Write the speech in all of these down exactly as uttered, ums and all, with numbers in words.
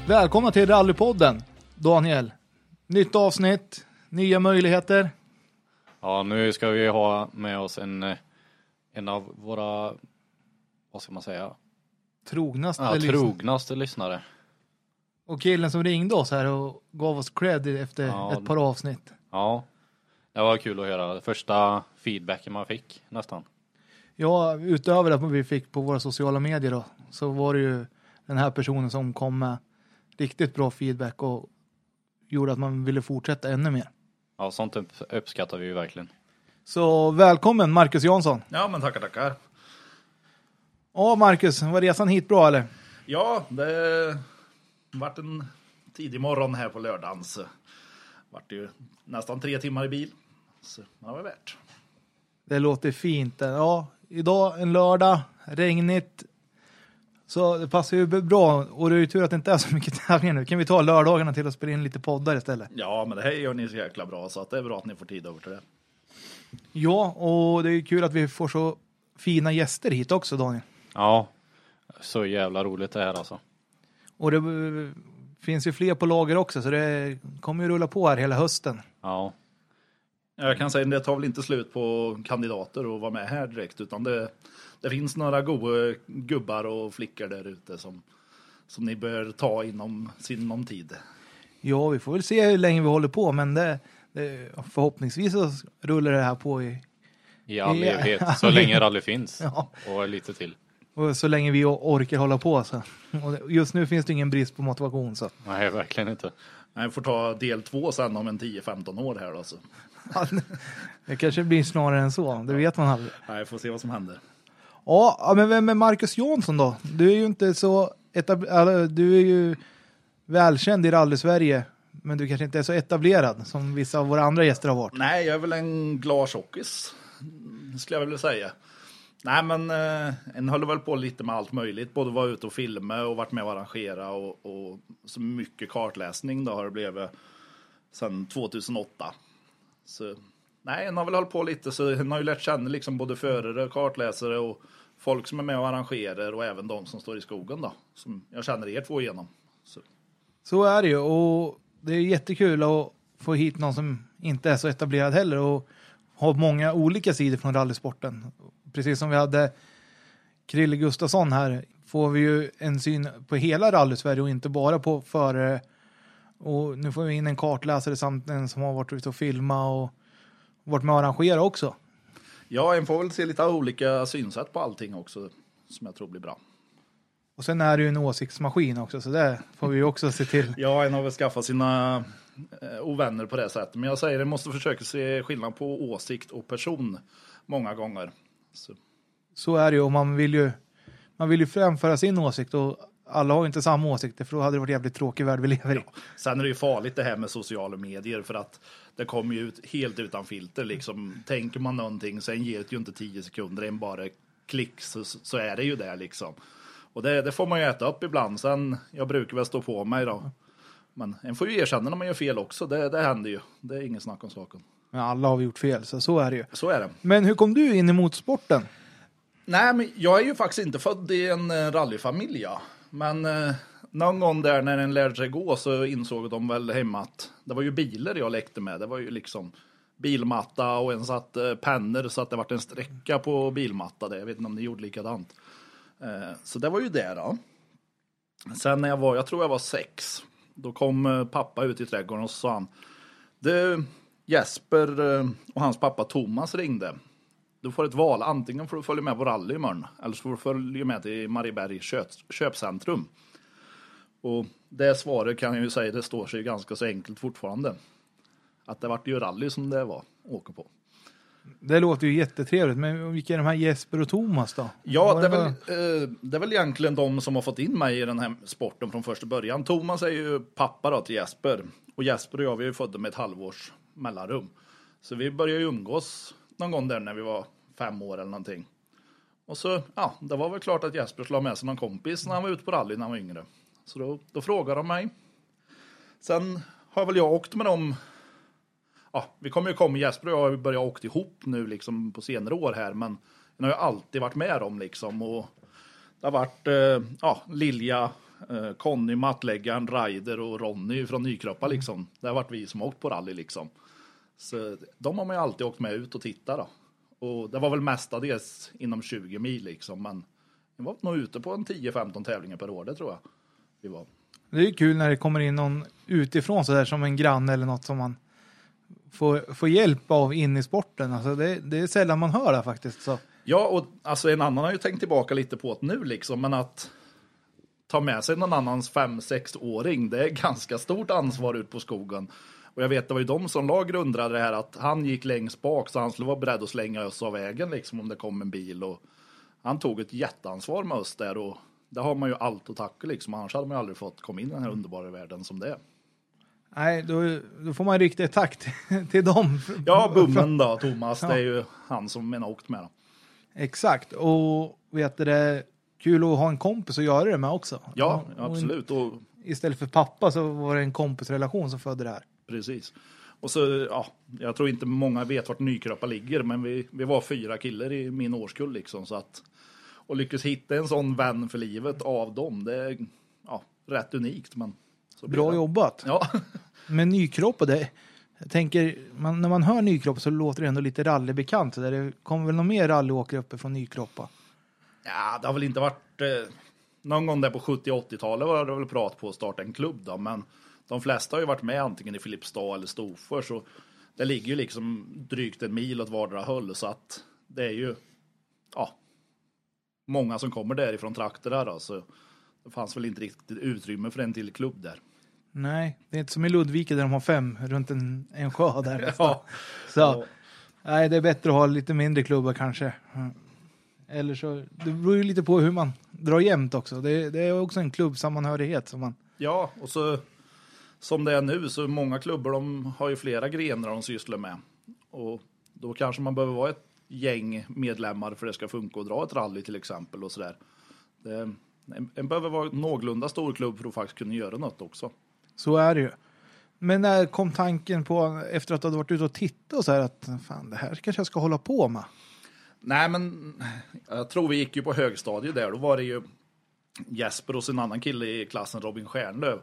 Välkomna till Rallypodden, Daniel. Nytt avsnitt, nya möjligheter. Ja, nu ska vi ha med oss en, en av våra, vad ska man säga? Trognaste, ja, lyssn- trognaste lyssnare. Och killen som ringde oss här och gav oss cred efter Ja, ett par avsnitt. Ja, det var kul att höra. Första feedbacken man fick nästan. Ja, utöver att vi fick på våra sociala medier då, så var det ju den här personen som kom med riktigt bra feedback och gjorde att man ville fortsätta ännu mer. Ja, sånt uppskattar vi ju verkligen. Så välkommen Marcus Jansson. Ja, men tackar, tackar. Ja, Marcus, var resan hit bra eller? Ja, det vart en tidig morgon här på lördagen. Så vart det ju nästan tre timmar i bil. Så det var värt. Det låter fint. Ja, idag en lördag, regnigt. Så det passar ju bra. Och det är ju tur att det inte är så mycket tävlingar nu. Kan vi ta lördagarna till att spela in lite poddar istället? Ja, men det här gör ni så jäkla bra. Så att det är bra att ni får tid över till det. Ja, och det är kul att vi får så fina gäster hit också, Daniel. Ja, så jävla roligt det här alltså. Och det finns ju fler på lager också, så det kommer ju rulla på här hela hösten. Ja. Jag kan säga att det tar väl inte slut på kandidater och vara med här direkt. Utan det, det finns några goda gubbar och flickor där ute som, som ni bör ta inom sinom tid. Ja, vi får väl se hur länge vi håller på, men det, det, förhoppningsvis så rullar det här på i... I all evighet, så länge rally finns. Ja. Och lite till. Och så länge vi orkar hålla på. Så. Och just nu finns det ingen brist på motivation. Så. Nej, verkligen inte. Jag får ta del två sen om en tio femton år här. Alltså. Det kanske blir snarare än så. Det vet man aldrig. Nej, får se vad som händer. Ja, men vem är Marcus Jansson då? Du är ju inte så etablerad. Du är ju välkänd i rally-Sverige. Men du kanske inte är så etablerad som vissa av våra andra gäster har varit. Nej, jag är väl en glad tjockis, skulle jag vilja säga. Nej, men eh, en håller väl på lite med allt möjligt. Både vara ute och filma och varit med och arrangera. Och, och så mycket kartläsning då har det blivit sedan tjugohundraåtta. Så nej, en har väl hållit på lite. Så en har ju lärt känna liksom både förare, kartläsare och folk som är med och arrangerar. Och även de som står i skogen då. Som jag känner er två igenom. Så, så är det ju. Och det är jättekul att få hit någon som inte är så etablerad heller. Och har många olika sidor från rallysporten. Precis som vi hade Krille Gustafsson här får vi ju en syn på hela rally-Sverige och inte bara på förare. Och nu får vi in en kartläsare samt en som har varit ute och filma och varit med och arrangera också. ja, en får väl se lite olika synsätt på allting också som jag tror blir bra. Och sen är det ju en åsiktsmaskin också, så det får vi ju också se till. Ja, en har väl skaffat sina eh, ovänner på det sättet. Men jag säger att man måste försöka se skillnad på åsikt och person många gånger. Så. Så är det ju, och man vill ju, man vill ju framföra sin åsikt och alla har ju inte samma åsikter, för då hade det varit jävligt tråkig värld vi lever i. Ja. Sen är det ju farligt det här med sociala medier för att det kommer ju ut helt utan filter. Liksom. Tänker man någonting, sen ger det ju inte tio sekunder, en bara klick så, så är det ju där liksom. Och det, det får man ju äta upp ibland. Sen, jag brukar väl stå på mig då. Men en får ju erkänna när man gör fel också. Det, det händer ju. Det är ingen snack om saken. Men alla har vi gjort fel, så så är det ju. Så är det. Men hur kom du in i motorsporten? Nej, men jag är ju faktiskt inte född i en eh, rallyfamilj. Ja. Men eh, någon gång där när en lärde sig gå så insåg de väl hemma att det var ju bilar jag lekte med. Det var ju liksom bilmatta och en satt eh, pennor så att det var en sträcka på bilmatta. Där. Jag vet inte om ni gjorde likadant. Eh, så det var ju det då. Sen när jag var, jag tror jag var sex. Då kom eh, pappa ut i trädgården och så sa han: Du, Jesper eh, och hans pappa Thomas ringde. Du får ett val, antingen får du följa med på rally imorgon eller så får du följa med till Marieberg köp, köpcentrum. Och det svaret kan jag ju säga, det står sig ganska så enkelt fortfarande. Att det vart ju rally som det var, åka på. Det låter ju jättetrevligt, men vilka är de här Jesper och Thomas då? Ja, det är, väl, eh, det är väl egentligen de som har fått in mig i den här sporten från första början. Thomas är ju pappa då till Jesper. Och Jesper och jag, vi är ju födda med ett halvårs mellanrum. Så vi började ju umgås någon gång där när vi var fem år eller någonting. Och så, ja, det var väl klart att Jesper skulle ha med sig någon kompis när han var ute på rally när han var yngre. Så då, då frågade de mig. Sen har väl jag åkt med dem. Ja, vi kommer ju komma, Jesper och jag har börjat åka ihop nu liksom på senare år här. Men jag har ju alltid varit med dem liksom. Och det har varit, eh, ja, Lilja Eh, Conny, mattläggaren, Ryder och Ronny från Nykroppa liksom. Det har varit vi som har åkt på rally liksom. Så de har man ju alltid åkt med ut och titta då. Och det var väl mestadels inom tjugo mil liksom. Men vi var nog ute på en tio femton tävlingar per år, det tror jag vi var. Det är ju kul när det kommer in någon utifrån så där som en granne eller något som man får, får hjälp av in i sporten. Alltså det, det är sällan man hör det faktiskt. Så. Ja, och alltså en annan har ju tänkt tillbaka lite på det nu liksom. Men att ta med sig någon annans fem-sex-åring, det är ganska stort ansvar ut på skogen. Och jag vet, det var ju de som lag undrade det här att han gick längst bak så han skulle vara beredd att slänga oss av vägen liksom om det kom en bil. Och han tog ett jätteansvar med oss där och där har man ju allt att tacka liksom. Annars hade man ju aldrig fått komma in i den här underbara världen som det är. Nej, då, då får man riktigt tack till, till dem. Ja, Bummen då, Thomas, ja. Det är ju han som jag har åkt med då. Exakt, och vet du det, kul att ha en kompis och göra det med också. Ja, absolut. Och istället för pappa så var det en kompisrelation som födde det här. Precis. Och så, ja, jag tror inte många vet vart Nykroppa ligger, men vi, vi var fyra killar i min årskull liksom, så att och lyckas hitta en sån vän för livet av dem, det är ja, rätt unikt. Men så bra jobbat. Ja. Men Nykroppa, det, jag tänker, man, när man hör Nykroppa så låter det ändå lite rallybekant. Där det kommer väl någon mer rallyåkare uppe från Nykroppa? Ja, det har väl inte varit eh, någon gång där på sjuttio- åttio-talet var det väl prat på att starta en klubb då, men de flesta har ju varit med antingen i Filipstad eller Storfors, så det ligger ju liksom drygt en mil åt vardera håll, så att det är ju ja, många som kommer därifrån trakter där då, så det fanns väl inte riktigt utrymme för en till klubb där. Nej, det är inte som i Ludvika där de har fem runt en, en sjö där. Ja. Så, ja. Nej, det är bättre att ha lite mindre klubbar kanske. Eller så, det beror ju lite på hur man drar jämnt också. Det, det är också en klubbsammanhörighet som man... Ja, och så som det är nu så många klubbar de har ju flera grenar de sysslar med. Och då kanske man behöver vara ett gäng medlemmar för att det ska funka och dra ett rally till exempel och sådär. Det, en behöver vara någorlunda stor klubb för att faktiskt kunna göra något också. Så är det ju. Men när kom tanken på, efter att du hade varit ute och tittat och så här, att fan, det här kanske jag ska hålla på med? Nej, men jag tror vi gick ju på högstadiet där. Då var det ju Jesper och en annan kille i klassen, Robin Stjärnlöv.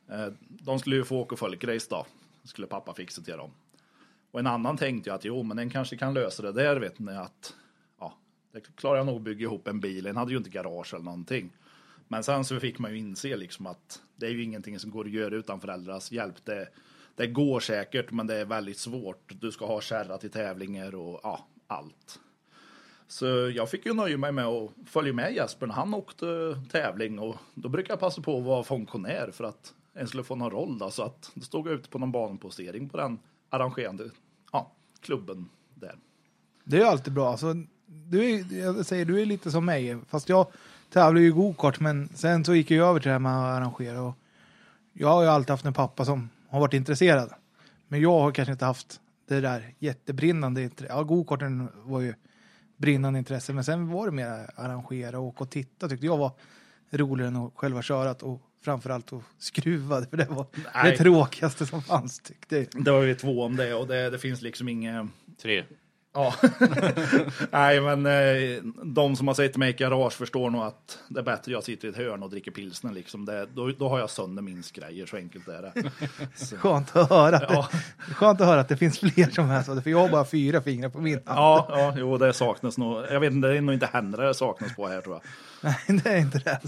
De skulle ju få åka folkrace då. Skulle pappa fixa till dem. Och en annan tänkte ju att jo, men den kanske kan lösa det där, vet ni, att ja, det klarar jag nog att bygga ihop en bil. Den hade ju inte garage eller någonting. Men sen så fick man ju inse liksom att det är ju ingenting som går att göra utan föräldrars hjälp. Det, det går säkert, men det är väldigt svårt. Du ska ha kärra till tävlingar och ja, allt. Så jag fick ju nöja mig med att följa med Jesper när han åkte tävling. Och då brukar jag passa på att vara funktionär för att en skulle få någon roll. Då, så att då stod jag ute på någon banpostering på den arrangerande ja, klubben där. Det är ju alltid bra. Alltså, du är, jag säger, du är lite som mig. Fast jag tävlar ju i go-kart, men sen så gick jag över till det här med att arrangera. Och jag har ju alltid haft en pappa som har varit intresserad. Men jag har kanske inte haft det där jättebrinnande intresset. Ja, go-karten var ju brinnande intresse, men sen var det mer arrangera och åka och titta tyckte jag var roligare än att själva körat och framförallt att skruva, för det var Nej. det tråkigaste som fanns tyckte jag. Det var ju två om det och det, det finns liksom inget... Tre. Ja. Nej, men eh, de som har sett mig i garage förstår nog att det är bättre att jag sitter i ett hörn och dricker pilsner liksom. Det, då, då har jag sönder min grejer, så enkelt är det. Så. Skönt att höra att ja. det, skönt att höra att det finns fler som är så, för jag har bara fyra fingrar på min hand. Ja, ja, jo, det saknas nog. Jag vet inte, det är nog inte händer det saknas på här tror jag. Nej, det är inte det.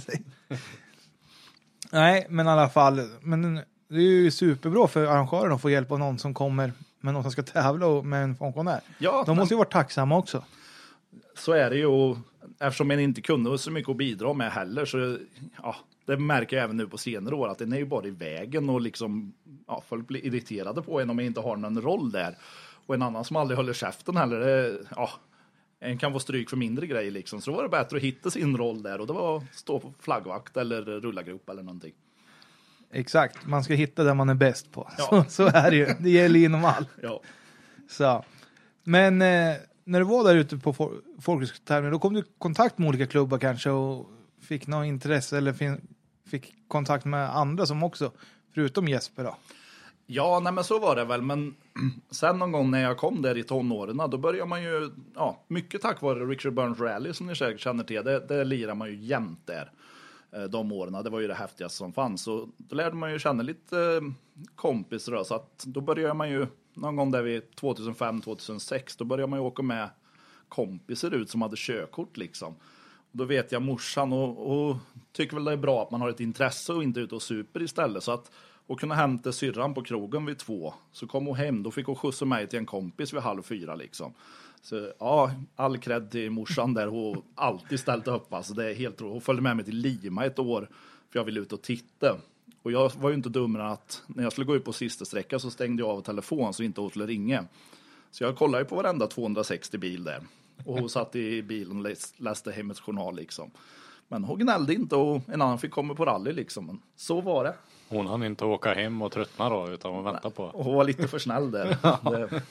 Nej, men i alla fall, men det är ju superbra för arrangören att få hjälp av någon som kommer med någon som ska tävla med en funktionär. Ja, de måste ju vara tacksamma också. Så är det ju, och eftersom en inte kunde så mycket att bidra med heller, så ja, det märker jag även nu på senare år att den är ju bara i vägen och liksom, ja, folk blir irriterade på en om man inte har någon roll där. Och en annan som aldrig håller käften heller, det, ja, en kan få stryk för mindre grejer liksom. Så då var det bättre att hitta sin roll där och det var att stå på flaggvakt eller rullagrop eller någonting. Exakt, man ska hitta där man är bäst på. Ja. Så, så är det ju, det gäller inom all. Ja. Så. Men eh, när du var där ute på for- folkhögskoletävlingen, då kom du i kontakt med olika klubbar kanske och fick något intresse eller fin- fick kontakt med andra som också, förutom Jesper då? Ja, nej men så var det väl, men sen någon gång när jag kom där i tonåren, då började man ju, ja, mycket tack vare Richard Burns Rally som ni säkert känner till, det, det lirar man ju jämt där. de åren. Det var ju det häftigaste som fanns. Så då lärde man ju känna lite eh, kompisar då, så att då började man ju någon gång där vid tjugohundrafem tjugohundrasex, då började man ju åka med kompisar ut som hade körkort liksom. Då vet jag morsan och, och tycker väl det är bra att man har ett intresse och inte ut och super istället. Så att och kunna hämta syrran på krogen vid två. Så kom hon hem, då fick hon skjutsa mig till en kompis vid halv fyra liksom. Så ja, all cred till morsan där. Hon alltid ställt upp. Alltså, det är helt roligt. Hon följde med mig till Lima ett år för jag ville ut och titta. Och jag var ju inte dummare att när jag skulle gå ut på sista sträcka så stängde jag av telefon så inte hon skulle ringa. Så jag kollade ju på varenda tvåhundrasextio bil där. Och hon satt i bilen och läste Hemmets Journal liksom. Men hon gnällde inte och en annan fick komma på rally liksom. Men så var det. Hon hann inte åka hem och tröttna då utan hon väntade på. Och hon var lite för snäll där. det...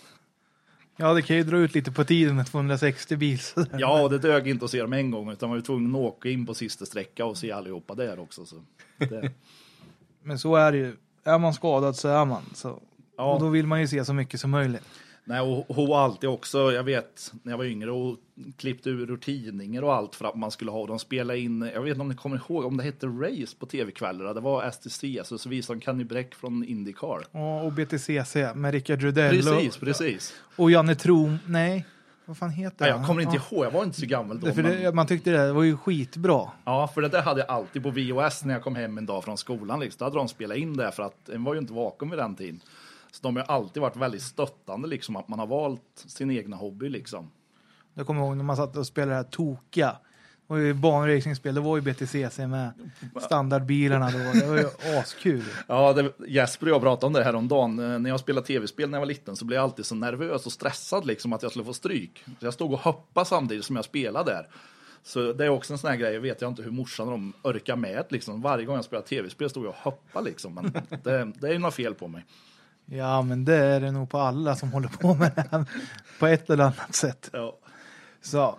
Ja, det kan ju dra ut lite på tiden med tvåhundrasextio bil. Ja, det dög inte att se dem en gång utan man var ju tvungen att åka in på sista sträcka och se allihopa där också. Så det... Men så är det ju. Är man skadad så är man. Så. Ja. Och då vill man ju se så mycket som möjligt. Nej, och hon var alltid också, jag vet, när jag var yngre och klippte ur, ur tidningar och allt för att man skulle ha dem spela in, jag vet inte om ni kommer ihåg, om det hette Race på tv-kvällar, det var S T C, så, så visade de Kenny Bräck från IndyCar. Ja, och B T C C med Rickard Rudell. Precis, och, precis. Och Janne Trom, nej, vad fan heter Nej, han? jag kommer inte ja. ihåg, jag var inte så gammal då. Det, för men... det, man tyckte det var ju skitbra. Ja, för det där hade jag alltid på V H S när jag kom hem en dag från skolan. Liksom. Då hade de spelat in det för att en var ju inte vaken vid den tiden. Så de har alltid varit väldigt stöttande liksom, att man har valt sin egna hobby liksom. Jag kommer ihåg när man satt och spelade det här Toka. Och i banracingspel, det var ju B T C C med standardbilarna då. Det var ju askul. Ja, det, Jesper och jag pratade om det här om dagen. När jag spelade tv-spel när jag var liten så blev jag alltid så nervös och stressad liksom att jag skulle få stryk. Så jag stod och hoppade samtidigt som jag spelade där. Så det är också en sån här grej, jag vet jag inte hur morsan och de orkar med liksom. Varje gång jag spelade tv-spel stod jag och hoppade liksom. Men det, det är ju något fel på mig. Ja, men det är det nog på alla som håller på med det här på ett eller annat sätt. Ja. Så.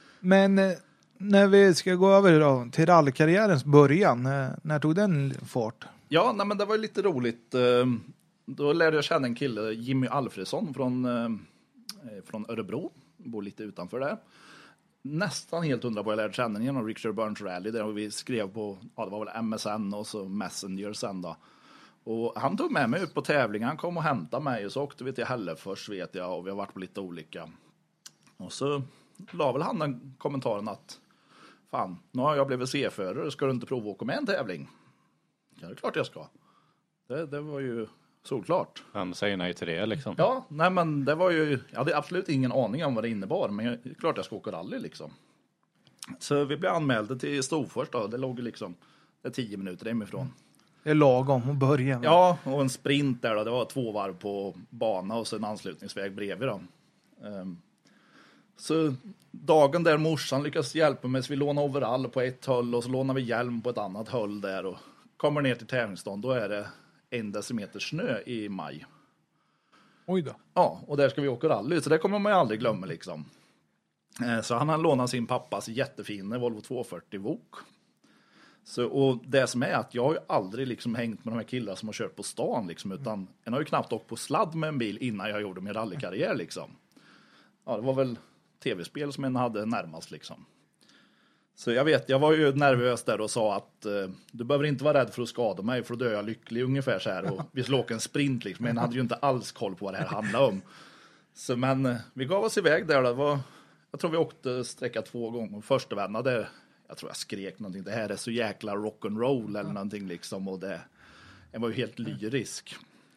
Men eh, när vi ska gå över då, till rallykarriärens början, eh, när tog den fart? Ja, nej, men det var ju lite roligt. Då lärde jag känna en kille, Jimmy Alfredsson från, från Örebro. Bor lite utanför där. Nästan helt hundra på jag lärde känna genom Richard Burns Rally där vi skrev på, ja det var väl M S N och så Messenger sen då. Och han tog med mig ut på tävlingen, han kom och hämtade mig och så åkte vi till Hällefors vet jag och vi har varit på lite olika. Och så la väl han den kommentaren att fan, nu har jag blivit C-förare, ska du inte prova att åka med en tävling? Ja, det är klart jag ska. Det, det var ju solklart. Vem säger nej till det liksom? Ja, nej men det var ju, jag hade absolut ingen aning om vad det innebar, men jag, det är klart jag ska åka rally liksom. Så vi blev anmälda till Storfors då, det låg ju liksom, det är tio minuter hemifrån. Det är lagom att börja. Ja, och en sprint där då, det var två varv på bana och så en anslutningsväg bredvid då. Um, så dagen där morsan lyckas hjälpa mig så vi lånar overall på ett håll och så lånar vi hjälm på ett annat håll där och kommer ner till tävlingsdagen, då är det en decimeter snö i maj. Oj då. Ja, och där ska vi åka rally, så det kommer man ju aldrig glömma liksom. Eh, så han har lånat sin pappas jättefina Volvo tvåhundrafyrtio V O K. Så, och det som är att jag har ju aldrig liksom hängt med de här killarna som har kört på stan liksom, utan jag har ju knappt åkt på sladd med en bil innan jag gjorde min rallykarriär liksom. Ja, det var väl tv-spel som en hade närmast liksom. Så jag vet, jag var ju nervös där och sa att eh, du behöver inte vara rädd för att skada mig för då dör jag lycklig ungefär så här. Och vi skulle åka en sprint liksom, men jag hade ju inte alls koll på vad det här handlade om. Så men eh, vi gav oss iväg där. Det var, jag tror vi åkte sträcka två gånger. Första vända där, jag tror jag skrek någonting. Det här är så jäkla rock'n'roll eller någonting liksom. Och det, det var ju helt lyrisk.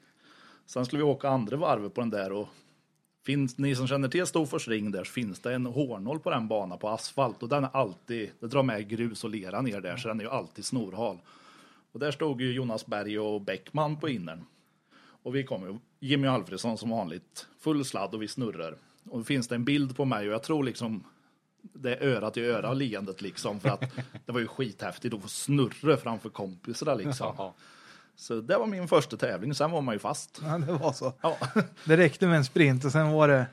Sen skulle vi åka andra varvet på den där och finns, ni som känner till Storfors ring där, så finns det en hårnål på den banan på asfalt och den är alltid, det drar med grus och lera ner där så den är ju alltid snorhal. Och där stod ju Jonas Berg och Bäckman på innern. Och vi kom ju, Jimmy Alfredsson som vanligt, full sladd och vi snurrar. Och då finns det en bild på mig och jag tror liksom det är öra till öra leendet liksom för att det var ju skithäftigt att få snurra framför kompisar liksom. Så det var min första tävling, sen var man ju fast. Ja, det var så. Ja. Det räckte med en sprint och sen var det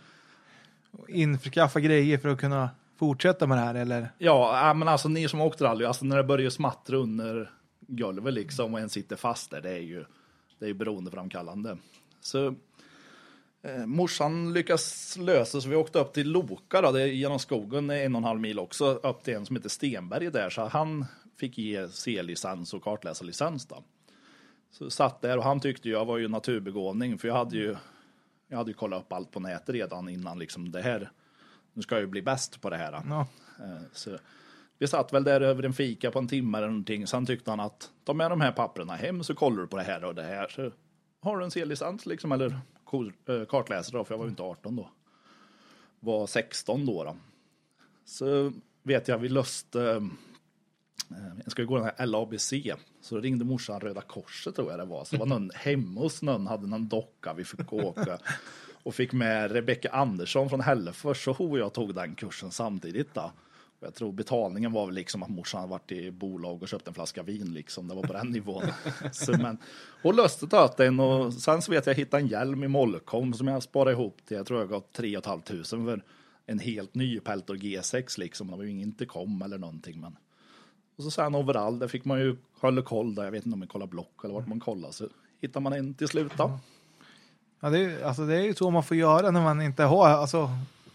införskaffa grejer för att kunna fortsätta med det här, eller? Ja, men alltså ni som åkt rally, alltså när det börjar smattra under golvet liksom och en sitter fast där, det är ju det är ju beroendeframkallande. Så Eh, morsan lyckas lösa så vi åkte upp till Loka då, det är genom skogen en och en halv mil också, upp till en som heter Stenberg där, så han fick ge C-licens och kartläsarlicens då. Så satt där och han tyckte jag var ju naturbegåvning, för jag hade ju jag hade ju kollat upp allt på nätet redan innan liksom det här, nu ska jag ju bli bäst på det här. Ja. Eh, så vi satt väl där över en fika på en timme eller någonting, sen tyckte han att ta med de här papperna hem så kollar du på det här och det här, så har du en C-licens liksom, eller kartläsare då, för jag var ju inte arton då. Var sexton då då. Så vet jag, vi löste, jag ska ju gå den här L A B C, så ringde morsan Röda Korset tror jag det var. Så det var någon hemma hos någon, hade någon docka vi fick åka. Och fick med Rebecka Andersson från Hällefors, så hon och jag tog den kursen samtidigt då. Och jag tror betalningen var väl liksom att morsan hade varit i bolag och köpt en flaska vin liksom. Det var på den nivån. Så, men, och löste töten och sen så vet jag hittade en hjälm i Molkom som jag sparade ihop till. Jag tror jag gav tre och ett halvt tusen för en helt ny Peltor G sex liksom. Det var ju ingen intercom eller någonting. Men. Och så sen overall, där fick man ju hålla koll där. Jag vet inte om man kollar block eller vart man kollar. Så hittar man en till slut då. Ja, det är, alltså det är ju så man får göra när man inte har alltså,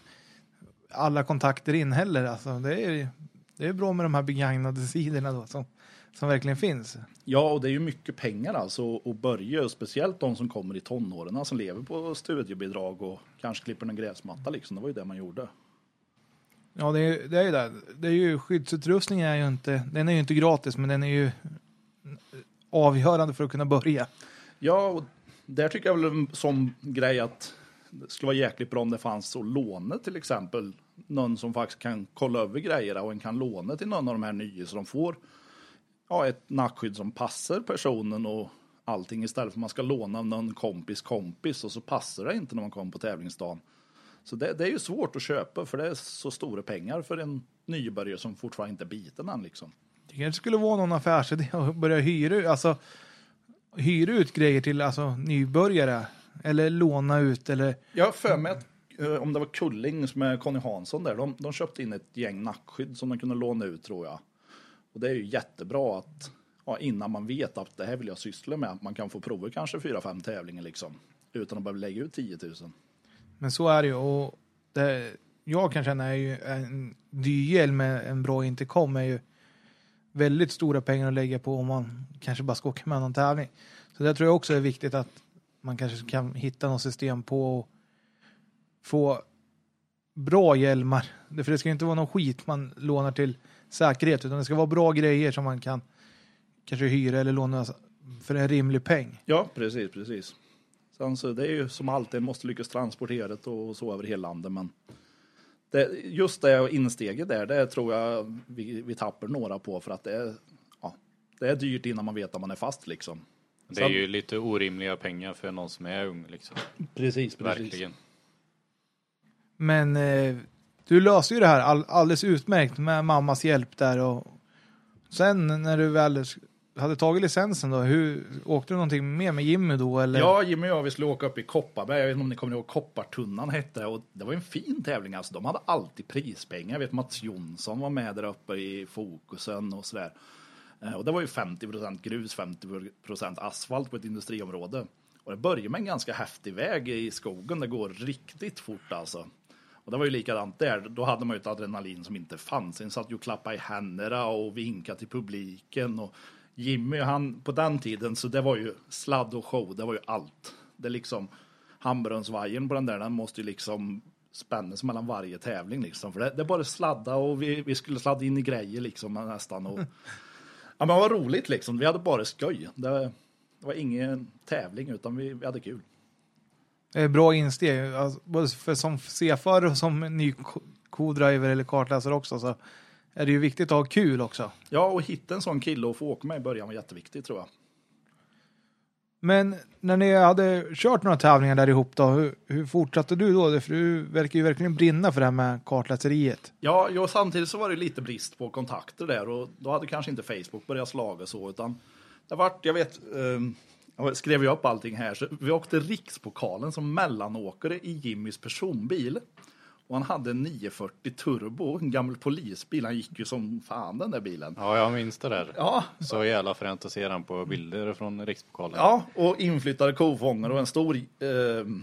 alla kontakter in heller. Alltså, det är det är bra med de här begagnade sidorna då, som, som verkligen finns. Ja, och det är ju mycket pengar alltså att börja, speciellt de som kommer i tonåren som lever på studiebidrag och kanske klipper en gräsmatta liksom. Det var ju det man gjorde. Ja, det är, det är ju det. Det är ju, skyddsutrustningen är ju inte, den är ju inte gratis, men den är ju avgörande för att kunna börja. Ja, och där tycker jag väl en sån grej att det skulle vara jäkligt bra om det fanns att låna till exempel. Någon som faktiskt kan kolla över grejerna och en kan låna till någon av de här nya så de får ja, ett nackskydd som passar personen och allting istället för att man ska låna av någon kompis kompis och så passar det inte när man kommer på tävlingsdagen. Så det, det är ju svårt att köpa för det är så stora pengar för en nybörjare som fortfarande inte är biten än liksom. Det kanske skulle vara någon affärsidé att börja hyra, alltså, hyra ut grejer till alltså, nybörjare eller låna ut eller... Jag har för mig att om det var Kulling som är Conny Hansson där, de, de köpte in ett gäng nackskydd som de kunde låna ut tror jag. Och det är ju jättebra att ja, innan man vet att det här vill jag syssla med, att man kan få prova kanske fyra, fem tävlingar liksom, utan att behöva lägga ut tio tusen. Men så är det ju, och det jag kan känna är ju en dyr med en bra intercom är ju väldigt stora pengar att lägga på om man kanske bara ska åka med någon tävling. Så det tror jag också är viktigt att man kanske kan hitta något system på och få bra hjälmar. För det ska inte vara någon skit man lånar till säkerhet, utan det ska vara bra grejer som man kan kanske hyra eller låna för en rimlig peng. Ja, precis, precis. Sen så det är ju som alltid, måste lyckas transportera det och så över hela landet, men det, just det insteget där, det tror jag vi, vi tappar några på för att det är, ja, det är dyrt innan man vet att man är fast liksom. Det är ju lite orimliga pengar för någon som är ung liksom. Precis, precis. Verkligen. Men eh, du löser ju det här all, alldeles utmärkt med mammas hjälp där, och sen när du väl hade tagit licensen då, hur åkte du någonting mer med Jimmy då eller? Ja, Jimmy och jag vi skulle åka upp i Kopparberg. Jag vet inte om ni kommer ihåg Koppartunnan hette, och det var en fin tävling alltså. De hade alltid prispengar. Jag vet Mats Jonsson var med där uppe i fokusen och sådär. Och det var ju femtio procent grus, femtio procent asfalt på ett industriområde. Och det började med en ganska häftig väg i skogen. Det går riktigt fort alltså. Och det var ju likadant där. Då hade man ju ett adrenalin som inte fanns. Sen satt ju och klappade i händerna och vinkade till publiken. Och Jimmy, han på den tiden, så det var ju sladd och show. Det var ju allt. Det är liksom handbromsvajern på den där, den måste ju liksom spännas mellan varje tävling liksom. För det, det är bara sladda och vi, vi skulle sladda in i grejer liksom nästan. Och, ja, men det var roligt liksom. Vi hade bara skoj. Det, det var ingen tävling utan vi, vi hade kul. Bra insteg, alltså, både för som C-förare och som ny co-driver eller kartläsare också, så är det ju viktigt att ha kul också. Ja, och hitta en sån kille och få åka med i början var jätteviktigt tror jag. Men när ni hade kört några tävlingar där ihop då, hur, hur fortsatte du då? För du verkar ju verkligen brinna för det här med kartläseriet. Ja, och samtidigt så var det lite brist på kontakter där, och då hade kanske inte Facebook börjat slaga så, utan det vart, jag vet... Um, Jag skrev ju upp allting här. Så vi åkte rikspokalen som mellanåkare i Jimmys personbil. Och han hade en nio fyrtio turbo, en gammal polisbil. Han gick ju som fan den där bilen. Ja, jag minns det där. Ja. Så jävla fränt att se den på bilder från rikspokalen. Ja, och inflyttade kofångare och en stor eh,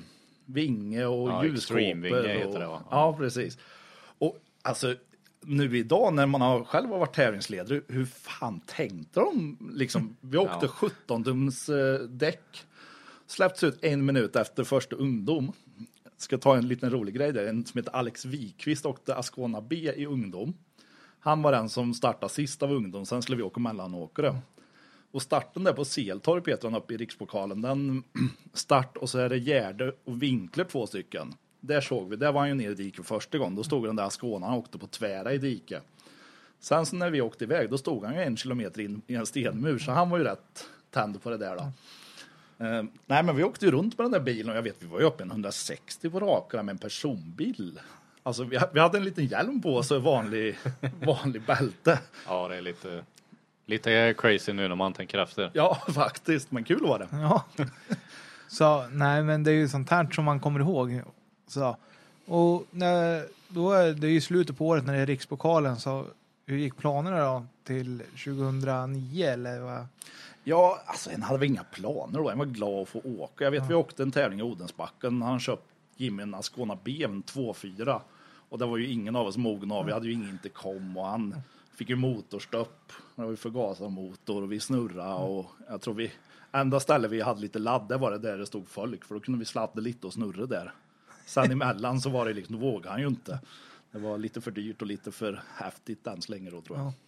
vinge och Ja, ljuskåpor. Extreme-vinge heter och, det, va? Ja, precis. Och alltså, nu idag när man har själv har varit tävlingsledare, hur fan tänkte de? Liksom, vi åkte Ja. sjutton tums eh, däck, släppts ut en minut efter första ungdom. Ska ta en liten rolig grej där. En som heter Alex Wikvist åkte Ascona B i ungdom. Han var den som startade sist av ungdom, sen skulle vi åka mellanåkare. Och starten där på Seltorp heter han uppe i rikspokalen. Den start och så är det Gärde och Vinkler två stycken. Där såg vi, där var han ju ner i diket första gången. Då stod den där Skåne, han åkte på tvära i diket. Sen så när vi åkte iväg, då stod han ju en kilometer in i en stenmur. Så han var ju rätt tänd på det där då. Uh, nej men vi åkte ju runt med den där bilen och jag vet vi var ju uppe en hundrasextio på rakarna med en personbil. Alltså vi, vi hade en liten hjälm på oss och vanlig, vanlig bälte. Ja, det är lite, lite crazy nu när man tänker efter. Ja, faktiskt. Men kul var det. Ja. Så, nej, men det är ju sånt här som man kommer ihåg. Så. Och när, då är det ju slutet på året när det är rikspokalen. Så hur gick planerna då till tjugohundranio eller vad? Ja, alltså en hade väl inga planer då. Jag var glad att få åka. Jag vet, ja. Vi åkte en tävling i Odensbacken. Han köpte Jimmy en Ascona B M två fyra. Och det var ju ingen av oss mogna av. Vi hade ju ingen intercom och han fick ju motorstopp. Det var ju förgasarmotor och vi snurrade och jag tror vi enda stället vi hade lite ladd, det var det där det stod folk. För då kunde vi sladda lite och snurra där. Sen emellan så var det liksom, då vågade han ju inte. Det var lite för dyrt och lite för häftigt än så länge då tror jag. Ja.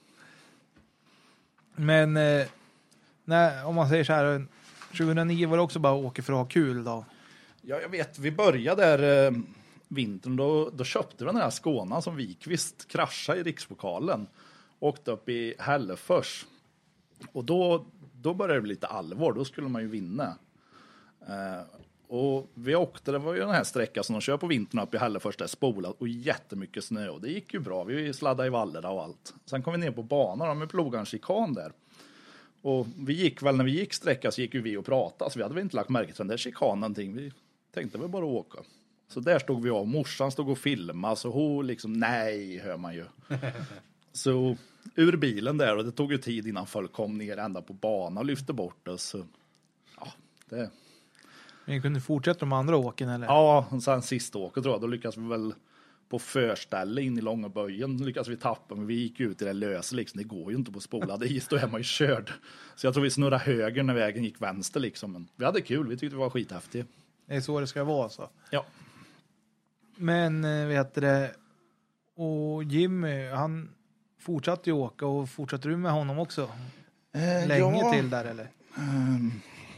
Men eh, nej, om man säger så här, tjugohundranio var det också bara att åka för att ha kul då? Ja, jag vet. Vi började där eh, vintern. Då, då köpte vi den här Skånan som Wikvist kraschade i rikspokalen. Åkte upp i Hällefors. Och då, då började det bli lite allvar. Då skulle man ju vinna. Eh, och vi åkte, det var ju den här sträckan som de kör på vintern upp i Hällefors där spolat och jättemycket snö. Och det gick ju bra. Vi sladdade i vallerna och allt. Sen kom vi ner på banan med plogan chikan där. Och vi gick väl, när vi gick sträcka så gick ju vi och pratade. Så vi hade väl inte lagt märke till den där chikanen någonting. Vi tänkte väl bara åka. Så där stod vi av. Morsan stod och filmade. Så hon liksom, nej, hör man ju. Så ur bilen där. Och det tog ju tid innan folk kom ner ända på banan och lyfte bort oss. Så, ja, det... Men kunde fortsätta de andra åken eller? Ja, och sen sista åket tror jag. Då lyckades vi väl på förställe in i långa böjen lyckades vi tappa, men vi gick ut i det lösa liksom. Det går ju inte på spolade is, då är man ju körd. Så jag tror vi snurrade höger när vägen gick vänster liksom. Men vi hade kul, vi tyckte det var skithäftigt. Det är så det ska vara så. Ja. Men vet du det, och Jimmy, han fortsatte ju åka och fortsatte du med honom också? Eh, Länge ja. till där eller? Um...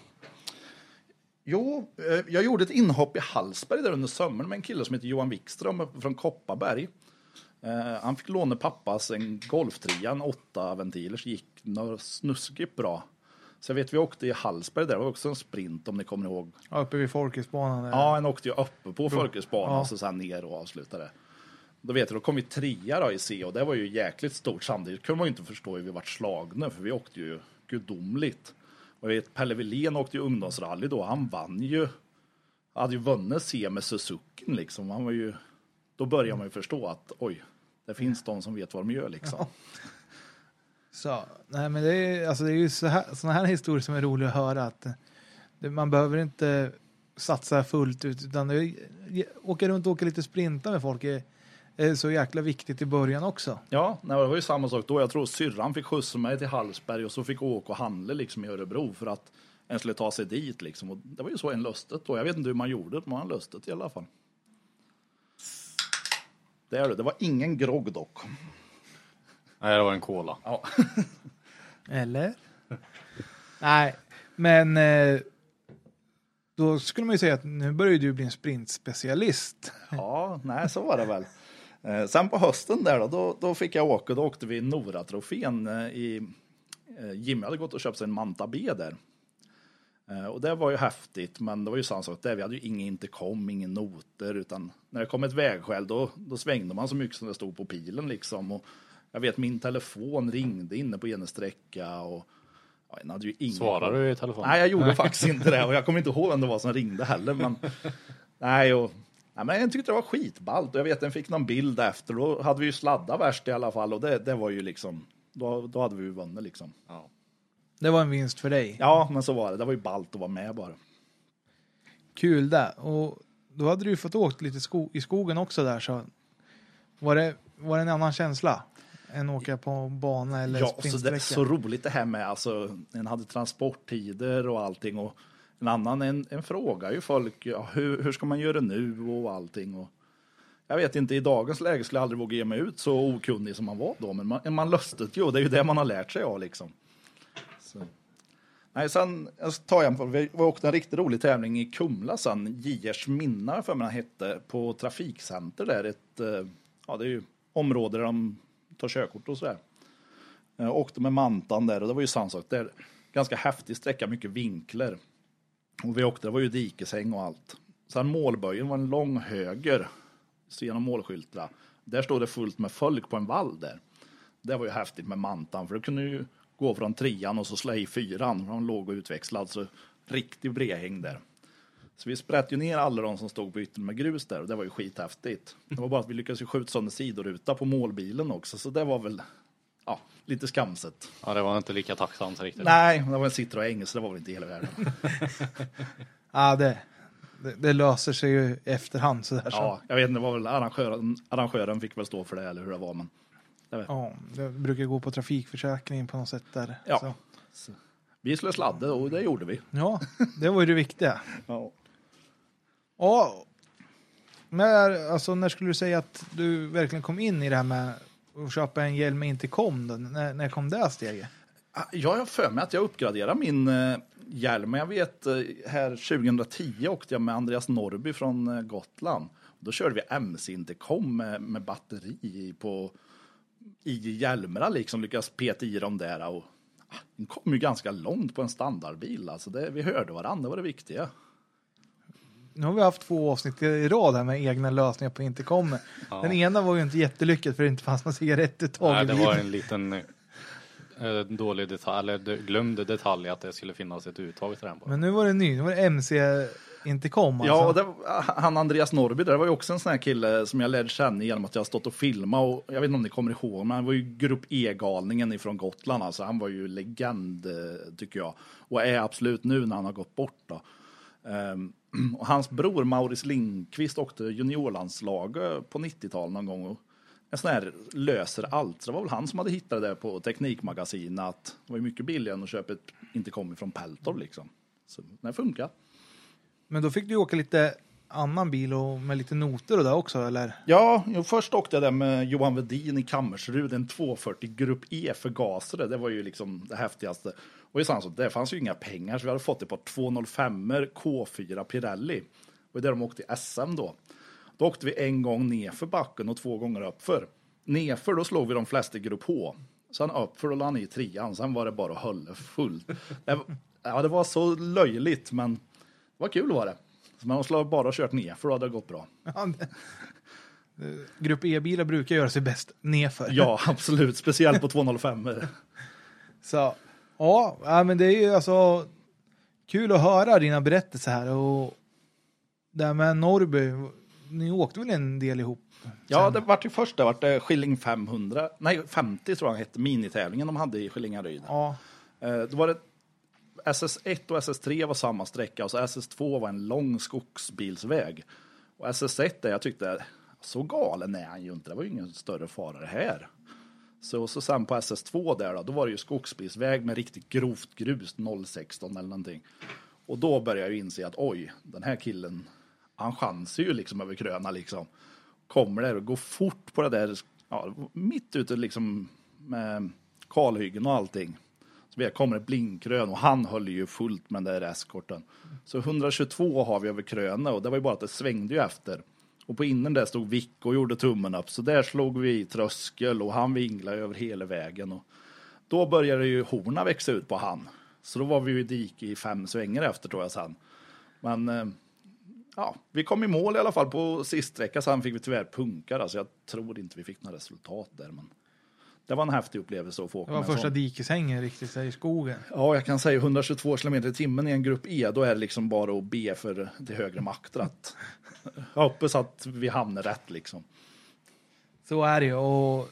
Jo, jag gjorde ett inhopp i Hallsberg där under sommaren med en kille som heter Johan Wikström från Kopparberg. Uh, han fick låna pappas en golftria, en åtta ventiler, så gick snuskigt bra. Så jag vet, vi åkte i Hallsberg där, det var också en sprint om ni kommer ihåg. Ja, uppe vid Folkesbanan. Där. Ja, en åkte ju uppe på Folkesbanan ja. och så sen ner och avslutade. Då vet jag, då kom vi trea då i C och det var ju jäkligt stort. Samtidigt kunde man ju inte förstå hur vi vart slagna, för vi åkte ju gudomligt. Och jag vet, Pelle Wilén åkte ju ungdomsrally då. Han vann ju. Hade ju vunnit C med Suzuki liksom. Han var ju, då börjar man ju förstå att oj, det finns de som vet vad de gör liksom. Ja. Så, nej men det är, alltså det är ju så här, såna här historier som är roliga att höra. Att det, man behöver inte satsa fullt ut. Utan det, åka runt och åka lite sprinta med folk är, är så jäkla viktigt i början också. Ja, nej, det var ju samma sak då. Jag tror syrran fick skjutsa mig till Hallsberg och så fick åka och handla liksom i Örebro för att en skulle ta sig dit liksom. Och det var ju så en lustet då. Jag vet inte hur man gjorde det, men man lustet i alla fall. Det är det. Det var ingen grogg dock. Nej, det var en cola. Ja. Eller? Nej, men eh, då skulle man ju säga att nu börjar du bli en sprintspecialist. Ja, nej, så var det väl. Eh, sen på hösten där då, då, då fick jag åka. Då åkte vi Nora-trofén eh, i... Eh, Jimmy hade gått och köpt sig en Manta B där. Eh, och det var ju häftigt, men det var ju samma sak där. Vi hade ju ingen intercom, ingen noter, utan när det kom ett vägskäl då, då svängde man så mycket som det stod på pilen liksom. Och jag vet, min telefon ringde inne på en sträcka och ja, jag hade ju ingen... Svarade du i telefon? Nej, jag gjorde faktiskt inte det. Och jag kommer inte ihåg vem det var som ringde heller. Men, nej, och, nej, men jag tyckte det var skitballt. Och jag vet, den fick någon bild efter. Då hade vi ju sladdat värst i alla fall. Och det, det var ju liksom... Då, då hade vi ju vunnit liksom. Ja. Det var en vinst för dig. Ja, men så var det. Det var ju ballt att vara med bara. Kul där. Och då hade du ju fått åkt lite sko- i skogen också där. Så var det, var det en annan känsla än åka på bana eller ja, så det är sprintsträcka? så roligt det här med, alltså, en hade transporttider och allting. Och en annan, en, en fråga ju folk, ja, hur, hur ska man göra nu och allting. Och jag vet inte, i dagens läge skulle jag aldrig våga ge mig ut så okunnig som man var då. Men man, man löstet ju, det är ju det man har lärt sig av liksom. Så. Nej, sen jag tar jag på, vi åkte en riktigt rolig tävling i Kumla sen, J Rs Minnar för mig hette, på trafikcenter där, ett, ja det är ju område där de tar körkort och sådär. Jag åkte med mantan där och det var ju samma sak där, ganska häftig sträcka, mycket vinklar. Och vi åkte, det var ju dikesäng och allt. Sen målböjen var en lång höger, så genom målskyltarna. Där stod det fullt med folk på en vall där. Det var ju häftigt med mantan, för det kunde ju gå från trean och så slå i fyran. Från låg och utvexlad, så riktigt bredhäng där. Så vi sprätt ju ner alla de som stod på yttern med grus där. Och det var ju skithäftigt. Det var bara att vi lyckades ju skjuta sönder sidoruta på målbilen också. Så det var väl, ja, lite skamset. Ja, det var inte lika tacksamt riktigt. Nej, det var en Citroën, så det var väl inte hela världen. Ja, det, det, det löser sig ju i efterhand. Så där, Ja, jag vet inte, det var väl arrangören, arrangören fick väl stå för det eller hur det var. Men ja, det brukar gå på trafikförsäkringen på något sätt där. ja. Så. Så. Vi skulle sladda och det gjorde vi. Ja, det var ju det viktiga. Ja. Ja, när, alltså, när skulle du säga att du verkligen kom in i det här med att köpa en hjälm med intercom då? När, när kom det steget? Jag har för mig att jag uppgraderade min eh, hjälm. Men jag vet, eh, här tjugohundratio åkte jag med Andreas Norrby från eh, Gotland. Då körde vi M C-intercom med, med batteri i, på, i hjälmarna. Liksom lyckades peta i dem där. Och, ah, den kom ju ganska långt på en standardbil. Alltså det, vi hörde varandra, det var det viktiga. Nu har vi haft två avsnitt i rad här med egna lösningar på intercom. Ja. Den ena var ju inte jättelyckad för det inte fanns någon cigarettuttag. Nej, det var en liten eh, dålig detalj, eller glömde detalj att det skulle finnas ett uttag till den på. Men nu var det ny, nu var det M C-intercom. Alltså. Ja, och det, han Andreas Norrby, det var ju också en sån här kille som jag lärde känna genom att jag har stått och filmat. Och jag vet inte om ni kommer ihåg, men han var ju grupp E-galningen ifrån Gotland. Alltså han var ju legend, tycker jag. Och är absolut nu när han har gått bort då. Um, och hans bror Maurice Lindqvist åkte juniorlandslaget på nittiotalet någon gång och en sån här löser allt. Så det var väl han som hade hittat det på Teknikmagasinet, att det var ju mycket billigare än att köpa ett intercom ifrån Peltor liksom. Så det funkar. Men då fick du åka lite annan bil och med lite noter och där också, eller? Ja, jag först åkte jag där med Johan Wedin i Kammersrud, en tvåhundrafyrtio grupp E förgasare. Det var ju liksom det häftigaste. Och i så, det fanns ju inga pengar, så vi hade fått det på tvåhundrafem K fyra Pirelli. Och där de åkte i S M då. Då åkte vi en gång ner för backen och två gånger uppför. Nerför då slog vi de flesta i grupp H. Sen uppför då lade ni i trean, sen var det bara att hålla fullt. Det, ja, det var så löjligt, men det var kul var det. Så man skulle bara kört ner, för då hade det gått bra. Ja, det, grupp E-bilar brukar göra sig bäst nerför. Ja, absolut. Speciellt på tvåhundrafem. Så, ja, men det är ju alltså kul att höra dina berättelser här. Och där med Norrby, ni åkte väl en del ihop? Sen? Ja, det var ju först det var det Skilling femhundra. Nej, femtio tror jag hette minitävlingen de hade i Skillingaryd. Ja. Eh, då var det S S ett och S S tre var samma sträcka och så S S två var en lång skogsbilsväg. Och S S ett där jag tyckte, så galen är han ju inte, det var ju ingen större fara det här. Så, så sen på S S två där då, då var det ju skogsbilsväg med riktigt grovt grus, noll sexton eller någonting. Och då började jag ju inse att oj, den här killen, han chansar ju liksom över kröna liksom. Kommer där och går fort på det där, ja, mitt ute liksom med kalhyggen och allting. Så vi kommer ett blinkkrön och han höll ju fullt med den där eskorten. Så etthundratjugotvå har vi över kröna och det var ju bara att det svängde ju efter. Och på innen där stod Vick och gjorde tummen upp. Så där slog vi i tröskel och han vinglade över hela vägen. Och då började ju horna växa ut på han. Så då var vi ju i dik i fem svänger efter tror jag sen. Men ja, vi kom i mål i alla fall på siststräcka. Sen fick vi tyvärr punkar. Alltså jag tror inte vi fick några resultat där. Men det var en häftig upplevelse att få åka. Det var första dikeshängen riktigt så i skogen. Ja, jag kan säga etthundratjugotvå kilometer i timmen i en grupp E. Då är det liksom bara att be för det högre makter att jag hoppas att vi hamnar rätt liksom. Så är det ju. Och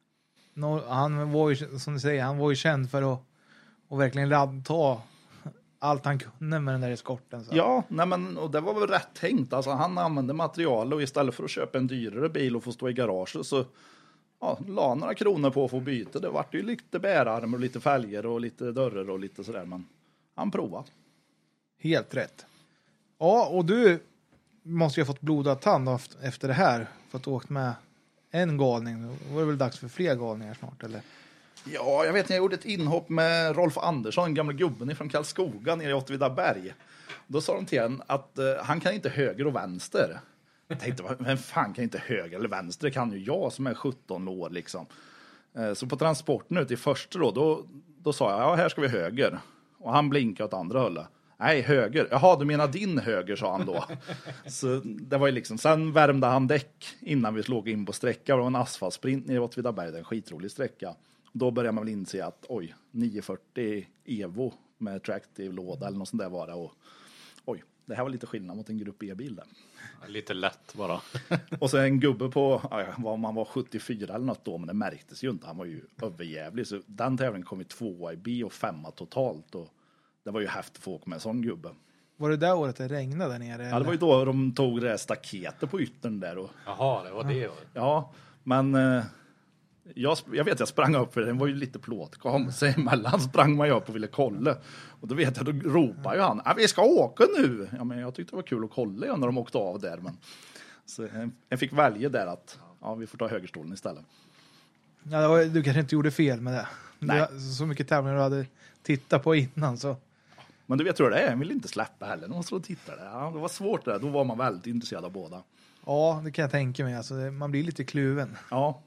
no, han var ju, som du säger, han var ju känd för att och verkligen ladd, ta allt han kunde med den där eskorten. Så. Ja, nej men, och det var väl rätt tänkt. Alltså, han använde material och istället för att köpa en dyrare bil och få stå i garaget så ja, la några kronor på att få byta. Det vart ju lite bärarm och lite fälgar och lite dörrar och lite sådär. Men han provade. Helt rätt. Ja, och du måste ju ha fått blodad tand efter det här. För att du åkt med en galning. Då var det väl dags för fler galningar snart, eller? Ja, jag vet när jag gjorde ett inhopp med Rolf Andersson, gamla gubben från Karlskoga nere i Åtvidaberg. Då sa de till en att uh, han kan inte höger och vänster. Jag tänkte, vem fan kan inte höger eller vänster? Det kan ju jag som är sjutton år liksom. Uh, så på transporten ut i första då, då, då sa jag, ja här ska vi höger. Och han blinkade åt andra hållet. Nej, höger. Jaha, du menar din höger, sa han då. Så det var ju liksom, sen värmde han däck innan vi slog in på sträcka. Det var en asfaltsprint nere i Åtvidaberg, det är en skitrolig sträcka. Då börjar man väl inse att oj, nio fyrtio Evo med Tractive låda eller något sånt där var det. Och oj, det här var lite skillnad mot en grupp E-bil där. Lite lätt bara. Och så en gubbe på, ja, vad man var sjuttiofyra eller något då, men det märktes ju inte. Han var ju överjävlig. Så den tävlingen kom i tvåa i B och femma totalt. Och det var ju häftigt att få åka med en sån gubbe. Var det där året det regnade där nere? Ja, det var ju då de tog det staketet på yttern där. Och, Jaha, det var det. Ja, ja men... Eh, Jag, jag vet jag sprang upp för den var ju lite plåtkam. Så emellan sprang man ju upp och ville kolla. Och då vet jag, då ropar ju han, vi ska åka nu. Ja, men jag tyckte det var kul att kolla när de åkte av där. Men, så jag, jag fick välja där att ja, vi får ta högerstolen istället. Ja, det var, du kanske inte gjorde fel med det. Nej. Du, så mycket tävlingar du hade tittat på innan så. Men du vet hur det är, jag vill inte släppa heller. Någon stod och tittade. Ja, det var svårt det, då var man väldigt intresserad av båda. Ja, det kan jag tänka mig. Alltså, det, man blir lite kluven. Ja.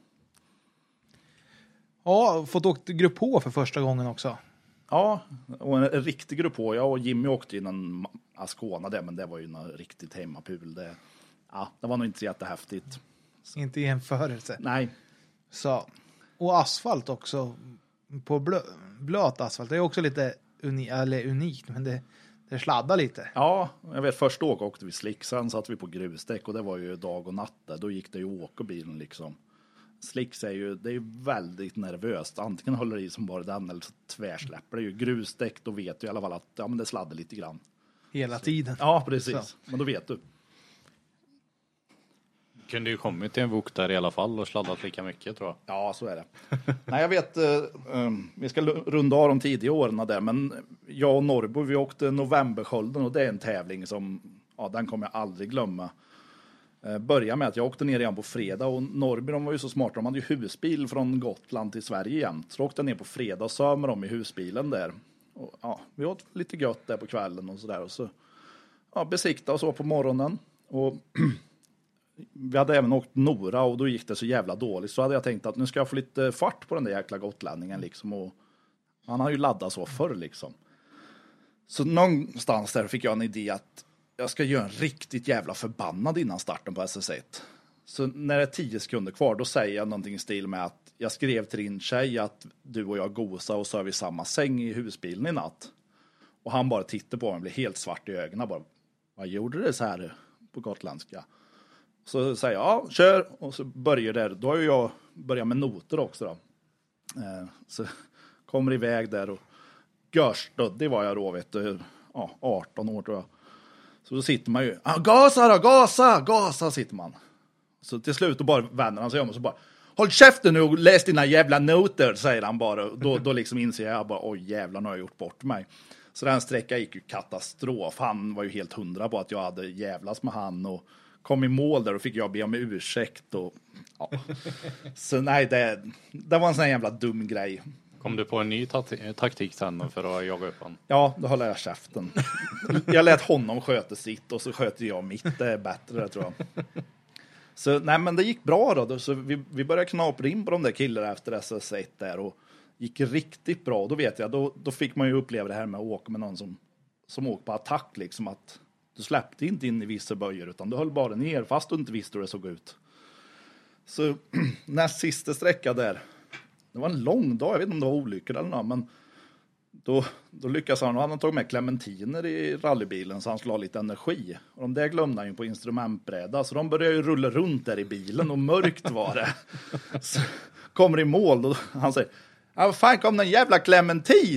Ja, fått åkt grupp H för första gången också. Ja, och en, en riktig grupp H. Jag och Jimmy åkte in en Ascona där, men det var ju en riktigt hemmapul. Det, ja, det var nog inte så jättehäftigt. Inte i jämförelse. Nej. Så. Och asfalt också. På blö, blöt asfalt. Det är också lite uni, eller unikt, men det, det sladdar lite. Ja, jag vet först då åkte vi slick, sen satt vi på grusdäck och det var ju dag och natt där. Då gick det ju att åka bilen liksom. Slicks är ju, det är ju väldigt nervöst. Antingen håller det i som bara den eller så tvärsläpper det ju. Grusdäck, då vet du i alla fall att ja, men det sladdar lite grann. Hela tiden. Ja, precis. Så. Men då vet du. Kunde ju kommit till en vok där i alla fall och sladdat lika mycket, tror jag. Ja, så är det. Nej, jag vet, uh, um, vi ska runda av de tidiga åren där, men jag och Norrbo, vi åkte Novemberskölden och det är en tävling som, ja, den kommer jag aldrig glömma. Uh, börja med att jag åkte ner igen på fredag och Norrby, de var ju så smarta, de hade ju husbil från Gotland till Sverige igen. Så åkte jag ner på fredag och söv med dem i husbilen där. Och, ja, vi åt lite gött där på kvällen och sådär och så ja, besikta och så på morgonen och vi hade även åkt Nora och då gick det så jävla dåligt. Så hade jag tänkt att nu ska jag få lite fart på den där jäkla gotlänningen liksom. Och han har ju laddat så förr liksom. Så någonstans där fick jag en idé att jag ska göra en riktigt jävla förbannad innan starten på S S ett. Så när det är tio sekunder kvar då säger jag någonting i stil med att jag skrev till din tjej att du och jag gosa och sov i samma säng i husbilen i natt. Och han bara tittade på mig och blev helt svart i ögonen. Bara, vad gjorde det så här på gotländska? Så säger jag, ja, kör. Och så börjar det. Då har ju jag börjat med noter också då. Eh, så kommer iväg där och görstöddig var jag då, vet du. Ja, arton år tror jag. Så då sitter man ju, ah, gasa då, gasa, gasa sitter man. Så till slut då bara vänder han sig om och så bara, håll käften nu och läs dina jävla noter, säger han bara. Då, då liksom inser jag bara, oj jävlar, nu har jag gjort bort mig. Så den sträckan gick ju katastrof. Han var ju helt hundra på att jag hade jävlas med han och kom i mål där och fick jag be om ursäkt. Och, ja. Så nej, det, det var en sån här jävla dum grej. Kom du på en ny ta- taktik sen för att jaga upp honom? Ja, då håller jag käften. Jag lät honom sköta sitt och så sköter jag mitt. Det är bättre, tror jag. Så nej, men det gick bra då. Så vi, vi började knapra in på de där killarna efter S S ett där och gick riktigt bra. Då vet jag, då, då fick man ju uppleva det här med att åka med någon som, som åker på attack liksom, att du släppte inte in i vissa böjer utan du höll bara ner fast du inte visste hur det såg ut. Så näst sista sträcka där, det var en lång dag, jag vet inte om det var olyckor eller något, men då, då lyckas han, och han tog med clementiner i rallybilen så han skulle ha lite energi. Och de där glömde han ju på instrumentbräda, så de började ju rulla runt där i bilen och mörkt var det. Så kommer i mål och han säger, ja, vad fan kom den jävla clementin?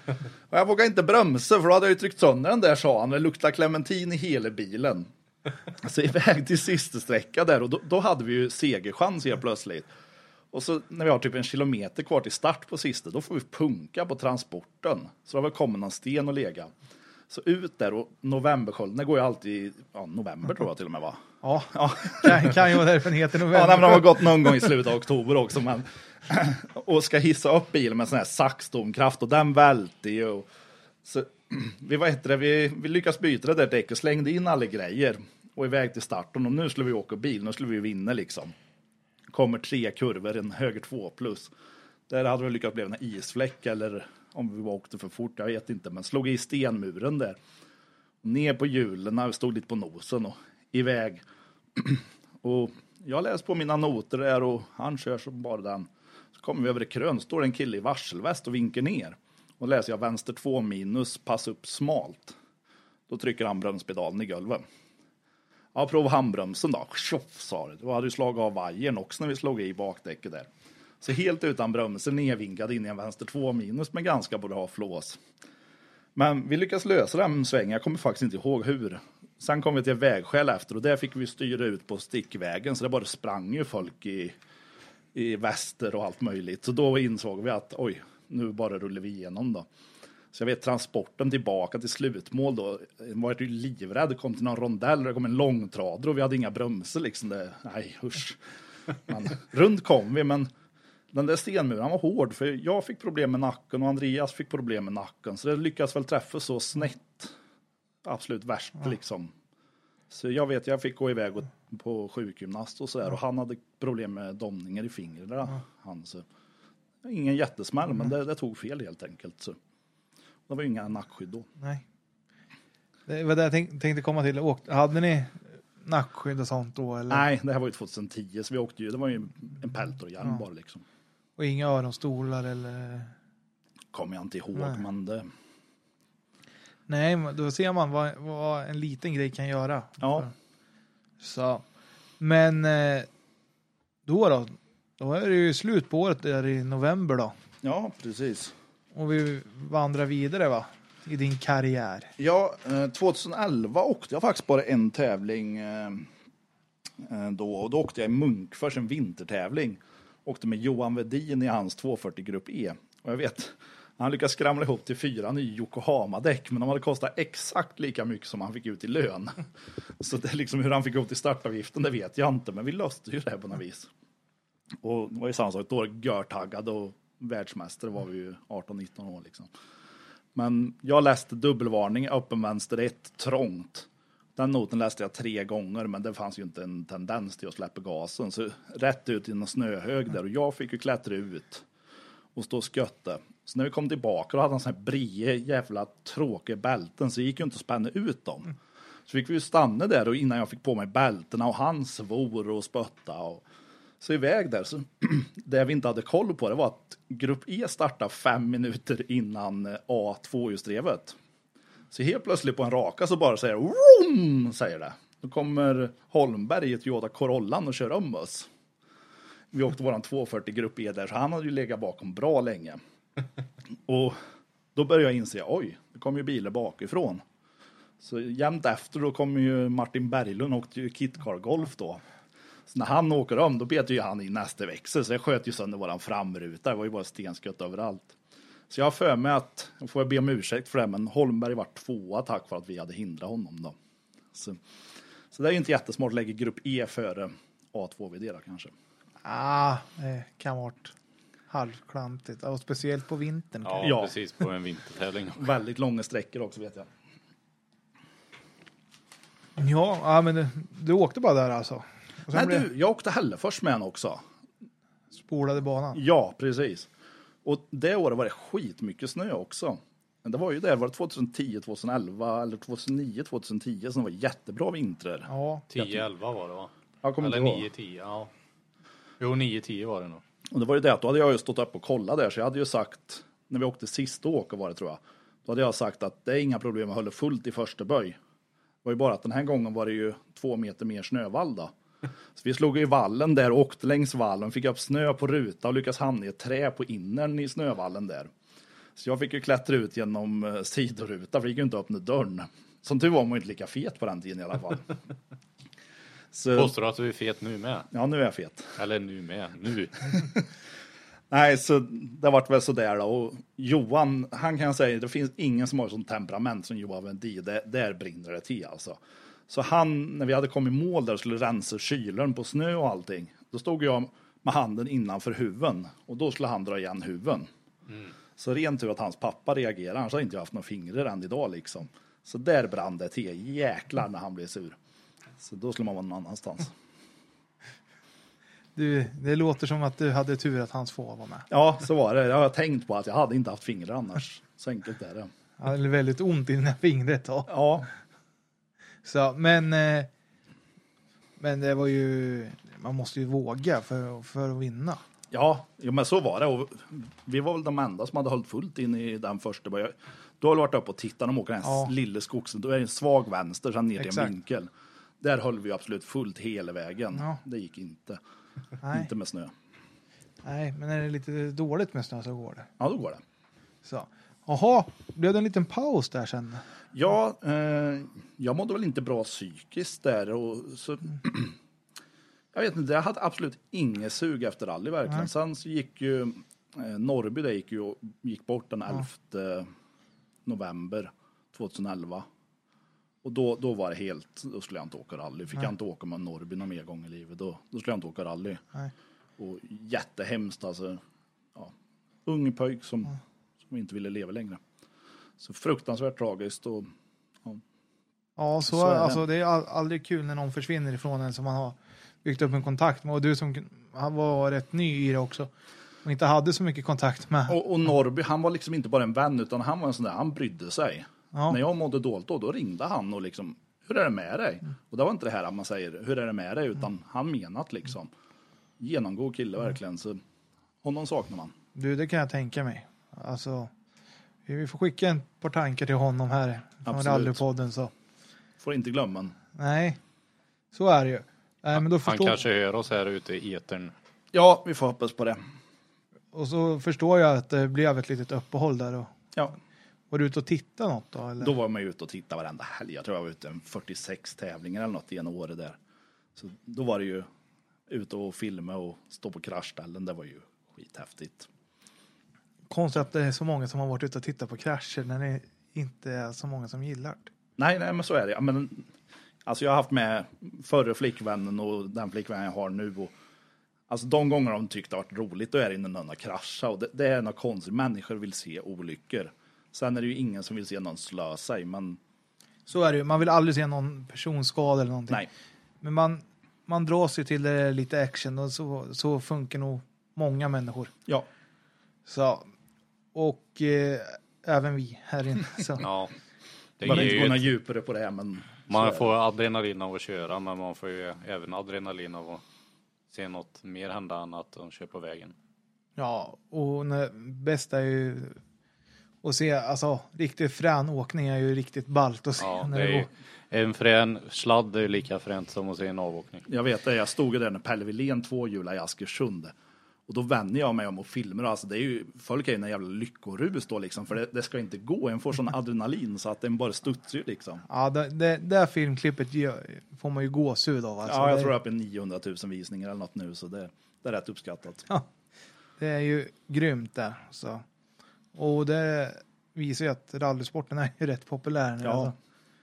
Och jag vågade inte bromsa för då hade jag ju tryckt sönder den där, sa han. Det luktade clementin i hela bilen. Så iväg till sista sträcka där och då, då hade vi ju segerchans helt plötsligt. Och så när vi har typ en kilometer kvar till start på sista, då får vi punka på transporten. Så det har väl kommit någon sten och lega. Så ut där och novemberskölden, det går ju alltid, ja, november tror jag till och med, va? Ja, ja. Kan, kan ju vara därför den heter november. Ja, nej, men de har gått någon gång i slutet av oktober också. Men, och ska hissa upp bilen med sån här saxdomkraft och den välte ju. Och, så, vi, vad heter det, vi, vi lyckas byta det där däck och slängde in alla grejer. Och iväg till starten och nu skulle vi åka bil, nu skulle vi vinna liksom. Kommer tre kurvor, en höger två plus. Där hade vi lyckats bli en isfläck eller om vi åkte för fort, jag vet inte. Men slog i stenmuren där. Ner på hjulen, stod lite på nosen och iväg. Och jag läste på mina noter där och han kör som bara den. Så kommer vi över i krön, står en kille i varselväst och vinkar ner. Och läser jag vänster två minus, pass upp smalt. Då trycker han bromspedalen i golvet. Ja, prova handbromsen då. Tjoff, sa det. Då hade ju slagit av vajern också när vi slog i bakdäcket där. Så helt utan bromsen nedvinkad in i en vänster två minus med ganska bra flås. Men vi lyckas lösa den svängen. Jag kommer faktiskt inte ihåg hur. Sen kom vi till vägskäl efter och där fick vi styra ut på stickvägen. Så det bara sprang ju folk i, i väster och allt möjligt. Så då insåg vi att oj, nu bara rullar vi igenom då. Så jag vet transporten tillbaka till slutmål då. Var ju livrädd, det kom till någon rondell, det kom en långtrader och vi hade inga bromser liksom. Det, nej, husch. Men, runt kom vi, men den där stenmuren var hård för jag fick problem med nacken och Andreas fick problem med nacken. Så det lyckas väl träffa så snett. Absolut värst ja. Liksom. Så jag vet, jag fick gå iväg och, på sjukgymnast och så där. Ja. Och han hade problem med domningar i fingret. Ja. Han, så. Ingen jättesmäll, mm. men det, det tog fel helt enkelt. Så. Det var ju inga nackskydd då. Nej. Det var det jag tänk, tänkte komma till. Åkt, hade ni nackskydd och sånt då? Eller? Nej, det här var ju tjugohundratio så vi åkte ju, det var ju en peltorhjälm ja. Bara liksom. Och inga öronstolar eller? Kommer jag inte ihåg, Nej. Men det... Nej, då ser man vad, vad en liten grej kan göra. Ja. Så. Men då då? Då är det ju slut på året där i november då. Ja, precis. Och vi vandrar vidare va? I din karriär. Ja, tjugoelva åkte jag faktiskt bara en tävling då. Och då åkte jag i Munkfors en vintertävling. Åkte med Johan Wedin i hans tvåhundrafyrtio-grupp E. Och jag vet, han lyckades skramla ihop till fyra nya Yokohama-däck. Men de hade kostat exakt lika mycket som han fick ut i lön. Så det är liksom hur han fick ut i startavgiften, det vet jag inte. Men vi löste ju det på något vis. Och det var ju samma sak, då görtaggad och världsmästare var vi ju arton nitton år liksom. Men jag läste dubbelvarning, öppen vänster ett, trångt. Den noten läste jag tre gånger, men det fanns ju inte en tendens till att släppa gasen. Så rätt ut i en snöhög där och jag fick ju klättra ut och stå och skötte. Så när vi kom tillbaka då hade han sån här brie, jävla tråkiga bälten så det gick ju inte att spänna ut dem. Så fick vi ju stanna där och innan jag fick på mig bältena och han svor och spötta och så iväg där. Så det vi inte hade koll på det var att grupp E startade fem minuter innan A två-hjulsdrevet. Så helt plötsligt på en raka så bara säger vroom, säger det. Då kommer Holmberg i ett Toyota Corollan och kör om oss. Vi åkte våran tvåhundrafyrtio grupp E där så han hade ju legat bakom bra länge. Och då började jag inse, oj, det kom ju bilar bakifrån. Så jämt efter då kom ju Martin Berglund och åkte ju Kitcar Golf då. Så när han åker om, då bet ju han i nästa växel. Så jag sköt ju sönder våran framruta. Det var ju bara stenskött överallt. Så jag har för mig att, jag får be om ursäkt för det, men Holmberg var tvåa tack för att vi hade hindrat honom då. Så, så det är ju inte jättesmart att lägga grupp E före A två V D då kanske. Ah, det kan vara halvklantigt. Och speciellt på vintern. Ja, ja, precis på en vintertävling. Väldigt långa sträckor också vet jag. Ja, ja men du, du åkte bara där alltså? Nej blev... du, jag åkte Hällefors med en också. Spolade banan? Ja, precis. Och det året var det skitmycket snö också. Men det var ju det, var det tjugohundratio, tjugoelva eller tjugohundranio, tjugohundratio som var jättebra vintrar. Ja, tio elva var det va? Jag eller nio tio, ja. Jo, nio tio var det nog. Och det var ju det, då hade jag ju stått upp och kollat där så jag hade ju sagt, när vi åkte sista åka var det tror jag. Då hade jag sagt att det är inga problem att hålla fullt i första böj. Det var ju bara att den här gången var det ju två meter mer snövall då. Så vi slog i vallen där och åkte längs vallen, fick upp snö på ruta och lyckas hamna i ett trä på innern i snövallen där. Så jag fick ju klättra ut genom eh, sidoruta, för det gick ju inte att öppna dörren. Som tur var man inte lika fet på den tiden i alla fall. Så, Påstår du att du är fet nu med? ja, nu är jag fet. Eller nu med, nu. Nej, så det vart väl sådär då. Och Johan, han kan säga, det finns ingen som har sånt temperament som Johan Vendin. Det, där brinner det till alltså. Så han, när vi hade kommit i mål där och skulle rensa kylen på snö och allting, då stod jag med handen innanför huven. Och då skulle han dra igen huven. Mm. Så rent tur att hans pappa reagerade, annars hade inte jag haft några fingrar än idag liksom. Så där brann det till, jäklar när han blev sur. Så då skulle man vara någon annanstans. Du, det låter som att du hade tur att hans får var med. Ja, så var det. Jag har tänkt på att jag hade inte haft fingrar annars. Så enkelt är det. Ja, det är väldigt ont i dina fingret då. Ja. Så, men, eh, men det var ju, man måste ju våga för, för att vinna. Ja, jo, men så var det. Och vi var väl de enda som hade hållit fullt in i den första. Du har varit uppe och tittat om åker den ja. lilla skogsen. Då är det en svag vänster sen ner till Exakt. en vinkel. Där höll vi absolut fullt hela vägen. Ja. Det gick inte. Nej. Inte med snö. Nej, men är det lite dåligt med snö så går det. Ja, då går det. Så. Jaha, blev det en liten paus där sen? Ja, eh, jag mådde väl inte bra psykiskt där. Och så, jag vet inte, jag hade absolut inget sug efter rally verkligen. Nej. Sen så gick ju eh, Norrby, där gick ju gick bort den elfte november tjugoelva. Och då, då var det helt, då skulle jag inte åka rally. Fick Nej. jag inte åka med Norrby någon mer gång i livet, då, då skulle jag inte åka rally. Nej. Och jättehemskt alltså. Ja, ung pojk som, ja. som inte ville leva längre. Så fruktansvärt tragiskt. Och, ja, ja så, så är det. Alltså, det är aldrig kul när någon försvinner ifrån en som man har byggt upp en kontakt med. Och du som han var rätt ny i det också. Och inte hade så mycket kontakt med. Och, och Norrby, han var liksom inte bara en vän, utan han var en sån där, han brydde sig. Ja. När jag mådde dåligt då, då ringde han och liksom, hur är det med dig? Mm. Och det var inte det här att man säger, hur är det med dig? Utan mm. han menat liksom. Genomgå kille mm. verkligen, så honom saknar man. Du, det kan jag tänka mig. Alltså, vi får skicka en par tankar till honom här. Från Rallypodden så. Får inte glömma. Nej, så är det ju. Nej, men då förstår... Han kanske hör oss här ute i etern. Ja, vi får hoppas på det. Och så förstår jag att det blev ett litet uppehåll där. Och... Ja. Var du ute och tittade något då? Eller? Då var man ute och tittade varenda helg. Jag tror jag var ute en fyrtiosex tävlingar eller något i en år där. Så då var det ju ute och filma och stå på kraschställen. Det var ju skithäftigt. Konstigt att det är så många som har varit ute och tittat på krascher när det inte är så många som gillar det. Nej, nej, men så är det. Men, alltså jag har haft med förre flickvännen och den flickvännen jag har nu. Och, alltså de gånger de tyckte det har varit roligt, då är det när någon har kraschat. Och det, det är något konstigt. Människor vill se olyckor. Sen är det ju ingen som vill se någon slö sig, men... Så är det ju. Man vill aldrig se någon personskada eller någonting. Nej. Men man, man dras ju till det lite action och så, så funkar nog många människor. Ja. Så, och eh, även vi här inne. Så. Ja. Det man vill inte gå några ett... djupare på det här, men... Man får adrenalin av att köra, men man får ju även adrenalin av att se något mer hända än att de kör på vägen. Ja, och när, bästa är ju... Och se, alltså, riktigt frän åkning är ju riktigt ballt att se. Ja, när det det är går. en frän sladd är ju lika fränt som att se en avåkning. Jag vet det, jag stod där när Pelle Wilén tvåhjula i Askersund. Och då vände jag mig om och filmer. Alltså det är ju, folk är ju en jävla lyckorus då liksom. För det, det ska inte gå, en får sån adrenalin så att den bara studsar liksom. Ja, det, det, det här filmklippet gör, får man ju gåshud av. Alltså. Ja, jag det, tror det är uppe i niohundratusen visningar eller något nu. Så det, det är rätt uppskattat. Ja, det är ju grymt där. Så. Och det visar ju att rallysporten är ju rätt populär nu. Ja. Alltså.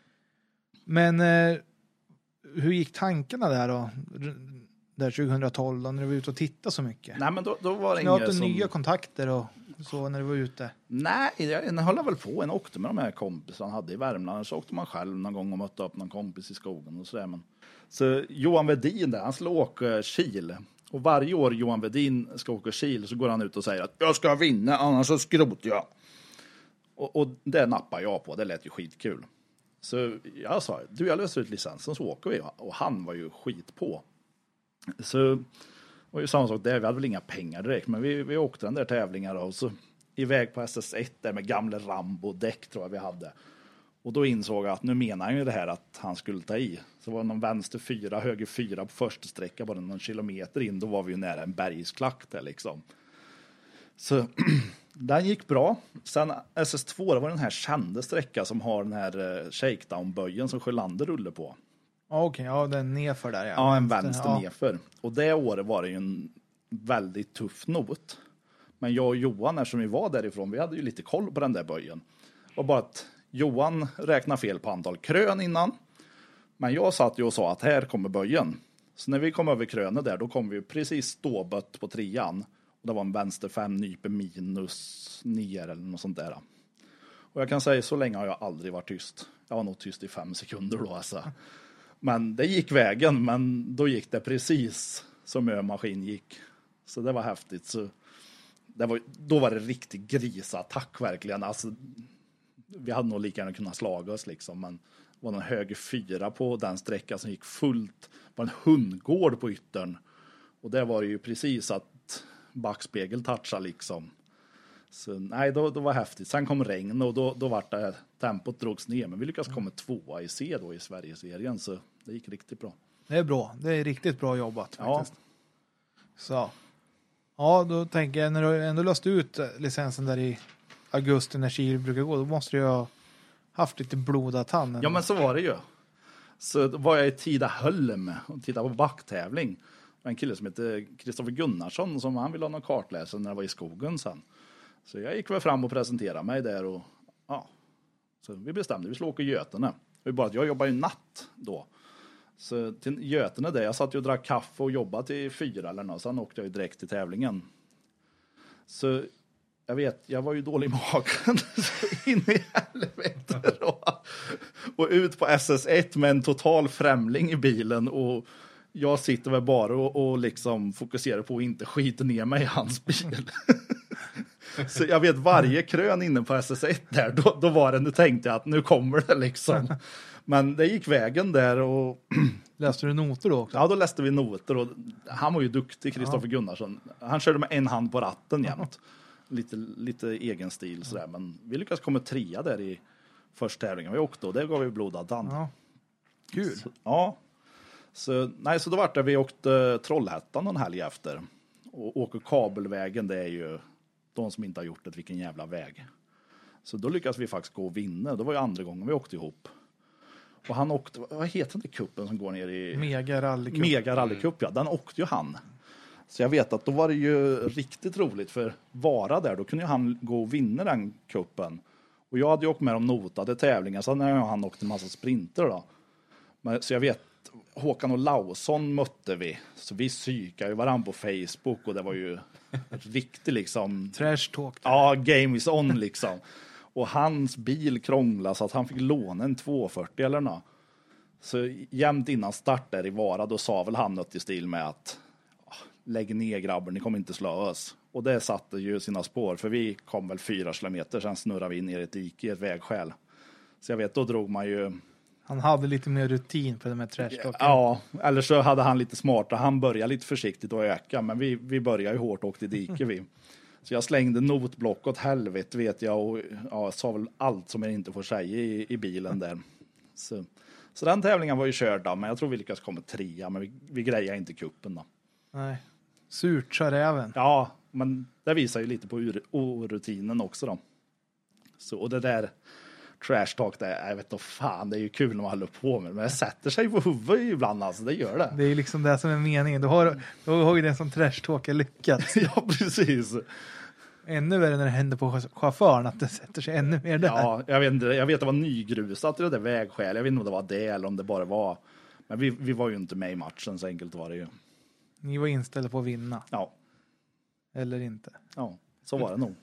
Men eh, hur gick tankarna där då? Där tjugohundratolv då, när du var ute och tittade så mycket? Nej, men då, då var det inga inget som... nya kontakter och så när du var ute? Nej, jag höll väl på. En åkte med de här kompisarna han hade i Värmland. Så åkte man själv någon gång och mötte upp någon kompis i skogen och sådär. Men... Så Johan Vedin där, han skulle åka Kil. Och varje år Johan Vedin ska åka Kil så går han ut och säger att jag ska vinna, annars så skrotar jag. Och, och det nappar jag på, det lät ju skitkul. Så jag sa, du jag löser ut licensen så åker vi. Och han var ju skit på. Så det var ju samma sak där, vi hade väl inga pengar direkt. Men vi, vi åkte den där tävlingen och så iväg på S S ett där med gamla Rambo-däck tror jag vi hade. Och då insåg jag att nu menar han ju det här att han skulle ta i. Så var det någon vänster fyra, höger fyra på första sträcka, bara någon kilometer in. Då var vi ju nära en bergsklack där liksom. Så Den gick bra. Sen S S två, det var den här kända sträcka som har den här uh, shakedown-böjen som Sjölander rullar på. Ja, okej. Ja, den nerför där. Ja, Ja, en vänster ja. nerför. Och det året var det ju en väldigt tuff not. Men jag och Johan, eftersom vi var därifrån, vi hade ju lite koll på den där böjen. Och bara att Johan räknade fel på antal krön innan. Men jag satt ju och sa att här kommer böjen. Så när vi kom över krönet där, då kom vi precis ståbött på trean. Och det var en vänster fem nyper minus nio eller något sånt där. Och jag kan säga, så länge har jag aldrig varit tyst. Jag var nog tyst i fem sekunder då alltså. Men det gick vägen, men då gick det precis som ö-maskin gick. Så det var häftigt. Så det var, då var det riktigt grisattack verkligen. Alltså, vi hade nog lika gärna kunnat slaga oss liksom, men det var en höger fyra på den sträckan som gick fullt. Det var en hundgård på yttern. Och det var ju precis att backspegel touchade liksom. Så nej, då, då var det häftigt. Sen kom regn och då, då var det tempot drogs ner. Men vi lyckades komma tvåa i C då i Sverigeserien, så det gick riktigt bra. Det är bra. Det är riktigt bra jobbat faktiskt. Ja. Så. Ja, då tänker jag, när du ändå löst ut licensen där i augusti när Kil brukar gå, då måste du ju ha haft lite blodad tand. Ja, men så var det ju. Så då var jag i Tidaholm och tittade på backtävling. En kille som heter Kristoffer Gunnarsson, som han ville ha någon kartläsare när jag var i skogen sen. Så jag gick väl fram och presenterade mig där och ja, så vi bestämde, vi skulle åka Götene. Det var bara att jag jobbar ju natt då. Så till Götene där, jag satt ju och drack kaffe och jobbade till fyra eller något, sen åkte jag ju direkt till tävlingen. Så jag vet, jag var ju dålig i magen så in i helvete då. Och ut på S S ett med en total främling i bilen och jag sitter väl bara och, och liksom fokuserar på att inte skita ner mig i hans bil. Så jag vet varje krön inne på S S ett där, då, då var det, nu tänkte jag att nu kommer det liksom. Men det gick vägen där och... Läste du noter då också? Ja, då läste vi noter och han var ju duktig, Kristoffer ja. Gunnarsson. Han körde med en hand på ratten jämt. Lite, lite egen stil sådär, men vi lyckades komma trea där i första tävlingen vi åkte och det gav vi blodad tand. Ja. Kul. Så, ja. Så, nej, så då var det vi åkte Trollhättan en helg efter. Och åker kabelvägen, det är ju de som inte har gjort det, vilken jävla väg. Så då lyckades vi faktiskt gå och vinna. Det var ju andra gången vi åkte ihop. Och han åkte, vad heter det kuppen som går ner i... Mega rallycup. Mega rallycup, ja. Den åkte ju han. Så jag vet att då var det ju riktigt roligt för Vara där. Då kunde ju han gå och vinna den kuppen. Och jag hade ju åkt med de notade tävlingar. Sen har han åkt en massa sprinter då. Men, så jag vet, Håkan och Lausson mötte vi. Så vi psykade ju varandra på Facebook. Och det var ju riktigt liksom... Trash talk. Där. Ja, game is on liksom. Och hans bil krånglade så att han fick låna en tvåhundrafyrtio eller något. Så jämt innan start där i Vara, då sa väl han något i stil med att lägg ner grabbar, ni kommer inte slå oss. Och det satte ju sina spår, för vi kom väl fyra kilometer, sen snurrade vi ner i ett dike i ett vägskäl. Så jag vet, då drog man ju... Han hade lite mer rutin på de här trashtalken. Ja, eller så hade han lite smarta. Han började lite försiktigt och öka, men vi, vi började ju hårt och åkte i dike vi. Så jag slängde notblock åt helvete vet jag och ja, sa väl allt som jag inte får säga i, i bilen där. Så, så den tävlingen var ju körd då, men jag tror vi lyckades komma trea, men vi, vi grejade inte kuppen då. Nej, surt sa räven. Ja, men det visar ju lite på ur, rutinen också då. Så, och det där trash talk där, jag vet inte fan, det är ju kul när man håller på med det, men det sätter sig på huvudet ibland alltså, det gör det. Det är liksom det som är meningen. Du har, du har ju den som trash talkar lyckats. Ja, precis. Ännu värre när det händer på chauffören, att det sätter sig ännu mer där. Ja, jag vet inte, jag vet att det var nygrusat i det där vägskäl. Jag vet inte om det var det eller om det bara var, men vi, vi var ju inte med i matchen, så enkelt var det ju. Ni var inställda på att vinna. Ja. Eller inte. Ja, så var det nog.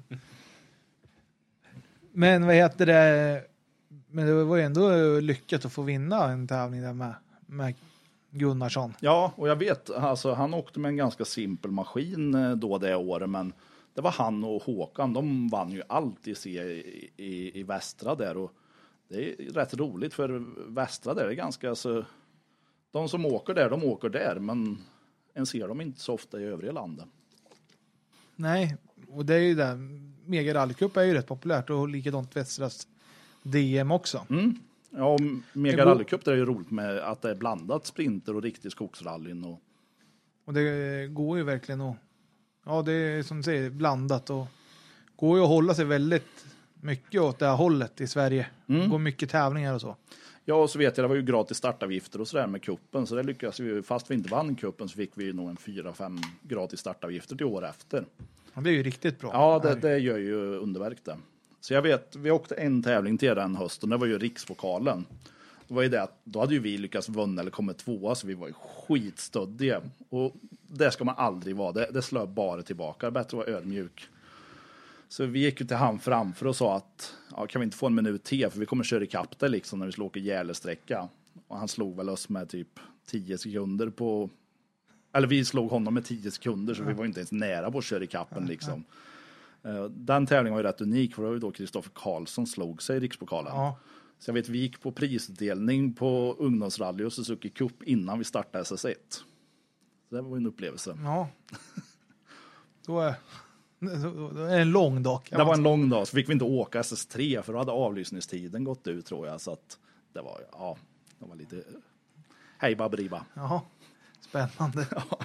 Men vad heter det? Men det var ju ändå lyckat att få vinna en tävling där med, med Gunnarsson. Ja, och jag vet, alltså han åkte med en ganska simpel maskin då det året, men det var han och Håkan, de vann ju allt i, i, i, i västra där, och det är rätt roligt för västra där är ganska, alltså, de som åker där, de åker där, men en ser dem inte så ofta i övriga landet. Nej, och det är ju det. Mega rallycup är ju rätt populärt och likadant Västras D M också. Mm. Ja, och Mega rallycup, det är ju roligt med att det är blandat sprinter och riktig skogsrallyn. Och... och det går ju verkligen att, ja det är som du säger, blandat och går ju att hålla sig väldigt mycket åt det här hållet i Sverige. Mm. Det går mycket tävlingar och så. Ja, och så vet jag, det var ju gratis startavgifter och sådär med kuppen. Så det lyckades vi, fast vi inte vann kuppen så fick vi nog en fyra fem gratis startavgifter till år efter. Ja, det är ju riktigt bra. Ja, det, det gör ju underverk det. Så jag vet, vi åkte en tävling till den hösten, det var ju rikspokalen. Det var ju det att då hade ju vi lyckats vinna eller kommit tvåa, så vi var ju skitstöddiga. Och det ska man aldrig vara, det, det slår bara tillbaka, bättre att vara ödmjuk. Så vi gick ju till han framför och sa att ja, kan vi inte få en minut till, för vi kommer köra ikapp det liksom när vi slår åka Gärdesträcka. Och han slog väl oss med typ tio sekunder på, eller vi slog honom med tio sekunder, så vi var inte ens nära på att köra ikappen liksom. Den tävlingen var ju rätt unik, för det var ju då Kristoffer Karlsson slog sig i rikspokalen. Ja. Så jag vet, vi gick på prisutdelning på ungdomsrally och Suzuki Cup innan vi startade S S ett. Så det var en upplevelse. Ja. Då är, då är det en lång dag. Det var en lång dag, så fick vi inte åka S S tre, för då hade avlysningstiden gått ut tror jag. Så att det var, ja, det var lite hej baberiba. Jaha, spännande. Ja.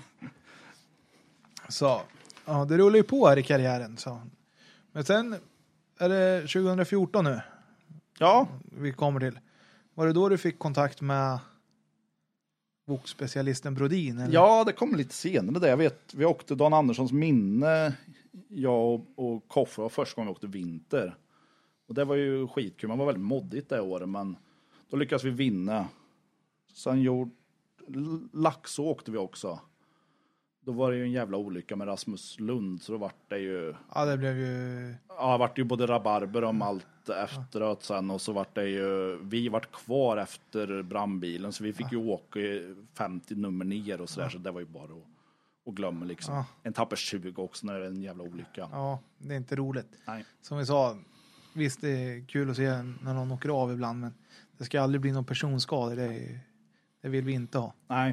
Så, ja, det rullar ju på här i karriären. Så. Men sen är det tjugo fjorton nu. Ja. Vi kommer till. Var det då du fick kontakt med bokspecialisten Brodin? Eller? Ja, det kom lite senare. Det. Jag vet, vi åkte Dan Anderssons minne. Jag och, och Koffe var första gången vi åkte vinter. Och det var ju skitkul. Man var väldigt moddigt det året, men då lyckades vi vinna. Sen gjorde Laxå åkte vi också. Då var det ju en jävla olycka med Rasmus Lund, så då var det ju... Ja, det blev ju... Ja, det var ju både rabarber om allt efteråt sen, och så var det ju... Vi var kvar efter brandbilen, så vi fick ju åka femtio nummer ner och sådär, ja. Så det var ju bara att, att glömma liksom. Ja. En tapper tjugo också när det är en jävla olycka. Ja, det är inte roligt. Nej. Som vi sa, visst det är kul att se när någon åker av ibland, men det ska aldrig bli någon personskada, det, det vill vi inte ha. Nej.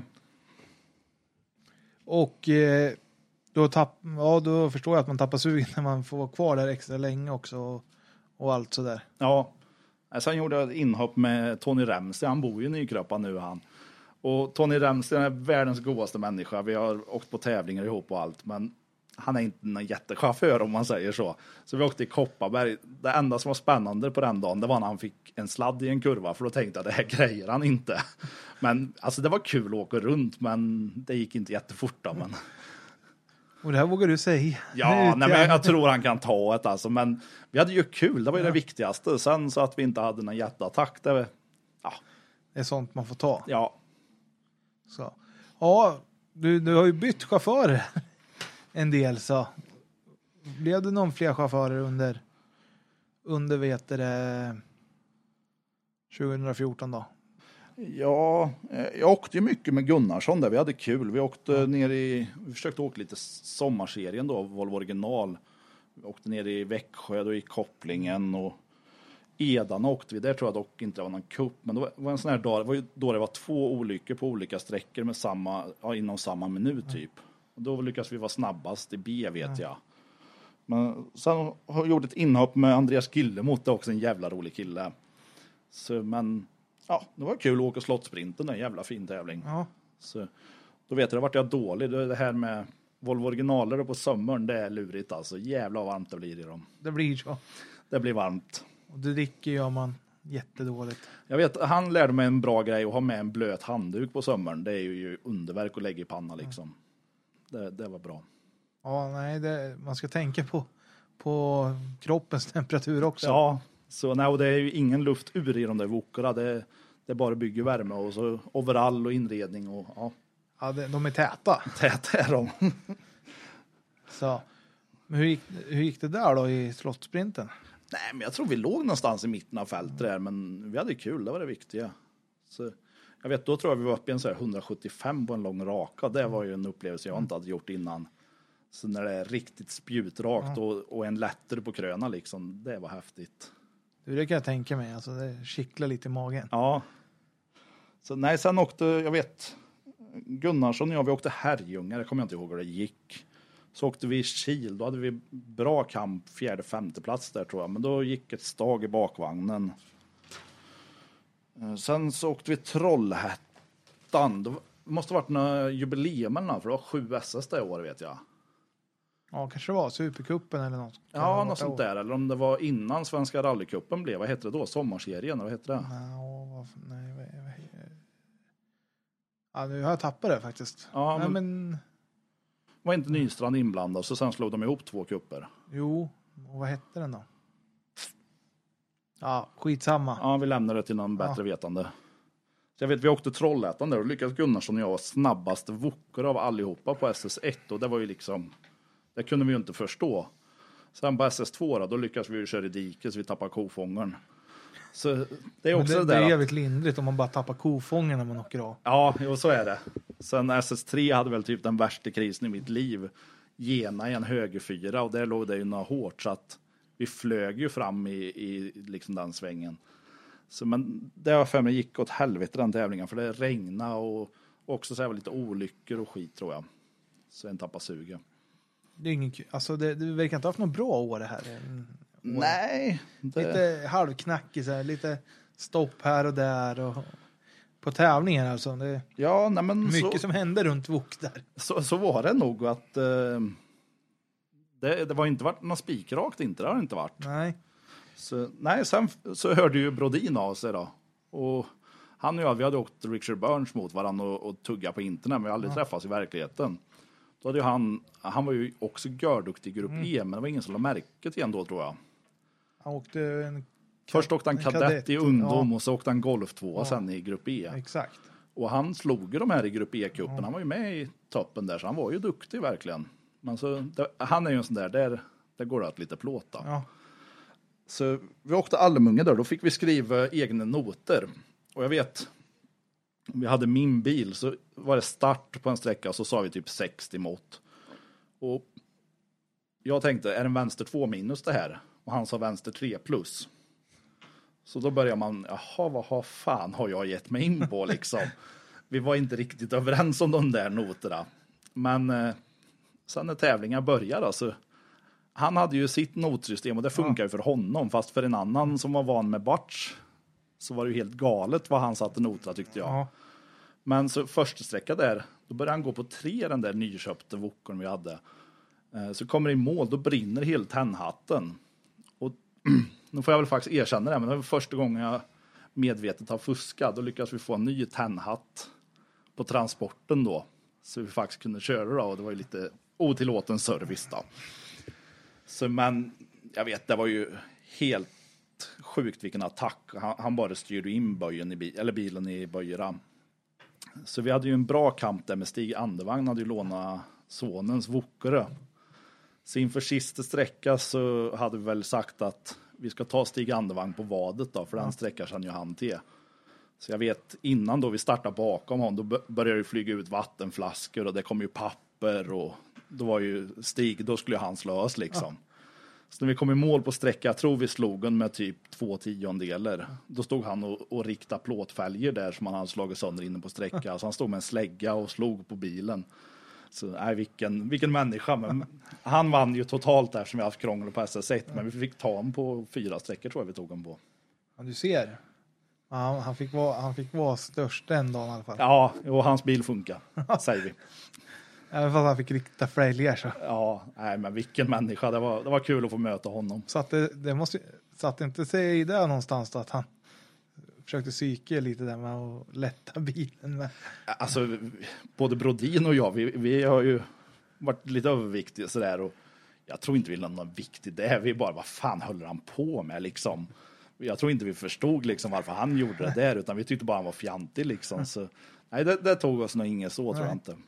Och eh, då, tapp, ja, då förstår jag att man tappar sugen när man får vara kvar där extra länge också och, och allt sådär. Ja, sen gjorde jag ett inhopp med Tony Remsey. Han bor ju i Nykroppa nu han. Och Tony Remsey är världens godaste människa. Vi har åkt på tävlingar ihop och allt, men han är inte en jättechaufför om man säger så. Så vi åkte i Kopparberg. Det enda som var spännande på den dagen, det var när han fick en sladd i en kurva, för då tänkte jag det här grejer han inte. Men alltså det var kul att åka runt, men det gick inte jättefort då. Men... Och det här vågar du säga. Ja, nej, men jag tror han kan ta ett alltså. Men vi hade ju kul, det var ju ja. Det viktigaste. Sen så att vi inte hade någon jätteattack, det var, ja. Det är sånt man får ta. Ja. Så. Ja, du, du har ju bytt chaufförer en del, så blev det någon fler chaufförer under under vet det tjugo fjorton då? Ja, jag åkte ju mycket med Gunnarsson där. Vi hade kul. Vi åkte ja. ner i, vi försökte åka lite sommarserien då, Volvo original. Vi åkte ner i Växjö då i kopplingen, och Edarna åkte vi. Där tror jag dock inte det var någon kupp, men det var en sån här dag, det var ju då det var två olyckor på olika sträckor med samma, ja, inom samma minut typ. Och då lyckades vi vara snabbast i B, vet ja. jag. Men sen har jag gjort ett inhopp med Andreas Gillemot, det är också en jävla rolig kille. Så, men ja, det var kul att åka slottsprinten, en jävla fin tävling. Ja. Så då vet jag, då vart jag dålig. Det här med Volvo originaler på sommaren, det är lurigt alltså. Jävla varmt det blir i dem. Det blir så. Det blir varmt. Och det dricker gör man jättedåligt. Jag vet, han lärde mig en bra grej att ha med en blöt handduk på sommaren. Det är ju underverk att lägga i panna liksom. Ja. Det, det var bra. Ja, nej, det, man ska tänka på, på kroppens temperatur också. Ja, så nej, och det är ju ingen luft ur i de där vokorna. Det, det bara bygger värme, och så overall och inredning och ja. Ja, det, de är täta. Täta är de. Så, men hur gick, hur gick det där då i slottsprinten? Nej, men jag tror vi låg någonstans i mitten av fältet där, men vi hade kul, det var det viktiga. Så jag vet, då tror jag vi var uppe i en så här hundrasjuttiofem på en lång raka. Det var ju en upplevelse jag inte hade gjort innan. Så när det är riktigt spjutrakt och, och en lätter på kröna liksom, det var häftigt. Det kan jag tänka mig, alltså det kittlar lite i magen. Ja. Så nej, sen åkte, jag vet, Gunnarsson och jag, vi åkte Herrljunga, det kommer jag inte ihåg hur det gick. Så åkte vi i Kil, då hade vi bra kamp, fjärde, femte plats där tror jag. Men då gick ett stag i bakvagnen. Sen så åkte vi Trollhättan. Det måste ha varit några jubileum eller något, för det var sju S S det år vet jag. Ja, kanske det var Supercupen eller något. Ja, något sånt där. Eller om det var innan Svenska rallycupen blev. Vad heter det då? Sommarserien, vad heter det? No, nej, vad, vad, ja, nu har jag tappat det faktiskt. Ja, nej, men... men... Var inte Nystrand inblandad så sen slog de ihop två kupper. Jo, och vad hette den då? Ja, skitsamma. Ja, vi lämnar det till någon bättre ja. vetande. Så jag vet, vi åkte Trollhättan där och lyckades Gunnarsson och jag var snabbast wokare av allihopa på S S ett. Och det var ju liksom, det kunde vi ju inte förstå. Sen på S S två då, då lyckades vi ju köra i diket så vi tappade kofångaren. Så det är också det, det det där är att... jävligt lindrigt om man bara tappar kofångaren när man åker av. Ja, jo, så är det. Sen S S tre hade väl typ den värsta krisen i mitt liv. Gena i en högerfyra och där låg det ju något hårt så att vi flög ju fram i, i liksom den svängen. Så men det var för mig gick åt helvete den tävlingen för det regnade och också så här lite olyckor och skit tror jag. Så en tappade sugen. Det är ingen kul. Alltså det, det verkar inte ha haft något bra år det här. År. Nej. Det... Lite halvknackig så här, lite stopp här och där och på tävlingar alltså. Det är ja, nej, men mycket så... som hände runt Wok där. Så, så var det nog att eh, det, det var inte varit någon spikrakt inte, det har det inte varit. Nej. Så, nej, sen så hörde ju Brodin av sig då. Och han och jag, vi hade åkt Richard Burns mot varandra och, och tugga på internet, men vi hade aldrig ja. träffats i verkligheten. Då hade ju han, han var ju också görduktig i grupp mm. E, men det var ingen som lade märke till en då tror jag. Han åkte en... Först åkte han kadett, kadett i ungdom ja. och så åkte han golf två ja. sen i grupp E. Exakt. Och han slog ju de här i grupp E-cupen. Ja. Han var ju med i toppen där, så han var ju duktig verkligen. Men så, det, han är ju en sån där, där, där går det att lite plåta. Ja. Så vi åkte Almunge där, då fick vi skriva egna noter. Och jag vet, vi hade min bil, så var det start på en sträcka så sa vi typ sextio mått. Och jag tänkte, är det en vänster två minus det här? Och han sa vänster tre plus. Så då börjar man, jaha, vad har fan har jag gett mig in på liksom? Vi var inte riktigt överens om de där noterna. Men eh, sen när tävlingar började så han hade ju sitt notsystem och det funkar ju för honom. Fast för en annan som var van med batch så var det ju helt galet vad han satte noterna tyckte jag. Ja. Men så första sträcka där, då började han gå på tre den där nyköpte Wokorn vi hade. Eh, så kommer det i mål, då brinner helt tändhatten. Och nu får jag väl faktiskt erkänna det, men det var första gången jag medvetet har fuskat. Då lyckades vi få en ny tändhatt på transporten då. Så vi faktiskt kunde köra då, och det var ju lite otillåten service då. Så men, jag vet, det var ju helt sjukt vilken attack. Han, han bara styrde in böjen i bil, eller bilen i böjera. Så vi hade ju en bra kamp där med Stig Andevagn, hade ju lånat sonens Wokare. Så inför sista sträcka så hade vi väl sagt att vi ska ta Stig Andevagn på vadet då, för den sträckar sedan ju han till. Så jag vet, innan då vi startade bakom honom, då började det flyga ut vattenflaskor och det kom ju papper och då var ju Stig, då skulle han slå oss liksom. Ja. Så när vi kom i mål på sträcka, jag tror vi slog den med typ två tiondelar. Då stod han och, och riktade plåtfälgar där som han hade slagit sönder inne på sträcka. Ja. Så han stod med en slägga och slog på bilen. Så nej, vilken, vilken människa. Men han vann ju totalt där som vi haft krångel på S S ett. Men vi fick ta honom på fyra sträckor tror jag vi tog honom på. Ja, du ser. Ja, han, fick vara, han fick vara störst en dag i alla fall. Ja, och hans bil funkar, säger vi. Även fast han fick rikta frälgar så. Ja, nej, men vilken människa. Det var, det var kul att få möta honom. Så att det, det måste, satt inte sig i det någonstans då, att han försökte psyka lite där med att lätta bilen med. Alltså, både Brodin och jag, vi, vi har ju varit lite överviktiga sådär och jag tror inte vi har någon viktigt det. Vi bara, vad fan håller han på med liksom? Jag tror inte vi förstod liksom varför han gjorde det där, utan vi tyckte bara han var fjantig liksom. Så, nej, det, det tog oss nog inget så, nej. Tror jag inte.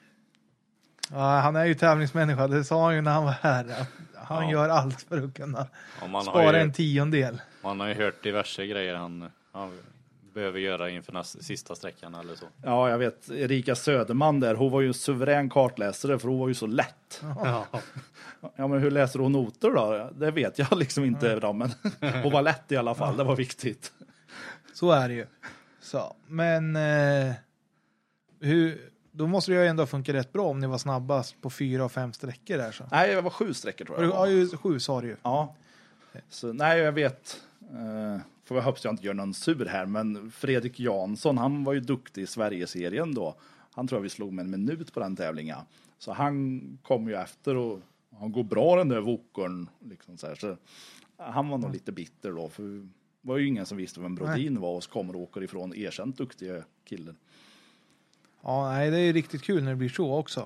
Ja, han är ju tävlingsmänniska, det sa han ju när han var här. Att han ja. gör allt för att kunna ja, spara ju, en tiondel. Man har ju hört diverse grejer han, han behöver göra inför nästa, sista sträckan eller så. Ja, jag vet. Erika Söderman där, hon var ju en suverän kartläsare för hon var ju så lätt. Ja, ja men hur läser hon noter då? Det vet jag liksom inte mm. då, men hon var lätt i alla fall, ja. Det var viktigt. Så är det ju. Så, men eh, hur... Då måste det ju ändå funka rätt bra om ni var snabbast på fyra och fem sträckor där. Så. Nej, det var sju sträckor tror jag. Ja, ju sju sa du ju. Ja. Så, nej, jag vet. Uh, för jag hoppas jag inte gör någon sur här. Men Fredrik Jansson, han var ju duktig i Sverigeserien då. Han tror jag vi slog med en minut på den tävlingen. Så han kom ju efter och Han går bra den där Wokern. Liksom så här. Så han var nog lite bitter då. För det var ju ingen som visste vem Brodin nej. var. Och så kommer och åker ifrån erkänt duktiga killen. Ja, nej, det är ju riktigt kul när det blir så också.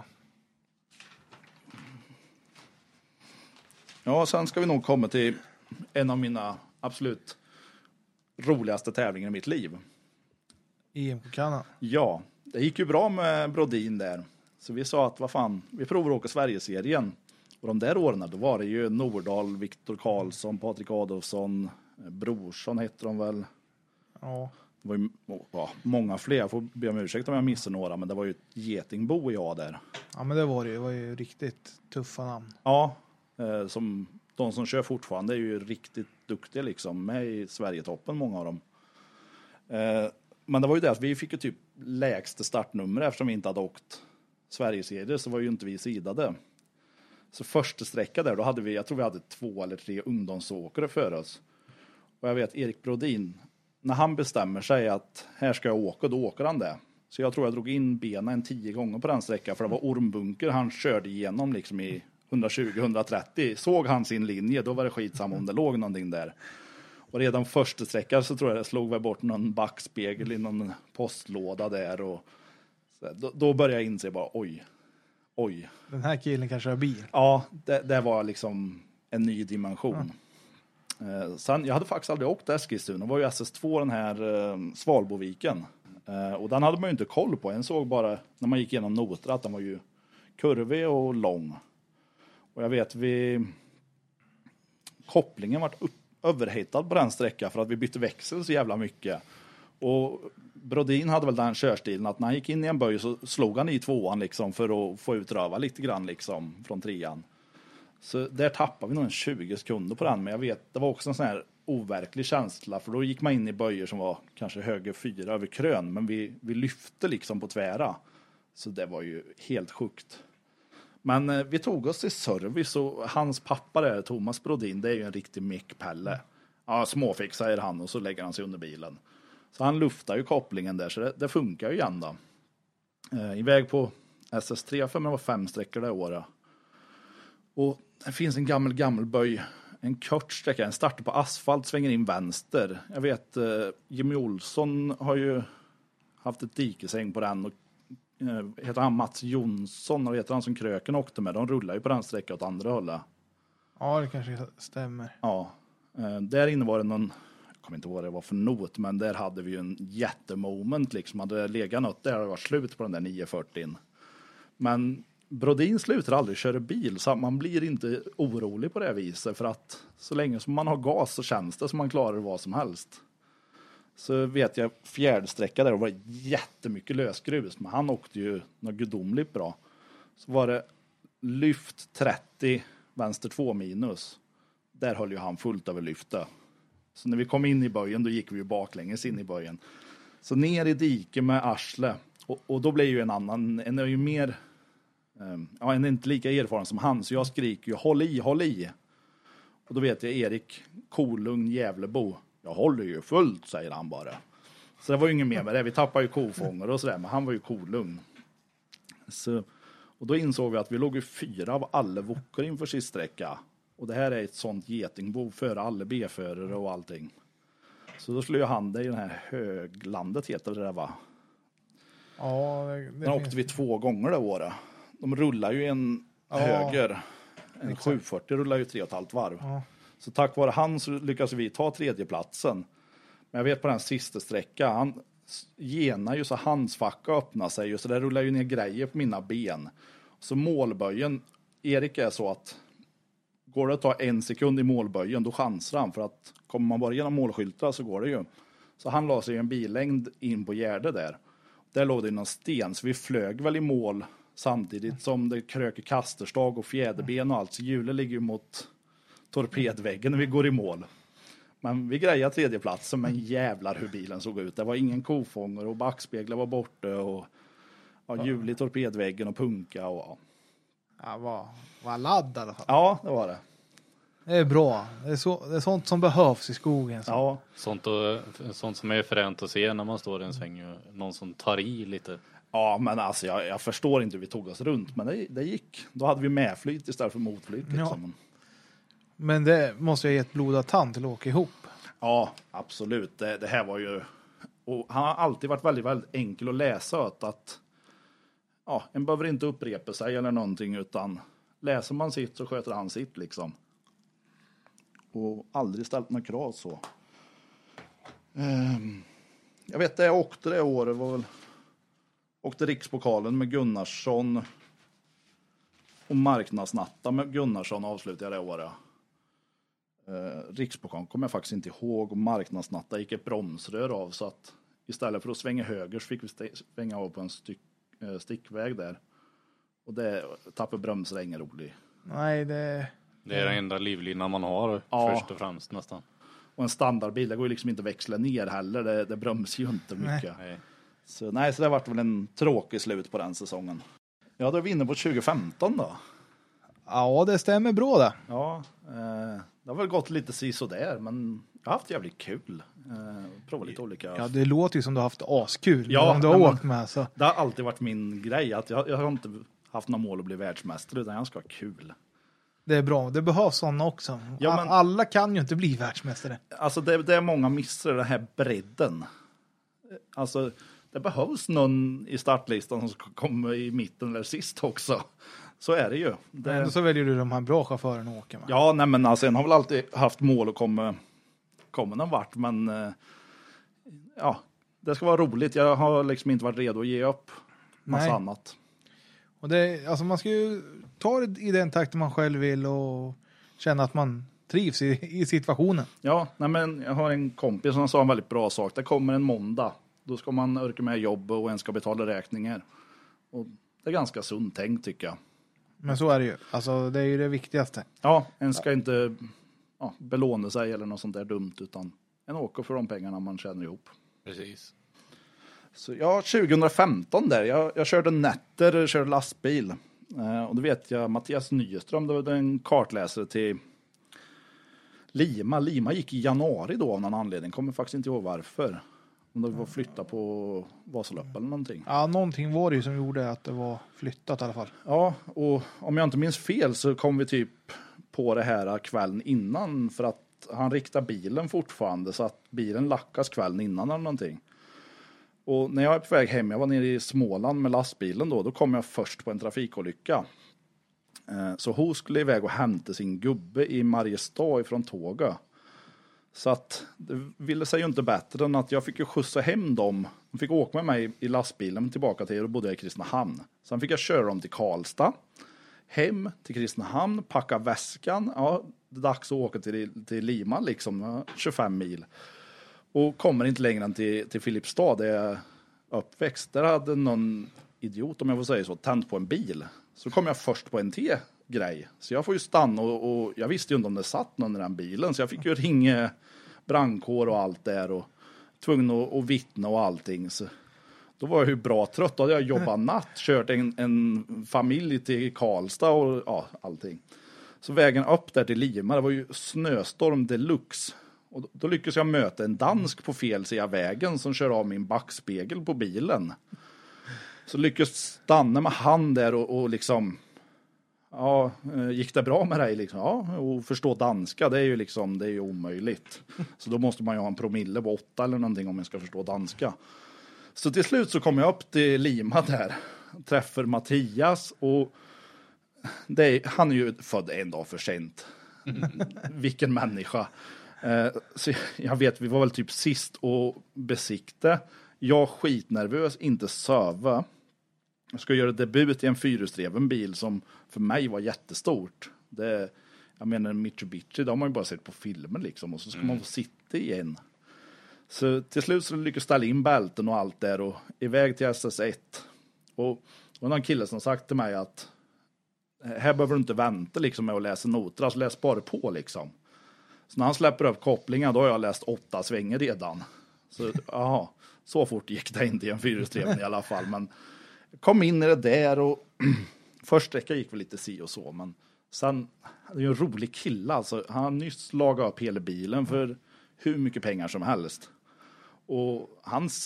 Ja, sen ska vi nog komma till en av mina absolut roligaste tävlingar i mitt liv. E M K-Kanna. Ja, det gick ju bra med Brodin där. Så vi sa att vad fan, vi provar att åka Sverigeserien. Och de där åren då var det ju Nordahl, Viktor Karlsson, Patrik Adolfsson, Brorsson heter de väl. Ja. Det var ju ja, många fler, jag får be om ursäkt om jag missar några, men det var ju ett Getingbo och jag där. Ja, men det var det ju, det var ju riktigt tuffa namn. Ja, eh, som de som kör fortfarande är ju riktigt duktiga liksom, med i Sverigetoppen, många av dem. Eh, men det var ju det att vi fick ju typ lägsta startnummer eftersom vi inte hade åkt Sverigeserier, så var ju inte vi sidade. Så första sträcka där, då hade vi, jag tror vi hade två eller tre ungdomsåkare för oss. Och jag vet, Erik Brodin, när han bestämmer sig att här ska jag åka, då åker han det. Så jag tror jag drog in benen en tio gånger på den sträckan, för det var ormbunker han körde igenom liksom i hundratjugo till hundratrettio. Såg han sin linje, då var det skitsamma om det låg någonting där. Och redan första sträckan så tror jag det slog väl bort någon backspegel i någon postlåda där. Och så, då, då började jag inse bara, oj, oj. Den här killen kan köra bil. Ja, det, det var liksom en ny dimension. Ja. Eh, sen, jag hade faktiskt aldrig åkt Eskilstuna. Det var ju S S två, den här eh, Svalboviken. Eh, och den hade man ju inte koll på. En såg bara när man gick igenom noter att den var ju kurvig och lång. Och jag vet, vi kopplingen var upp, överhettad på den sträckan för att vi bytte växel så jävla mycket. Och Brodin hade väl den körstilen att när han gick in i en böj så slog han i tvåan liksom för att få utröva lite grann liksom från trean. Så där tappade vi nog en tjugo sekunder på den, men jag vet, det var också en sån här overklig känsla, för då gick man in i böjer som var kanske höger fyra över krön, men vi, vi lyfte liksom på tvära. Så det var ju helt sjukt. Men eh, vi tog oss till service och hans pappa där, Thomas Brodin, det är ju en riktig mickpelle. Ja, småfix säger han och så lägger han sig under bilen. Så han luftar ju kopplingen där, så det, det funkar ju igen då. Eh, iväg på S S tre, för mig var fem sträckor det året. Och det finns en gammal, gammal böj, en kort sträcka, en startar på asfalt, svänger in vänster. Jag vet, eh, Jimmy Olsson har ju haft ett dikesäng på den och eh, heter han Mats Jonsson och heter han som Kröken åkte med. De rullar ju på den sträckan åt andra hållet. Ja, det kanske stämmer. Ja, eh, där inne var det någon, jag kommer inte ihåg vad det var för not, men där hade vi ju en jättemoment liksom. Hade legat något där och det var slut på den där nio fyrtio. Men Brodin slutar aldrig köra bil, så man blir inte orolig på det viset, för att så länge som man har gas så känns det som man klarar vad som helst. Så vet jag, fjärde sträcka där var jättemycket lösgrus, men han åkte ju något gudomligt bra. Så var det lyft trettio, vänster två minus. Där höll ju han fullt över lyftet. Så när vi kom in i böjen, då gick vi ju baklänges in i böjen. Så ner i diket med arsle. Och, och då blir ju en annan, en är ju mer, um, ja, en är inte lika erfaren som han. Så jag skriker ju, håll i, håll i. Och då vet jag, Erik Kolugn Gävlebo. Jag håller ju fullt, säger han bara. Så det var ju ingen mer med det. Vi tappade ju kofångare och sådär, men han var ju kolugn. Så, och då insåg vi att vi låg ju fyra av alla vokor inför sista sträcka. Och det här är ett sånt getingbo för alla B-förare och allting. Så då skulle ju han det i den här höglandet, heter det där, va? Ja, det, det Den åkte vi två gånger det året. De rullar ju en ja, höger. En sju fyrtio rullar ju tre och ett halvt varv. Ja. Så tack vare han så lyckas vi ta tredjeplatsen. Men jag vet på den sista sträckan, han genar ju så handsfacka öppnar sig. Och så där rullar ju ner grejer på mina ben. Så målböjen, Erik är så att går det att ta en sekund i målböjen, då chansar han. För att kommer man bara genom målskyltar så går det ju. Så han la sig i en bilängd in på Gärde där. Där låg det någon sten, så vi flög väl i mål samtidigt som det kröker kasterstag och fjäderben och allt. Så hjulet ligger ju mot torpedväggen när vi går i mål. Men vi grejade tredjeplatsen, men jävlar hur bilen såg ut. Det var ingen kofångare och backspeglar var borta och ja, hjul i torpedväggen och punka och ja. Ja, var, var ladd i alla fall. Ja, det var det. Det är bra. Det är, så, det är sånt som behövs i skogen. Så. Ja. Sånt, och, sånt som är fränt att se när man står i en sväng. Någon som tar i lite. Ja, men alltså jag, jag förstår inte hur vi tog oss runt, men det, det gick. Då hade vi medflyt istället för motflyt. Liksom. Ja. Men det måste jag ge ett blodad tand till att åka ihop. Ja, absolut. Det, det här var ju... Och han har alltid varit väldigt, väldigt enkel att läsa åt att ja, en behöver inte upprepa sig eller någonting, utan läser man sitt så sköter han sitt liksom. Och aldrig ställt några krav så. Um, jag vet det, jag åkte det året var väl åkte rikspokalen med Gunnarsson och marknadsnatta med Gunnarsson avslutade det året. Uh, rikspokalen kommer jag faktiskt inte ihåg, och marknadsnatta gick ett bromsrör av, så att istället för att svänga höger så fick vi st- svänga av på en styck, uh, stickväg där. Och det tappade bromsar ingen rolig. Nej, det... Det är den enda livlinan man har Ja. först och främst nästan. Och en standardbil, det går ju liksom inte att växla ner heller. Det, det bromsar ju inte mycket. Nej. Så, nej, så det har varit väl en tråkig slut på den säsongen. Ja, då är vi inne på tjugo femton då. Ja, det stämmer bra det. Ja, eh, det har väl gått lite sisådär, men jag har haft jävligt kul. Eh, provat lite olika. Ja, det låter ju som du har haft askul. Ja, om du har men- åkt med så. Det har alltid varit min grej. Att jag, jag har inte haft några mål att bli världsmästare, utan jag ska ha kul. Det är bra. Det behövs sådana också. Ja, men- A- Alla kan ju inte bli världsmästare. Alltså det, det är många missar, den här bredden. Alltså det behövs någon i startlistan som ska komma i mitten eller sist också. Så är det ju. Det... Ändå så väljer du de här bra chaufförerna att åka med. Ja, nej men alltså, en har väl alltid haft mål att komma, komma någon vart, men eh, ja, det ska vara roligt. Jag har liksom inte varit redo att ge upp massa Nej. annat. Och det, alltså man ska ju ta det i den takten man själv vill och känna att man trivs i, i situationen. Ja, nej men jag har en kompis som sa en väldigt bra sak. Det kommer en måndag. Då ska man orka med jobb och en ska betala räkningar. Och det är ganska sunt tänkt tycker jag. Men så är det ju. Alltså det är ju det viktigaste. Ja, en ska inte ja, belåna sig eller något sånt där dumt, utan en åker för de pengarna man tjänar ihop. Precis. Så ja, tjugo femton där, jag, jag körde nätter, körde lastbil. Eh, och då vet jag, Mattias Nyström, det var en kartläsare till Lima. Lima gick i januari då av någon anledning, kommer faktiskt inte ihåg varför. Om det var flytta på Vasalopp eller någonting. Ja, någonting var det ju som gjorde att det var flyttat i alla fall. Ja, och om jag inte minns fel så kom vi typ på det här kvällen innan, för att han riktar bilen fortfarande så att bilen lackas kvällen innan eller någonting. Och när jag är på väg hem, jag var nere i Småland med lastbilen då, då kom jag först på en trafikolycka. Eh, Så hon skulle iväg och hämta sin gubbe i Mariestad ifrån Tåga. Så att det ville sig ju inte bättre än att jag fick ju skjutsa hem dem. De fick åka med mig i lastbilen tillbaka till er och bodde i Kristinehamn. Sen fick jag köra dem till Karlstad. Hem till Kristinehamn, packa väskan. Ja, det är dags att åka till, till Lima liksom, tjugofem mil. Och kommer inte längre än till, till Filipstad där jag är uppväxt. Där hade någon idiot, om jag får säga så, tänt på en bil. Så kom jag först på en T-grej. Så jag får ju stanna och, och jag visste ju inte om det satt någon i den bilen. Så jag fick ju ringa brandkår och allt där och tvungen att, att vittna och allting. Så då var jag ju bra trött. Då hade jag jobbat natt, kört en, en familj till Karlstad och ja, allting. Så vägen upp där till Lima, det var ju snöstorm deluxe. Och då, då lyckades jag möta en dansk på fel sida av vägen som kör av min backspegel på bilen. Så lyckades stanna med han där och, och liksom, ja, gick det bra med dig liksom? Ja, och förstå danska, det är ju liksom, det är ju omöjligt. Så då måste man ju ha en promille på åtta eller någonting om man ska förstå danska. Så till slut så kom jag upp till Lima där, träffar Mattias och det är, han är ju född en dag för sent. Vilken människa. Eh, så jag vet, vi var väl typ sist och besikte. Jag skitnervös, inte söva. Jag ska göra debut i en fyrhjulsdriven bil som för mig var jättestort. Det, jag menar Mitsubishi, de har ju bara sett på filmen liksom. Och så ska mm. man få sitta igen. Så till slut så lyckades ställa in bälten och allt där och iväg till S S ett. Och det var någon kille som sagt till mig att här behöver du inte vänta liksom med att läsa noter, alltså läs bara på liksom. Så när han släpper upp kopplingen, då har jag läst åtta svängar redan. Så aha, så fort gick det inte i en fyrhjulsdriven i alla fall. Men jag kom in i det där och först sträcka gick väl lite si och så. Men sen, det är ju en rolig kille alltså. Han har nyss lagat upp hela bilen för hur mycket pengar som helst. Och han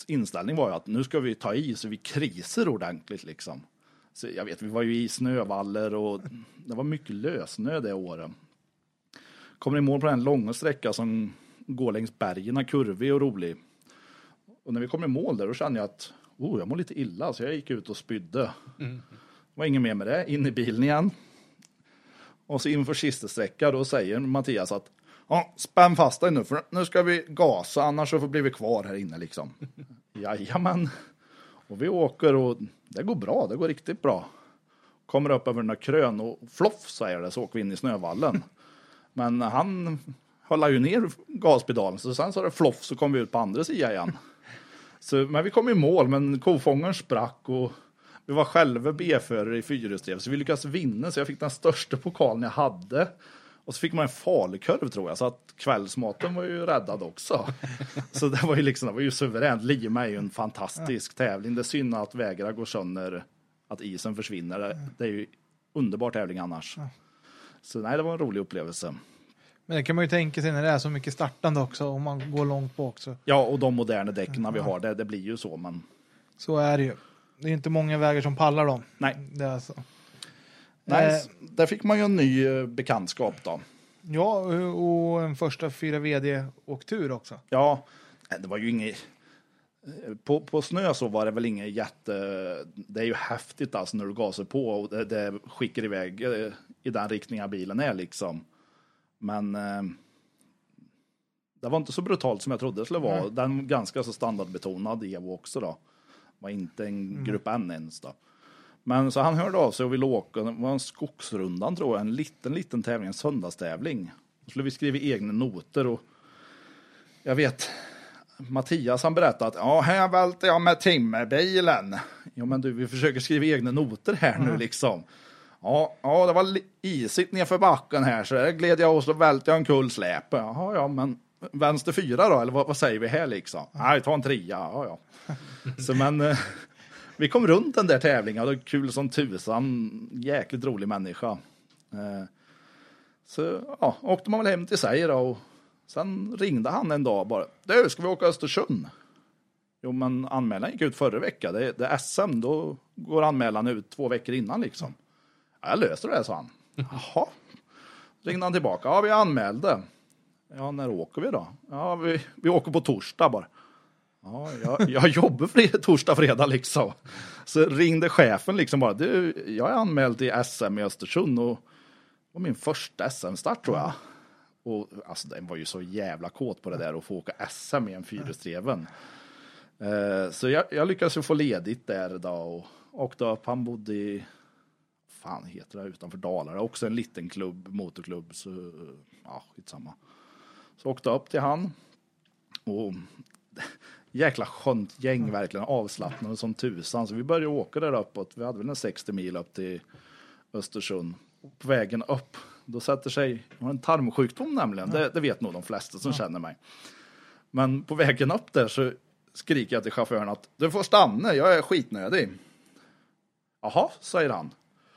inställning var ju att nu ska vi ta i så vi kriser ordentligt liksom. Så jag vet, vi var ju i snövaller och det var mycket lösnö det året. Kommer i mål på den långa sträcka som går längs bergen, kurvig och rolig. Och när vi kom i mål där, då kände jag att oh, jag mår lite illa, så jag gick ut och spydde. Mm. Det var ingen mer med det. In i bilen igen. Och så inför sista sträcka, då säger Mattias att ja, spänn fast dig nu, för nu ska vi gasa, annars så får bli vi kvar här inne liksom. Jajamän. Och vi åker och det går bra, det går riktigt bra. Kommer upp över den här krön och floff, säger det, så åker vi in i snövallen. Men han höll ju ner gaspedalen, så sen så det floff, så kom vi ut på andra sidan igen. Så, men vi kom i mål, men kofångaren sprack och vi var själva B-förare i fyrhjulsdriv, så vi lyckades vinna, så jag fick den största pokalen jag hade. Och så fick man en falukorv, tror jag, så att kvällsmaten var ju räddad också. Så det var ju liksom, det var ju suveränt. Lima är ju en fantastisk tävling. Det är synd att vägarna går sönder, att isen försvinner. Det, det är ju underbar tävling annars. Så nej, det var en rolig upplevelse. Men det kan man ju tänka sig när det är så mycket startande också, om man går långt på också. Ja, och de moderna däcken vi har, det, det blir ju så. Men... Så är det ju. Det är inte många vägar som pallar dem. Nej. Det är så. Nej, eh, där fick man ju en ny bekantskap då. Ja, och en första fyra V D-åktur också. Ja, det var ju inget... På, på snö så var det väl inget jätte... Det är ju häftigt alltså när du gasar på och det, det skickar iväg i den riktningen bilen är liksom. Men eh, det var inte så brutalt som jag trodde det skulle vara. Mm. Den ganska så standardbetonad Evo också då. Var inte en grupp mm. N ens då. Men så han hörde av sig och ville åka. Det var en skogsrundan, tror jag. En liten, liten tävling, en söndagstävling. Då skulle vi skriva egna noter och jag vet, Mattias han berättade att ja, här välte jag med timmerbilen. Ja, men du, vi försöker skriva egna noter här mm. nu liksom. Ja, ja, det var isigt nerför backen här, så där gled jag och så välte jag en kullsläp. Jaha, ja, men vänster fyra då, eller vad, vad säger vi här liksom? Nej, ta en trea, ja, ja. Så men... Vi kom runt den där tävlingen, det var kul som tusan, jäkligt rolig människa. Eh, så ja, åkte man väl hem till sig då och sen ringde han en dag bara. Du, ska vi åka Östersund? Jo, men anmälan gick ut förra veckan, det, det är S M, då går anmälan ut två veckor innan liksom. Ja, jag löser det, sa han. Jaha. Ringde han tillbaka, ja vi anmälde. Ja, när åker vi då? Ja, vi, vi åker på torsdag bara. Ja, jag, jag jobbar fred, torsdag, fredag liksom. Så ringde chefen liksom bara, du, jag är anmäld till S M i Östersund och, och min första S M-start tror jag. Och alltså den var ju så jävla kåt på det där att få åka S M i en fyrhjulsdriven. Uh, så jag, jag lyckades ju få ledigt där då och åkte upp, han bodde i, fan heter det, utanför Dalarna, också en liten klubb, motorklubb, så ja, skitsamma. Så åkte upp till han och jäkla skönt gäng, verkligen avslappnade som tusan. Så vi började åka där uppåt. Vi hade väl en sextio mil upp till Östersund. Och på vägen upp, då sätter sig, jag har en tarmsjukdom nämligen. Det, det vet nog de flesta som ja. känner mig. Men på vägen upp där så skriker jag till chauffören att du får stanna, jag är skitnödig. Jaha, säger han.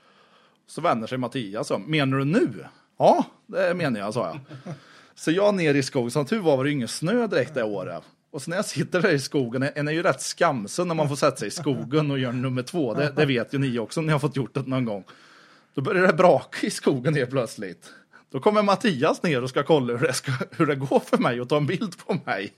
Så vänder sig Mattias och menar du nu? Ja, det menar jag, sa jag. Så jag ner i skogen, som tur var var det ingen snö direkt det året. Och så när jag sitter där i skogen, en är ju rätt skamsen när man får sätta sig i skogen och göra nummer två. Det, det vet ju ni också, ni har fått gjort det någon gång. Då börjar det braka i skogen helt plötsligt. Då kommer Mattias ner och ska kolla hur det, ska, hur det går för mig och ta en bild på mig.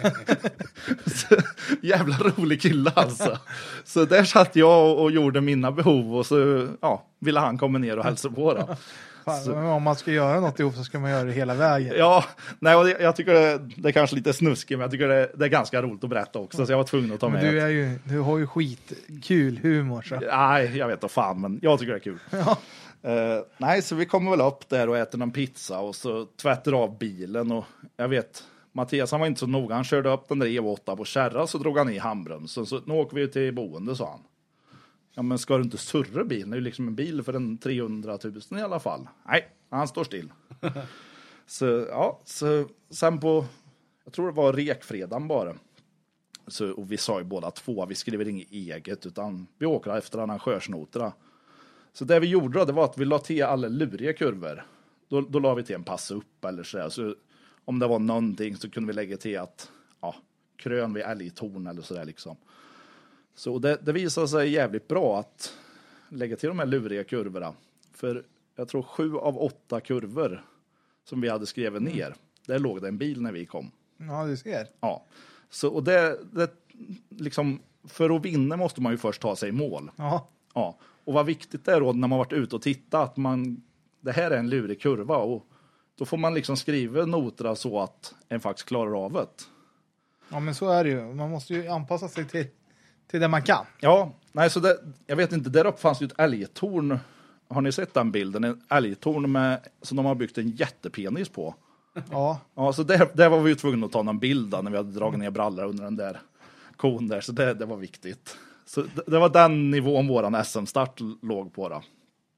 Så, jävla rolig kille alltså. Så där satt jag och, och gjorde mina behov och så ja, ville han komma ner och hälsa på då. Så. Om man ska göra något ihop så ska man göra det hela vägen. Ja, nej, och det, jag tycker det, det är kanske lite snuskigt, men jag tycker det, det är ganska roligt att berätta också, så jag var tvungen att ta med. Men du, är ju, du har ju skitkul humor. Så. Nej, jag vet inte fan, men jag tycker det är kul. Ja. Uh, nej, så vi kommer väl upp där och äter någon pizza och så tvättar av bilen och jag vet, Mattias han var inte så noga, han körde upp den där E åtta på kärra så drog han i handbromsen, så nu åker vi till boende, sa han. Ja, men ska du inte surra bilen? Det är ju liksom en bil för en trehundratusen i alla fall. Nej, han står still. Så ja, så sen på, jag tror det var rekfredagen bara. Så, och vi sa ju båda två, vi skriver inget eget utan vi åker efter arrangörsnoterna. Så det vi gjorde då, det var att vi la till alla luriga kurvor. Då, då la vi till en pass upp eller så där. Så om det var någonting så kunde vi lägga till att ja, krön vid älgtorn eller sådär liksom. Så det, det visade sig jävligt bra att lägga till de här luriga kurvorna. För jag tror sju av åtta kurvor som vi hade skrivit ner, mm. där låg det en bil när vi kom. Ja, du ser. Ja. Så och det, det liksom, för att vinna måste man ju först ta sig i mål. Ja. Ja. Och vad viktigt det är då när man varit ute och tittat att man, det här är en lurig kurva och då får man liksom skriva noterna så att en faktiskt klarar av det. Ja, men så är det ju. Man måste ju anpassa sig till, till det man kan. Ja, nej så det, jag vet inte, där uppe fanns ju ett älgtorn. Har ni sett den bilden? En älgtorn med, som de har byggt en jättepenis på. Ja. Ja, så där, där var vi ju tvungna att ta någon bild när vi hade dragit ner brallor under den där kon där. Så det, det var viktigt. Så det, det var den nivån våran S M-start låg på då.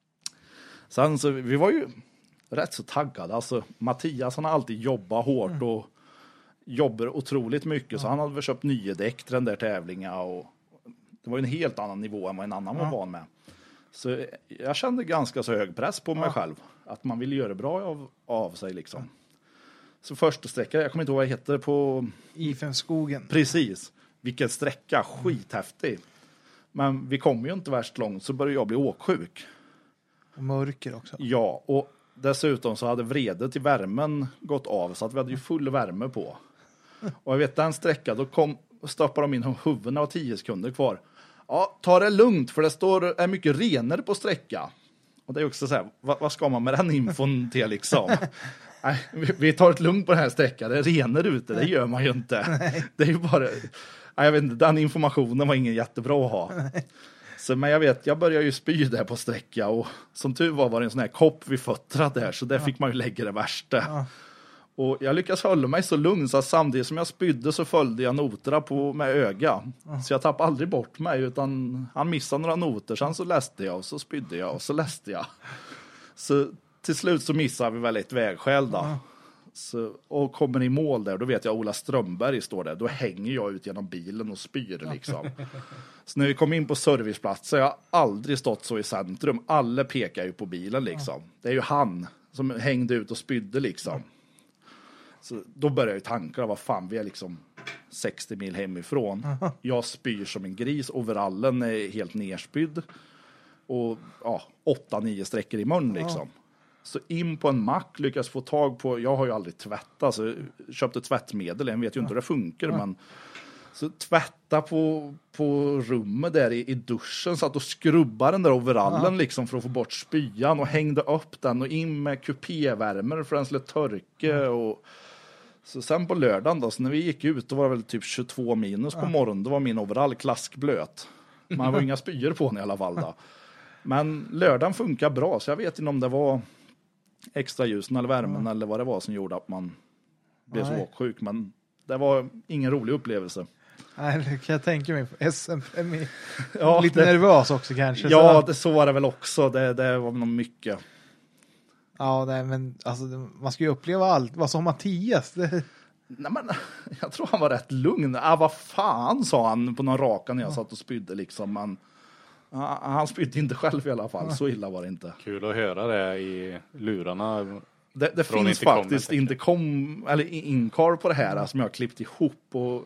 Sen så, vi var ju rätt så taggade. Alltså Mattias, han har alltid jobbat hårt och jobbar otroligt mycket. Ja. Så han hade väl köpt nya däck till den där tävlingen. Och det var ju en helt annan nivå än vad en annan ja. var van med. Så jag kände ganska så hög press på mig ja. själv. Att man vill göra bra av, av sig liksom. Så första sträcka, jag kommer inte ihåg vad jag heter på... I fem skogen. Precis. Vilken sträcka, skithäftig. Men vi kom ju inte värst långt så började jag bli åksjuk. Och mörker också. Ja, och dessutom så hade vredet i värmen gått av så att vi hade ju full värme på. Och jag vet den sträckan, då kom, stoppade de in huvudena och tio sekunder kvar. Ja, ta det lugnt för det står är mycket renare på sträcka. Och det är också så här, vad, vad ska man med den infon till liksom? Nej, vi, vi tar ett lugnt på den här sträckan, det är renare ute, det gör man ju inte. Nej. Det är ju bara, jag vet inte, den informationen var ingen jättebra att ha. Så, men jag vet, jag började ju spy där på sträcka och som tur var var det en sån här kopp vid fötterna där, så där ja. fick man ju lägga det värsta. Ja. Och jag lyckas hålla mig så lugn så att samtidigt som jag spydde så följde jag noterna på med öga. Ja. Så jag tappade aldrig bort mig utan han missade några noter, sen så läste jag och så spydde jag och så läste jag. Så till slut så missade vi väl ett vägskäl då. Ja. Så, och kommer i mål där, då vet jag Ola Strömberg står där. Då hänger jag ut genom bilen och spyr liksom. Så när vi kom in på serviceplatsen, jag har aldrig stått så i centrum. Alla pekar ju på bilen liksom. Ja. Det är ju han som hängde ut och spydde liksom. Ja. Så då börjar jag tanka, vad fan, vi är liksom sextio mil hemifrån. Ja. Jag spyr som en gris, overallen är helt nerspydd. Och ja, åtta, nio sträckor i mun liksom. Ja. Så in på en mack lyckas få tag på, jag har ju aldrig tvättat så jag köpte tvättmedel, jag vet ju inte hur det funkar ja. men så tvätta på, på rummet där i, i duschen så att då skrubbar den där overallen ja. liksom för att få bort spyan och hängde upp den och in med kupévärmer för den skulle torka ja. och så sen på lördagen då, så när vi gick ut då var det väl typ tjugotvå minus ja. på morgonen, då var min overall klaskblöt. Man var inga spyor på den i alla fall då. Men lördagen funkar bra så jag vet inte om det var extra ljusen eller värmen mm. eller vad det var som gjorde att man blev Nej. så åksjuk. Men det var ingen rolig upplevelse. Nej, det kan jag tänka mig. S M är ja, lite det, nervös också kanske. Ja, så. det, så var det väl också. Det, det var nog mycket. Ja, nej, men alltså, man ska ju uppleva allt. Vad sa Mattias? Det... Nej, men jag tror han var rätt lugn. Ah, vad fan, sa han på någon raka när jag ja. satt och spydde liksom. Men han spydde inte själv i alla fall, ja. så illa var det inte. Kul att höra det i lurarna. Det, det finns inte faktiskt kom, inte kom, eller inkar på det här mm. som jag har klippt ihop. Och,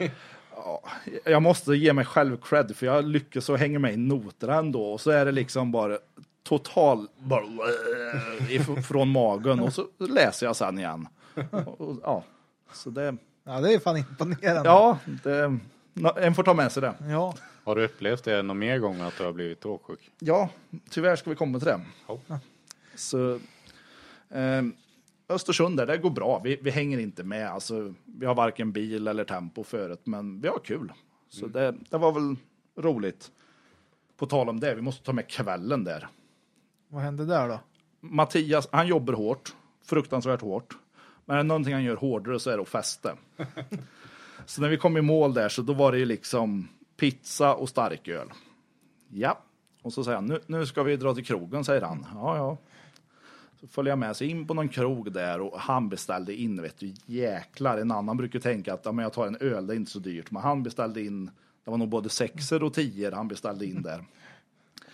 ja, jag måste ge mig själv cred för jag lyckas så hänga med i noterna ändå. Och så är det liksom bara total bara, från magen och så läser jag sen igen. Och, och, ja, så det, ja, det är fan imponerande. Ja, det, en får ta med sig det. Ja. Har du upplevt det någon mer gång att du har blivit åksjuk? Ja, tyvärr ska vi komma till det. Ja. Så eh, Östersund där, det går bra. Vi, vi hänger inte med. Alltså, vi har varken bil eller tempo förut, men vi har kul. Så mm. det, det var väl roligt. På tal om det, vi måste ta med kvällen där. Vad hände där då? Mattias, han jobbar hårt. Fruktansvärt hårt. Men är det någonting han gör hårdare så är det att festa. Så när vi kom i mål där så då var det ju liksom pizza och starköl. Ja. Och så säger han, nu, nu ska vi dra till krogen, säger han. Ja, ja. Så följer jag med sig in på någon krog där och han beställde in, vet du, jäklar. En annan brukar tänka att ja, men jag tar en öl, det är inte så dyrt. Men han beställde in, det var nog både sexer och tior han beställde in där.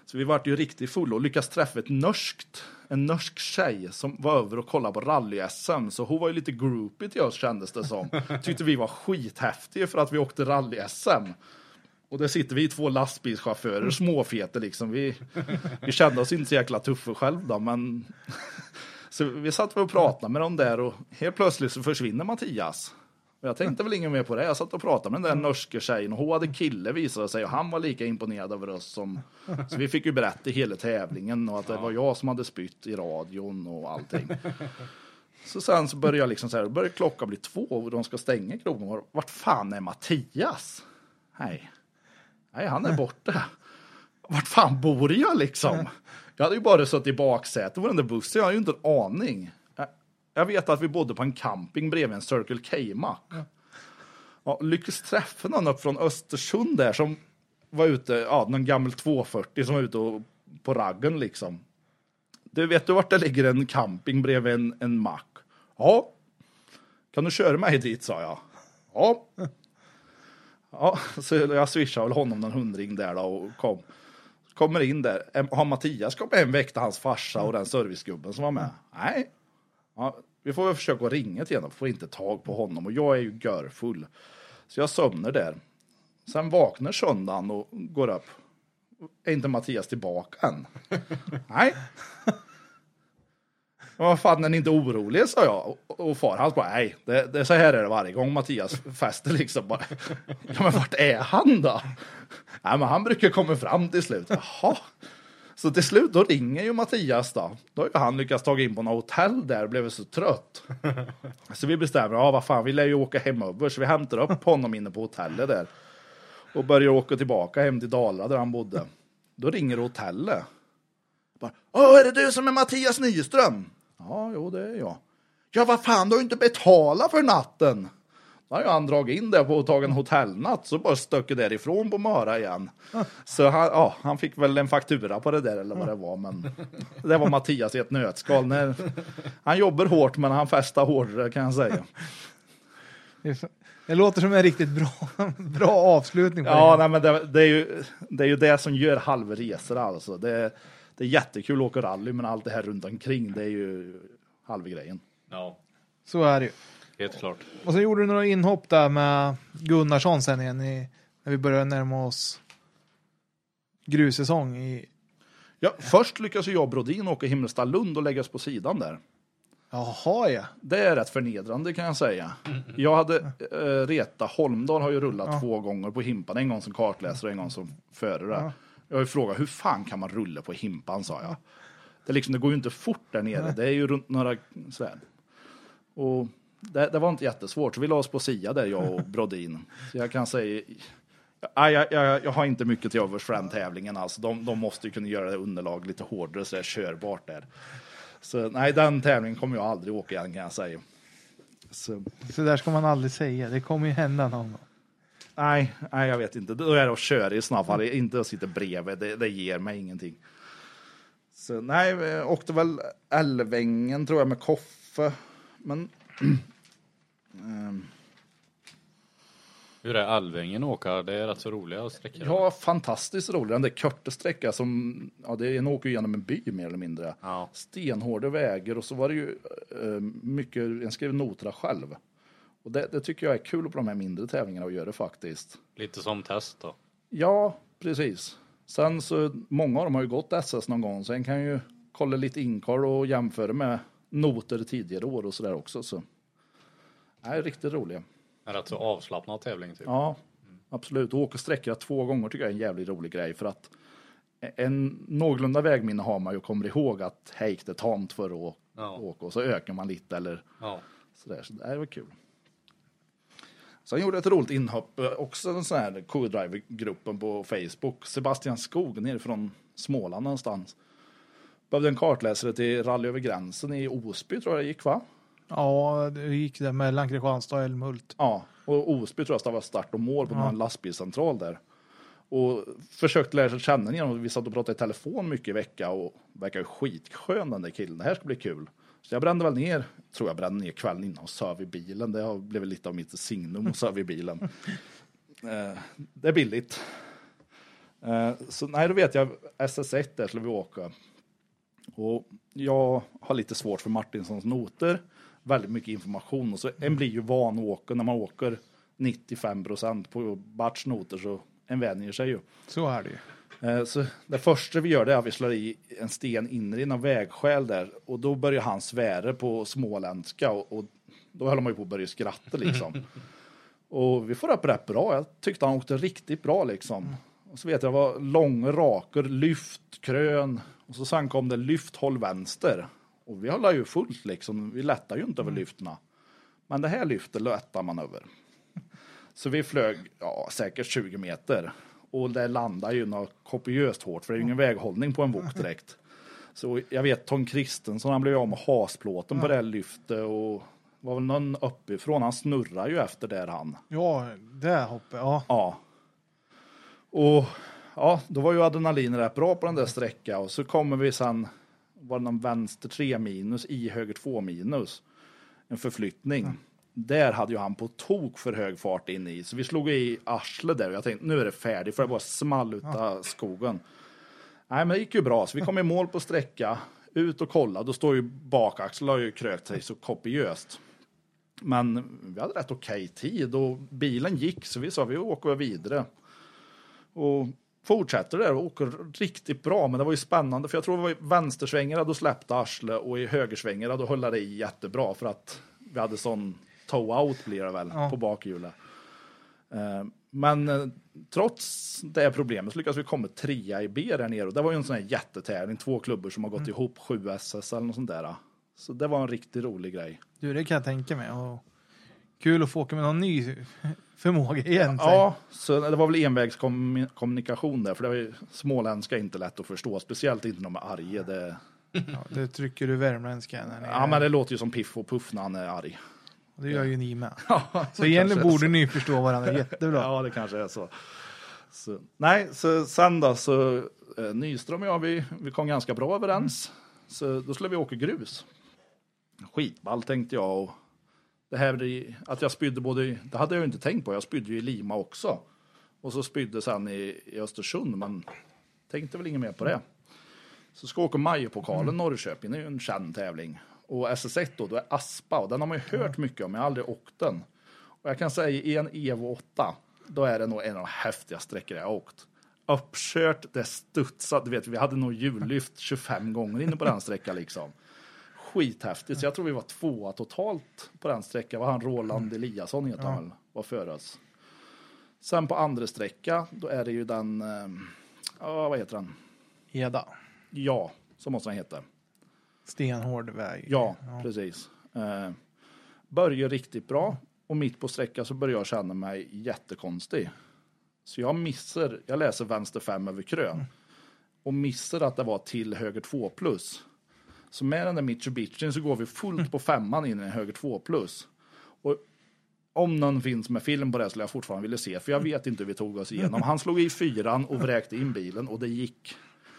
Så vi vart ju riktigt fulla och lyckades träffa ett norskt, en norsk tjej som var över och kollade på rally-S M. Så hon var ju lite groupie till oss, kändes det som. Tyckte vi var skithäftiga för att vi åkte rally-S M. Och där sitter vi två lastbilschaufförer, småfeter liksom. Vi, vi kände oss inte så jäkla tuffa själv då, men... Så vi satt och pratade med dem där och helt plötsligt så försvinner Mattias. Och jag tänkte väl inget mer på det. Jag satt och pratade med den där norska tjejen och hon hade kille visade sig och han var lika imponerad över oss som... Så vi fick ju berätta hela tävlingen och att det var jag som hade spytt i radion och allting. Så sen så började jag liksom så här, började klockan bli två och de ska stänga krogen. Vart fan är Mattias? Nej. Nej, han är borta. Vart fan bor jag liksom? Jag hade ju bara suttit i baksätet på den där bussen. Jag har ju inte en aning. Jag vet att vi bodde på en camping bredvid en Circle K-mack. Ja, lyckades träffa någon upp från Östersund där som var ute, ja, någon gammal tvåhundrafyrtio som var ute och, på raggen liksom. Du vet du vart det ligger en camping bredvid en, en mack? Ja. Kan du köra mig dit, sa jag. Ja. Ja, så jag swishade väl honom någon hundring där då och kom. Kommer in där. Har Mattias kommit hem, väckte hans farsa och den servicegubben som var med? Nej. Ja, vi får väl försöka ringa till honom. Får inte tag på honom och jag är ju görfull. Så jag sömnar där. Sen vaknar söndagen och går upp. Är inte Mattias tillbaka än? Nej. Vad fan, är ni inte orolig, sa jag. Och, och far, han bara, nej, det, det är så här är det varje gång Mattias fester liksom. Bara, ja, men vart är han då? Nej, men han brukar komma fram till slut. Jaha. Så till slut, då ringer ju Mattias då. Då har ju han lyckats ta in på något hotell där och blev så trött. Så vi bestämmer, ja vad fan, vi lär ju åka hem över. Så vi hämtar upp honom inne på hotellet där. Och börjar åka tillbaka hem till Dalarna där han bodde. Då ringer hotellet. Bara, åh, är det du som är Mattias Nyström? Ja, jo det är jag. Ja, vad fan, du har ju inte betalat för natten. Då har ju han dragit in där på och tagit en hotellnatt. Så bara stöcker därifrån på Möra igen. Så han, ja, han fick väl en faktura på det där eller vad det var. Men det var Mattias i ett nötskal. När, han jobbar hårt men han festar hårdare, kan jag säga. Det låter som en riktigt bra, bra avslutning på ja, det. Nej, men det, det, är ju, det är ju det som gör halvresor alltså. Det, det är jättekul att åka rally, men allt det här runt omkring, det är ju halva grejen. Ja, så är det ju. Helt klart. Och så gjorde du några inhopp där med Gunnarsson sen igen i, när vi började närma oss grussäsong i... Ja, först lyckas jag och Brodin åka Himmelstalund och läggas på sidan där. Jaha, ja. Det är rätt förnedrande, kan jag säga. Jag hade äh, Reta Holmdahl har ju rullat ja. två gånger på Himpan. En gång som kartläsare och en gång som förare. Ja. Jag har ju frågat, hur fan kan man rulla på Himpan, sa jag. Det, liksom, det går ju inte fort där nere. Nej. Det är ju runt några svärd. Och det, det var inte jättesvårt. Så vi la oss på Sia där, jag och Brodin. Så jag kan säga... Jag, jag, jag, jag har inte mycket till övers för den tävlingen. Alltså. De, de måste ju kunna göra det underlag lite hårdare så det är körbart där. Så nej, den tävlingen kommer jag aldrig åka igen, kan jag säga. Så, så där ska man aldrig säga. Det kommer ju hända någon gång. Nej, nej, jag vet inte. Då är det att köra i sådana fall. Inte att sitta bredvid. Det, det ger mig ingenting. Så nej, jag åkte väl Älvängen tror jag med Koffe. Men... um, Hur är Älvängen åka? Det är rätt så roliga sträckor. Ja, fantastiskt roligt. Den där korta sträcka som, ja, det är en åker genom en by mer eller mindre. Ja. Stenhårda vägar och så var det ju uh, mycket, en skrev noter själv. Och det, det tycker jag är kul på de här mindre tävlingarna att göra faktiskt. Lite som test då? Ja, precis. Sen så, många av dem har ju gått S S någon gång. Sen kan ju kolla lite inkall och jämföra med noter tidigare år och sådär också. Så, nej, riktigt roliga. En rätt så avslappnad tävling typ. Ja, absolut. Och åka sträckor två gånger tycker jag är en jävligt rolig grej. För att en någorlunda vägminne har man ju och kommer ihåg att här gick det tamt för att ja. åka. Och så ökar man lite eller ja. sådär. Så det var kul. Sen gjorde jag ett roligt inhopp. Också en sån här co-driver-gruppen på Facebook. Sebastian Skog ner från Småland någonstans. Behövde en kartläsare till rally över gränsen i Osby tror jag det gick, va? Ja, det gick där mellan Kristianstad och Älmhult. Ja, och Osby tror jag det var start och mål på ja. någon lastbilscentral där. Och försökte lära sig känna genom att vi satt och pratade i telefon mycket i vecka och verkar skitskön den där killen. Det här ska bli kul. Så jag brände väl ner, tror jag brände ner kvällen innan och söv i bilen. Det har blivit lite av mitt signum och söv i bilen. eh, det är billigt. Eh, så nej, då vet jag S S ett där skulle vi åka. Och jag har lite svårt för Martinssons noter. Väldigt mycket information. Och så en blir ju van att åka när man åker nittiofem procent på Barts noter, så en vänjer sig ju. Så är det ju. Eh, så det första vi gör det är att vi slår i en sten inne i någon vägskäl där. Och då börjar han svära på småländska. Och, och då höll man ju på att börja skratta liksom. Och vi får upp rätt bra. Jag tyckte han åkte riktigt bra liksom. Och så vet jag, det var lång, raker, lyft, krön. Och så sen kom det lyft, håll vänster. Och vi håller ju fullt liksom. Vi lättar ju inte över lyftena. Men det här lyftet lättar man över. Så vi flög ja, säkert tjugo meter. Och det landar ju något kopiöst hårt. För det är ju ingen väghållning på en våg direkt. Så jag vet Tom Kristensson, han blev av med hasplåten på det här lyftet. Och var väl någon uppifrån. Han snurrar ju efter där han. Ja, det hoppet, ja. Ja. Och ja, då var ju adrenalin rätt bra på den där sträckan. Och så kommer vi sen, var det någon vänster tre minus, i höger två minus. En förflyttning. Mm. Där hade ju han på tok för hög fart in i. Så vi slog i arsle där och jag tänkte, nu är det färdigt. För det bara small ut av skogen. Nej, men det gick ju bra. Så vi kom i mål på sträcka. Ut och kolla. Då står ju bakaxeln har ju krökt sig så kopiöst. Men vi hade rätt okej tid. Och bilen gick, så vi sa vi åker vidare. Och fortsätter där och åker riktigt bra. Men det var ju spännande. För jag tror det var i vänstersvängar då släppte arsle. Och i högersvängar då höll det i jättebra. För att vi hade sån toe-out blir det väl ja. På bakhjulet. Uh, men uh, trots det problemet så lyckades vi komma trea i B där nere. Och det var ju en sån här jättetävling. Två klubbor som har gått mm. ihop sju S S eller något sånt där. Så det var en riktigt rolig grej. Du, det kan jag tänka mig. Och kul att få åka med någon ny förmåga igen. Ja, så det var väl envägskommunikation där. För det var ju småländska inte lätt att förstå. Speciellt inte när de är arga. Det... Ja, det trycker du värmländska. När ja, men det låter ju som Piff och Puff när han är arg. Och det gör ju ni med. Ja, så egentligen borde så. Ni förstå varandra jättebra. Ja, det kanske är så. så. Nej, så sen då så eh, Nyström och jag, vi, vi kom ganska bra överens. Mm. Så då skulle vi åka grus. Skitball tänkte jag. Och det här att jag spydde både, det hade jag ju inte tänkt på. Jag spydde ju i Lima också. Och så spydde sen i, i Östersund, men tänkte väl inget mer på det. Så ska åka Majopokalen, mm. Norrköping, det är ju en känd tävling. Och S S ett då, då är Aspa, och den har man ju hört mycket om, jag har aldrig åkt den. Och jag kan säga i en Evo åtta, då är det nog en av de häftiga sträckor jag har åkt. Uppkört, det studsat, du vet, vi hade nog hjullyft tjugofem gånger inne på den sträckan liksom. Skithäftigt, så jag tror vi var tvåa totalt på den sträckan. Var han Roland Eliasson heter han väl, var för oss. Sen på andra sträcka, då är det ju den, ja vad heter den? Eda. Ja, så måste den heta. Stenhård väg. Ja, ja. Precis. Eh, börjar riktigt bra. Och mitt på sträckan så börjar jag känna mig jättekonstig. Så jag missar, jag läser vänster fem över krön. Mm. Och missar att det var till höger två plus. Så med den där Mitsubishi så går vi fullt på femman in i en höger två plus. Och om någon finns med film på det skulle jag fortfarande vilja se. För jag vet inte hur vi tog oss igenom. Han slog i fyran och vräkte in bilen och det gick.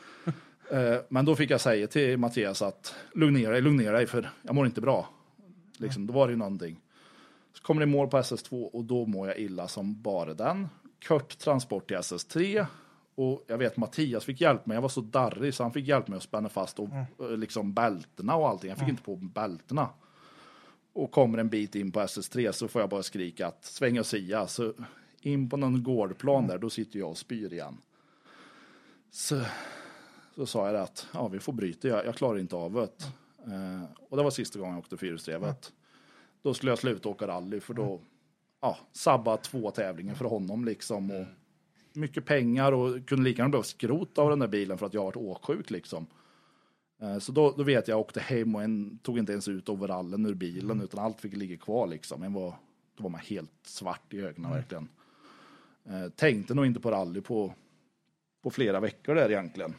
Men då fick jag säga till Mattias att lugnera dig, lugnera dig för jag mår inte bra. Liksom, då var det ju någonting. Så kommer det mål på S S två och då mår jag illa som bara den. Kort transport till S S tre. Och jag vet Mattias fick hjälp med, jag var så darrig så han fick hjälp med att spänna fast och mm. liksom bälterna och allting. Jag fick mm. inte på bälterna. Och kommer en bit in på S S tre så får jag bara skrika att sväng och sia. Så in på någon gårdplan mm. där, då sitter jag och spyr igen. Så... Så sa jag att ja, vi får bryta, jag, jag klarar inte av det. Mm. Eh, och det var sista gången jag åkte fyrhjulsdrivet. Mm. Då skulle jag sluta åka rally för då ja, sabba två tävlingar för honom liksom. Och mycket pengar och kunde lika gärna behöva skrota av den där bilen för att jag har varit åksjuk liksom. Eh, så då, då vet jag, jag åkte hem och en, tog inte ens ut overallen ur bilen mm. utan allt fick ligga kvar liksom. En var, då var man helt svart i ögonen mm. verkligen. Eh, tänkte nog inte på rally på, på flera veckor där egentligen.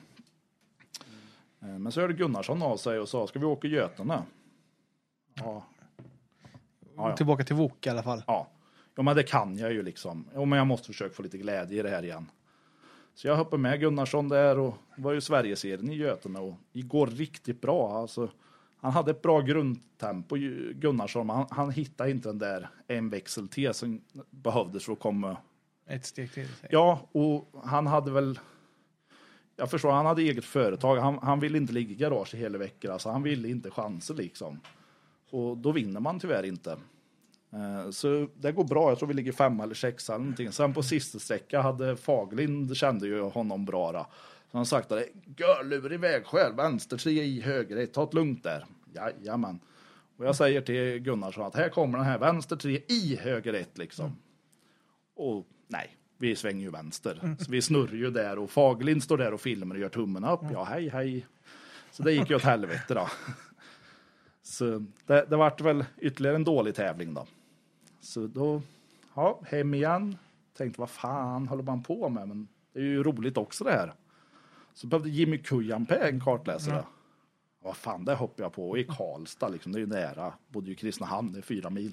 Men så hörde Gunnarsson av sig och sa, ska vi åka Götene? Ja. Ja, ja. Tillbaka till Vok i alla fall. Ja. Ja, men det kan jag ju liksom. Ja, men jag måste försöka få lite glädje i det här igen. Så jag hoppade med Gunnarsson där och var ju Sverigeserien i Götene och det går riktigt bra. Alltså, han hade ett bra grundtempo, Gunnarsson, men han, han hittade inte den där en växel T som behövdes för att komma. Ett steg till. Ja, och han hade väl jag förstår, han hade eget företag. Han, han ville inte ligga i garage i hela veckan. Alltså, han ville inte chanser liksom. Och då vinner man tyvärr inte. Eh, så det går bra. Jag tror vi ligger femma eller sexa eller någonting. Sen på sista sträcka hade Faglind, kände ju honom bra då. Så han sagt att görlur iväg själv. Vänster tre i höger. Ta ett lugnt där. Jajamän. Och jag säger till Gunnarsson att här kommer den här vänster tre i höger ett liksom. Mm. Och nej, vi svänger ju vänster. Mm. Så vi snurrar ju där och Faglind står där och filmar och gör tummen upp. Mm. Ja, hej, hej. Så det gick ju åt helvete då. Så det, det vart väl ytterligare en dålig tävling då. Så då, ja, hem igen. Tänkte, vad fan håller man på med? Men det är ju roligt också det här. Så behövde Jimmy Kujanpää en kartläsare. Mm. Vad fan, det hoppar jag på. Och i Karlstad, liksom, det är ju nära. Bodde ju i Kristinehamn, det är fyra mil.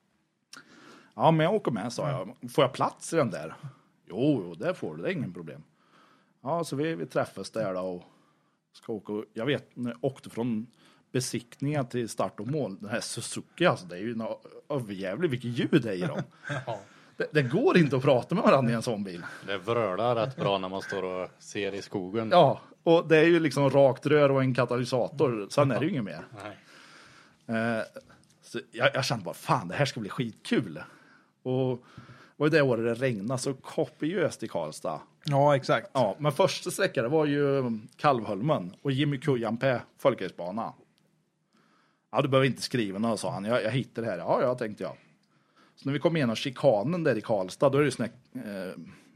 Ja, men jag åker med, sa jag. Får jag plats i den där? Jo, jo, det får du, det är ingen problem. Ja, så vi, vi träffas där då och ska åka. Jag vet, när jag åkte från besiktningen till start och mål, den här Suzuki, alltså, det är ju överjävligt vilket ljud det är i dem. Ja. Det, det går inte att prata med varandra i en sån bil. Det vrölar rätt bra när man står och ser i skogen. Ja, och det är ju liksom rakt rör och en katalysator. Sen är det ju inget mer. Nej. Eh, så jag, jag kände bara, fan, det här ska bli skitkul. Och var ju det året det regnade så kopiöst i Karlstad. Ja, exakt. Ja, men första sträckan det var ju Kalvholmen och Jimmy Kujanpää folkrace-bana. Ja, du behöver inte skriva något, sa han. Jag, jag hittar det här. Ja, jag tänkte jag. Så när vi kom igenom chikanen där i Karlstad, då är det såna här, eh,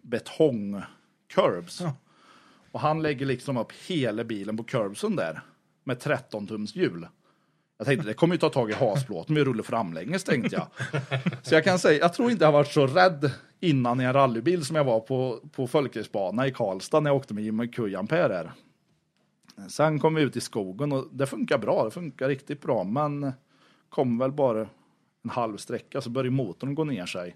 betongcurbs. Ja. Och han lägger liksom upp hela bilen på curbsen där med tretton tums hjul. Jag tänkte, det kommer ju ta tag i hasplåten, vi rullar framlänges, tänkte jag. Så jag kan säga, jag tror inte jag har varit så rädd innan i en rallybil som jag var på, på folkrace-bana i Karlstad när jag åkte med Jimmy Kujanpää där. Sen kom vi ut i skogen och det funkar bra, det funkar riktigt bra, men kom väl bara en halv sträcka så börjar motorn gå ner sig.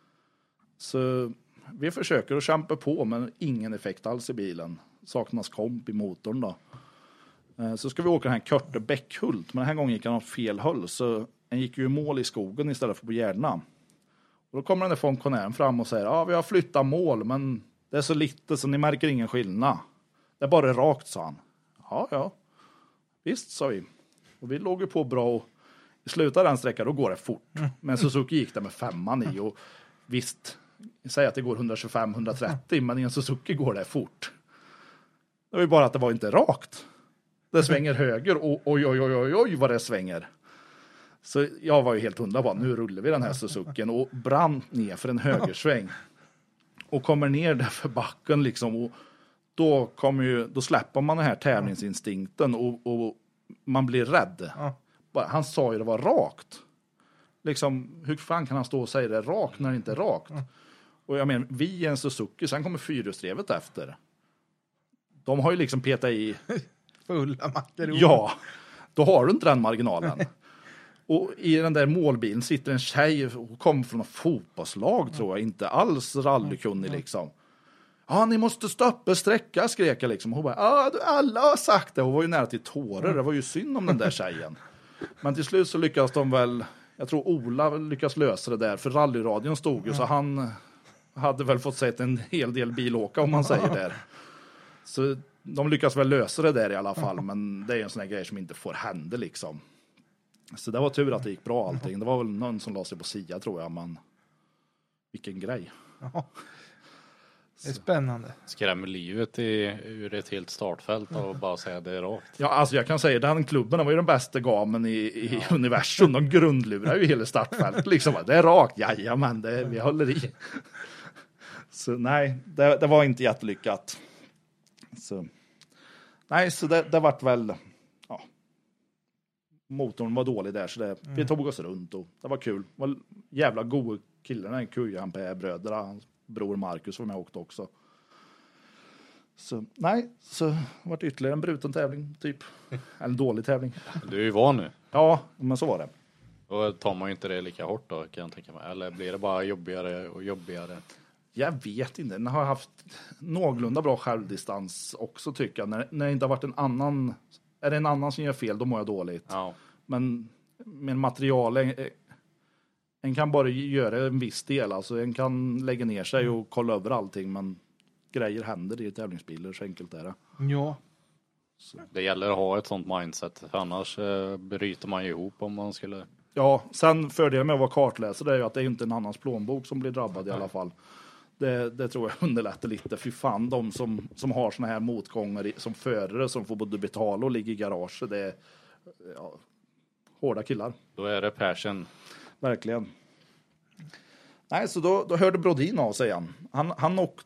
Så vi försöker att kämpa på, men ingen effekt alls i bilen. Saknas komp i motorn då. Så ska vi åka den här Körte Bäckhult, men den här gången gick han åt fel håll, så han gick ju i mål i skogen istället för på Gärna. Och då kommer den där funktionären fram och säger, ja, vi har flyttat mål, men det är så lite så ni märker ingen skillnad. Det är bara rakt, sa han. Ja, ja. Visst, sa vi. Och vi låg ju på bra och i slutet av den sträckan, då går det fort. Men Suzuki gick det med femman i och visst, jag säger att det går hundratjugofem till hundratrettio, men i en Suzuki går det fort. Det var ju bara att det var inte rakt. Det svänger höger och oj, oj, oj, oj, oj vad det svänger. Så jag var ju helt hundra på, nu rullar vi den här Suzuken och brant ner för en högersväng. Och kommer ner där för backen liksom och då kommer ju, då släpper man den här tävlingsinstinkten och, och man blir rädd. Bara, han sa ju det var rakt. Liksom, hur fan kan han stå och säga det rakt när det inte är rakt? Och jag menar, vi är en Suzuki, sen kommer fyrhjulsdrivet efter. De har ju liksom petat i fulla makaroner. Ja, då har du inte den marginalen. Och i den där målbilen sitter en tjej och kommer från ett fotbollslag, tror jag. Inte alls rallykunnig liksom. Ja, ni måste stoppa sträcka, skrek jag liksom. Hon bara, ja, alla har sagt det. Hon var ju nära till tårar. Det var ju synd om den där tjejen. Men till slut så lyckas de väl, jag tror Ola lyckas lösa det där. För rallyradion stod ju, så han hade väl fått sett en hel del bilåka, om man säger där. Så de lyckas väl lösa det där i alla fall. Men det är en sån här grej som inte får hända liksom. Så det var tur att det gick bra allting. Det var väl någon som la sig på Sia, tror jag. Men vilken grej. Det är spännande. Skrämmer livet i, ur ett helt startfält och bara säga det är rakt. Ja, alltså jag kan säga, den klubben var ju den bästa gamen i, i ja. universum. De grundlurar ju hela startfältet. Liksom, det är rakt. Jajamän, det, vi håller i. Så nej, det, det var inte jättelyckat. Så, nej, så det, det vart väl... Ja, motorn var dålig där, så det, mm. vi tog oss runt och det var kul. Det var jävla goda killarna, Kujanpää bröderna, hans bror Marcus var med och åkte också. Så nej, så det vart ytterligare en bruten tävling, typ. Eller en dålig tävling. Du är ju van nu. Ja, men så var det. Då tar man ju inte det lika hårt då, kan jag tänka mig. Eller blir det bara jobbigare och jobbigare? Jag vet inte. Den har haft någorlunda bra självdistans också, tycker jag. När, när det inte har varit en annan... Är det en annan som gör fel, då mår jag dåligt. Ja. Men med materialen... En kan bara göra en viss del. Alltså en kan lägga ner sig och kolla över allting. Men grejer händer i tävlingsbilar, så enkelt är det. Ja. Det gäller att ha ett sånt mindset, för annars eh, bryter man ju ihop om man skulle... Ja, sen fördelen med att vara kartläsare är ju att det är inte en annans plånbok som blir drabbad i alla fall. Det, det tror jag underlättar lite. Fy fan, de som, som har såna här motgångar i, som förare som får både betala och ligga i garage, det är ja, hårda killar. Då är det passion. Verkligen. Nej, så då, då hörde Brodin av sig igen. Han, han åkte...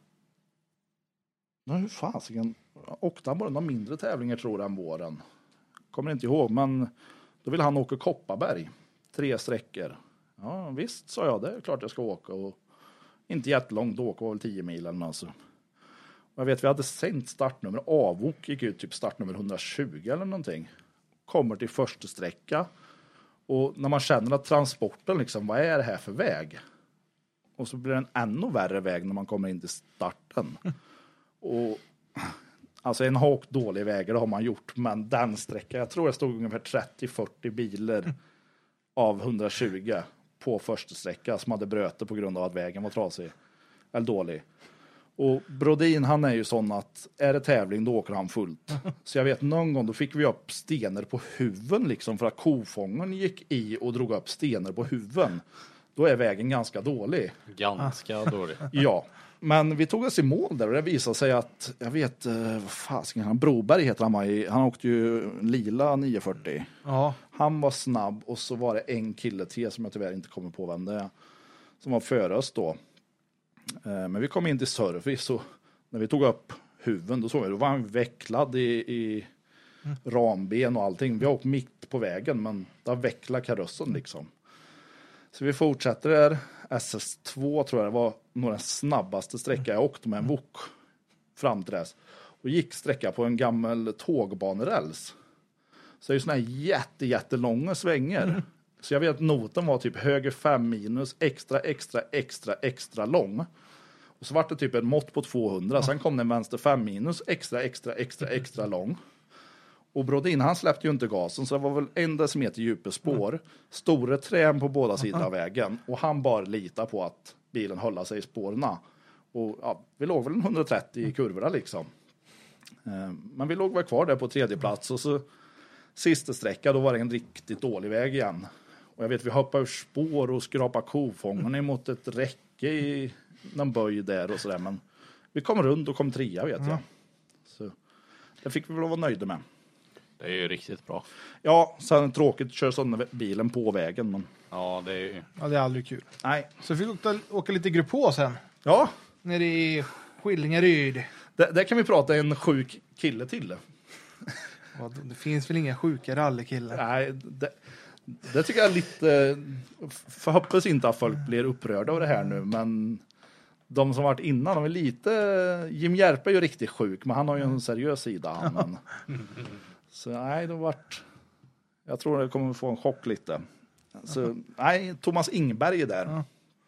Nej, hur fasiken... Åkte han bara några mindre tävlingar tror jag än våren. Kommer inte ihåg, men då vill han åka Kopparberg. Tre sträckor. Ja, visst, sa jag. Det är klart jag ska åka. Och inte jättelångt, då åker väl tio mil eller alltså. Och jag vet, vi hade sent startnummer. Avok gick ut typ startnummer hundratjugo eller någonting. Kommer till första sträcka. Och när man känner att transporten liksom, vad är det här för väg? Och så blir det en ännu värre väg när man kommer in till starten. Och alltså en har åkt dålig vägar, det har man gjort. Men den sträckan, jag tror jag stod ungefär trettio till fyrtio bilar av hundratjugo på första sträcka som hade bröter på grund av att vägen var trasig. Eller dålig. Och Brodin, han är ju sån att är det tävling då åker han fullt. Så jag vet någon gång då fick vi upp stenar på huven liksom för att kofångaren gick i och drog upp stenar på huven. Då är vägen ganska dålig. Ganska dålig. Ja, men vi tog oss i mål där och det visade sig att, jag vet, vad fasiken, han Broberg heter han, var han åkte ju lila nio fyrtio. Ja. Han var snabb och så var det en kille till som jag tyvärr inte kommer på vem det är, som var före oss då. Men vi kom in till service och när vi tog upp huven då såg vi, då var han vecklad i, i mm. ramben och allting. Vi har åkt mitt på vägen men det har vecklat karossen liksom. Så vi fortsätter där. S S två tror jag det var nog den snabbaste sträcka jag åkte med en vok fram till dess. Och gick sträcka på en gammal tågbaneräls. Så det är ju såna här jätte, jättelånga svängar. Mm. Så jag vet att noten var typ höger fem minus, extra, extra, extra, extra lång. Och så var det typ en mått på tvåhundra. Sen kom det en vänster fem minus, extra, extra, extra, extra lång. Och Brodin, han släppte ju inte gasen, så det var väl en decimeter djupa spår. Stora trän på båda sidor av vägen. Och han bara litar på att bilen håller sig i spårna. Och ja, vi låg väl en hundratrettio i kurvorna liksom. Men vi låg väl kvar där på tredje plats. Och så sista sträcka, då var det en riktigt dålig väg igen. Och jag vet, vi hoppade ur spår och skrapade kofången emot ett räcke i någon böj där och sådär. Men vi kom runt och kom trea, vet jag. Så det fick vi väl vara nöjda med. Det är ju riktigt bra. Ja, sen är det tråkigt att köra sådana bilen på vägen. Men... Ja, det är ju... Ja, det är aldrig kul. Nej. Så vi fick åka, åka lite grupp på sen. Ja. Nere i Skillingaryd. Där, där kan vi prata en sjuk kille till. Ja, det finns väl inga sjuka rallykillar? Nej, det, det tycker jag är lite... Förhoppas inte att folk blir upprörda av det här nu, men de som varit innan, de är lite... Jim Järpe är ju riktigt sjuk, men han har ju en seriös sida. Han, men... Så nej, det har varit... Jag tror det kommer få en chock lite. Så nej, Thomas Ingberg är där. Ja,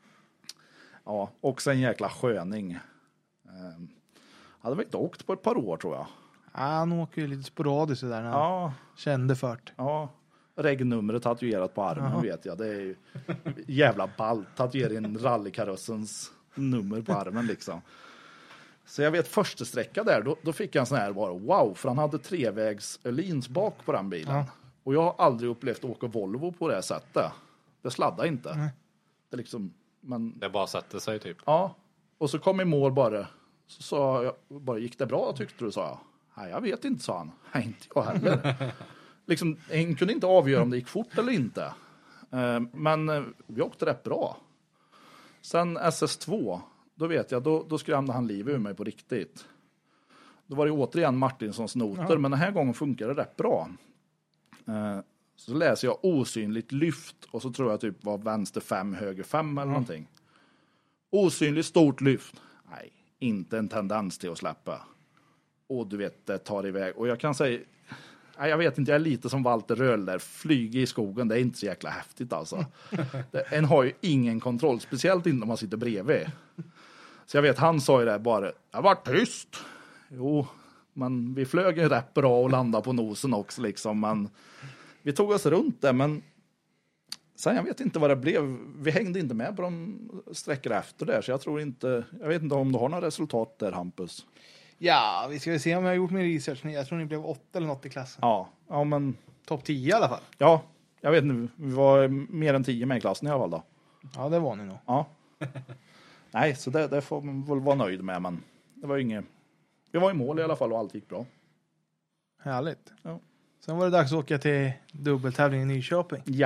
ja, också en jäkla sköning. Um, hade väl inte åkt på ett par år, tror jag. Ja, han åker ju lite sporadiskt där när han ja. kände fört. Ja, regnumret tatuerat på armen, ja. Vet jag. Det är ju jävla ballt. Tatuera in rallykarossens nummer på armen liksom. Så jag vet första sträcka där, då, då fick jag en sån här bara wow, för han hade trevägs Öhlins bak på den bilen. Ja. Och jag har aldrig upplevt att åka Volvo på det här sättet. Det sladdar inte. Nej. Det liksom, men... Det bara sätter sig typ. Ja, och så kom i mål bara. Så sa jag, bara gick det bra tyckte du, sa jag. Nej, jag vet inte, sa han. Nej, inte jag heller. liksom, han kunde inte avgöra om det gick fort eller inte. Uh, men uh, vi åkte rätt bra. Sen S S två, då vet jag, då, då skrämde han livet ur mig på riktigt. Då var det återigen Martinssons noter, ja. Men den här gången funkar det rätt bra. Uh, så läser jag osynligt lyft och så tror jag typ var vänster fem, höger fem eller ja. Någonting. Osynligt stort lyft. Nej, inte en tendens till att släppa. Och du vet, det tar iväg. Och jag kan säga, nej, jag vet inte, jag är lite som Walter Röhl där. Flyga i skogen, det är inte så jäkla häftigt alltså. det, en har ju ingen kontroll, speciellt inte om man sitter bredvid. Så jag vet, han sa ju det bara, jag var tyst. Jo, men vi flög ju rätt bra och landade på nosen också liksom. Men vi tog oss runt det, men Sen jag vet inte vad det blev. Vi hängde inte med på de sträckor efter där. Så jag tror inte, jag vet inte om du har några resultat där, Hampus. Ja, vi ska väl se om jag har gjort min research. Jag tror ni blev åtta eller något i klassen. Ja, ja men... Topp tio i alla fall. Ja, jag vet nu. Vi var mer än tio med i klassen i alla fall då. Ja, det var ni nog. Ja. Nej, så det, det får man väl vara nöjd med, men det var inget... Vi var i mål i alla fall och allt gick bra. Härligt. Ja. Sen var det dags att åka till dubbeltävling i Nyköping. Ja.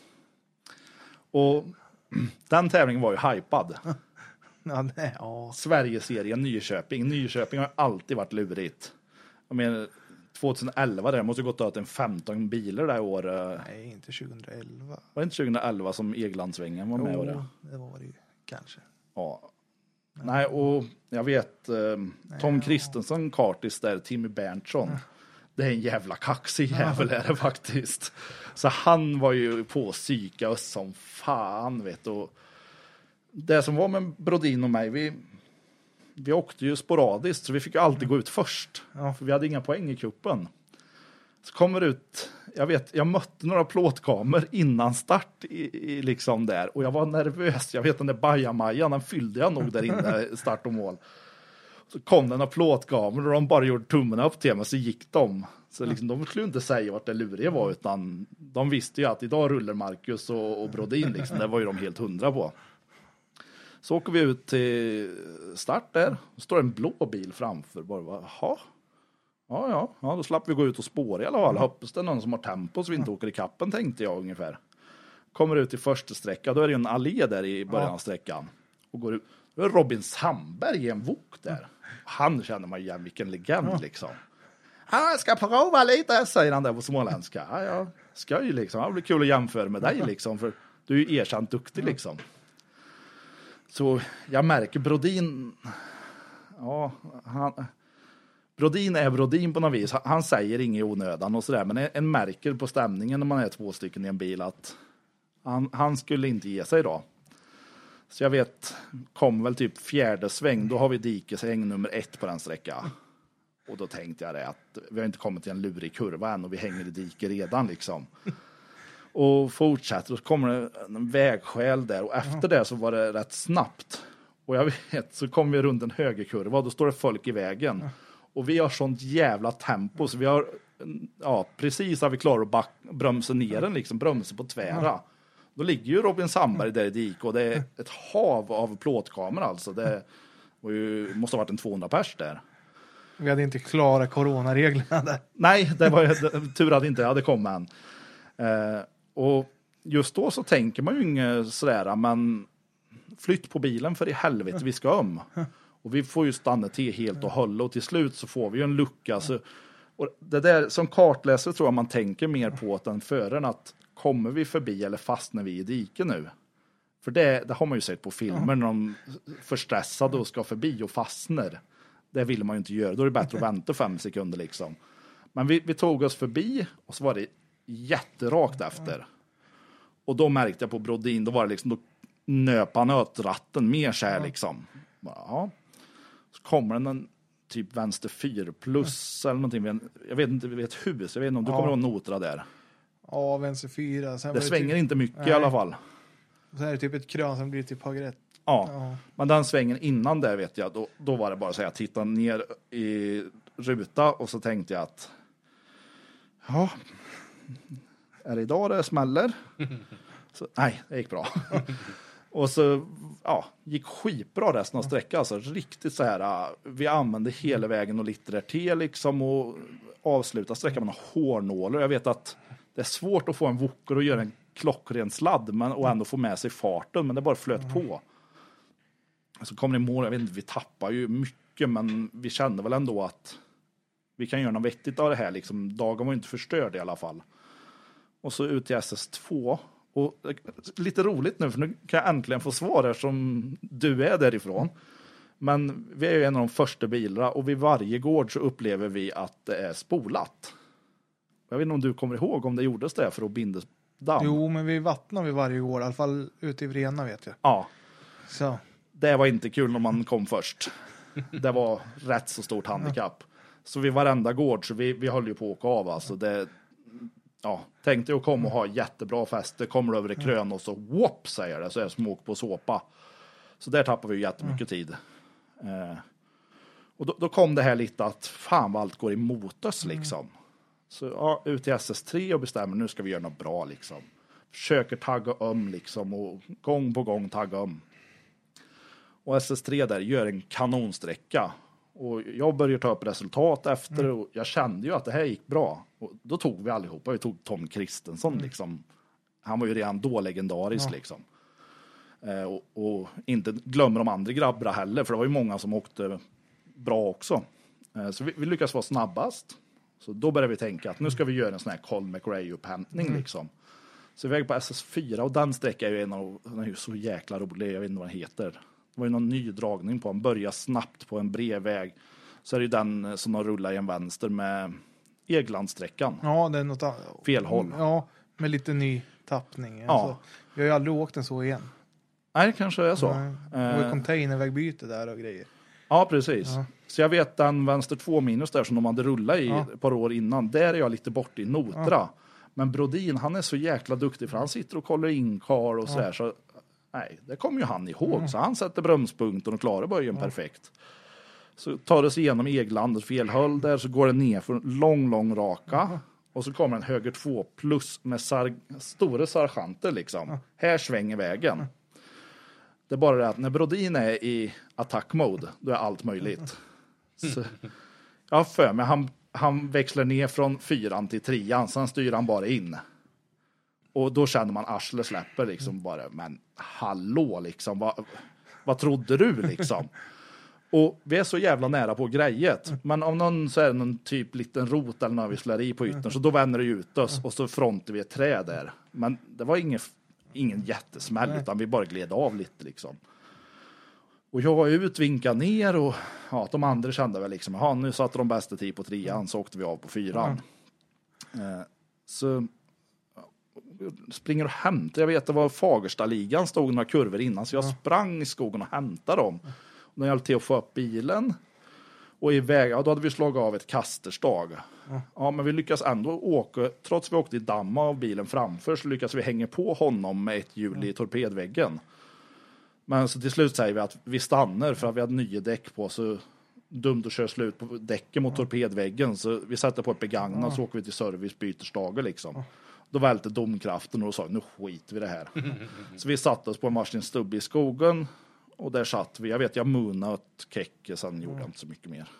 Och den tävlingen var ju hypad. Ja, det, ja. Sverigeserien Nyköping. Nyköping har alltid varit lurigt. Jag menar, tjugoelva där måste ju gått åt en femton bilar det året. Nej, inte tjugoelva. Var det inte tjugoelva som Eglandsvängen var med? Jo, och det? det var det ju. Kanske. Ja. Nej, och jag vet eh, Tom Kristensson, Kartis där, Timmy Berntsson. Det är en jävla kaxig jävel är det faktiskt. Så han var ju på psyka och som fan, vet du. Och det som var med Brodin och mig, vi, vi åkte ju sporadiskt så vi fick ju alltid gå ut först. Ja. För vi hade inga poäng i kuppen. Så kommer ut, jag vet, jag mötte några plåtkamer innan start i, i liksom där. Och jag var nervös, jag vet den där bajamajan, den fyllde jag nog där inne, start och mål. Så kom det några plåtkameror och de bara gjorde tummen upp till mig, så gick de. Så liksom, de skulle inte säga vart det luriga var, utan de visste ju att idag rullar Marcus och, och Brodin, liksom. Det var ju de helt hundra på. Så åker vi ut till start där, och står en blå bil framför. Bara, jaha. Ja, ja, ja, då slapp vi gå ut och spåra i alla fall. Hoppas det är någon som har tempo så vi inte åker i kappen, tänkte jag ungefär. Kommer ut i första sträcka, då är det en allé där i början av sträckan. Och går ut, då är Robin Sandberg i en vok där. Han känner man igen, vilken legend liksom. Ja, jag ska prova lite, säger han där på småländska. Ja, jag ska ju liksom, det blir kul att jämföra med dig liksom, för du är ju erkänt duktig liksom. Så jag märker Brodin, ja, han... Brodin är Brodin på något vis. Han säger inget i onödan och sådär. Men en märker på stämningen när man är två stycken i en bil att han, han skulle inte ge sig då. Så jag vet, kom väl typ fjärde sväng. Då har vi dikesäng nummer ett på den sträcka. Och då tänkte jag det att vi har inte kommit till en lurig kurva än och vi hänger i diket redan liksom. Och fortsätter och så kommer det en vägskäl där. Och efter det så var det rätt snabbt. Och jag vet, så kommer vi runt en högerkurva och då står det folk i vägen. Och vi har sånt jävla tempo så vi har, ja, precis har vi klarat att back, bromsa ner den liksom, bromsa på tvära. Då ligger ju Robin Sandberg där i dik och det är ett hav av plåtkameror alltså. Det var ju, måste ha varit en tvåhundra pers där. Vi hade inte klarat coronareglerna där. Nej, det var tur att inte hade kommit än. Eh, och just då så tänker man ju inget sådär, men flytt på bilen för i helvete, vi ska om. Och vi får ju stanna till helt och hålla och till slut så får vi ju en lucka. Så, och det där som kartläsare tror jag man tänker mer på att den föraren att kommer vi förbi eller fastnar vi i diken nu? För det, det har man ju sett på filmer när de för stressade och ska förbi och fastnar. Det vill man ju inte göra. Då är det bättre att vänta fem sekunder liksom. Men vi, vi tog oss förbi och så var det jätterakt efter. Och då märkte jag på Brodin, då var det liksom, då nöp han åt ratten mer så här liksom. Ja. Så kommer den en typ vänster fyra plus eller någonting. Jag vet inte, vid ett hus. Jag vet inte om du ja. kommer ihåg notra där. Ja, vänster fyra. Sen det svänger typ, inte mycket nej. i alla fall. Sen är det typ ett krön som blir typ höger rätt. Ja. ja, men den svängen innan där vet jag, då, då var det bara så att jag tittade ner i ruta och så tänkte jag att ja, är det idag det smäller? Så, nej, det gick bra. Och så ja, gick skitbra resten av sträckan. Alltså riktigt så här, vi använde hela vägen och lite till liksom och avsluta sträckan med hårnålar. Jag vet att det är svårt att få en wokor och göra en klockren sladd men, och ändå få med sig farten, men det bara flöt på. Så kom det i mål, jag vet inte, vi tappar ju mycket, men vi kände väl ändå att vi kan göra något vettigt av det här. Liksom, dagen var ju inte förstörd i alla fall. Och så ut till S S två. Och lite roligt nu, för nu kan jag äntligen få svar här som du är därifrån. Men vi är ju en av de första bilarna och vid varje gård så upplever vi att det är spolat. Jag vet inte om du kommer ihåg om det gjordes det för att binda damm. Jo, men vi vattnar vid varje gård, i alla fall ute i Vrena vet jag. Ja. Så. Det var inte kul när man kom först. Det var rätt så stort handikapp. Så vid varenda gård så vi, vi höll ju på att åka av. Alltså det, ja, tänkte jag komma och ha jättebra fäste, kommer över i krön och så whoop säger det, så är det som åk på såpa. Så där tappar vi ju jättemycket tid. Eh, och då, då kom det här lite att fan vad allt går emot oss liksom. Så ja, ut till S S tre och bestämmer nu ska vi göra något bra liksom. Försöker tagga om liksom och gång på gång tagga om. Och S S tre där gör en kanonsträcka. Och jag började ta upp resultat efter och jag kände ju att det här gick bra. Och då tog vi allihopa, vi tog Tom Kristensson mm. liksom. Han var ju redan då legendarisk ja. liksom. Eh, och, och inte glömmer de andra grabbarna heller, för det var ju många som åkte bra också. Eh, så vi, vi lyckades vara snabbast. Så då började vi tänka att nu ska vi göra en sån här Colin McRae-upphämtning mm. liksom. Så vi väg på S S fyra och den sträckan är ju en av, den är ju så jäkla rolig, jag vet inte vad den heter. Det var ju någon ny dragning på, han börjar snabbt på en brevväg. Så är det ju den som har rullat i en vänster med Eglandsträckan. Ja, det är något fel håll. Ja, med lite ny tappning. Ja. Alltså, vi har ju aldrig åkt den så igen. Nej, det kanske är så. Nej, det var containervägbyte där och grejer. Ja, precis. Ja. Så jag vet den vänster två minus där som de hade rullat i ja. ett par år innan. Där är jag lite bort i Notra. Ja. Men Brodin, han är så jäkla duktig för han sitter och kollar in kar och ja. så här. Så nej, det kommer ju han ihåg. Mm. Så han sätter bromspunkten och klarar böjen ja. perfekt. Så tar det sig igenom Egland, felhöll där, så går det ner för en lång, lång raka. Mm. Och så kommer en höger två plus med sar- stora sarganter liksom. Mm. Här svänger vägen. Mm. Det är bara det att när Brodin är i attack-mode, då är allt möjligt. Så, ja, för mig, han, han växlar ner från fyran till trean, sen styr han bara in. Och då känner man arslet släpper liksom bara, men hallå liksom, vad, vad trodde du liksom? Och vi är så jävla nära på grejet. Men om någon så är någon typ liten rot eller något vi slår i på yttern, så då vänder det ut oss och så frontar vi ett träd där. Men det var ingen, ingen jättesmäll, utan vi bara gled av lite liksom. Och jag var ut, vinkade ner och ja, de andra kände väl liksom, ja, nu satte de bästa tid på trean, så åkte vi av på fyran. Mm. Eh, så springer och hämtar. Jag vet, det var Fagersta-ligan, stod några kurvor innan, så jag ja. sprang i skogen och hämtade dem. Och när jag höll till att få upp bilen och i väg, ja, då hade vi slagit av ett kasterstag. Ja. ja, men vi lyckas ändå åka, trots vi åkte i damma av bilen framför, så lyckas vi hänga på honom med ett hjul i torpedväggen. Men så till slut säger vi att vi stannar för att vi hade nya däck på, så dumt att köra slut på däcken mot ja. torpedväggen, så vi sätter på ett begagnat ja. så åker vi till service, byter stager liksom. Ja. Då välte domkraften och sa, nu skiter vi det här. Så vi satte oss på en varsin stubbe i skogen. Och där satt vi. Jag vet, jag munade ett kekke, sen gjorde jag inte så mycket mer.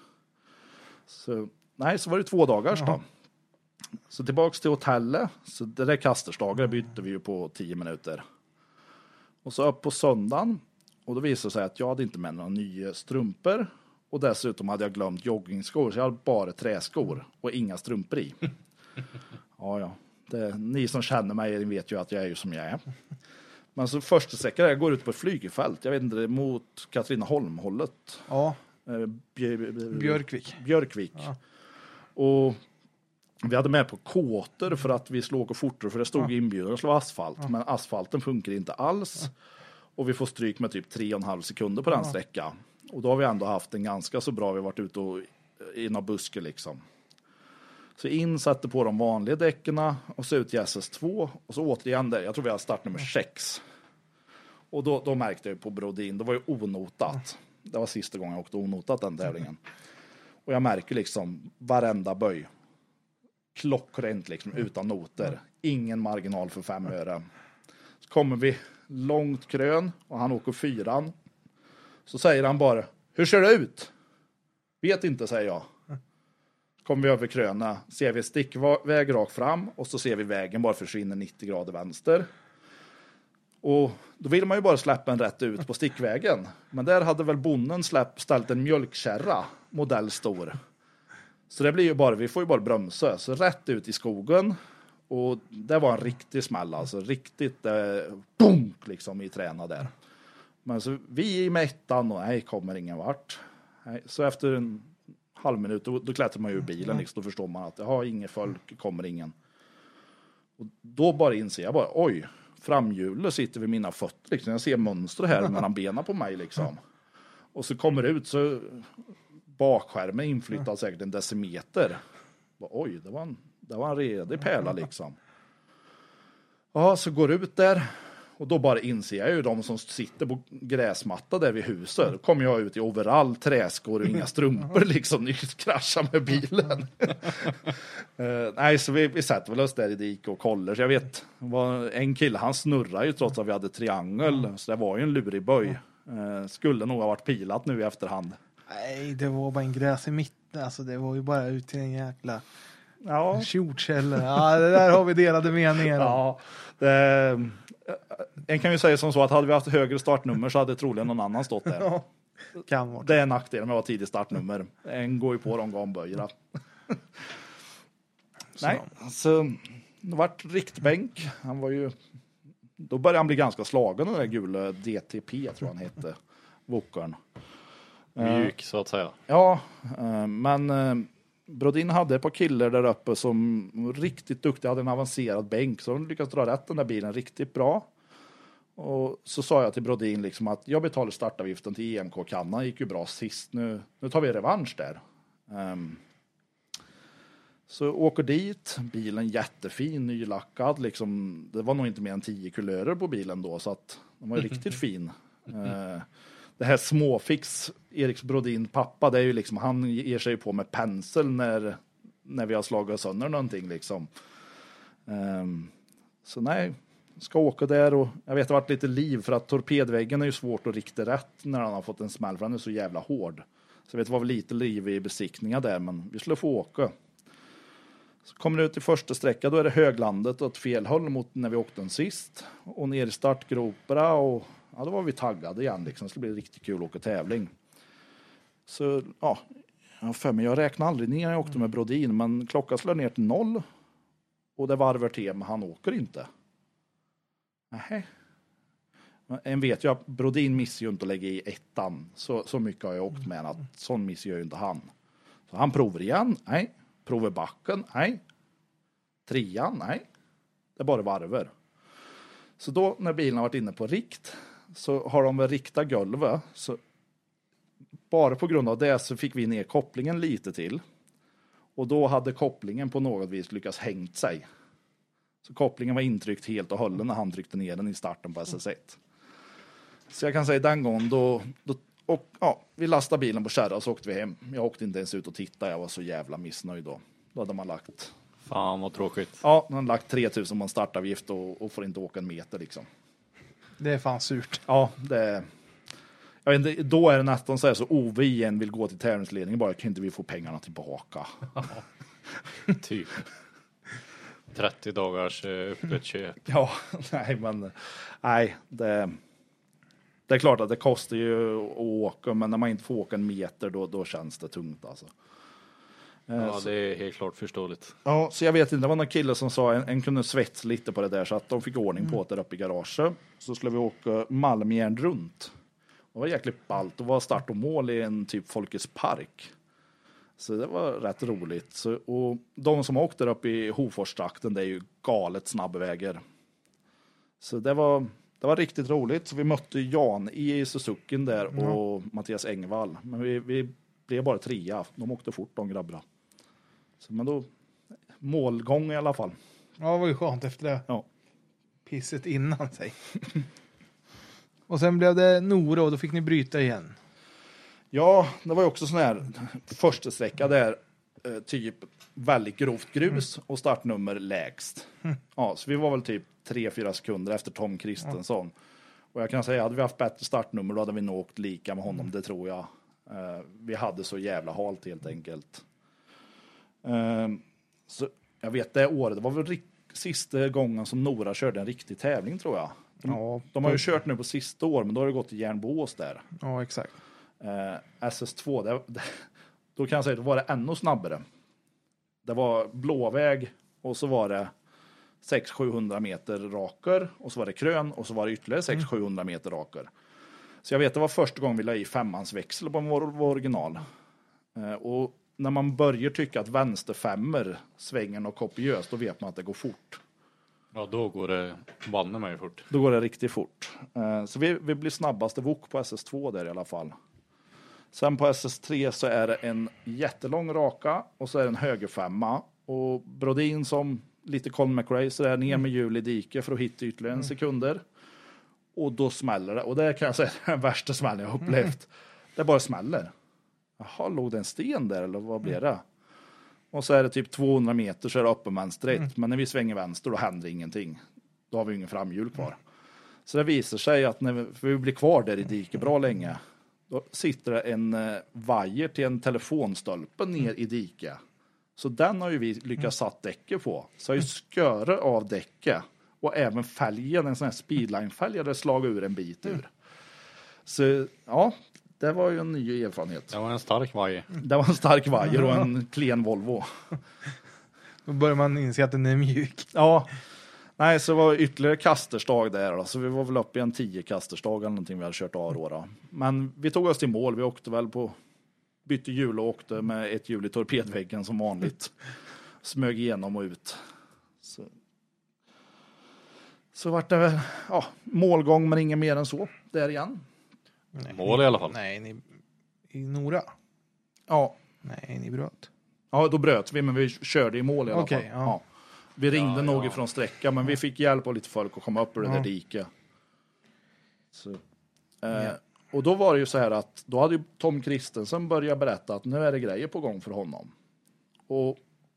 Så, nej, så var det två dagars då. Så tillbaks till hotellet. Så det där kasterstagar bytte vi ju på tio minuter. Och så upp på söndagen. Och då visade det sig att jag hade inte med några nya strumpor. Och dessutom hade jag glömt joggingskor. Så jag hade bara träskor och inga strumpor i. Ja, ja. Det, ni som känner mig vet ju att jag är ju som jag är. Men så första sträckan jag går ut på ett flygfält. Jag vet inte, mot Katrineholm-hållet. Ja. Björ, Björkvik. Björkvik. Ja. Och vi hade med på kåter för att vi skulle åka fortare. För det stod ja. inbjudan att slå asfalt. Ja. Men asfalten funkar inte alls. Ja. Och vi får stryk med typ tre och en halv sekunder på den ja. sträckan. Och då har vi ändå haft en ganska så bra. Vi har varit ute och, i några buske liksom. Så in, satte på de vanliga däckerna och så ut i S S två. Och så återigen där, jag tror vi har start nummer sex. Och då, då märkte jag på Brodin, det var ju onotat. Det var sista gången jag åkte onotat den tävlingen. Och jag märker liksom varenda böj. Klockrent liksom, utan noter. Ingen marginal för fem öre. Så kommer vi långt krön och han åker fyran. Så säger han bara, hur ser det ut? Vet inte, säger jag. Kommer vi över kröna, ser vi stickväg rakt fram och så ser vi vägen bara försvinner nittio grader vänster. Och då vill man ju bara släppa en rätt ut på stickvägen. Men där hade väl bonden släpp, ställt en mjölkkärra, modell stor. Så det blir ju bara, vi får ju bara bromsa. Så rätt ut i skogen. Och det var en riktig smäll, alltså riktigt eh, bonk liksom i träna där. Men så vi i mättan och nej, kommer ingen vart. Nej, så efter en halv minut, då, då klättrar man ju ur bilen liksom, då förstår man att det har ingen folk, kommer ingen. Och då bara inser jag bara, oj, framhjulet sitter vid mina fötter liksom. Jag ser mönster här mellan benen på mig liksom. Och så kommer det ut så bakskärmen inflyttad säkert en decimeter. Bara, oj, det var en Det var en redig pärla liksom. Ja, så går ut där. Och då bara inser jag ju de som sitter på gräsmatta där vid huset. Då kommer jag ut i overall, träskor och inga strumpor liksom. Ni kraschar med bilen. uh, nej, så vi, vi sätter väl oss där i dik och kollar. Så jag vet, var en kille, han snurrar ju trots att vi hade triangel. Så det var ju en lurig böj. Uh, skulle nog ha varit pilat nu i efterhand. Nej, det var bara en gräs i mitten. Alltså det var ju bara ut till en jäkla ja. tjortkällare. Ja, det där har vi delade meningar. Ja, det... En kan ju säga som så att hade vi haft högre startnummer så hade troligen någon annan stått där. Ja, kan vara. Det är en nackdel med att ha tidigt startnummer. En går ju på de gamböjra. Nej, så det vart riktbänk. Han var ju... Då började han bli ganska slagen, den där gula D T P tror han hette. Wokern. Mjuk så att säga. Ja, men Brodin hade ett par killar där uppe som riktigt duktiga, hade en avancerad bänk, så de lyckades dra rätt den där bilen riktigt bra. Och så sa jag till Brodin liksom att jag betalar startavgiften till E M K-kannan, gick ju bra sist, nu, nu tar vi revansch där. Um, så åker dit, bilen jättefin, nylackad, liksom, det var nog inte mer än tio kulörer på bilen då, så att den var riktigt fin. Uh, Det här småfix, Eriks Brodin pappa, det är ju liksom, han ger sig på med pensel när, när vi har slagit sönder någonting liksom. Um, så nej, ska åka där och jag vet det har varit lite liv för att torpedväggen är ju svårt att rikta rätt när han har fått en smäll för han är så jävla hård. Så jag vet det var väl lite liv i besiktningar där, men vi skulle få åka. Så kommer det ut i första sträcka, då är det höglandet och ett felhåll mot när vi åkte den sist. Och ner i startgroparna och ja, då var vi taggade igen liksom. Det skulle bli riktigt kul att åka tävling. Så ja, jag för mig, jag räknade aldrig ner när jag åkte med Brodin, men klockan slår ner till noll. Och det varvar till, men han åker inte. Nej. En vet ju att Brodin missar ju inte att lägga i ettan. Så, så mycket har jag åkt med att sån missar ju inte han. Så han provar igen, nej. Provar backen, nej. Trean, nej. Det är bara varver. Så då när bilen har varit inne på rikt så har de väl riktat golvet. Så bara på grund av det så fick vi ner kopplingen lite till. Och då hade kopplingen på något vis lyckats hängt sig. Så kopplingen var intryckt helt och hållen när han tryckte ner den i starten på S S ett. Så jag kan säga den gången då, då och, ja, vi lastade bilen på kärra och så åkte vi hem. Jag åkte inte ens ut och tittade, jag var så jävla missnöjd då. Då hade man lagt... Fan vad tråkigt. Ja, man har lagt tre tusen på en startavgift och, och får inte åka en meter liksom. Det är fan surt. Ja, det jag vet inte, då är det nästan så här så O V igen vill gå till tävlingsledningen bara, kan inte vi få pengarna tillbaka? Typ. trettio dagars öppet köp. Ja, nej men nej, det det är klart att det kostar ju att åka, men när man inte får åka en meter då, då känns det tungt alltså. Ja, det är helt klart förståeligt. Ja, så jag vet inte, det var någon kille som sa en, en kunde svets lite på det där så att de fick ordning på det där uppe i garaget. Så skulle vi åka Malmjärn runt. Det var jäkligt ballt. Det var start och mål i en typ Folkets park. Så det var rätt roligt. Så, och de som åkte där uppe i Hoforstrakten, det är ju galet snabba vägar. Så det var, det var riktigt roligt. Så vi mötte Jan i Suzukin där och mm. Mattias Engvall. Men vi, vi blev bara trea. De åkte fort, de grabbarna. Så, men då, målgång i alla fall. Ja, det var ju skönt efter det. Ja. Pisset innan sig. Och sen blev det Nora och då fick ni bryta igen. Ja, det var ju också sån här första sträcka där eh, typ väldigt grovt grus mm. och startnummer lägst. Mm. Ja, så vi var väl typ tre fyra sekunder efter Tom Kristensson. Ja. Och jag kan säga, hade vi haft bättre startnummer då hade vi nog åkt lika med honom, mm. det tror jag. Eh, vi hade så jävla halt helt enkelt. Eh, så jag vet det året, det var väl rik- sista gången som Nora körde en riktig tävling tror jag. De, ja, de har ju kört nu på sista år, men då har det gått i Järnbås där. Ja, exakt. Eh, S S två, det, det, då kan jag säga, då var det ännu snabbare. Det var blåväg och så var det sex till sjuhundra meter raker och så var det krön och så var det ytterligare sex till sjuhundra meter raker. Så jag vet, det var första gången vi la i femmans växel på vår, vår original. Eh, och när man börjar tycka att vänster femmer svänger och kopiöst, då vet man att det går fort. Ja, då går det banne mig fort. Då går det riktigt fort. Eh, så vi, vi blir snabbaste vok på S S två där i alla fall. Sen på S S tre så är det en jättelång raka och så är det en högerfemma Och Brodin som lite Colin McRae så där ner med hjul i dike för att hitta ytterligare en sekunder. Och då smäller det. Och det kan jag säga är den värsta smällen jag upplevt. Mm. Det bara smäller. Jaha, låg det en sten där eller vad blir det? Och så är det typ tvåhundra meter så är det öppen vänster. Mm. Men när vi svänger vänster då händer ingenting. Då har vi ingen framhjul kvar. Mm. Så det visar sig att när vi, för vi blir kvar där i diket bra länge. Då sitter det en eh, vajer till en telefonstolpe ner i diket. Så den har ju vi lyckats satt däcket på. Så har ju sköre av däcket. Och även fälgen, en sån här speedline-fälg hade slagit ur en bit ur. Så ja, det var ju en ny erfarenhet. Det var en stark vajer. Det var en stark vajer och en klen Volvo. Då börjar man inse att den är mjuk. Ja, nej så det var ytterligare kasterstag där då. Så vi var väl uppe i en tio kasterstag eller någonting vi hade kört av då, då. Men vi tog oss till mål, vi åkte väl på bytte hjul och åkte med ett hjul i torpedväggen som vanligt. Smög igenom och ut. Så, så vart det väl ja, målgång men inget mer än så. Där igen. Nej, mål i alla fall. Nej, ni, i Nora. Ja. Nej, ni bröt. Ja, då bröt vi men vi körde i mål i alla okay, fall. Ja. Ja. Vi ringde ja, nog ja. ifrån sträcka men vi fick hjälp av lite folk att komma upp ur det ja. där diket. Så, eh, ja. Och då var det ju så här att då hade ju Tom Kristensen börjat berätta att nu är det grejer på gång för honom. Och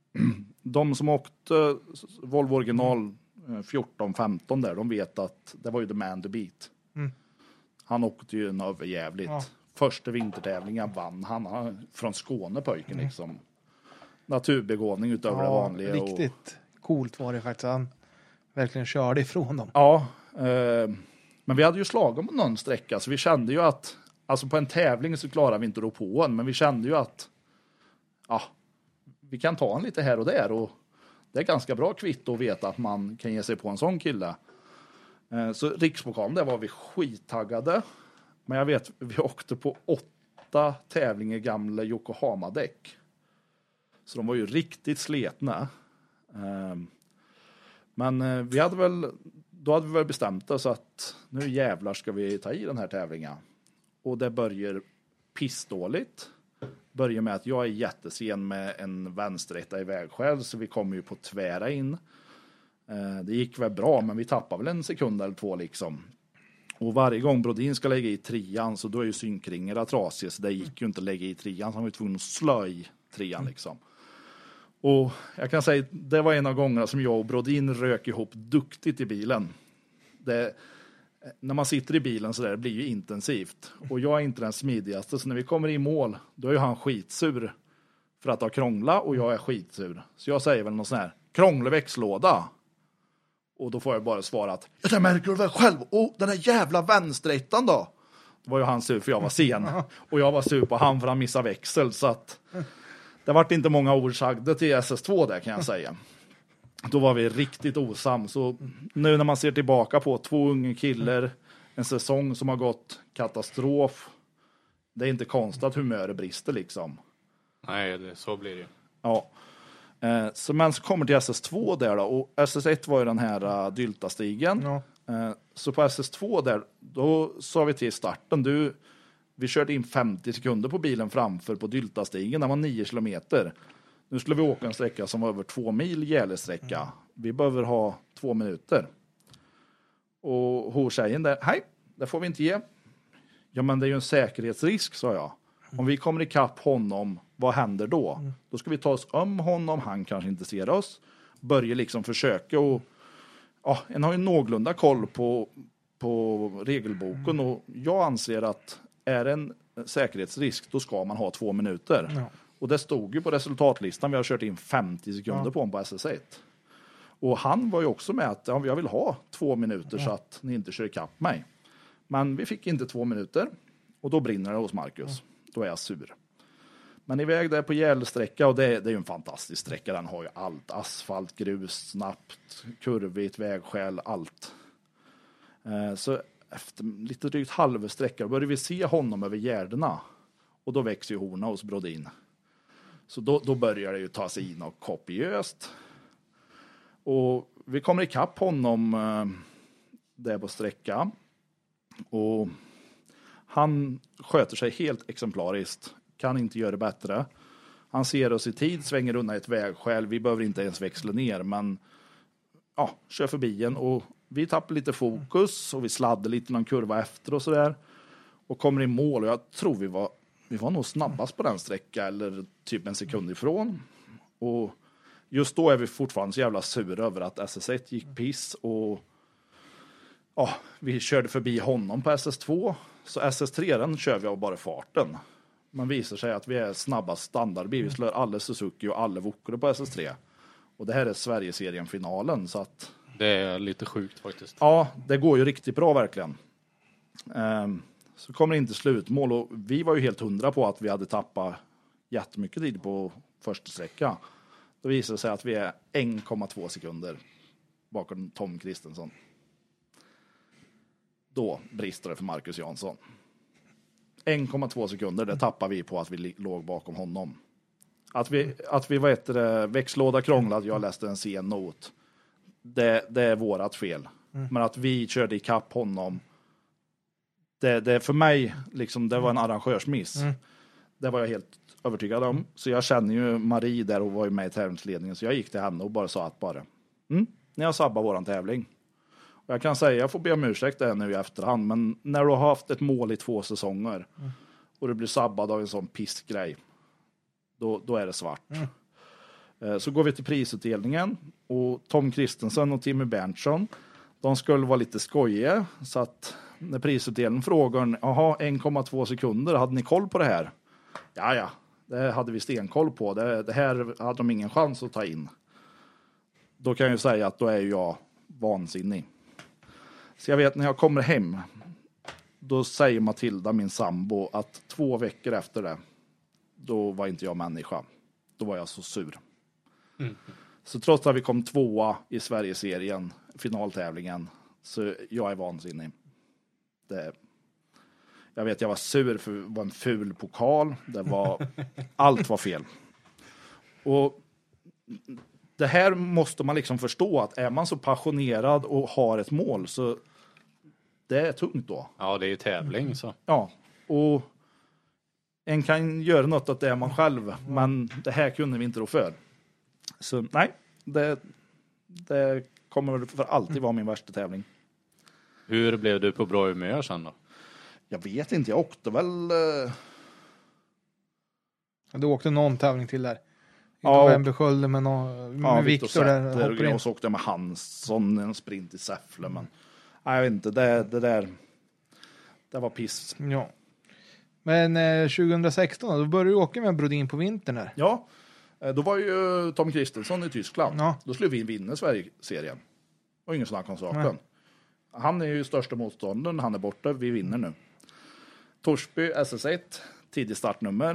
de som åkte Volvo original fjorton femton där, de vet att det var ju the man to beat. Mm. Han åkte ju en överjävligt. Ja. Första vintertävlingen vann han, han från Skåne pojken mm. liksom. Naturbegåvning utöver ja, det vanliga. Riktigt och... coolt var det faktiskt. Han verkligen körde ifrån dem. Ja, eh, men vi hade ju slagit på någon sträcka så vi kände ju att alltså på en tävling så klarar vi inte att rå på en, men vi kände ju att ja, vi kan ta en lite här och där och det är ganska bra kvitto att veta att man kan ge sig på en sån kille. Eh, så rikspokalen där var vi skittaggade. Men jag vet, vi åkte på åtta tävlingar gamla Yokohama-däck. Så de var ju riktigt sletna. Eh, men eh, vi hade väl, då hade vi väl bestämt oss att nu jävlar ska vi ta i den här tävlingen. Och det börjar pissdåligt. Börjar med att jag är jättesen med en vänsterrätta i vägskäl så vi kommer ju på tvära in. Eh, det gick väl bra men vi tappade väl en sekund eller två liksom. Och varje gång Brodin ska lägga i trean så då är ju synkringarna trasiga så det gick ju inte att lägga i trean så han var ju tvungen att slå i trean liksom. Och jag kan säga det var en av gångerna som jag och Brodin rök ihop duktigt i bilen. Det när man sitter i bilen så där blir ju intensivt. Och jag är inte den smidigaste. Så när vi kommer i mål, då är ju han skitsur för att ha krångla och jag är skitsur. Så jag säger väl någon sån här, krånglig växellåda. Och då får jag bara svara att, jag märker du väl själv, och den här jävla vänsterättan då? Då var ju han sur för jag var sen. Och jag var sur på han för han missade växel. Så att det vart inte många ord sagda till S S två där kan jag säga. Då var vi riktigt osam. Så nu när man ser tillbaka på två unga killar, en säsong som har gått katastrof. Det är inte konstigt att humöret brister liksom. Nej, det, så blir det. Ja. Eh, så man kommer till S S två där då. Och S S ett var ju den här uh, Dyltastigen. Ja. Eh, så på S S två där, då sa vi till starten. Du, vi körde in femtio sekunder på bilen framför på Dyltastigen. Den var nio kilometer. Nu skulle vi åka en sträcka som var över två mil gällesträcka. Mm. Vi behöver ha två minuter. Och hos tjejen där, hej, det får vi inte ge. Ja, men det är ju en säkerhetsrisk, sa jag. Om vi kommer ikapp honom, vad händer då? Mm. Då ska vi ta oss om honom, han kanske inte ser oss. Börja liksom försöka och ja, en har ju någorlunda koll på, på regelboken. Mm. Och jag anser att är det en säkerhetsrisk, då ska man ha två minuter. Mm. Och det stod ju på resultatlistan. Vi har kört in femtio sekunder ja. på honom på S S ett. Och han var ju också med att ja, jag vill ha två minuter ja. så att ni inte kör ikapp mig. Men vi fick inte två minuter. Och då brinner det hos Marcus. Ja. Då är jag sur. Men iväg där på gällsträcka. Och det, det är ju en fantastisk sträcka. Den har ju allt. Asfalt, grus, snabbt, kurvigt, vägskäl, allt. Eh, så efter lite drygt halva sträcka började vi se honom över gärdena. Och då växer ju horna hos Brodin. Så då, då börjar det ju ta sig in och kopiöst. Och vi kommer ikapp honom eh, där på sträcka. Och han sköter sig helt exemplariskt. Kan inte göra det bättre. Han ser oss i tid, svänger undan ett vägskäl. Vi behöver inte ens växla ner, men ja, kör förbi en. Och vi tappar lite fokus och vi sladdar lite någon kurva efter och sådär. Och kommer i mål och jag tror vi var, vi var nog snabbast på den sträckan eller typ en sekund ifrån. Och just då är vi fortfarande så jävla sura över att S S ett gick piss och ja, vi körde förbi honom på S S två. Så S S tre den kör vi av bara farten. Man visar sig att vi är snabbast standardbil. Vi slår alla Suzuki och alla Wokre på S S tre. Och det här är Sverigeserien-finalen. Så att, det är lite sjukt faktiskt. Ja, det går ju riktigt bra verkligen. Um, så kommer det inte slutmål. Och vi var ju helt hundra på att vi hade tappat jättemycket tid på första sträcka. Då visar det sig att vi är en komma två sekunder bakom Tom Kristensson. Då brister det för Marcus Jansson. en komma två sekunder, det tappar vi på att vi låg bakom honom. Att vi, att vi vad heter det, växellåda krånglade, jag läste en sen not. Det, det är vårat fel. Mm. Men att vi körde ikapp honom, det, det för mig, liksom, det var en arrangörsmiss. Mm. Det var jag helt övertygad om. Så jag känner ju Marie där och var ju med i tävlingsledningen. Så jag gick till henne och bara sa att bara, mm, ni har sabbat våran tävling. Och jag kan säga, jag får be om ursäkt där nu i efterhand. Men när du har haft ett mål i två säsonger mm. och du blir sabbad av en sån pissgrej, då, då är det svart. Mm. Så går vi till prisutdelningen. Och Tom Kristensen och Timmy Berntsson, de skulle vara lite skojiga. Så att när prisutdelningen frågar, jaha, en komma två sekunder, hade ni koll på det här? Ja, ja, det hade vi stenkoll på. Det, det här hade de ingen chans att ta in. Då kan jag ju säga att då är jag vansinnig. Så jag vet när jag kommer hem, då säger Matilda, min sambo, att två veckor efter det, då var inte jag människa. Då var jag så sur. Mm. Så trots att vi kom tvåa i Sverigeserien, finaltävlingen, så jag är vansinnig. Det, jag vet, jag var sur för det var en ful pokal. Det var, allt var fel. Och det här måste man liksom förstå, att är man så passionerad och har ett mål, så det är tungt då. Ja, det är ju tävling så. Ja, och en kan göra något att det är man själv, men det här kunde vi inte rå för. Så nej, det, det kommer för alltid vara min värsta tävling. Hur blev du på bra humör sen då? Jag vet inte, jag åkte väl... Uh... Du åkte någon tävling till där. Ja, Vem besköljde med, någon, med ja, Victor där. där och så åkte jag med Hansson en sprint i Säffle, men nej, jag vet inte, det, det där det var piss. Ja. Men eh, tjugohundrasexton då började du åka med Brodin på vintern här. Ja, då var ju Tom Kristensson i Tyskland. Ja. Då skulle vi vinna Sverige-serien. Och ingen snack om saken. Nej. Han är ju största motståndaren, han är borta, vi vinner nu. Torsby S S ett, tidig startnummer.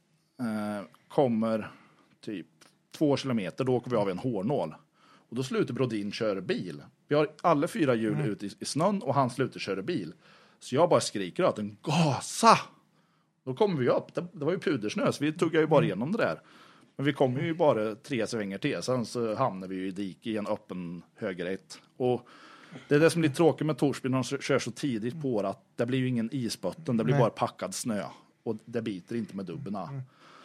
Eh, kommer typ två kilometer, då åker vi av en hårnål. Och då slutar Brodin köra bil. Vi har alla fyra hjul mm. ute i, i snön och han slutar köra bil. Så jag bara skriker att den gasa! Då kommer vi upp. Det, det var ju pudersnö, så vi tuggar ju bara igenom det där. Men vi kommer ju bara tre svängar till. Sen så hamnar vi ju i dik i en öppen högerrätt. Och det är det som blir tråkigt med Torsby när de kör så tidigt på att det blir ju ingen isbotten. Det blir Nej. bara packad snö. Och det biter inte med dubberna. Mm.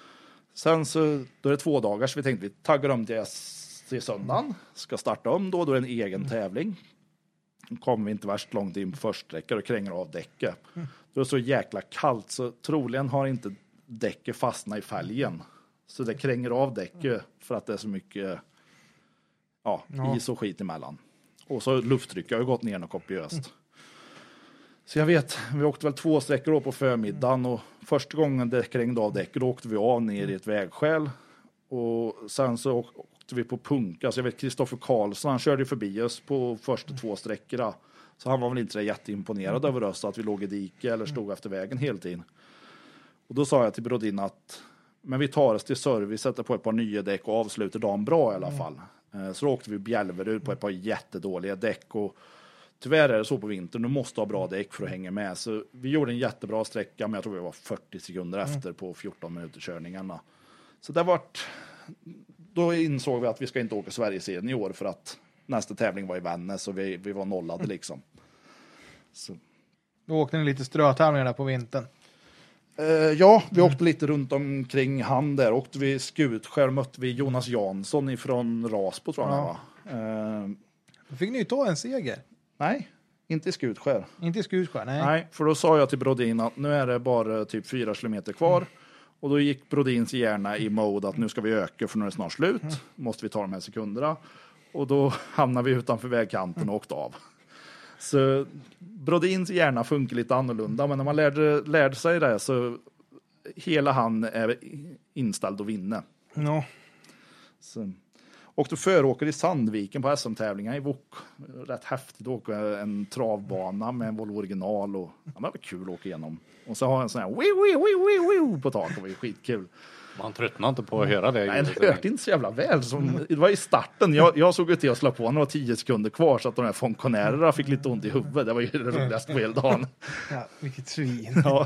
Sen så, då är det två dagar så vi tänkte vi taggar om till, till söndagen. Ska starta om då, då är det en egen mm. tävling. Då kommer vi inte värst långt in på försträckar och kränger av däcket. Mm. Då är det så jäkla kallt så troligen har inte däcket fastnat i fälgen. Så det kränger av däcket för att det är så mycket ja, ja. is och skit emellan. Och så lufttrycket har ju gått ner något kopiöst. Mm. Så jag vet, vi åkte väl två sträckor på förmiddagen och första gången det krängde av däcket då åkte vi av ner i ett vägskäl. Och sen så åkte vi på punka. Så jag vet, Kristoffer Karlsson, han körde förbi oss på första två sträckorna. Så han var väl inte så jätteimponerad över oss att vi låg i dike eller stod efter vägen hela tiden. Och då sa jag till Brodin att men vi tar oss till service, sätter på ett par nya däck och avslutar dagen bra i alla fall. Så då åkte vi Bjälverud på ett par jättedåliga däck och tyvärr är det så på vintern, du måste ha bra däck för att hänga med. Så vi gjorde en jättebra sträcka, men jag tror vi var fyrtio sekunder mm. efter på fjorton minuter körningarna. Så det vart, då insåg vi att vi ska inte åka Sverigeserien i år för att nästa tävling var i Vännäs och vi, vi var nollade liksom. Så. Då åkte ni lite strötävlingar där på vintern. Uh, ja, vi åkte lite runt omkring han där. Åkte vi Skutskär, mötte vi Jonas Jansson ifrån Rasbo tror jag Ja. va? Uh, Då fick ni ju ta en seger. nej, inte i Skutskär. Inte i Skutskär, nej. Nej, för då sa jag till Brodin att nu är det bara typ fyra kilometer kvar. Mm. Och då gick Brodins hjärna i mode att nu ska vi öka för nu är det snart slut. Mm. Måste vi ta de här sekunderna. Och då hamnade vi utanför vägkanten och åkte av. Så Brodins hjärna funkar lite annorlunda. Men när man lärde, lärde sig det så hela han är inställd att vinna. Ja. Så. Och då föråker i Sandviken på S M-tävlingar i Vok. Rätt häftigt att åka en travbana med en Volvo original. Och, ja, det var kul att åka igenom. Och så har jag en sån här wii, wii, wii, wii, wii på taket. Det var ju skitkul. Man tröttnar inte på att höra det. Nej, det hörde inte så jävla väl. Som, det var i starten. Jag, jag såg ut till att slå på några tio sekunder kvar så att de här funktionärerna fick lite ont i huvudet. Det var ju det roligaste på hela dagen. Ja, vilket svin. Ja.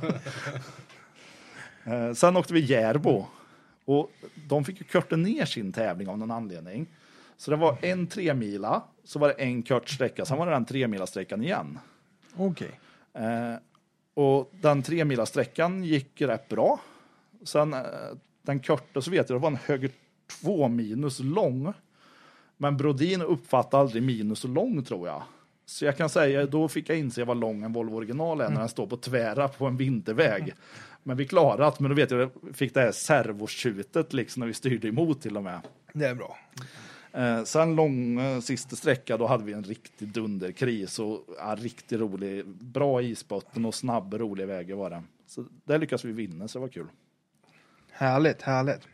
Eh, sen åkte vi Järbo. Och de fick ju korta ner sin tävling av någon anledning. Så det var en tremila, så var det en kort sträcka, sen var det den tremila sträckan igen. Okej. Okay. Eh, och den tremila sträckan gick rätt bra. Sen eh, den korta så vet jag, det var en höger två minus lång. Men Brodin uppfattade aldrig minus så lång tror jag. Så jag kan säga, då fick jag inse vad lång en Volvo original är mm. när den står på tvära på en vinterväg. Men vi klarade att, men då vet jag, fick det här servotjutet liksom när vi styrde emot till och med. Det är bra. Eh, sen lång eh, sista sträcka, då hade vi en riktig dunderkris och ja, riktigt rolig, bra isbotten och snabb, rolig väg var det. Så där lyckades vi vinna, så det var kul. Härligt, härligt.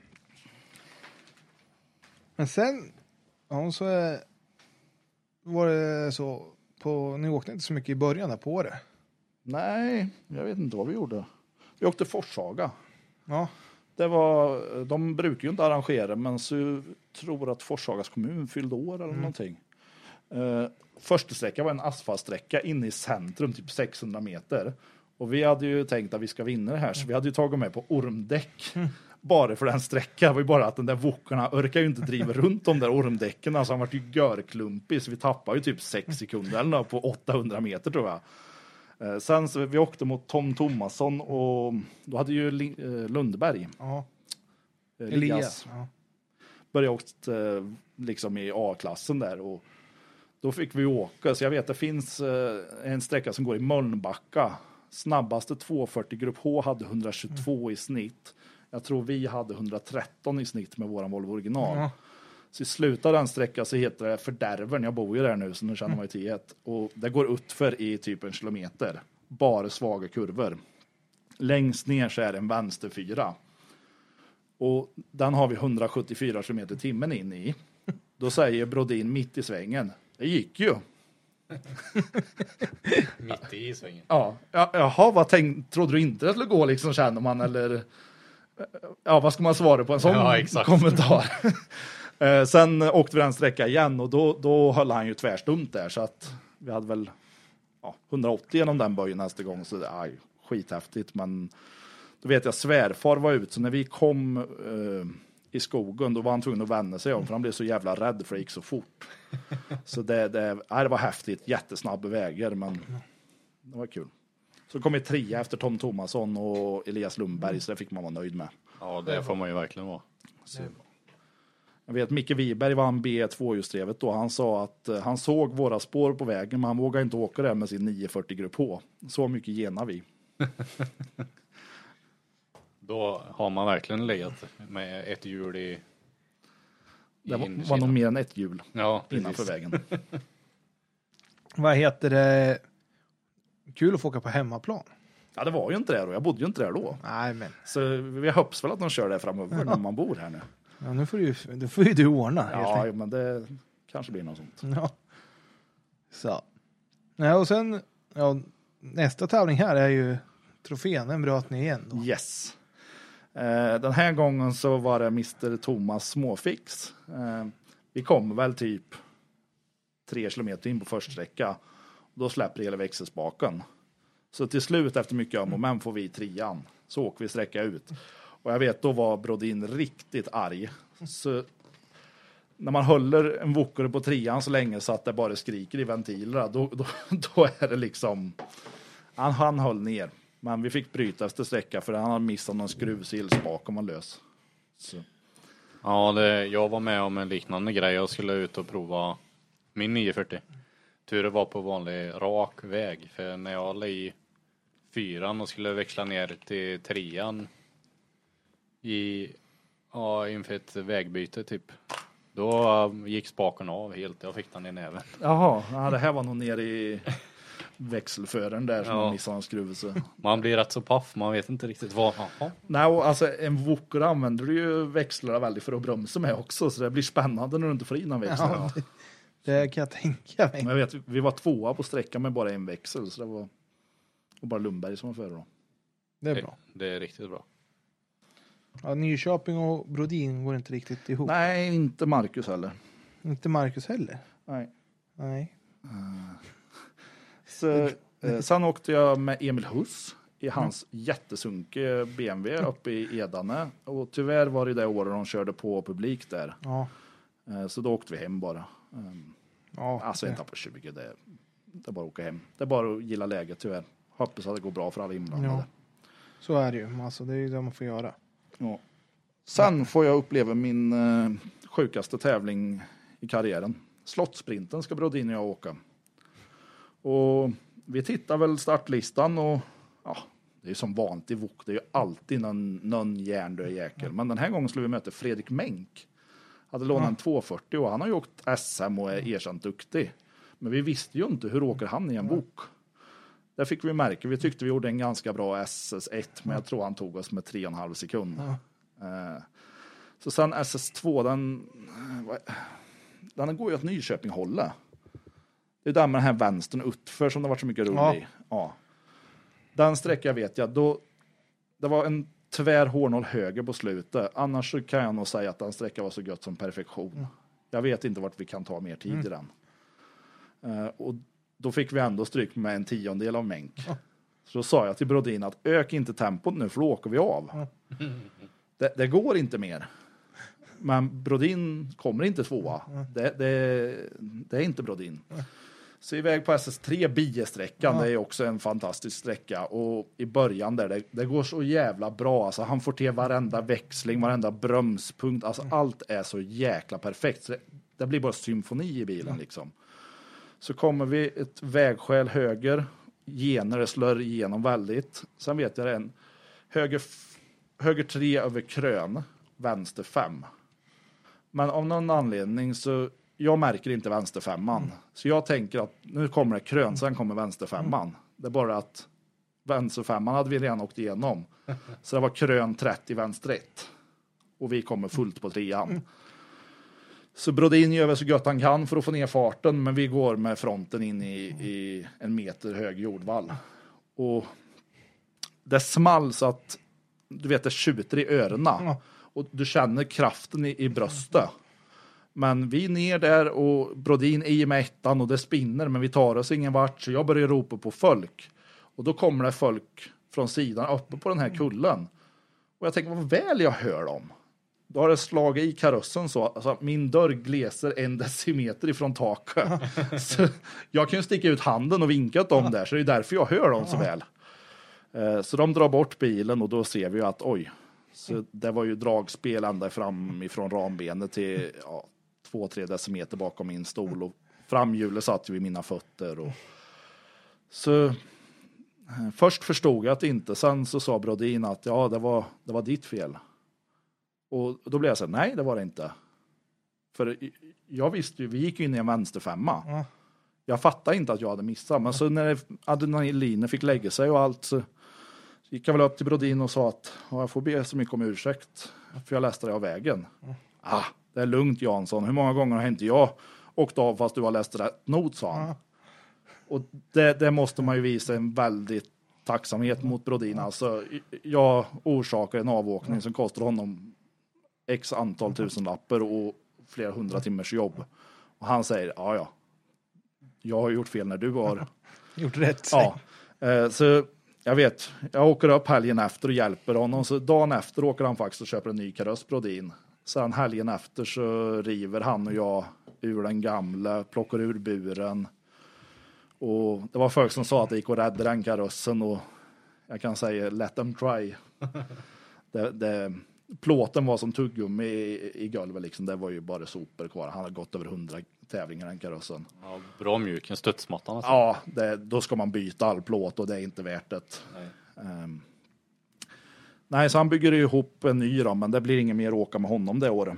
Men sen, ja, så är, var det så, på, ni åkte inte så mycket i början där på det. Nej, jag vet inte vad vi gjorde. Vi åkte Forshaga. Ja. Det var, de brukar ju inte arrangera, men så tror att Forshagas kommun fyllde år eller mm. någonting. Uh, första sträcka var en asfaltsträcka inne i centrum, typ sexhundra meter. Och vi hade ju tänkt att vi ska vinna det här, så vi hade ju tagit med på ormdäck. Mm. Bara för den sträckan. Det var ju bara att den där wokarna orkar ju inte driva runt de där ormdäcken. Alltså han var ju görklumpig, så vi tappade ju typ sex sekunder eller något på åttahundra meter tror jag. Eh, sen så vi åkte mot Tom Thomasson och då hade ju eh, Lundberg. Ja. Eh, Elias. Elias. Ja. Började åka eh, liksom i A-klassen där och då fick vi åka. Så jag vet det finns eh, en sträcka som går i Mölnbacka. Snabbaste tvåhundrafyrtio grupp H hade etthundratjugotvå mm. i snitt. Jag tror vi hade etthundratretton i snitt med våran Volvo original. Ja. Så i slutet av den sträckan så heter det Fördärven. Jag bor ju där nu så nu känner man ju till ett. Och det går utför i typ en kilometer. Bara svaga kurvor. Längst ner så är det en vänsterfyra. Och den har vi etthundrasjuttiofyra kilometer i timmen in i. Då säger Brodin mitt i svängen. Det gick ju. Mitt i svängen. Ja, jaha, vad tänk, trodde du inte det skulle gå liksom, känner man, eller ja, vad ska man svara på en sån ja, kommentar? eh, sen åkte vi den sträcka igen och då, då höll han ju tvärstumt där, så att vi hade väl ja, etthundraåttio genom den böjen nästa gång, så aj, skithäftigt, men då vet jag svärfar var ut, så när vi kom eh, i skogen, då var han tvungen att vända sig om, för han blev så jävla rädd för det gick så fort. Så det, det, det var häftigt, jättesnabba vägar, men det var kul. Så kom vi trea efter Tom Thomasson och Elias Lundberg, så det fick man vara nöjd med. Ja, det får man ju verkligen vara. Så. Jag vet, Micke Wiberg var en B två-hjulsdrivet då. Han sa att uh, han såg våra spår på vägen, men han vågade inte åka där med sin nio fyrtio grupp H. Så mycket genar vi. Då har man verkligen legat med ett hjul i, i det var, var nog mer än ett hjul ja, innanför vägen. Vad heter det? Kul att få åka på hemmaplan. Ja, det var ju inte det då. Jag bodde ju inte där då. Nej, men. Så vi hoppas väl att de kör det framöver ja. när man bor här nu. Ja, nu får du, det får ju du ordna. Ja, men det kanske blir något sånt. Ja. Så. Ja, och sen, ja, nästa tävling här är ju trofén. Den bröt ni igen då. Yes. Eh, den här gången så var det mister Thomas småfix. Eh, vi kom väl typ tre kilometer in på första sträcka. Då släpper hela växelspaken. Så till slut efter mycket om och men får vi trean. Så åker vi sträcka ut. Och jag vet, då var Brodin riktigt arg. Så när man håller en vokare på trean så länge så att det bara skriker i ventilerna, då, då, då är det liksom... Han, han höll ner. Men vi fick bryta efter sträcka för han hade missat någon skruvsil bakom och lös. Så. Ja, det, jag var med om en liknande grej. Jag skulle ut och prova min nio fyrtio. Tur var på vanlig rak väg. För när jag lade i fyran och skulle växla ner till trean i, ja, inför ett vägbyte typ. Då gick spaken av helt. Jag fick den i näven. Jaha, ja, det här var nog nere i växelföraren där som ja. man missade en skruvelse. Man blir rätt så paff. Man vet inte riktigt vad. Aha. Nej, och alltså en Wokor använder du ju växlar väldigt för att bromsa med också. Så det blir spännande när du inte får in en växel. Ja, det, det kan jag tänka mig. Men jag vet, vi var tvåa på sträckan med bara en växel. Så det var och bara Lundberg som var före då. Det är bra. Det, det är riktigt bra. Ja, Nyköping och Brodin går inte riktigt ihop. Nej, inte Marcus heller. Inte Marcus heller. Nej. Nej. Så, eh, sen åkte jag med Emil Huss i hans mm. jättesunke B M W uppe i Edane. Och tyvärr var det det året de körde på publik där. Ja. Eh, så då åkte vi hem bara. Um, ja, alltså det. inte på tjugo, det, det är bara att åka hem. Det är bara att gilla läget tyvärr. Hoppas att det går bra för alla inblandade. Ja. Så är det ju. Alltså, det är ju det man får göra. Ja. Sen får jag uppleva min eh, sjukaste tävling i karriären. Slottsprinten ska Brodin och jag åka. Och vi tittar väl startlistan och ja, det är som vanligt i Wok. Det är ju alltid någon, någon hjärndöd jäkel. Men den här gången skulle vi möta Fredrik Menk. Hade lånat en tvåhundrafyrtio och han har ju åkt S M och är erkänt duktig. Men vi visste ju inte hur åker han i en Wok. Där fick vi märka. Vi tyckte vi gjorde en ganska bra S S ett, men jag tror han tog oss med tre och en halv sekund. Ja. Uh, så sen S S två, den, uh, den går ju åt Nyköping hålla. Det är där med den här vänstern utför som det varit så mycket rull ja. i. Ja. Den sträckan vet jag, då, det var en tvär hårnål höger på slutet. Annars så kan jag nog säga att den sträckan var så gött som perfektion. Mm. Jag vet inte vart vi kan ta mer tid mm. i den. Uh, och då fick vi ändå stryk med en tiondel av Menk. Ja. Så då sa jag till Brodin att ök inte tempot nu för då åker vi av. Ja. Det, det går inte mer. Men Brodin kommer inte tvåa. Ja. Det, det, det är inte Brodin. Ja. Så iväg på S S tre biesträckan, ja. Det är också en fantastisk sträcka. Och i början där, det, det går så jävla bra. Alltså, han får till varenda växling, varenda bromspunkt. Alltså, ja. Allt är så jäkla perfekt. Så det, det blir bara symfoni i bilen ja. Liksom. Så kommer vi ett vägskäl höger. Gener slår igenom väldigt. Sen vet jag en höger, höger tre över krön. Vänster fem. Men av någon anledning så jag märker inte vänster femman. Mm. Så jag tänker att nu kommer det krön, sen kommer vänster femman. Mm. Det är bara att vänster femman hade vi redan åkt igenom. Så det var krön trettio vänster ett. Och vi kommer fullt på trean. Mm. Så Brodin gör väl så gott han kan för att få ner farten. Men vi går med fronten in i, i en meter hög jordvall. Och det small så att du vet det tjuter i öronen. Mm. Och du känner kraften i, i bröstet. Men vi är ner där och Brodin är med ettan och det spinner. Men vi tar oss ingen vart så jag börjar ropa på folk. Och då kommer det folk från sidan uppe på den här kullen. Och jag tänker vad väl jag hör dem. Då har det slagit i karossen så alltså, att min dörr gläser en decimeter ifrån taket. Så jag kan ju sticka ut handen och vinka åt dem där. Så det är därför jag hör dem så väl. Så de drar bort bilen och då ser vi ju att oj. Så det var ju dragspel ända fram ifrån rambenet till ja, två, tre decimeter bakom min stol. Och framhjulet satt ju vid mina fötter. Och... Så först förstod jag att inte. Sen så sa Brodin att ja, det var, det var ditt fel. Och då blev jag så här, nej det var det inte. För jag visste ju, vi gick ju in i en vänsterfemma. Mm. Jag fattade inte att jag hade missat. Men så när adrenalinen fick lägga sig och allt så gick jag väl upp till Brodin och sa att jag får be så mycket om ursäkt. För jag läste det av vägen. Mm. Ah, det är lugnt Jansson. Hur många gånger har inte jag åkt av fast du har läst rätt not, sa han. Mm. Och det, det måste man ju visa en väldigt tacksamhet mm. mot Brodin. Alltså, jag orsakar en avåkning mm. som kostar honom x antal tusenlappar och flera hundra timmars jobb. Och han säger, ja ja, jag har gjort fel när du har gjort rätt. Ja, eh, så jag vet, jag åker upp helgen efter och hjälper honom. Så dagen efter åker han faktiskt och köper en ny kaross Brodin. Sen helgen efter så river han och jag ur den gamla, plockar ur buren. Och det var folk som sa att det gick att rädda den karossen och Jag kan säga let them try. det, det, plåten var som tuggummi i, i golvet liksom. Det var ju bara sopor kvar. Han har gått över hundra tävlingar den karossen. Ja, bra mjuk, en studsmatta. Alltså. Ja, det, då ska man byta all plåt och det är inte värt det. Nej. Um, nej, så han bygger ihop en ny då, men det blir ingen mer åka med honom det året.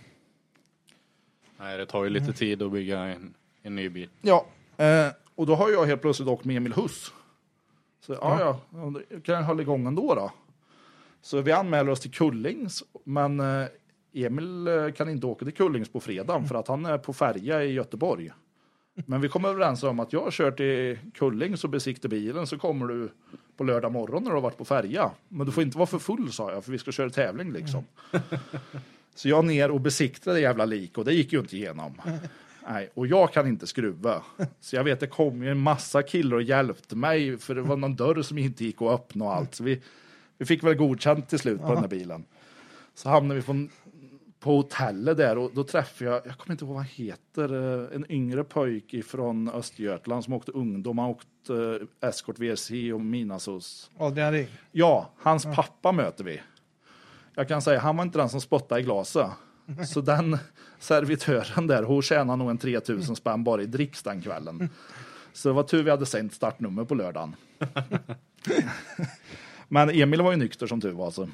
Nej, det tar ju lite tid att bygga en, en ny bil. Ja, eh, och då har jag helt plötsligt åkt med Emil Huss. Så ja, ja, ja kan jag hålla igång ändå då. Så vi anmäler oss till Kullings, men eh, Emil kan inte åka till Kullings på fredagen för att han är på färja i Göteborg. Men vi kommer överens om att jag kör till Kullings och besiktar bilen, så kommer du på lördag morgon när du har varit på färja. Men du får inte vara för full, sa jag, för vi ska köra tävling liksom. Så jag ner och besiktade det jävla lik, och det gick ju inte igenom. Nej, och jag kan inte skruva. Så jag vet, det kom ju en massa killar och hjälpte mig, för det var någon dörr som inte gick att öppna och allt. Så vi, vi fick väl godkänt till slut på Aha. den här bilen. Så hamnade vi på, på hotellet där, och då träffade jag, jag kommer inte ihåg vad han heter, en yngre pojk från Östergötland som åkte ungdom. Han åkte uh, Escort V R C och Minasos. Adrian Ring. Ja, hans ja. pappa möter vi. Jag kan säga, han var inte den som spottade i glaset. Så den servitören där, hon tjänade nog en tre tusen spänn bara i dricks den kvällen. Så det var tur vi hade sänt startnummer på lördagen. Men Emil var ju nykter som tur var. Så.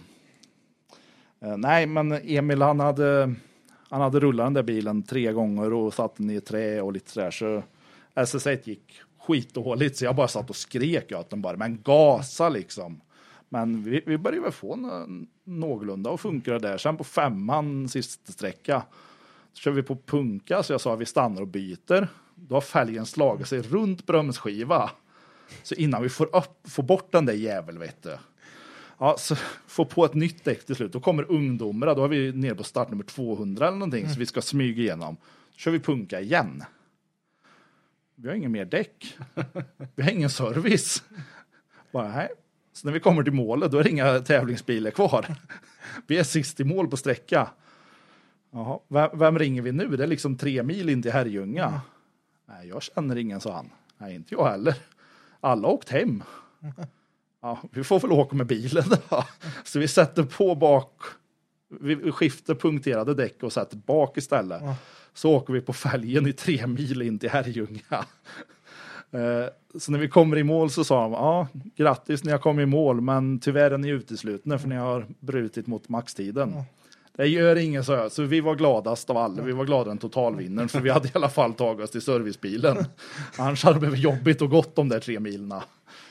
Eh, nej, men Emil han hade, han hade rullat den där bilen tre gånger och satt den i trä och lite sådär. Så S S ett gick skitdåligt, så jag bara satt och skrek åt den bara. Men gasa liksom. Men vi, vi började väl få en, någorlunda och funkar det där. Sen på femman sista sträcka så kör vi på punka, så jag sa att vi stannar och byter. Då har fälgen slagit sig runt bromsskiva. Så innan vi får, upp, får bort den där jävel, vet du. Ja, så får på ett nytt däck till slut. Då kommer ungdomar, då är vi nere på startnummer tvåhundra eller någonting. Mm. Så vi ska smyga igenom. Så kör vi punka igen. Vi har ingen mer däck. Vi har ingen service. Bara, nej. Så när vi kommer till målet, då är det inga tävlingsbilar kvar. Vi är sist i mål på sträcka. Jaha, vem, vem ringer vi nu? Det är liksom tre mil in till Herrljunga. Mm. Nej, jag känner ingen, sa han. Nej, inte jag heller. Alla har åkt hem. Ja, vi får väl åka med bilen då. Så vi sätter på bak. Vi skiftar punkterade däck och sätter bak istället. Mm. Så åker vi på fälgen i tre mil in till Herrljunga. Så när vi kommer i mål så sa de, ja, grattis när jag kom i mål, men tyvärr är ni uteslutna för ni har brutit mot maxtiden. Mm. Det gör ingen, så jag. Så vi var gladast av alla. Vi var glada en totalvinnaren, för vi hade i alla fall tagit oss till servicebilen. Annars hade det blivit jobbigt och gott de där tre milna.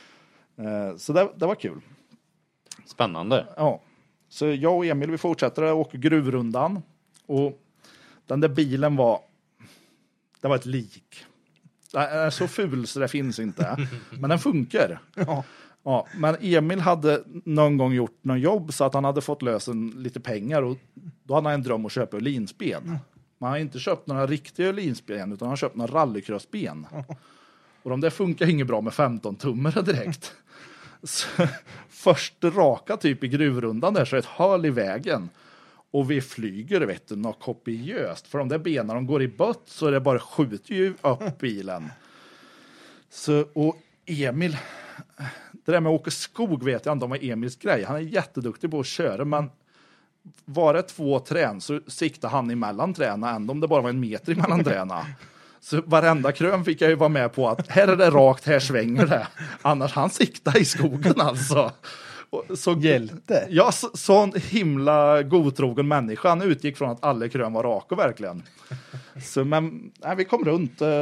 Så det, det var kul. Spännande. Ja. Så jag och Emil, vi fortsätter att åka gruvrundan. Och den där bilen var, det var ett lik. Den är så ful så det finns inte. Men den funkar. Ja. Ja, men Emil hade någon gång gjort någon jobb så att han hade fått lösen lite pengar. Och då hade han en dröm att köpa linsben. Mm. Man har inte köpt några riktiga linsben, utan han har köpt några rallycrossben. Ja. Och de där funkar inget bra med femton tummare direkt. Så, först raka typ i gruvrundan där, så ett hål i vägen. Och vi flyger, vet du, något kopiöst. För de där benen, de går i bött, så det bara skjuter ju upp bilen. Så, och Emil, det där med att åka skog vet jag inte om var Emils grej. Han är jätteduktig på att köra, men var det två trän så siktade han emellan träna, ändå om det bara var en meter emellan träna. Så varenda krön fick jag ju vara med på att här är det rakt, här svänger det. Annars han siktade i skogen alltså. Så, hjälte. Ja, så, sån himla godtrogen människa. Han utgick från att alla krön var raka verkligen. Så men nej, vi kom runt äh,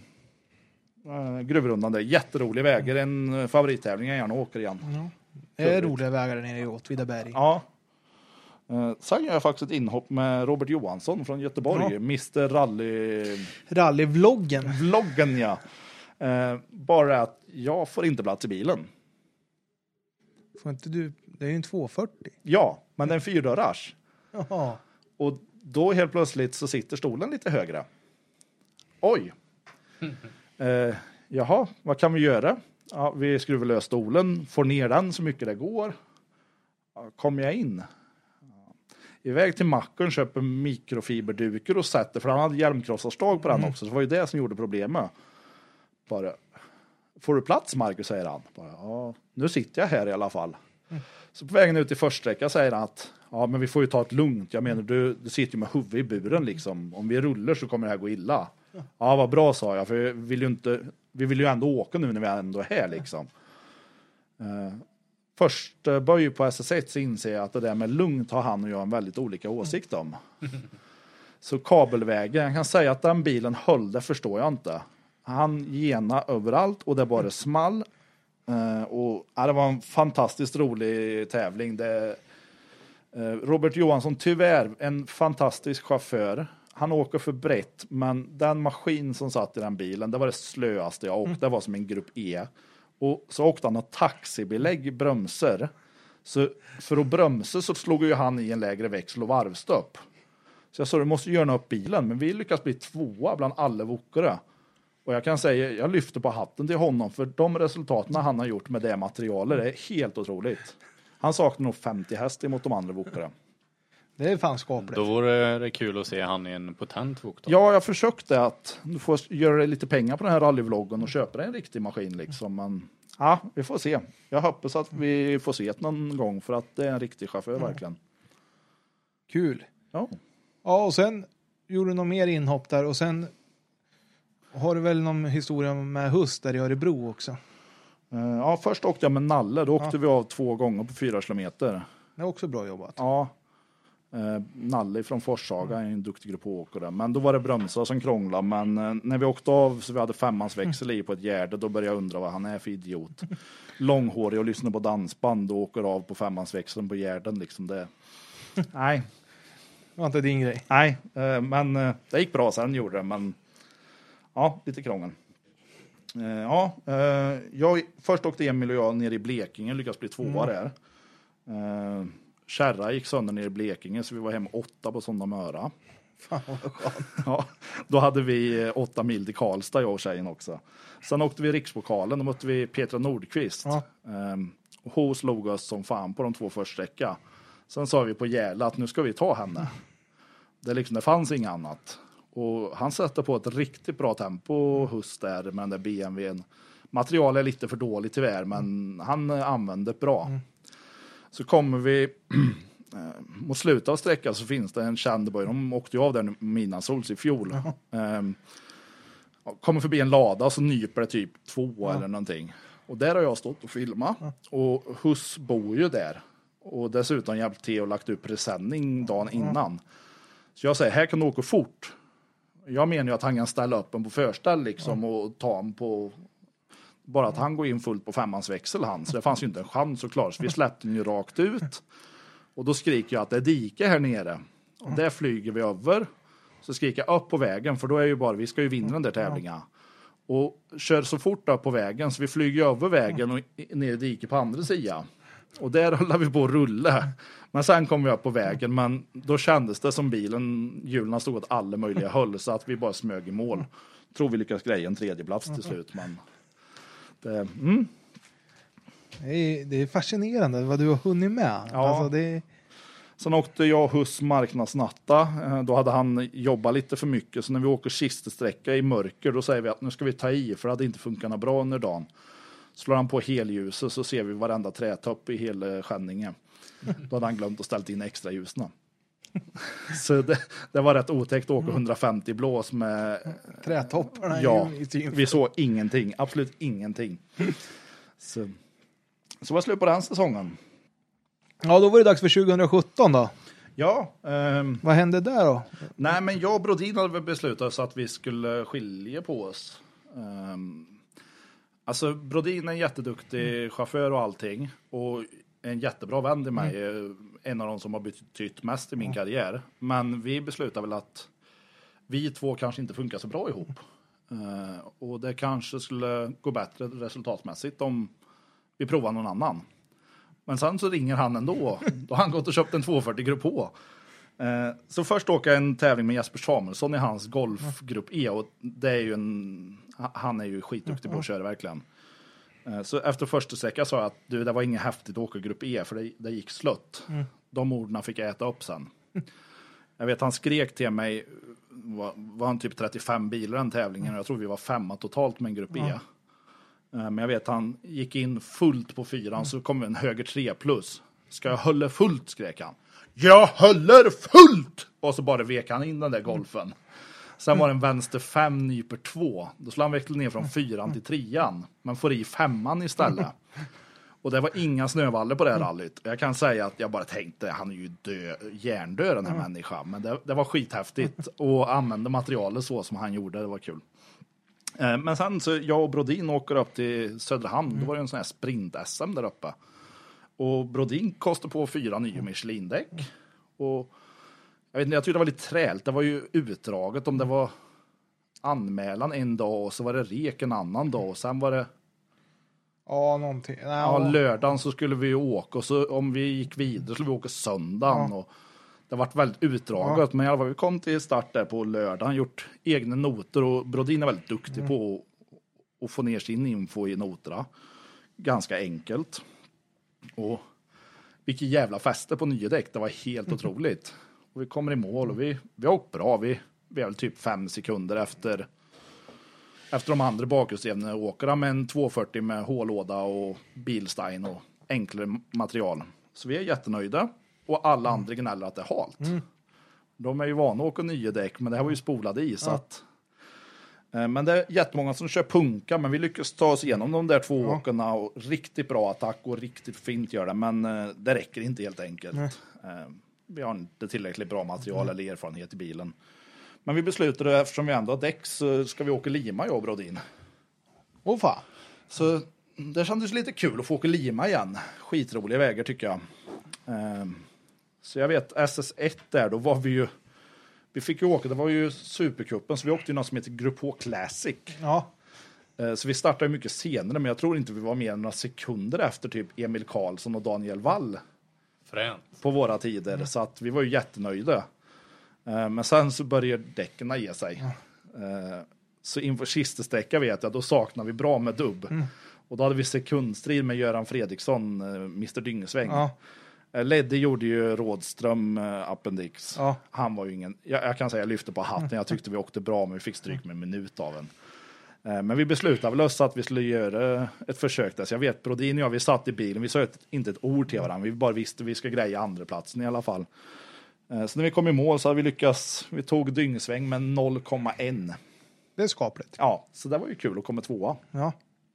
äh, gruvrundan där. Jätterolig vägar. En favorittävling jag gärna åker igen. Ja. Det är roliga vägar där nere i Åtvidaberg. Ja. Uh, sen gör jag faktiskt ett inhopp med Robert Johansson från Göteborg. Ja. mister Rally... Rallyvloggen. Vloggen, ja. Uh, bara att jag får inte plats i bilen. Får inte du... Det är ju en tvåhundrafyrtio. Ja, men det är en fyrdörrars. Jaha. Och då helt plötsligt så sitter stolen lite högre. Oj. uh, jaha, vad kan vi göra? Ja, vi skruvar lös stolen, får ner den så mycket det går. Ja, kommer jag in? Iväg till macken, köper mikrofiberdukar och sätter, för han hade hjälmkrossarslag på den också, så det var ju det som gjorde problemet. Bara, får du plats Marcus, säger han. Bara, ja, nu sitter jag här i alla fall. Mm. Så på vägen ut i försträcka säger han att ja, men vi får ju ta ett lugnt. Jag menar, du, du sitter ju med huvudet i buren liksom. Om vi rullar så kommer det här gå illa. Ja, ja vad bra, sa jag. För vi vill ju, inte, vi vill ju ändå åka nu när vi ändå är här liksom. Uh, först uh, böj på S S ett så inser jag att det där med lugnt har han och jag en väldigt olika åsikt om. Så kabelvägen, jag kan säga att den bilen höll, det förstår jag inte. Han gena överallt och det bara small. Uh, och, ja, det var en fantastiskt rolig tävling. Det, uh, Robert Johansson, tyvärr en fantastisk chaufför. Han åker för brett, men den maskin som satt i den bilen, det var det slöaste jag åkte. Det var som en grupp E. Och så åkte han och taxibelägg bromser. Så för att bromsa så slog ju han i en lägre växel och varvstopp. Så jag sa, du måste göra upp bilen. Men vi lyckas bli tvåa bland alla vokare. Och jag kan säga, jag lyfter på hatten till honom. För de resultaten han har gjort med det materialet är helt otroligt. Han saknar nog femtio häst emot de andra vokare. Det är fan skapligt. Då vore det kul att se han i en potent vok då. Ja, jag försökte att du får göra lite pengar på den här rallyvloggen och köpa en riktig maskin liksom. Men ja, vi får se. Jag hoppas att vi får se det någon gång för att det är en riktig chaufför mm. verkligen. Kul. Ja. Ja, och sen gjorde du någon mer inhopp där och sen har du väl någon historia med Hus där i Örebro också? Uh, ja, först åkte jag med Nalle. Då åkte ja. vi av två gånger på fyra kilometer. Det är också bra jobbat. Ja. Uh, Nalle från Forshaga är en duktig gruppåkare. Men då var det bromsar som krånglade. Men uh, när vi åkte av så vi hade femmans växel i på ett gärde. Då började jag undra vad han är för idiot. Långhårig och lyssnar på dansband och åker av på femmans växeln på gärden. Liksom det. Nej. Det var inte din grej. Nej, uh, men uh, det gick bra sen gjorde det. Men ja, lite krångel. Uh, ja, uh, jag, först åkte Emil och jag ner i Blekinge. Lyckades bli tvåa mm. där. Uh, Kärra gick sönder ner i Blekinge så vi var hem åtta på Sonda Möra. Fan vad skönt. Ja, då hade vi åtta mil till Karlstad, jag och tjejen också. Sen åkte vi Rikspokalen, då mötte vi Petra Nordqvist. Ja. Um, hon slog oss som fan på de två första sträcka. Sen sa vi på Gäla att nu ska vi ta henne. Det, liksom, det fanns inget annat. Och han sätter på ett riktigt bra tempo hos där med den där B M W:n. Materialet är lite för dåligt tyvärr, men han använde det bra. Mm. Så kommer vi mot slutet av sträckan så finns det en känd boy. De åkte ju av där mina sols i fjol. Um, kommer förbi en lada och så nyper det typ två ja. eller någonting. Och där har jag stått och filmat. Ja. Och Hus bor ju där. Och dessutom hjälpt till och lagt upp presenning dagen ja. innan. Så jag säger, här kan du åka fort. Jag menar ju att han kan ställa upp en på förställ liksom ja. och ta en på... Bara att han går in fullt på femmans växel han. Så det fanns ju inte en chans att klara. Så vi släppte den ju rakt ut. Och då skriker jag att det är dike här nere. Och där flyger vi över. Så skriker jag upp på vägen. För då är ju bara, vi ska ju vinna den där tävlingen. Och kör så fort upp på vägen. Så vi flyger över vägen och ner i diket på andra sidan. Och där håller vi på att rulla. Men sen kom vi upp på vägen. Men då kändes det som bilen, hjulen stod åt alla möjliga håll. Så att vi bara smög i mål. Tror vi lyckas greja en tredje plats till slut. Men... Det, mm. det, är, det är fascinerande vad du har hunnit med. Ja. Alltså det... Sen åkte jag Hus marknadsnatta. Då hade han jobbat lite för mycket. Så när vi åker kistesträcka i mörker då säger vi att nu ska vi ta i. För det hade inte funkat bra under dagen. Slår han på helljuset så ser vi varenda trätopp i hela Skänninge. Då hade han glömt att ställa in extra ljusna. Så det, det var rätt otäckt att åka hundrafemtio blås med trätopparna. Ja, vi såg ingenting, absolut ingenting. Så, så var slut på den säsongen. Ja, då var det dags för tjugohundrasjutton då. Ja. Um, Vad hände där då? Nej, men jag och Brodin hade beslutat så att vi skulle skilja på oss. Um, alltså, Brodin är en jätteduktig mm. chaufför och allting. Och en jättebra vän till mig. Mm. En av de som har betytt mest i min mm. karriär. Men vi beslutade väl att vi två kanske inte funkar så bra ihop. Uh, och det kanske skulle gå bättre resultatmässigt om vi provar någon annan. Men sen så ringer han ändå. Då har han gått och köpt en tvåhundrafyrtio grupp H. Uh, så först åker jag en tävling med Jesper Samuelsson i hans golfgrupp E. Och det är ju en, han är ju skitduktig på att köra verkligen. Så efter första sträckan sa jag att du, det var inget häftigt att åka grupp E för det, det gick slött. Mm. De orden fick jag äta upp sen. Jag vet han skrek till mig, var, var han typ trettiofem bilar den tävlingen och jag tror vi var femma totalt med en grupp E. Men jag vet han gick in fullt på fyran mm. så kom en höger tre plus. Ska jag hålla fullt, skrek han. Jag håller fullt! Och så bara vek han in den där golfen. Sen var det en vänster fem nyper två. Då slår han verkligen ner från fyran till trean. Men får i femman istället. Och det var inga snövaller på det här rallyt. Jag kan säga att jag bara tänkte, han är ju dö, hjärndöd den här mm. människan. Men det, det var skithäftigt. Och använda materialet så som han gjorde, det var kul. Eh, men sen så jag och Brodin åker upp till Söderhamn. Mm. Då var det en sån här sprint-S M där uppe. Och Brodin kostade på fyra nya Michelin-däck. Och jag vet inte, jag tyckte det var lite trält. Det var ju utdraget om det var anmälan en dag och så var det rek en annan dag. Och sen var det... Ja, någonting. Nej, ja, lördagen så skulle vi åka och så om vi gick vidare skulle vi åka söndagen. Ja. Och det var väldigt utdraget. Ja. Men i alla fall, vi kom till start där på lördagen. Han gjort egna noter och Brodin är väldigt duktig mm. på att, att få ner sin info i noterna. Ganska enkelt. Och vilket jävla fester på nya däck. Det var helt mm. otroligt. Och vi kommer i mål och vi, vi har åkt bra. Vi, vi är väl typ fem sekunder efter, efter de andra bakhjulsdrivna åkarna med en tvåhundrafyrtio med hållåda och bilstein och enklare material. Så vi är jättenöjda. Och alla andra gnäller att det är halt. Mm. De är ju vana att åka nya däck, men det här var ju spolade i. Så ja. att, eh, men det är jättemånga som kör punka, men vi lyckas ta oss igenom de där två ja. åkarna. Och riktigt bra attack och riktigt fint gör det. Men eh, det räcker inte helt enkelt. Eh, vi har inte tillräckligt bra material mm. eller erfarenhet i bilen. Men vi beslutade, eftersom vi ändå har däck, så ska vi åka Lima, jag och Brodin. Åh fan. Så det kändes lite kul att få åka Lima igen. Skitroliga vägar tycker jag. Eh, så jag vet, S S ett där, då var vi ju... Vi fick ju åka, det var ju Supercupen, så vi åkte ju något som heter Grupp H Classic. Ja. Eh, så vi startade mycket senare, men jag tror inte vi var mer än några sekunder efter typ Emil Karlsson och Daniel Wall. Fränt. På våra tider, mm. så att vi var ju jättenöjda. Uh, men sen så började däcken ge sig. Mm. Uh, så inför Kistesträcka vet jag, då saknar vi bra med dubb. Mm. Och då hade vi sekundstrid med Göran Fredriksson, uh, mister Dyngesväng. Ja. Uh, Ledde gjorde ju Rådström uh, appendix. Ja. Han var ju ingen, jag, jag kan säga jag lyfte på hatten, jag tyckte vi åkte bra, men vi fick stryk med en minut av en. Uh, men vi beslutade väl oss att vi skulle göra ett försök där. Så jag vet, Brodin och jag, vi satt i bilen, vi sa ett, inte ett ord till varandra. Vi bara visste att vi ska greja andra platsen i alla fall. Så när vi kom i mål så hade vi lyckats, vi tog dyngsväng med noll komma ett. Det är skapligt. Ja, så det var ju kul att komma tvåa. Ja.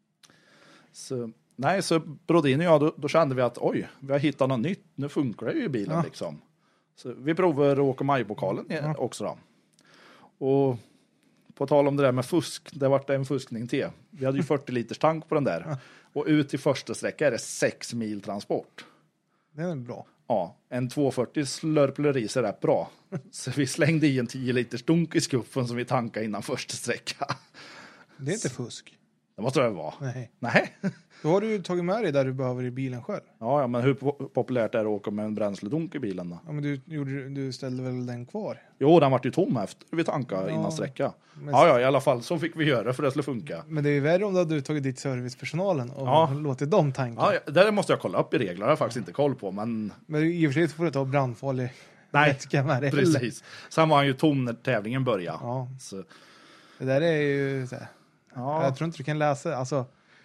Så, nej, så Brodin och jag, då, då kände vi att oj, vi har hittat något nytt. Nu funkar det ju i bilen ja. liksom. Så vi provar att åka majpokalen ja. också då. Och på tal om det där med fusk, det vart en fuskning till. Vi hade ju fyrtio liters tank på den där. Ja. Och ut till första sträcka är det sex mil transport. Det är bra. Ja, en tvåhundrafyrtio slörplar i sig rätt bra. Så vi slängde i en tio liters dunk i skuffen som vi tankade innan första sträcka. Det är inte fusk. Det måste det vara. Nej. Nej. Då har du tagit med dig där du behöver i bilen själv. Ja, ja, men hur populärt är det att åka med en bränsledunk i bilen då? Ja, men du, gjorde, du ställde väl den kvar? Jo, den var ju tom efter vi tankade ja, innan sträcka. Men... Ja, ja, i alla fall. Så fick vi göra för det skulle funka. Men det är ju värre om du hade tagit dit servicepersonalen och ja. låtit dem tanka. Ja, det måste jag kolla upp i regler. Det har jag faktiskt inte koll på. Men, men i och för sig får du ta brandfarlig vätska med det. Precis. Sen var han ju tom när tävlingen började. Ja. Så. Det där är ju så här. Ja. Jag tror inte du kan läsa. Alltså...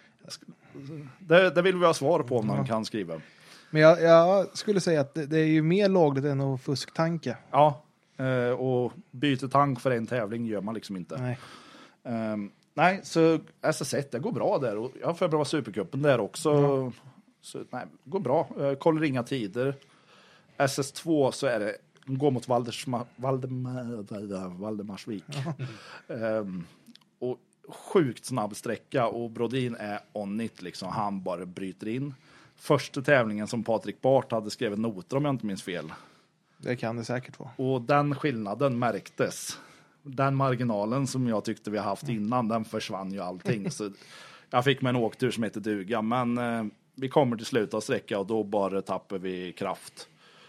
Det, det vill vi ha svar på om ja. man kan skriva. Men jag, jag skulle säga att det, det är ju mer lagligt än att fusktanka. Ja, eh, och byta tank för en tävling gör man liksom inte. Nej, um, nej så S S ett, det går bra där. Och jag får bra Supercupen där också. Ja. Så nej, det går bra. Jag kollar inga tider. S S två så är det, går mot Valdersma, Valdemar, Valdemarsvik. um, och sjukt snabb sträcka och Brodin är on it liksom. Han bara bryter in. Första tävlingen som Patrik Bart hade skrivit noter om jag inte minns fel. Det kan det säkert vara. Och den skillnaden märktes. Den marginalen som jag tyckte vi haft innan, den försvann ju allting. Så jag fick med en åktur som heter duga. Men eh, vi kommer till slutet av sträcka och då bara tappar vi kraft.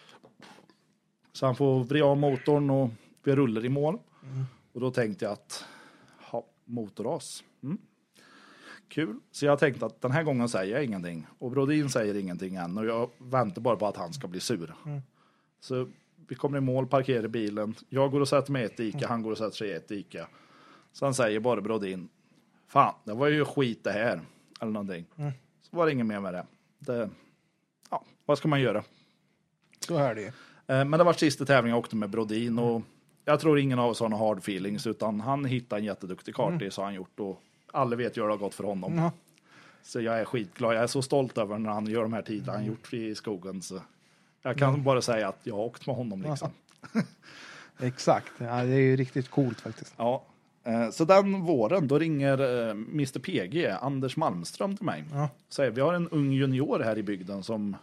Så han får vrida av motorn och vi rullar i mål. Mm. Och då tänkte jag att motorras. Mm. Kul. Så jag tänkte att den här gången säger jag ingenting. Och Brodin säger ingenting än. Och jag väntar bara på att han ska bli sur. Mm. Så vi kommer i mål, parkerar bilen. Jag går och sätter mig i ett dike. Mm. Han går och sätter sig i ett dike. Sen säger bara Brodin: fan, det var ju skit det här. eller någonting. Mm. Så var det inget mer med det. det. Ja, vad ska man göra? Så här det. Eh, men det var sista tävlingen jag åkte med Brodin och jag tror ingen av oss har några hard feelings utan han hittade en jätteduktig kartis mm. så har han gjort och alla vet ju hur det har gått för honom. Mm. Så jag är skitglad. Jag är så stolt över när han gör de här tiderna han gjort i skogen. Så jag kan mm. bara säga att jag har åkt med honom liksom. Exakt. Ja, det är ju riktigt coolt faktiskt. Ja. Så den våren, då ringer mister P G, Anders Malmström, till mig. Ja. Säger, vi har en ung junior här i bygden som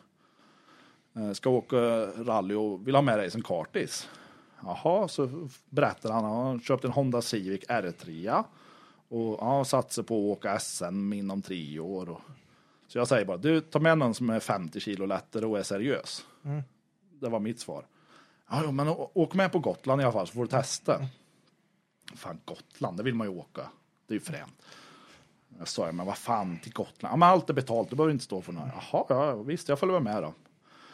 ska åka rally och vill ha med dig som kartis. Jaha, så berättar han. Han har köpt en Honda Civic R tre och ja, satsar på att åka S M inom tre år. Och, så jag säger bara, du tar med någon som är femtio kilo lättare och är seriös. Mm. Det var mitt svar. Ja, men åk med på Gotland i alla fall så får du testa. Mm. Fan, Gotland, det vill man ju åka. Det är ju fränt. Jag sa, men vad fan till Gotland? Ja, men allt är betalt, du behöver inte stå för något. Jaha, ja, visst, jag följer med då.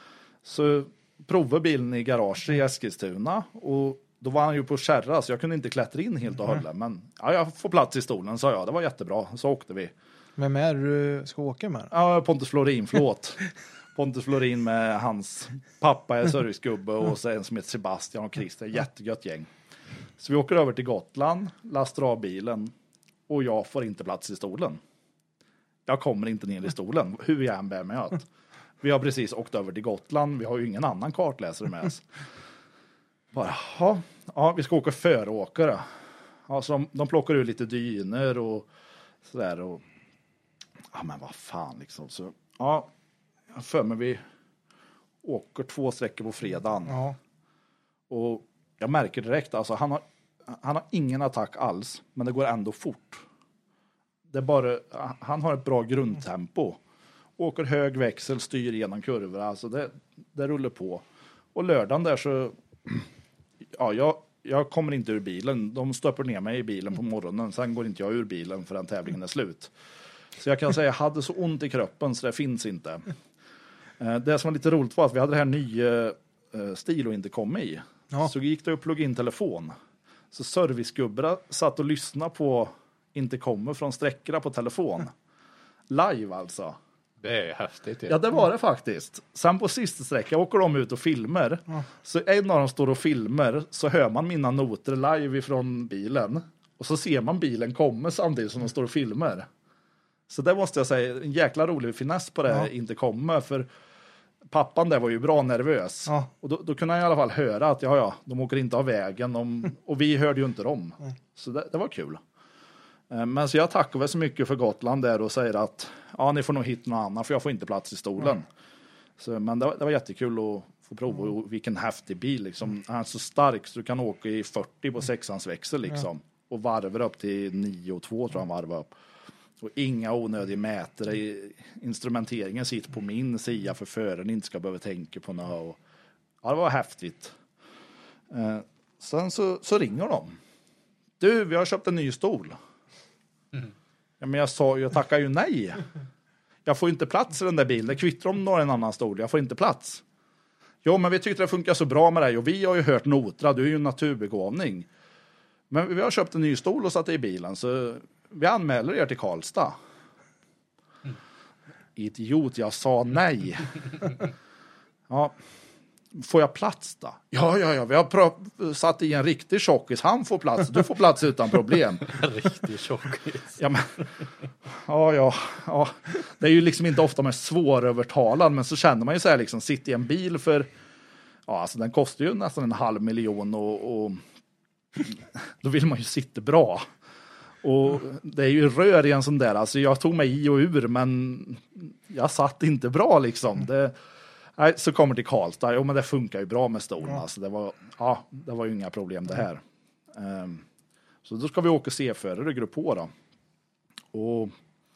Så provade bilen i garage i Eskilstuna och då var han ju på kärra så jag kunde inte klättra in helt och hållet. Men ja, jag får plats i stolen, sa jag. Det var jättebra. Så åkte vi. Vem är du ska åka med? Ja, Pontus Florin, förlåt. Pontus Florin med hans pappa är servicegubbe och så en som heter Sebastian och Christer. Jättegött gäng. Så vi åker över till Gotland, lastar av bilen och jag får inte plats i stolen. Jag kommer inte ner i stolen, hur jag än bär mig åt. Vi har precis åkt över till Gotland, vi har ju ingen annan kartläsare med oss. Bara, ja, ja vi ska åka föråkare. Ja, så de, de plockar ut lite dyner och sådär. Och, ja, men vad fan liksom. Så, ja, för mig vi åker två sträckor på fredagen. Ja. Och jag märker direkt, alltså han har, han har ingen attack alls, men det går ändå fort. Det är bara, han har ett bra grundtempo. Åker hög växel, styr genom kurvor, alltså det, det rullar på. Och lördagen där så, ja, jag, jag kommer inte ur bilen. De stöper ner mig i bilen på morgonen, sen går inte jag ur bilen förrän tävlingen är slut. Så jag kan säga, jag hade så ont i kroppen så det finns inte. Det som var lite roligt var att vi hade det här nya Stilo inte kom i. Ja. Så gick det att plugga in telefon. Så servicegubbarna satt och lyssnade på inte kommer från sträckorna på telefon. Live alltså. Det är häftigt. Ja, det var det faktiskt. Sen på sista sträckan åker de ut och filmer. Ja. Så en av dem står och filmer så hör man mina noter live ifrån bilen. Och så ser man bilen komma samtidigt som de står och filmer. Så det måste jag säga, en jäkla rolig finess på det ja. Inte kommer för pappan där var ju bra nervös. Ja. Och då, då kunde han i alla fall höra att ja, ja, de åker inte av vägen. De, och vi hörde ju inte dem. Nej. Så det, det var kul. Men så jag tackar väl så mycket för Gotland där och säger att ja, ni får nog hitta någon annan för jag får inte plats i stolen. Mm. Så, men det var, det var jättekul att få prova mm. och vilken häftig bil. Liksom. Mm. Han är så stark så du kan åka i fyrtio på sexans växel liksom. Mm. Och varvar upp till nio och två tror jag han varvar upp. Och inga onödiga mätare. Instrumenteringen sitter på min sida för föraren inte ska behöva tänka på något. Och, ja, det var häftigt. Eh, sen så, så ringer de. Du, vi har köpt en ny stol. Mm. Ja, men jag sa, jag tackar ju nej. Jag får inte plats i den där bilen. Det kvittar om någon en annan stol. Jag får inte plats. Jo, men vi tyckte det funkar så bra med dig. Och vi har ju hört notra. Du är ju en naturbegåvning. Men vi har köpt en ny stol och satt i bilen. Så vi anmäler er till Karlstad. Mm. Idiot, jag sa nej. Ja. Får jag plats då? Ja, ja, ja. Vi har pr- satt i en riktig tjockis. Han får plats. Du får plats utan problem. Riktig tjockis. Ja, men, ja, ja, ja. Det är ju liksom inte ofta man är svårövertalad. Men så känner man ju så här liksom. Sitter i en bil för ja, alltså den kostar ju nästan en halv miljon. Och, och då vill man ju sitta bra. Och det är ju rör i en sån där. Alltså jag tog mig i och ur. Men jag satt inte bra liksom. Det Nej, så kommer till Karlstad. Jo, men det funkar ju bra med stolen. Ja. Alltså, det var, ja, det var ju inga problem det här. Um, så då ska vi åka C-förare grupp på då. Och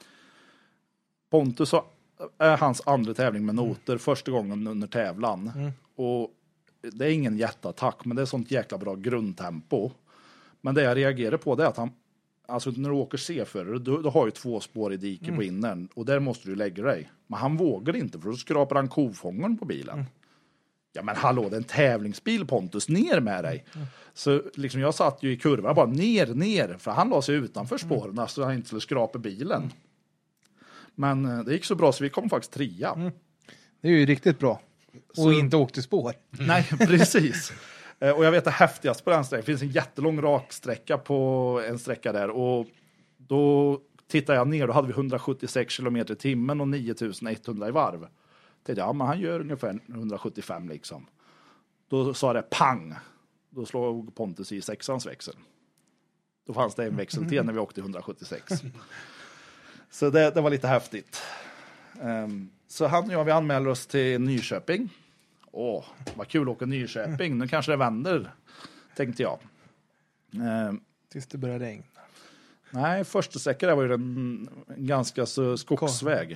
Pontus är hans andra tävling med noter. Mm. Första gången under tävlan. Mm. Och det är ingen jätteattack, men det är sånt jäkla bra grundtempo. Men det jag reagerar på det är att han, alltså när du åker C-förare, du, du har ju två spår i diket mm. på innern. Och där måste du lägga dig. Men han vågar inte, för då skrapar han kovfångaren på bilen. Mm. Ja, men hallå, det är en tävlingsbil, Pontus, ner med dig. Mm. Så liksom jag satt ju i kurvan, bara ner, ner. För han la sig utanför spåren, mm. så han inte skulle skrapa bilen. Mm. Men eh, det gick så bra så vi kom faktiskt trea. Mm. Det är ju riktigt bra. Och Så- inte åkt i spår. Nej, precis. Eh, och jag vet det häftigast på den sträckan. Det finns en jättelång raksträcka på en sträcka där. Och då tittar jag ner, då hade vi hundrasjuttiosex kilometer i timmen och nio tusen etthundra i varv. Tänkte, ja, men han gör ungefär hundrasjuttiofem liksom. Då sa det pang. Då slog Pontus i sexans växel. Då fanns det en växel till när vi åkte hundrasjuttiosex. Så det, det var lite häftigt. Um, så han och jag, vi anmäler oss till Nyköping. Åh, vad kul att åka Nyköping. Nu kanske det vänder, tänkte jag. Um, Tills det börjar regna. nej, första sträckan där var ju en, en ganska så skogsväg.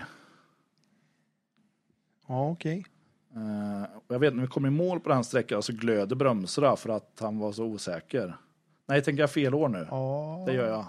Ja, okej. Uh, och jag vet när vi kom i mål på den sträckan så glödde bromsarna för att han var så osäker. Nej, tänker jag fel år nu? Ja. Det gör jag.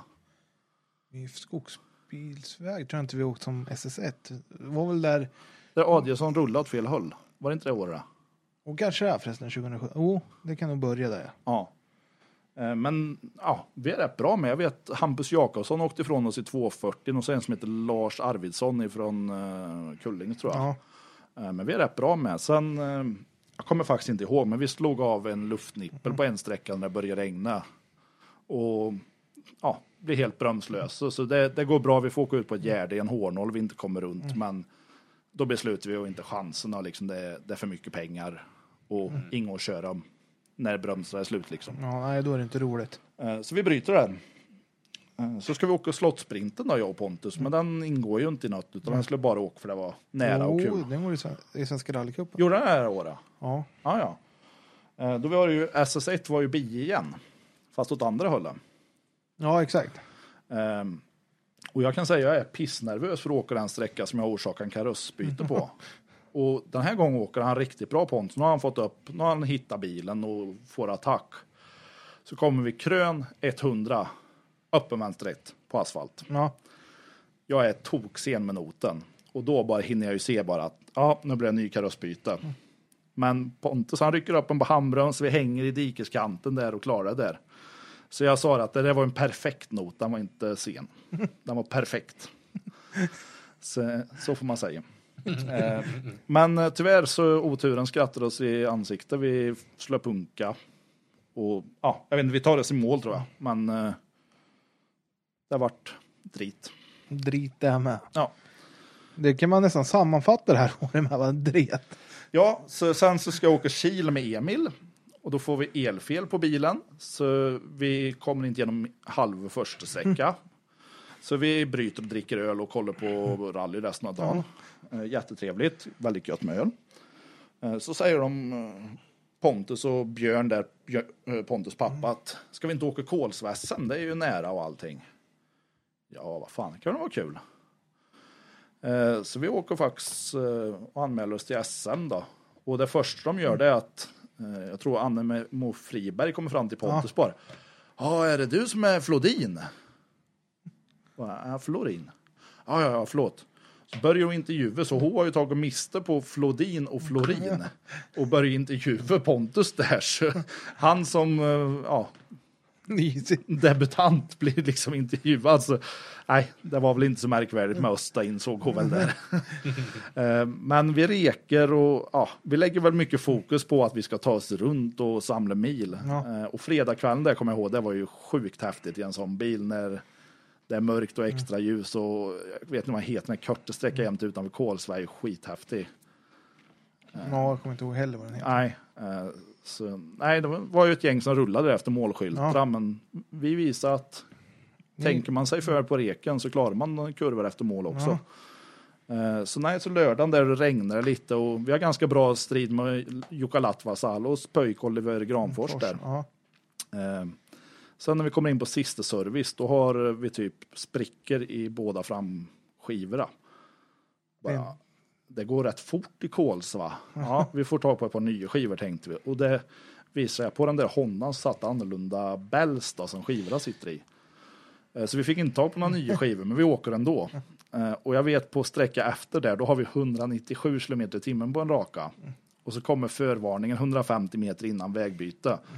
I skogsbilsväg tror jag inte vi åkt som S S ett. Det var väl där... Där Adielsson rullade åt fel håll. Var det inte det året? Och kanske är förresten tjugohundrasju. Jo, det kan nog börja där. Ja. Eh, Men ja, vi är rätt bra med. Jag vet Hampus Jakobsson åkte ifrån oss i tvåhundrafyrtio och så en som heter Lars Arvidsson ifrån uh, Kulling tror jag. Ja. Eh, Men vi är rätt bra med. Sen, eh, jag kommer faktiskt inte ihåg, men vi slog av en luftnippel på en sträcka när det började regna. Och ja, blir helt bromslös. Så, så det, det går bra, vi får åka ut på ett gärde i en hårnål vi inte kommer runt. Mm. Men då beslutar vi att inte chanserna. Liksom det, det är för mycket pengar. Och mm. inga att köra när bromsar är slut. Liksom. Ja, nej, då är det inte roligt. Uh, så vi bryter den. Uh, så ska vi åka slottsprinten då, jag och Pontus. Mm. Men den ingår ju inte i något. Utan mm. den skulle bara åka för det var nära oh, och kul. Den går i, Sven- i Svenska rallycupen. Gjorde den här året? Ja. Ah, ja. Uh, då var det ju S S ett var ju bi igen. Fast åt andra hållet. Ja, exakt. Um, och jag kan säga att jag är pissnervös för att åka den sträcka som jag orsakar en karossbyte på. Och den här gången åker han riktigt bra på. Nu har han fått upp, nu har han hittat bilen och får attack. Så kommer vi krön hundra, öppen vänsterrätt på asfalt. Ja. Jag är toksen med noten. Och då bara hinner jag ju se bara att ja, nu blir det en ny karossbyte. Mm. Men Pontus han rycker upp en på handbroms så vi hänger i dikeskanten där och klarar det där. Så jag sa att det där var en perfekt not, den var inte sen. Den var perfekt. Så, så får man säga. Eh, men eh, tyvärr så oturen skrattade oss i ansiktet. Vi slår punka. Och ja, jag vet inte, vi tar det i mål tror jag. Men eh, det har varit drit. Drit det här med. Ja. Det kan man nästan sammanfatta det här året med vad dret. Ja, så sen så ska jag åka Kil med Emil. Och då får vi elfel på bilen. Så vi kommer inte igenom halv första sträcka. Mm. Så vi bryter och dricker öl och kollar på rally resten av dagen. Mm. Jättetrevligt. Väldigt gött med öl. Så säger de Pontus och Björn där, Pontus pappa, att ska vi inte åka Kolsvässen? Det är ju nära och allting. Ja, vad fan, det kan det vara kul. Så vi åker faktiskt och anmäler oss till S M då. Och det första de gör det är att jag tror Anne Mo Friberg kommer fram till Pontus ja. bara. Ja, är det du som är Flodin? Ja, Florin. Ja, ja, ja, förlåt. Så börjar hon intervjua så hon har ju tagit miste på Flodin och Florin. Och börjar intervjua Pontus där. Så han som, ja, debutant blir liksom intervjuad. Så, nej, det var väl inte så märkvärdigt med Östa insåg hon väl där. Men vi reker och ja, vi lägger väl mycket fokus på att vi ska ta oss runt och samla mil. Ja. Och fredagskvällen där kommer jag ihåg, det var ju sjukt häftigt i en sån bil när det är mörkt och extra ljus och jag vet inte vad det heter, en kortesträcka jämt utanför Kolsva är häftig. Ja, jag kommer inte ihåg heller vad den heter. Nej, så, nej, det var ju ett gäng som rullade efter målskyltar, ja. Men vi visar att mm. tänker man sig för på reken så klarar man kurvor efter mål också. Ja. Så nej, så lördagen där det regnar lite och vi har ganska bra strid med Jukka Latvasalos pöjk Oliver Granfors mm, där. Ja. Sen när vi kommer in på sista service, då har vi typ sprickor i båda framskivorna. Bara, mm. Det går rätt fort i Kolsva. Ja, vi får ta på ett par nya skivor tänkte vi. Och det visar jag på den där Hondan satt annorlunda bells då, som skivorna sitter i. Så vi fick inte ta på några nya skivor, men vi åker ändå. Och jag vet på sträcka efter där, då har vi hundranittiosju kilometer i timmen på en raka. Och så kommer förvarningen hundrafemtio meter innan vägbyte.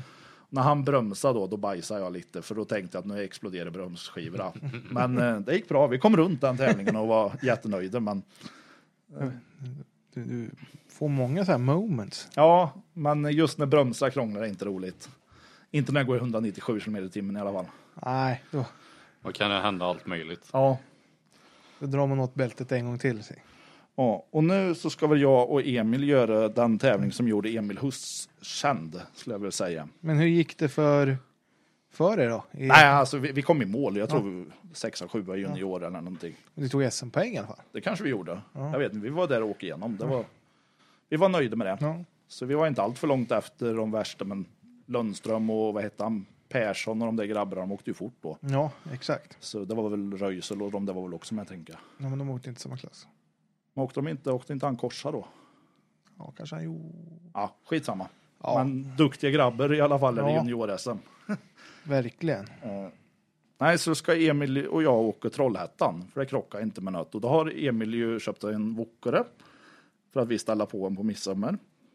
när han bromsade då, då bajsade jag lite. För då tänkte jag att nu exploderar bromsskivorna. Men eh, det gick bra. Vi kom runt den tävlingen och var jättenöjda. Men, eh. du, du får många så här moments. Ja, men just när bromsar krånglar är inte roligt. Inte när jag går i etthundranittiosju kilometer i timmen i alla fall. Nej, då, Då kan det hända allt möjligt. Ja. då drar man åt bältet en gång till. Sig. Ja, och nu så ska väl jag och Emil göra den tävling som gjorde Emil Huss känd, skulle jag vilja säga. Men hur gick det för, för er då? I, Nej, alltså vi, vi kom i mål. Jag tror vi sexa, sjua junior eller någonting. Du tog S M-poäng i alla fall. Det kanske vi gjorde. Ja. Jag vet inte, vi var där och åkte igenom. Det var, vi var nöjda med det. Ja. Så vi var inte allt för långt efter de värsta, men Lundström och vad heter han? Persson och de där grabbarna, de åkte ju fort då. Ja, exakt. Så det var väl Röisel och de där var väl också med, tänker jag. Ja, men de åkte inte samma klass. Men åkte de inte, åkte inte han korsa då? Ja, kanske han gjorde. Ja, skitsamma. Ja. Men duktiga grabbar i alla fall i Ja. junior-S M. Verkligen. Uh, nej, så ska Emil och jag åka Trollhättan, för det krockar inte med något. Och då har Emil ju köpt en Wokare för att vi ställa på en på midsommar.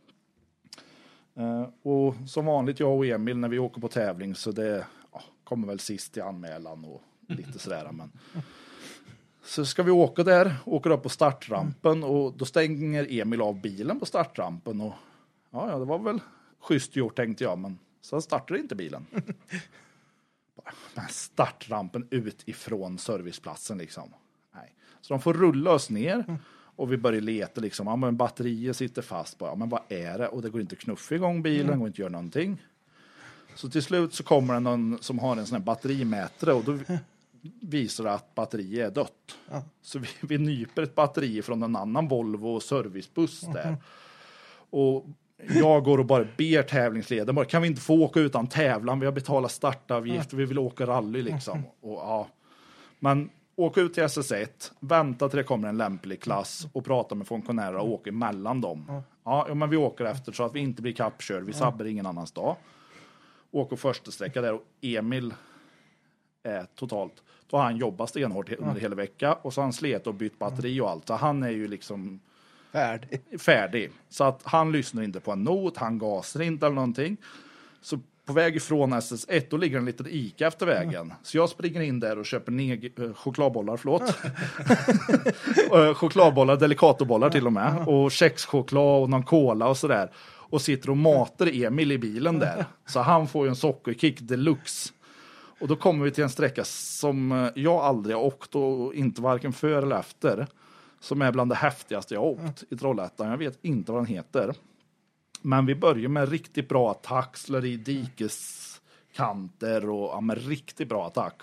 Uh, och som vanligt, jag och Emil, när vi åker på tävling, så det ja, kommer väl sist i anmälan och lite sådär. Men. Så ska vi åka där, åker upp på startrampen och då stänger Emil av bilen på startrampen. Och ja, ja det var väl schysst gjort, tänkte jag, men så startade inte bilen. Men startrampen ut ifrån serviceplatsen liksom. Nej. Så de får rulla oss ner och vi börjar leta liksom. Ja, men batteriet sitter fast bara. Ja, men vad är det? Och det går inte att knuffa igång bilen, mm. går inte att göra någonting. Så till slut så kommer det någon som har en sån här batterimätare och då visar det att batteriet är dött. Ja. Så vi, vi nyper ett batteri från en annan Volvo servicebuss där. Mm. Och jag går och bara ber tävlingsledaren, bara, kan vi inte få åka utan tävlan? Vi har betalat startavgift och vi vill åka rally liksom. Och, ja. Men åka ut till S S ett, vänta till det kommer en lämplig klass och prata med funktionärer och åka emellan dem. Ja, men vi åker efter så att vi inte blir kappkörd. Vi sabbar ingen annans dag. Åker första sträcka där och Emil är totalt. Då har han jobbat stenhårt under hela veckan och så har han slet och bytt batteri och allt. Så han är ju liksom Färdig. Färdig. Så att han lyssnar inte på en not, han gasar inte eller någonting. Så på väg ifrån S S ett, då ligger en liten Ica efter vägen. Mm. Så jag springer in där och köper neg- äh, chokladbollar, förlåt. chokladbollar, delicatobollar till och med. Och kexchoklad och någon cola och sådär. Och sitter och matar Emil i bilen där. Så han får ju en sockerkick deluxe. Och då kommer vi till en sträcka som jag aldrig har åkt och inte varken för eller efter. Som är bland det häftigaste jag har åkt i Trollhättan. Jag vet inte vad den heter. Men vi börjar med riktigt bra attack. Slår i dikeskanter och ja, med riktigt bra attack.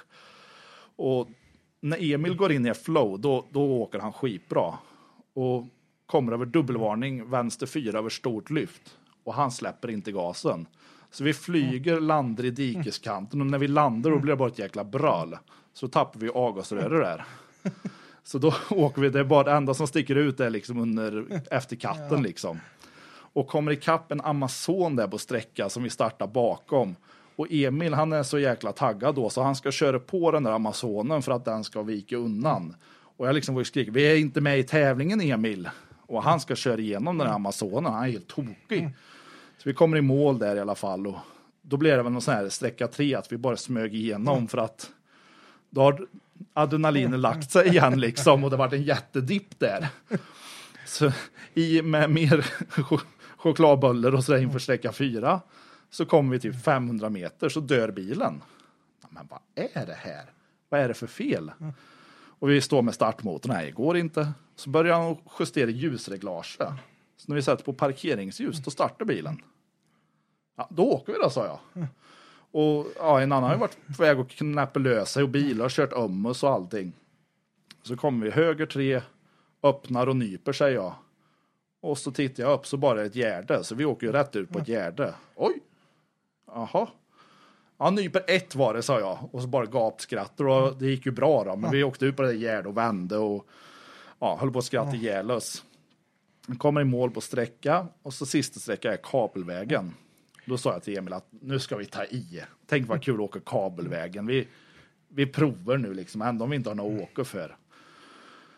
Och när Emil går in i flow, då, då åker han skitbra. Och kommer över dubbelvarning, vänster fyra över stort lyft. Och han släpper inte gasen. Så vi flyger, landar i dikeskanten. Och när vi landar då blir det bara ett jäkla bröl. Så tappar vi avgasröret där. Så då åker vi, det är bara det enda som sticker ut är liksom under, efter katten ja. liksom. Och kommer i kapp en Amazon där på sträcka som vi startar bakom. Och Emil, han är så jäkla taggad då så han ska köra på den där Amazonen för att den ska vika undan. Och jag liksom var skrik, vi är inte med i tävlingen Emil. Och han ska köra igenom den där Amazonen, han är helt tokig. Så vi kommer i mål där i alla fall och då blir det väl någon sån här sträcka tre att vi bara smög igenom för att då har adrenalinen lagt sig igen liksom och det har varit en jättedipp där. Så i med mer chokladbollar och så där inför sträcka fyra så kommer vi till femhundra meter så dör bilen. Men vad är det här? Vad är det för fel? Och vi står med startmotorn, nej, går inte. Så börjar han justera ljusreglage. Så när vi sätter på parkeringsljus, då startar bilen. Ja, då åker vi då, sa jag. Och ja, en annan har ju varit på väg att knäppa lösa och bilar har kört om oss och allting. Så kommer vi höger tre, öppnar och nyper, säger jag. Och så tittar jag upp så bara ett gärde. Så vi åker ju rätt ut på ett gärde. Oj! Jaha. Ja, nyper ett var det, sa jag. Och så bara gapskrattar och det gick ju bra då. Men vi åkte ut på det gärde och vände och ja, höll på att skratta ihjäl oss. Kommer i mål på sträcka och så sista sträcka är kabelvägen. Då sa jag till Emil att nu ska vi ta i. Tänk vad kul att åka kabelvägen. Vi, vi provar nu liksom, ändå om vi inte har något att åka för.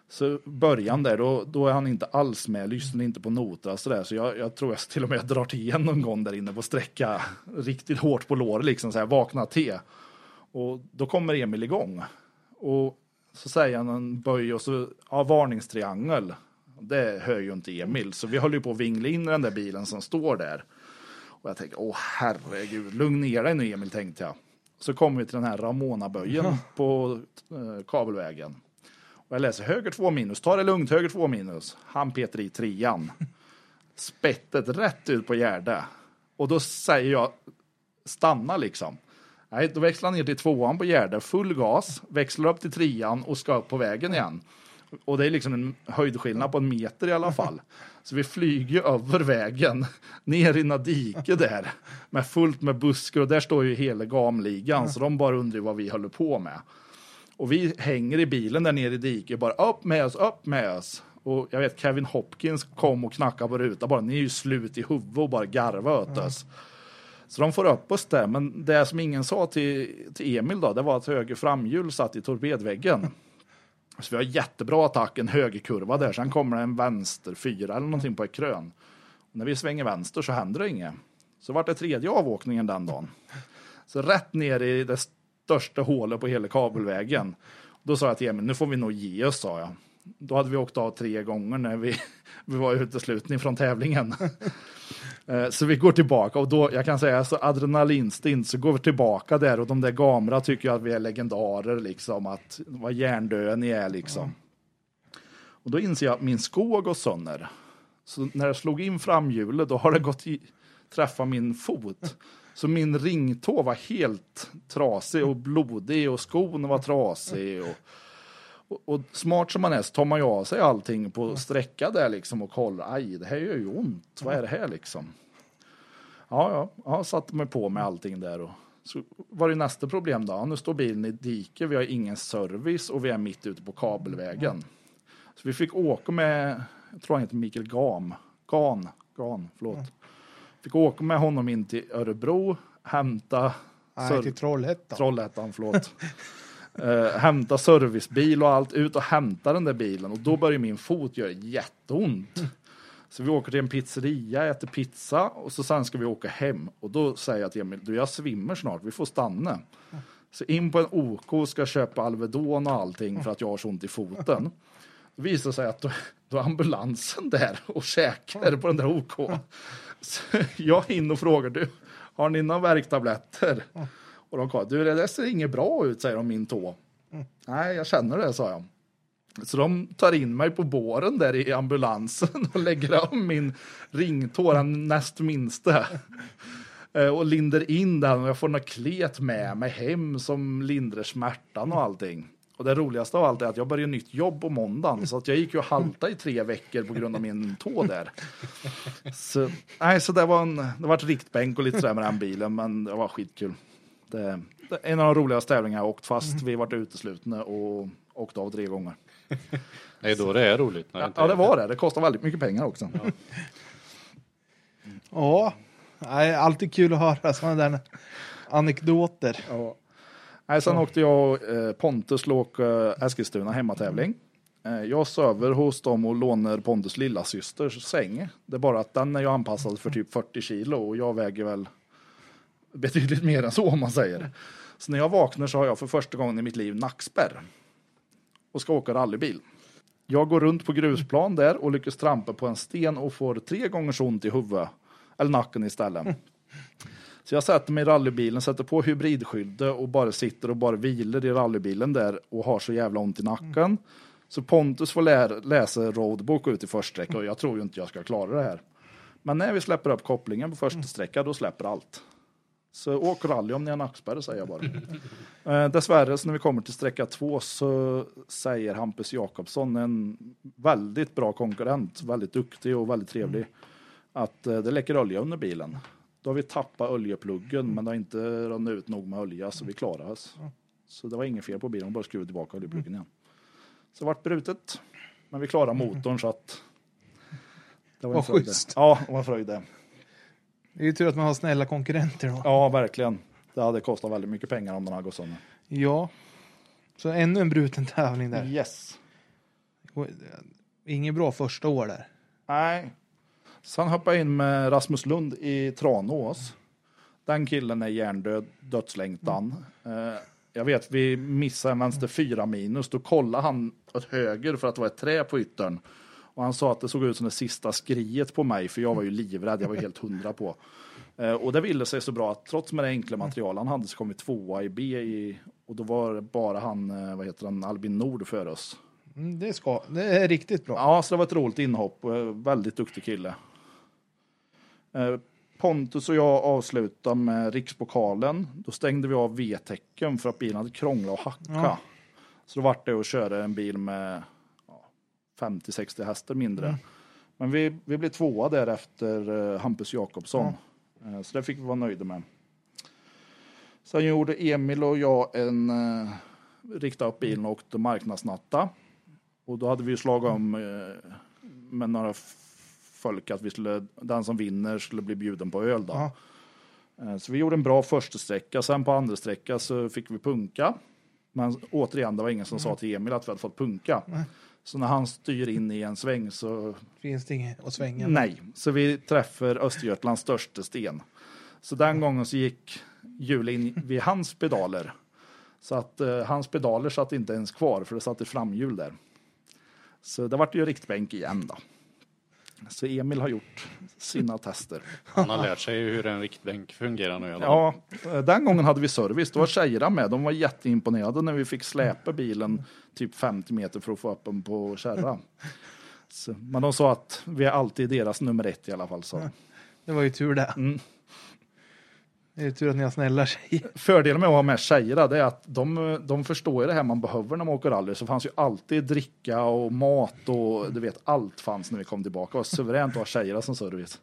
Så början där, då, då är han inte alls med, lyssnar inte på noter så där. Så jag, jag tror jag till och med drar till igen någon gång där inne på sträcka riktigt hårt på låret liksom så här, vakna till. Och då kommer Emil igång. Och så säger han en böj och så, ja, varningstriangel. Det hör ju inte Emil. Så vi håller ju på att vingla in i den där bilen som står där. Och jag tänker, åh herregud, lugn ner dig nu Emil, tänkte jag. Så kommer vi till den här Ramona-böjen mm. på eh, kabelvägen. Och jag läser höger två minus, ta det lugnt, höger två minus. Han petar i trean. Spettet rätt ut på Gärde. Och då säger jag, stanna liksom. Nej, då växlar han ner till tvåan på Gärde, full gas, växlar upp till trean och ska upp på vägen igen. Och det är liksom en höjdskillnad på en meter i alla fall. Så vi flyger över vägen ner i Nadike där med fullt med buskar och där står ju hela gamligan så de bara undrar vad vi håller på med. Och vi hänger i bilen där nere i diket bara upp med oss, upp med oss. Och jag vet Kevin Hopkins kom och knackade på rutan bara, ni är ju slut i huvudet och bara garva åt oss. Så de får upp oss där, men det som ingen sa till, till Emil då, det var att höger framhjul satt i torpedväggen. Så vi har jättebra attack, en högerkurva där. Sen kommer det en vänster fyra eller någonting på ett krön. Och när vi svänger vänster så händer det inget. Så var det tredje avåkningen den dagen. Så rätt ner i det största hålet på hela kabelvägen. Då sa jag till Emil, nu får vi nog ge oss, sa jag. Då hade vi åkt av tre gånger när vi, vi var uteslutning från tävlingen. Så vi går tillbaka och då, jag kan säga så adrenalinstint, så går vi tillbaka där och de där gamla tycker att vi är legendarer liksom, att vad hjärndöda ni är liksom. Och då inser jag att min sko går sönder. Så när jag slog in framhjulet då har det gått i, träffa min fot. Så min ringtå var helt trasig och blodig och skon var trasig och Och, och smart som man är så tar man ju av sig allting på sträcka där liksom och kollar, aj det här gör ju ont, vad är det här liksom? Ja, ja, jag satte mig på med allting där och så var det nästa problem då, nu står bilen i diket, vi har ingen service och vi är mitt ute på kabelvägen. Så vi fick åka med, jag tror han heter Mikael Gam, Gan, Gan, förlåt. Fick åka med honom in till Örebro, hämta... Nej, till Trollhättan. Trollhättan, förlåt. Uh, hämta servicebil och allt, ut och hämta den där bilen och då börjar min fot göra jätteont. Mm. Så vi åker till en pizzeria, äter pizza och så sen ska vi åka hem och då säger jag till Emil, du jag svimmar snart, vi får stanna. Mm. Så in på en O K och ska köpa Alvedon och allting för att jag har så ont i foten. Det visar sig att då, då är ambulansen där och käkar på den där O K. Så jag in och frågar, du, har ni några värktabletter? Och de sa, du det där ser inget bra ut, säger de min tå. Mm. Nej, jag känner det, sa jag. Så de tar in mig på båren där i ambulansen och lägger om min ringtå, den näst minsta. Och linder in den och jag får något klet med mig hem som lindrar smärtan och allting. Och det roligaste av allt är att jag började nytt jobb på måndagen. Så att jag gick ju och halta i tre veckor på grund av min tå där. Så, nej, så det var en, det var ett riktbänk och lite sådär med den bilen, men det var skitkul. Det, det är en av de roligaste tävlingarna jag har åkt fast. Vi har varit uteslutna och åkt av tre gånger. Det är då det är roligt. När ja, det inte ja, det var det. Det kostar väldigt mycket pengar också. Ja, ja. Nej, alltid kul att höra sådana där anekdoter. Ja. Nej, sen ja. åkte jag och eh, Pontus låg eh, Eskilstuna hemmatävling. Eh, jag söver hos dem och lånar Pontus lilla systers säng. Det är bara att den är ju anpassad för typ fyrtio kilo och jag väger väl betydligt mer än så, om man säger. Så när jag vaknar så har jag för första gången i mitt liv nackspärr och ska åka rallybil. Jag går runt på grusplan där och lyckas trampa på en sten och får tre gånger så ont i huvudet, eller nacken istället. Så jag sätter mig i rallybilen, sätter på hybridskyddet och bara sitter och bara vilar i rallybilen där och har så jävla ont i nacken. Så Pontus får lä- läsa roadbook ut i första sträcka och jag tror ju inte jag ska klara det här. Men när vi släpper upp kopplingen på första sträcka, då släpper allt. Så åk rally om ni har nackspärr, säger jag bara. eh, dessvärre, så när vi kommer till sträcka två så säger Hampus Jakobsson, en väldigt bra konkurrent, väldigt duktig och väldigt trevlig, att eh, det läcker olja under bilen. Då har vi tappat oljepluggen, men det har inte runnit ut nog med olja så vi klarar oss. Så det var ingen fel på bilen, bara skruva tillbaka oljepluggen igen. Så det vart brutet, men vi klarar motorn så att det var en fröjd. Ja, det var en fröjd. Det är ju tur att man har snälla konkurrenter då. Ja, verkligen. Det hade kostat väldigt mycket pengar om den hade gått sönder. Ja. Så ännu en bruten tävling där. Yes. Inget bra första år där. Nej. Sen hoppade jag in med Rasmus Lund i Tranås. Den killen är hjärndöd, dödslängtan. Mm. Jag vet, vi missade en vänster fyra minus. Då kollade han åt höger för att det var ett trä på yttern. Och han sa att det såg ut som det sista skriet på mig, för jag var ju livrädd, jag var helt hundra på. Och det ville sig så bra att trots med det enkla material han hade så kom vi tvåa i B i, och då var det bara han, vad heter han, Albin Nord för oss. Mm, det, ska, det är riktigt bra. Ja, så det var ett roligt inhopp och väldigt duktig kille. Pontus och jag avslutade med rikspokalen. Då stängde vi av V-tecken för att bilen hade krånglat och hacka. Ja. Så då var det att köra en bil med femtio sextio hästar mindre. Mm. Men vi, vi blev tvåa där efter uh, Hampus Jakobsson. Mm. Uh, så det fick vi vara nöjda med. Sen gjorde Emil och jag en uh, riktade upp bilen och åkte marknadsnatta. Och då hade vi ju slagit om uh, med några f- folk att vi skulle, den som vinner skulle bli bjuden på öl då. Uh, så vi gjorde en bra första sträcka. Sen på andra sträcka så fick vi punka. Men återigen, det var ingen som mm. sa till Emil att vi hade fått punka. Mm. Så när han styr in i en sväng så... Finns det inget att svänga? Nej, så vi träffar Östergötlands största sten. Så den gången så gick hjulet in vid hans pedaler. Så att uh, hans pedaler satt inte ens kvar, för det satt i framhjul där. Så det vart ju riktbänk igen då. Så Emil har gjort sina tester. Han har lärt sig hur en riktbänk fungerar nu. Eller? Ja, den gången hade vi service. Då var tjejerna med. De var jätteimponerade när vi fick släpa bilen typ femtio meter för att få upp den på kärra. Så, men de sa att vi är alltid deras nummer ett i alla fall. Så. Det var ju tur det. Mm. Det är tur att ni har snälla tjejer. Fördelen med att ha med tjejer är att de, de förstår ju det här man behöver när man åker rally. Så fanns ju alltid dricka och mat och du vet, allt fanns när vi kom tillbaka. Det var suveränt att ha tjejer som service.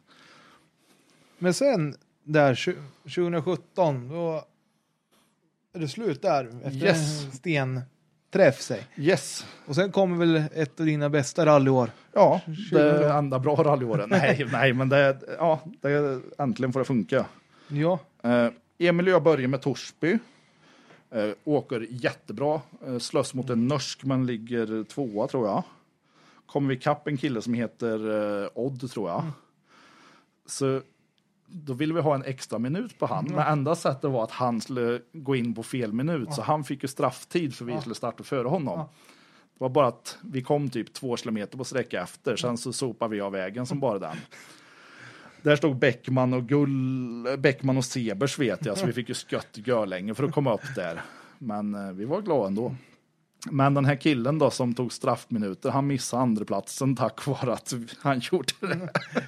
Men sen där tjugo sjutton då är det slut där efter yes. en stenträff sig. Yes. Och sen kommer väl ett av dina bästa rallyår. Ja, det enda bra rallyåren. nej, nej, men det, ja, det äntligen får det funka. Ja. Uh, Emil och jag börjar med Torsby. Uh, åker jättebra. Uh, slåss mot en norsk, men ligger tvåa tror jag. Kommer vi kapp en kille som heter uh, Odd tror jag. Mm. Så då ville vi ha en extra minut på han. Mm. Men enda sättet var att han skulle gå in på fel minut. Ja. Så han fick ju strafftid för vi ja. skulle starta före honom. Ja. Det var bara att vi kom typ två kilometer på sträcka efter. Sen så sopade vi av vägen som bara den. Där stod Bäckman och Gull, Bäckman och Sebers vet jag. Så vi fick ju skött görlänge för att komma upp där. Men eh, vi var glada ändå. Men den här killen då som tog straffminuter, han missade andra platsen tack vare att han gjorde det.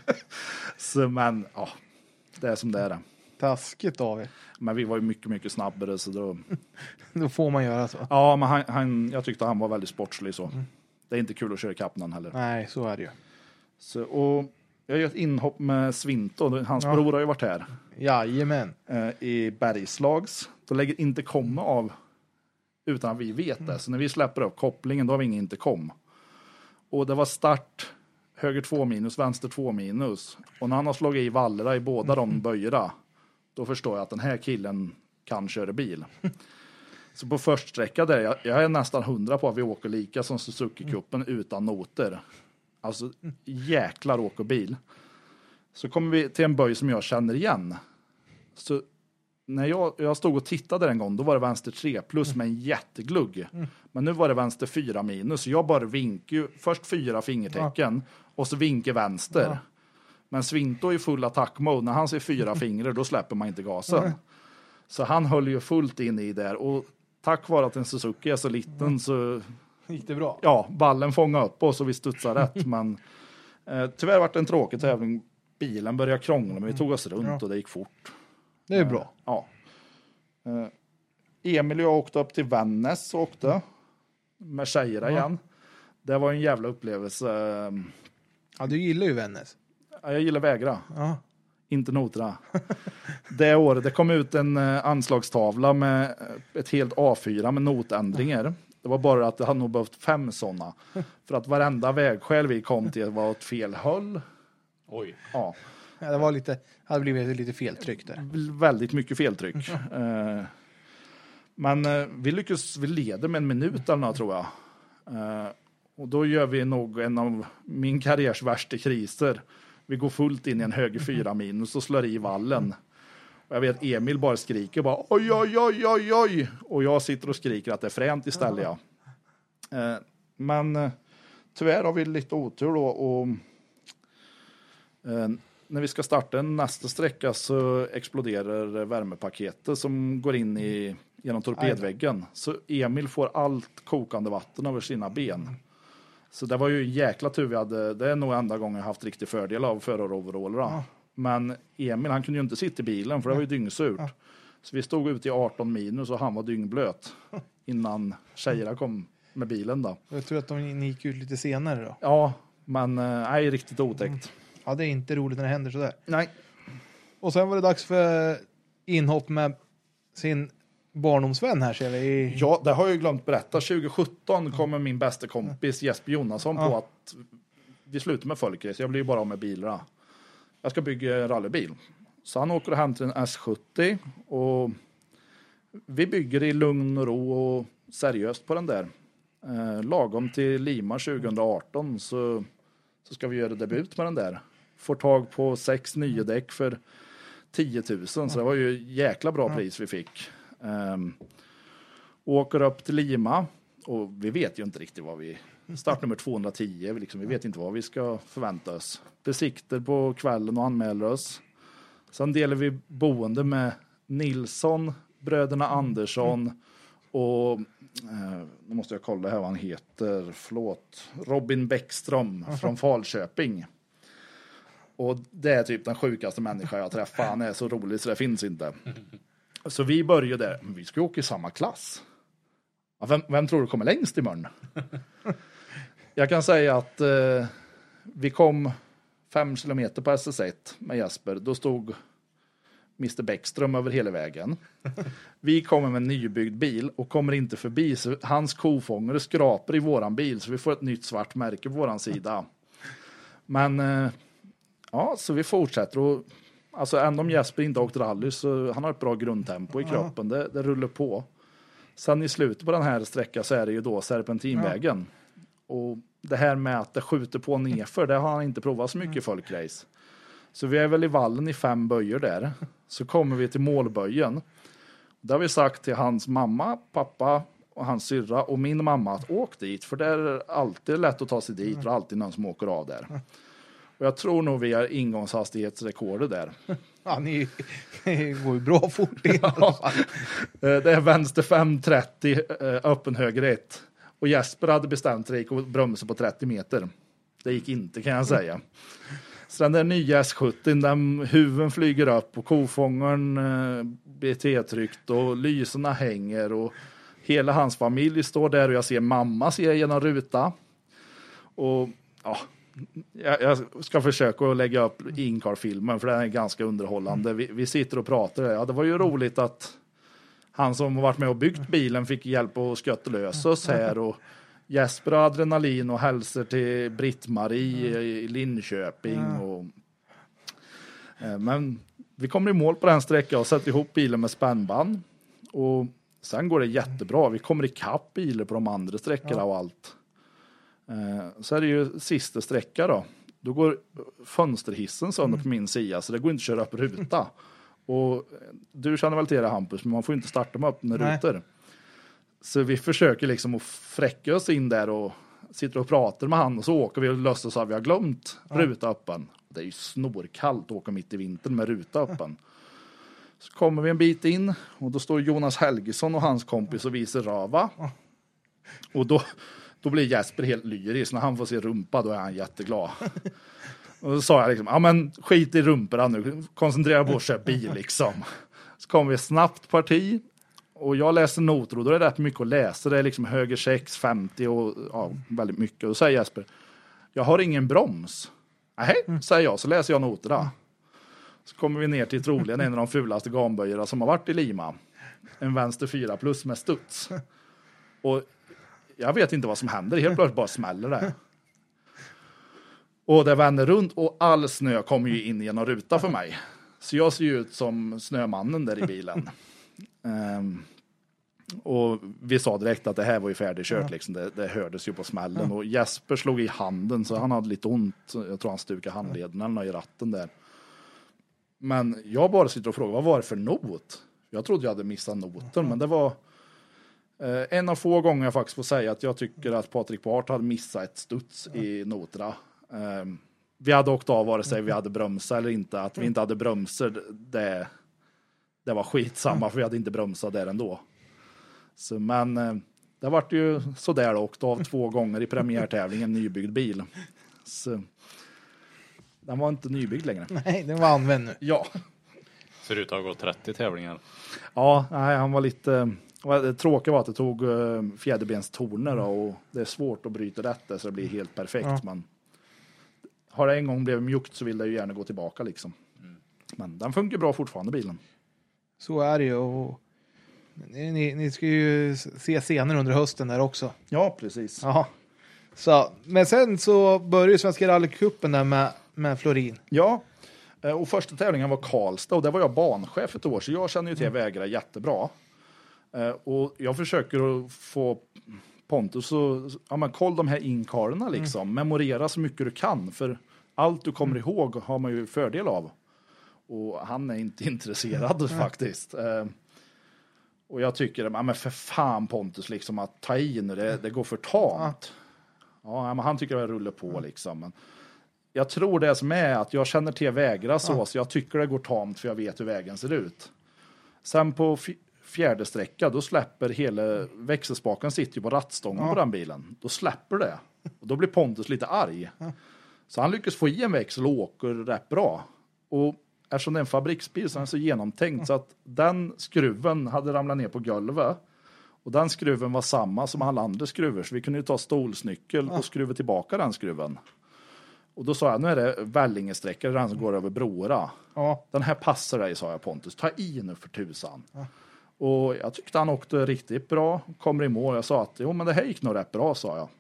Så men, ja, det är som det är. Taskigt av er. Men vi var ju mycket, mycket snabbare så då... då får man göra så. Ja, men han, han, jag tyckte han var väldigt sportslig så. Mm. Det är inte kul att köra kappen heller. Nej, så är det ju. Så, och jag gör ett inhopp med Svinto, hans ja. bror har ju varit här. Jajamän. Eh, I Bergslags. Då lägger inte komma av utan att vi vet det. Mm. Så när vi släpper upp kopplingen, då har vi ingen intercom. Och det var start, höger två minus, vänster två minus. Och när han har slagit i Vallra i båda mm. de böjra, då förstår jag att den här killen kan köra bil. Så på först sträcka där, jag, jag är nästan hundra på att vi åker lika som Suzuki-kuppen mm. utan noter. Alltså jäklar åker bil. Så kommer vi till en böj som jag känner igen. Så när jag, jag stod och tittade en gång, då var det vänster tre plus med en jätteglugg. Mm. Men nu var det vänster fyra minus. Så jag bara vinkar ju först fyra fingertecken ja. och så vinkar vänster. Ja. Men Svinto är full attack-mode. När han ser fyra fingrar, då släpper man inte gasen. Mm. Så han höll ju fullt in i där. Och tack vare att en Suzuki är så liten mm. så... gick det bra? Ja, ballen fångade upp oss och vi studsade rätt. Men eh, tyvärr var det en tråkig tävling. Bilen började krångla, men vi tog oss runt ja. och det gick fort. Det är bra. Eh, ja. Eh, Emil och jag åkte upp till Vännäs och åkte med tjejerna ja. igen. Det var en jävla upplevelse. Ja, du gillar ju Vännäs. Ja, jag gillar vägra. Ja. Inte noterna. Det året det kom ut en eh, anslagstavla med ett helt A fyra med notändringar. Det var bara att det hade nog behövt fem sådana. För att varenda vägskäl vi kom till var ett fel håll. Oj. Ja. Ja, det var lite, hade blivit lite feltryck där. Väldigt mycket feltryck. Mm. Uh, men uh, vi lyckades, vi leder med en minut eller något tror jag. Uh, Och då gör vi nog en av min karriärs värsta kriser. Vi går fullt in i en höger fyra minus och slår i vallen. Och jag vet Emil bara skriker bara oj, oj, oj, oj, oj. Och jag sitter och skriker att det är fränt istället. Ja. Eh, men eh, tyvärr har vi lite otur då. Och, eh, när vi ska starta nästa sträcka så exploderar värmepaketet som går in i, genom torpedväggen. Så Emil får allt kokande vatten över sina ben. Så det var ju jäkla tur vi hade. Det är nog enda gången jag haft riktig fördel av föraroverallerna. Ja. Men Emil han kunde ju inte sitta i bilen för det var ju dyngsurt. Ja. Så vi stod ute i arton minus och han var dyngblöt innan tjejerna kom med bilen då. Jag tror att de gick ut lite senare då. Ja, men nej, riktigt otäckt. Ja, det är inte roligt när det händer sådär. Nej. Och sen var det dags för inhopp med sin barndomsvän här ser vi. Ja, det har jag ju glömt berätta. tjugo sjutton kommer min bästa kompis Jesper Jonasson ja. på att vi slutar med folkrace. Jag blir ju bara av med bilarna. Jag ska bygga en rallybil. Så han åker hem till en S sjuttio och vi bygger i lugn och ro och seriöst på den där. Eh, lagom till Lima tjugo arton så, så ska vi göra debut med den där. Får tag på sex nya däck för tio tusen så det var ju jäkla bra pris vi fick. Um, åker upp till Lima och vi vet ju inte riktigt vad vi startnummer tvåhundratio liksom, vi vet inte vad vi ska förvänta oss. Besikter på kvällen och anmäler oss. Sen delar vi boende med Nilsson, bröderna Andersson och eh, nu måste jag kolla här vad han heter, förlåt, Robin Bäckström från Falköping. Och det är typ den sjukaste människa jag träffar. Han är så rolig så det finns inte. Så vi börjar där. Vi ska åka i samma klass. Ja, vem, vem tror du kommer längst i mörn? Jag kan säga att eh, vi kom fem kilometer på S S ett med Jesper. Då stod mister Bäckström över hela vägen. Vi kommer med en nybyggd bil och kommer inte förbi. Så hans kofångare skrapar i våran bil. Så vi får ett nytt svart märke på våran sida. Men eh, ja, så vi fortsätter och alltså även om Jesper inte åkt rally så han har ett bra grundtempo i kroppen. Det, det rullar på. Sen i slutet på den här sträckan så är det ju då serpentinvägen. Ja. Och det här med att det skjuter på nerför, det har han inte provat så mycket i folkrace. Så vi är väl i vallen i fem böjer där. Så kommer vi till målböjen. Där har vi sagt till hans mamma, pappa och hans syrra och min mamma att åk dit. För det är alltid lätt att ta sig dit och alltid någon som åker av där. Och jag tror nog vi har ingångshastighetsrekordet där. Ja, ni, ni går ju bra fort in. Ja, det är vänster fem trettio, öppen höger ett. Och Jesper hade bestämt sig att bromsa på trettio meter. Det gick inte kan jag säga. Så den där nya S sjuttio, den huven flyger upp och kofångaren eh, blir T-tryckt och lyserna hänger och hela hans familj står där och jag ser mamma ser genom ruta. Och ja, jag, jag ska försöka att lägga upp in-car-filmen för den är ganska underhållande. Vi, vi sitter och pratar. Ja, det var ju roligt att han som har varit med och byggt bilen fick hjälp att sköta lös oss här och Jesper och adrenalin och hälsar till Britt-Marie i Linköping. Och, eh, men vi kommer i mål på den sträckan och sätter ihop bilen med spännband. Och sen går det jättebra. Vi kommer i kapp bilar på de andra sträckorna ja. och allt. Eh, så är det ju sista sträcka då. Då går fönsterhissen sönder på min sida så det går inte att köra upp ruta. Och du känner väl till det Hampus, men man får inte starta med öppna rutor. Så vi försöker liksom att fräcka oss in där och sitter och pratar med han och så åker vi och löser så att vi har glömt ja. ruta öppen. Det är ju snorkallt att åka mitt i vintern med ruta öppen. Så kommer vi en bit in och då står Jonas Helgesson och hans kompis och visar rava. Och då, då blir Jesper helt lyrisk. När han får se rumpa då är han jätteglad. Och då sa jag liksom, ja men skit i rumporna nu, koncentrera på att köra bil liksom. Så kommer vi snabbt parti. Och jag läser noter och då är det rätt mycket att läsa. Det är liksom höger sex, femtio och ja, väldigt mycket. Och då säger Jesper, jag har ingen broms. Nej, mm. säger jag, så läser jag noterna. Så kommer vi ner till troligen en av de fulaste gamböjare som har varit i Lima. En vänster fyra plus med studs. Och jag vet inte vad som händer, helt plötsligt bara smäller det. Och det vänder runt och all snö kommer ju in genom ruta för mig. Så jag ser ju ut som snömannen där i bilen. Um, Och vi sa direkt att det här var ju färdigkört. Ja. Liksom. Det, det hördes ju på smällen. Ja. Och Jesper slog i handen så han hade lite ont. Jag tror han stukade handleden eller i ratten där. Men jag bara sitter och frågar, vad var det för not? Jag trodde jag hade missat noten, men det var eh, en av få gånger jag faktiskt får säga att jag tycker att Patrik Bart hade missat ett studs ja. i noterna. Eh, vi hade åkt av vare sig vi hade bromsat eller inte. Att vi inte hade bromsar, det, det var skitsamma för vi hade inte bromsat där ändå. Så, men eh, det vart ju sådär åkt av två gånger i premiärtävlingen nybyggd bil. Så den var inte nybyggd längre. Nej, den var använd nu. Ja. Ser ut att ha gått trettio tävlingar. Ja, nej, han var lite... Det tråkiga var att det tog uh, fjäderbenstorner och det är svårt att bryta detta så det blir helt perfekt. Ja. Men har det en gång blivit mjukt så vill det ju gärna gå tillbaka liksom. Mm. Men den funkar bra fortfarande, bilen. Så är det ju. Och ni, ni ska ju se senare under hösten där också. Ja, precis. Ja. Så, men sen så börjar ju Svenska rallycupen där med, med Florin. Ja, och första tävlingen var Karlstad och där var jag banchef ett år så jag känner ju till mm. vägarna jättebra. Och jag försöker att få Pontus och ja, men kolla de här inkarlarna liksom. Mm. Memorera så mycket du kan för allt du kommer mm. ihåg har man ju fördel av. Och han är inte intresserad mm. faktiskt. Och jag tycker, ja, men för fan Pontus liksom att ta in det, det går för tamt. Ja, ja men han tycker att jag rullar på liksom. Men jag tror det som är att jag känner till vägarna så, ja. så jag tycker det går tamt för jag vet hur vägen ser ut. Sen på f- fjärde sträcka då släpper hela växelspaken sitter ju på rattstången ja. på den bilen. Då släpper det. Och då blir Pontus lite arg. Ja. Så han lyckas få i en växel och åker rätt bra. Och eftersom det är en fabriksbil så är den så genomtänkt ja. så att den skruven hade ramlat ner på golvet. Och den skruven var samma som alla andra skruvar. Så vi kunde ju ta stolsnyckel ja. och skruva tillbaka den skruven. Och då sa jag, nu är det Vällingesträckare, den som går över broarna. Ja. Den här passar dig, sa jag Pontus. Ta i nu för tusan. Ja. Och jag tyckte han åkte riktigt bra. Kommer i mål. Jag sa att, jo men det här gick nog rätt bra, sa jag.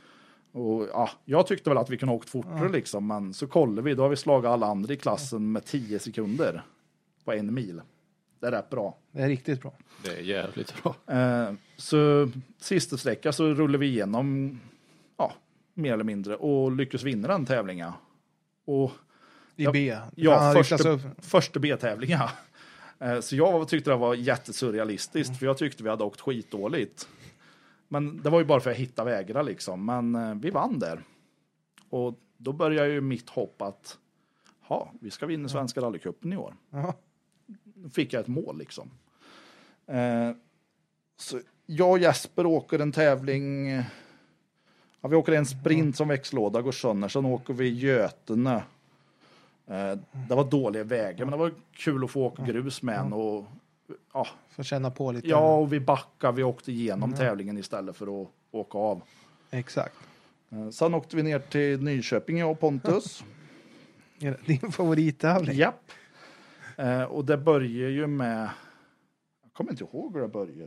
Och ja, jag tyckte väl att vi kunde åkt fortare ja. liksom. Men så kollade vi, då har vi slagit alla andra i klassen med tio sekunder på en mil. Det är rätt bra. Det är riktigt bra. Det är jävligt bra. Eh, så sista sträcka så rullar vi igenom, ja, mer eller mindre. Och lyckas vinna den tävlingen. Och I B? Ja, ja första, första B-tävlingen. Eh, så jag tyckte det var jättesurrealistiskt. Mm. För jag tyckte vi hade åkt skitdåligt. Men det var ju bara för att hitta vägarna liksom. Men eh, vi vann där. Och då började ju mitt hopp att ja, vi ska vinna Svenska rallycupen i år. Mm. Då fick jag ett mål liksom. Eh, så jag och Jesper åker en tävling. Ja, vi åker en sprint som växellåda går sönder. Sen åker vi Götene. Eh, det var dåliga vägar. Men det var kul att få åka grus med en. Och, ja. Få känna på lite. Ja, och vi backade. Vi åkte igenom mm. tävlingen istället för att åka av. Exakt. Eh, sen åkte vi ner till Nyköping, jag och Pontus. Din favorittävling. Japp. Eh, och det börjar ju med... Jag kommer inte ihåg hur det börjar.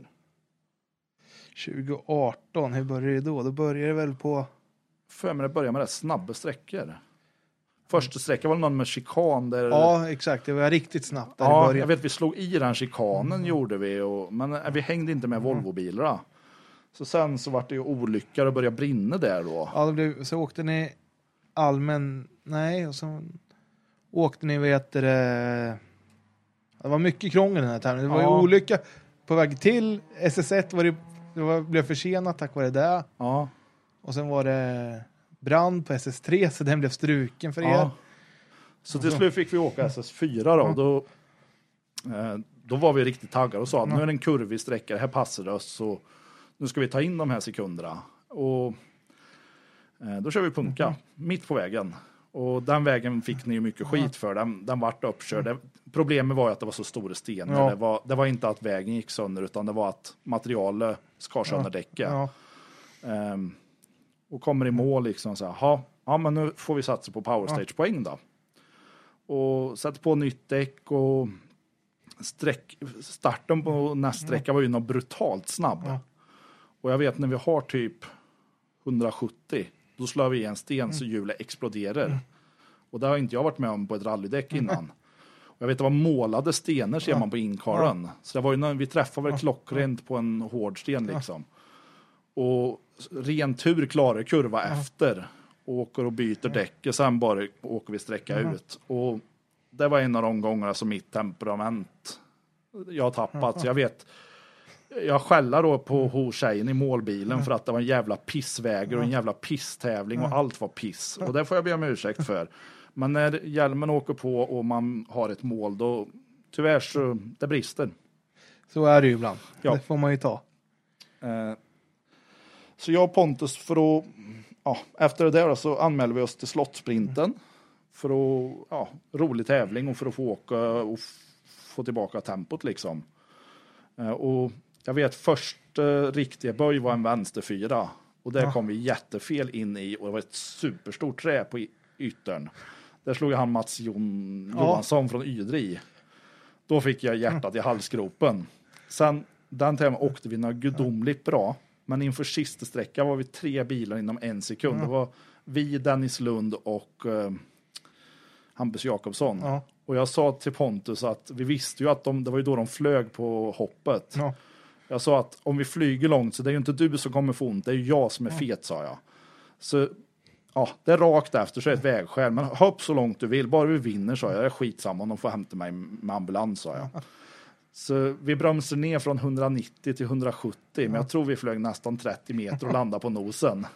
tjugo arton, hur börjar det då? Då börjar det väl på... För mig det börjar med det snabba sträckor. Första sträckan var någon med chikan där... Ja, exakt. Det var riktigt snabbt där ja, i början. Jag vet, vi slog i den chikanen mm. gjorde vi. Och, men vi hängde inte med mm. Volvo-bilarna. Så sen så var det ju olyckor och började brinna där då. Ja, det blev, så åkte ni allmän... Nej, och så åkte ni, vet det... Det var mycket krångel den här tävlingen. Det var ja. ju olycka på väg till S S ett. Var det, det var, blev försenat tack vare det. Ja. Och sen var det brand på S S tre så den blev struken för ja. er. Så till slut fick vi åka S S fyra då. Ja. Då, eh, då var vi riktigt taggade och sa att ja. nu är det en kurvig sträcka. Det här passar det oss. Så nu ska vi ta in de här sekunderna. Och eh, då kör vi punka. Mm. Mitt på vägen. Och den vägen fick ni ju mycket skit för. Den, den vart uppkörd. Mm. Problemet var ju att det var så stora stenar. Ja. Det, var, det var inte att vägen gick sönder utan det var att materialet skar sönder ja. däcket. Ja. Um, och kommer i mål liksom så här. Ja, men nu får vi satsa på powerstage-poäng då. Och sätter på nytt däck och sträck, starten på nästa sträcka var ju något brutalt snabb. Ja. Och jag vet när vi har typ hundrasjuttio då slår vi i en sten mm. så hjulet exploderar. Mm. Och det har inte jag varit med om på ett rallydäck innan. Jag vet det var målade stenar ser Ja. man på inkarlen. Ja. Så det var ju när vi träffade väl Ja. klockrent på en hård sten liksom. Och ren tur klarar kurva Ja. efter. Åker och byter däcket, sen bara åker vi sträcka Ja. ut. Och det var en av de gångerna som mitt temperament jag har tappat. Ja. Så jag vet, jag skäller då på hos-tjejen i målbilen för att det var en jävla pissväger och en jävla pisstävling och allt var piss. Och det får jag be om ursäkt för. Men när hjälmen åker på och man har ett mål, då tyvärr så det brister. Så är det ju ibland. Ja. Det får man ju ta. Eh, så jag och Pontus för att, ja, efter det där så anmälde vi oss till slottsprinten för att, ja, rolig tävling och för att få åka och f- få tillbaka tempot liksom. Eh, och jag vet först eh, riktiga böj var en vänsterfyra och där Ja. kom vi jättefel in i och det var ett superstort trä på y- yttern. Där slog han Mats Jon- Ja. Johansson från Ydri. Då fick jag hjärtat i halsgropen. Sen den tävlingen åkte vi något gudomligt bra. Men inför sista sträckan var vi tre bilar inom en sekund. Ja. Det var vi, Dennis Lund och eh, Hampus Jakobsson. Ja. Och jag sa till Pontus att vi visste ju att de, det var ju då de flög på hoppet. Ja. Jag sa att om vi flyger långt så det är ju inte du som kommer få ont, det är ju jag som är fet, sa jag. Så ja, det är rakt efter så är det ett vägskäl. Men hopp så långt du vill, bara vi vinner, sa jag. Det är skitsamma om de får hämta mig med ambulans, sa jag. Så vi bromsade ner från hundranittio till hundrasjuttio, men jag tror vi flög nästan trettio meter och landade på nosen.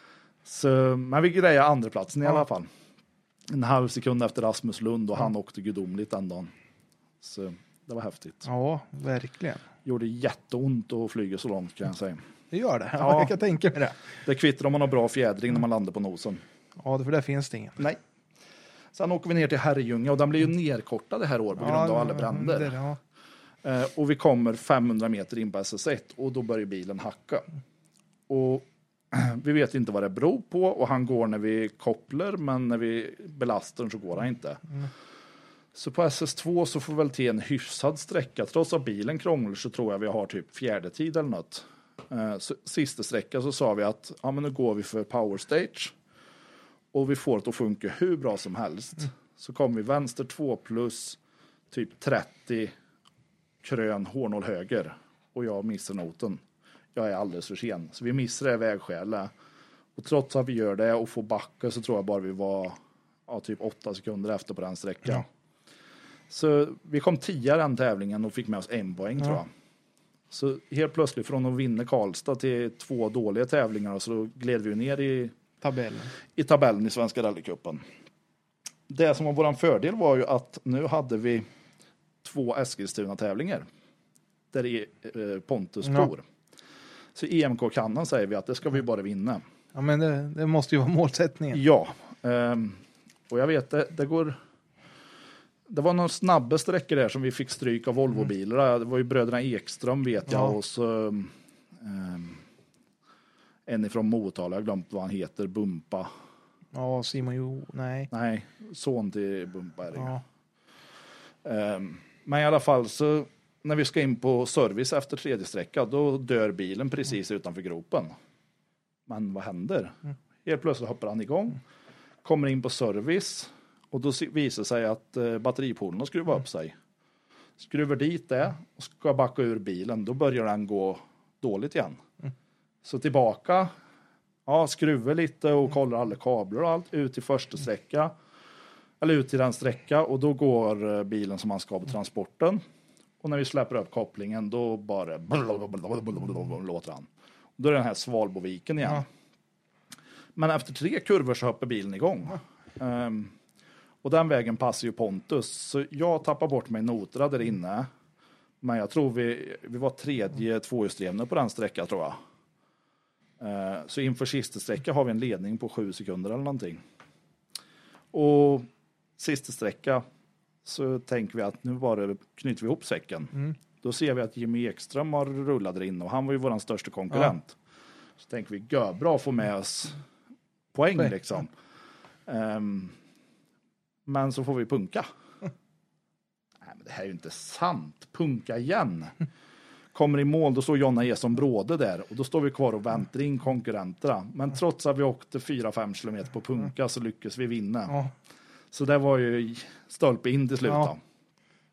Så, men vi grejade andra platsen i alla fall. En halv sekund efter Rasmus Lund och han åkte gudomligt den dagen. Så det var häftigt. Ja, verkligen. Gjorde jätteont att flyga så långt, kan jag säga. Det gör det. Ja, Ja. jag kan tänka mig det. Det kvittar om man har bra fjädring när man landar på nosen. Ja, för där finns det inget. Nej. Sen åker vi ner till Herrljunga och den blir ju nerkortad det här året på grund av alla bränder. det- Ja. Eh, och vi kommer femhundra meter in på S S ett och då börjar bilen hacka. Och vi vet inte vad det beror på och han går när vi kopplar, men när vi belastar så går han inte. Mm. Så på S S två så får vi väl till en hyfsad sträcka. Trots att bilen krånglar så tror jag vi har typ fjärde tid eller något. Eh, så, sista sträcka så sa vi att ja, men nu går vi för power stage. Och vi får det att funka hur bra som helst. Mm. Så kommer vi vänster två plus typ trettio krön hårnål höger. Och jag missar noten. Jag är alldeles för sen. Så vi missar det vägskälet. Och trots att vi gör det och får backa så tror jag bara vi var ja, typ åtta sekunder efter på den sträckan. Ja. Så vi kom tio den tävlingen och fick med oss en poäng Ja. tror jag. Så helt plötsligt från att vinna Karlstad till två dåliga tävlingar så gled vi ner i, Tabellen. i tabellen i Svenska rallycupen. Det som var vår fördel var ju att nu hade vi två Eskilstuna-tävlingar där är eh, Pontus Ja. bor. Så E M K-kannan säger vi att det ska vi bara vinna. Ja, men det, det måste ju vara målsättningen. Ja, ehm, och jag vet det, det går. Det var någon snabba sträckor där som vi fick stryk av Volvo-bilar. Det var ju bröderna Ekström vet jag Ja. och så ehm, en ifrån Motala, jag har glömt vad han heter, Bumpa. Ja, Simon Jo, nej. Nej, son till Bumpa är det. Ja. Ehm, men i alla fall så när vi ska in på service efter tredje sträcka då dör bilen precis utanför gropen. Men vad händer? Mm. Helt plötsligt hoppar han igång, kommer in på service och då se- visar sig att eh, batteripolen har skruvat upp sig. Skruvar dit det och ska backa ur bilen, då börjar den gå dåligt igen. Mm. Så tillbaka, ja, skruva lite och kollar alla kablar och allt, ut till första sträcka. Eller ut till den sträcka och då går eh, bilen som man ska på transporten. Och när vi släpper upp kopplingen då bara låter han. Då är det den här Svalboviken igen. Ja. Men efter tre kurvor så hoppar bilen igång. Um, och den vägen passar ju Pontus. Så jag tappar bort mig notra där inne. Men jag tror vi, vi var tredje tvåhjulsdrivna på den sträckan tror jag. Uh, så inför sista sträcka har vi en ledning på sju sekunder eller någonting. Och sista sträcka så tänker vi att nu bara knyter vi ihop säcken. Mm. Då ser vi att Jimmy Ekström har rullat där inne och han var ju vår största konkurrent. Så tänker vi, gör bra att få med oss poäng Poäng. liksom. Um, men så får vi punka. Nej, men det här är ju inte sant. Punka igen. Kommer i mål, då står Jonna Eson Bråde där. Och då står vi kvar och väntar in konkurrenterna. Men trots att vi åkte fyra fem kilometer på punka så lyckas vi vinna. Ja. Så det var ju stolpe in till slut. Ja.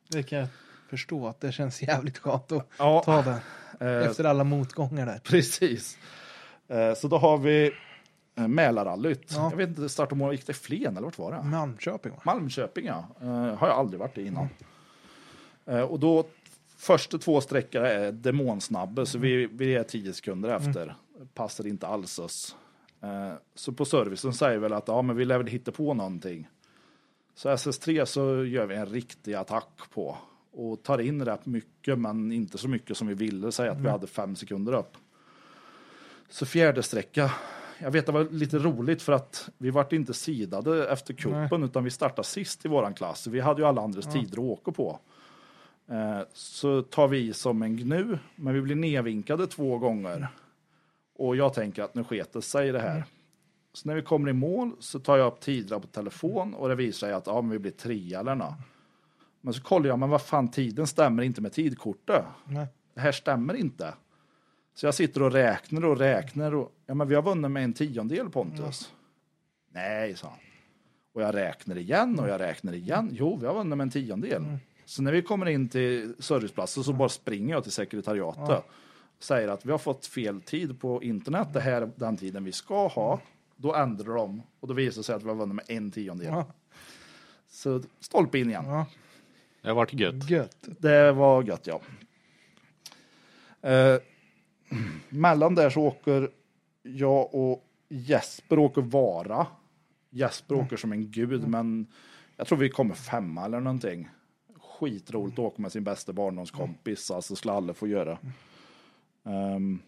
Det kan jag förstå att det känns jävligt skönt att Ja. ta den. Eh, Efter alla motgångar där. Precis. Eh, så då har vi eh, Mälarrallyt. Ja. Jag vet inte, start och mål gick det Flen eller vart var det? Malmköping, va? Malmköping, ja. Eh, har jag aldrig varit i innan. Eh, och då, första två sträckor är demonsnabbe, så vi, vi är tio sekunder efter. Passar inte alls oss. Eh, så på servicen säger väl att ja, men vi lär väl hitta på någonting. Så S S tre så gör vi en riktig attack på. Och tar in rätt mycket, men inte så mycket som vi ville. Säga att vi hade fem sekunder upp. Så fjärde sträcka. Jag vet det var lite roligt för att vi vart inte sidade efter kuppen, utan vi startade sist i våran klass. Vi hade ju alla andras ja. tider att åka på. Eh, så tar vi som en gnu, men vi blir nedvinkade två gånger. Och jag tänker att nu sketer sig det här. Mm. Så när vi kommer i mål så tar jag upp tiderna på telefon och det visar sig att ja, men vi blir tre eller nå. Men så kollar jag, men vad fan, tiden stämmer inte med tidkortet. Nej. Det här stämmer inte. Så jag sitter och räknar och räknar. Och, ja, men vi har vunnit med en tiondel, Pontus. Mm. Nej, sa han. Och jag räknar igen och jag räknar igen. Jo, vi har vunnit med en tiondel. Mm. Så när vi kommer in till serviceplatsen så bara springer jag till sekretariatet. Ja. Säger att vi har fått fel tid på internet. Det här är den tiden vi ska ha. Då ändrar de. Och då visar det sig att vi har vunnit med en tiondel. Ja. Så stolpe in igen. Ja. Det har varit gött. gött. Det var gött, ja. Eh, mellan där så åker jag och Jesper åker Vara. Jesper mm. åker som en gud, mm. men jag tror vi kommer femma eller någonting. Skitroligt att åka med sin bästa barndomskompis. Alltså skulle alla få göra. Um,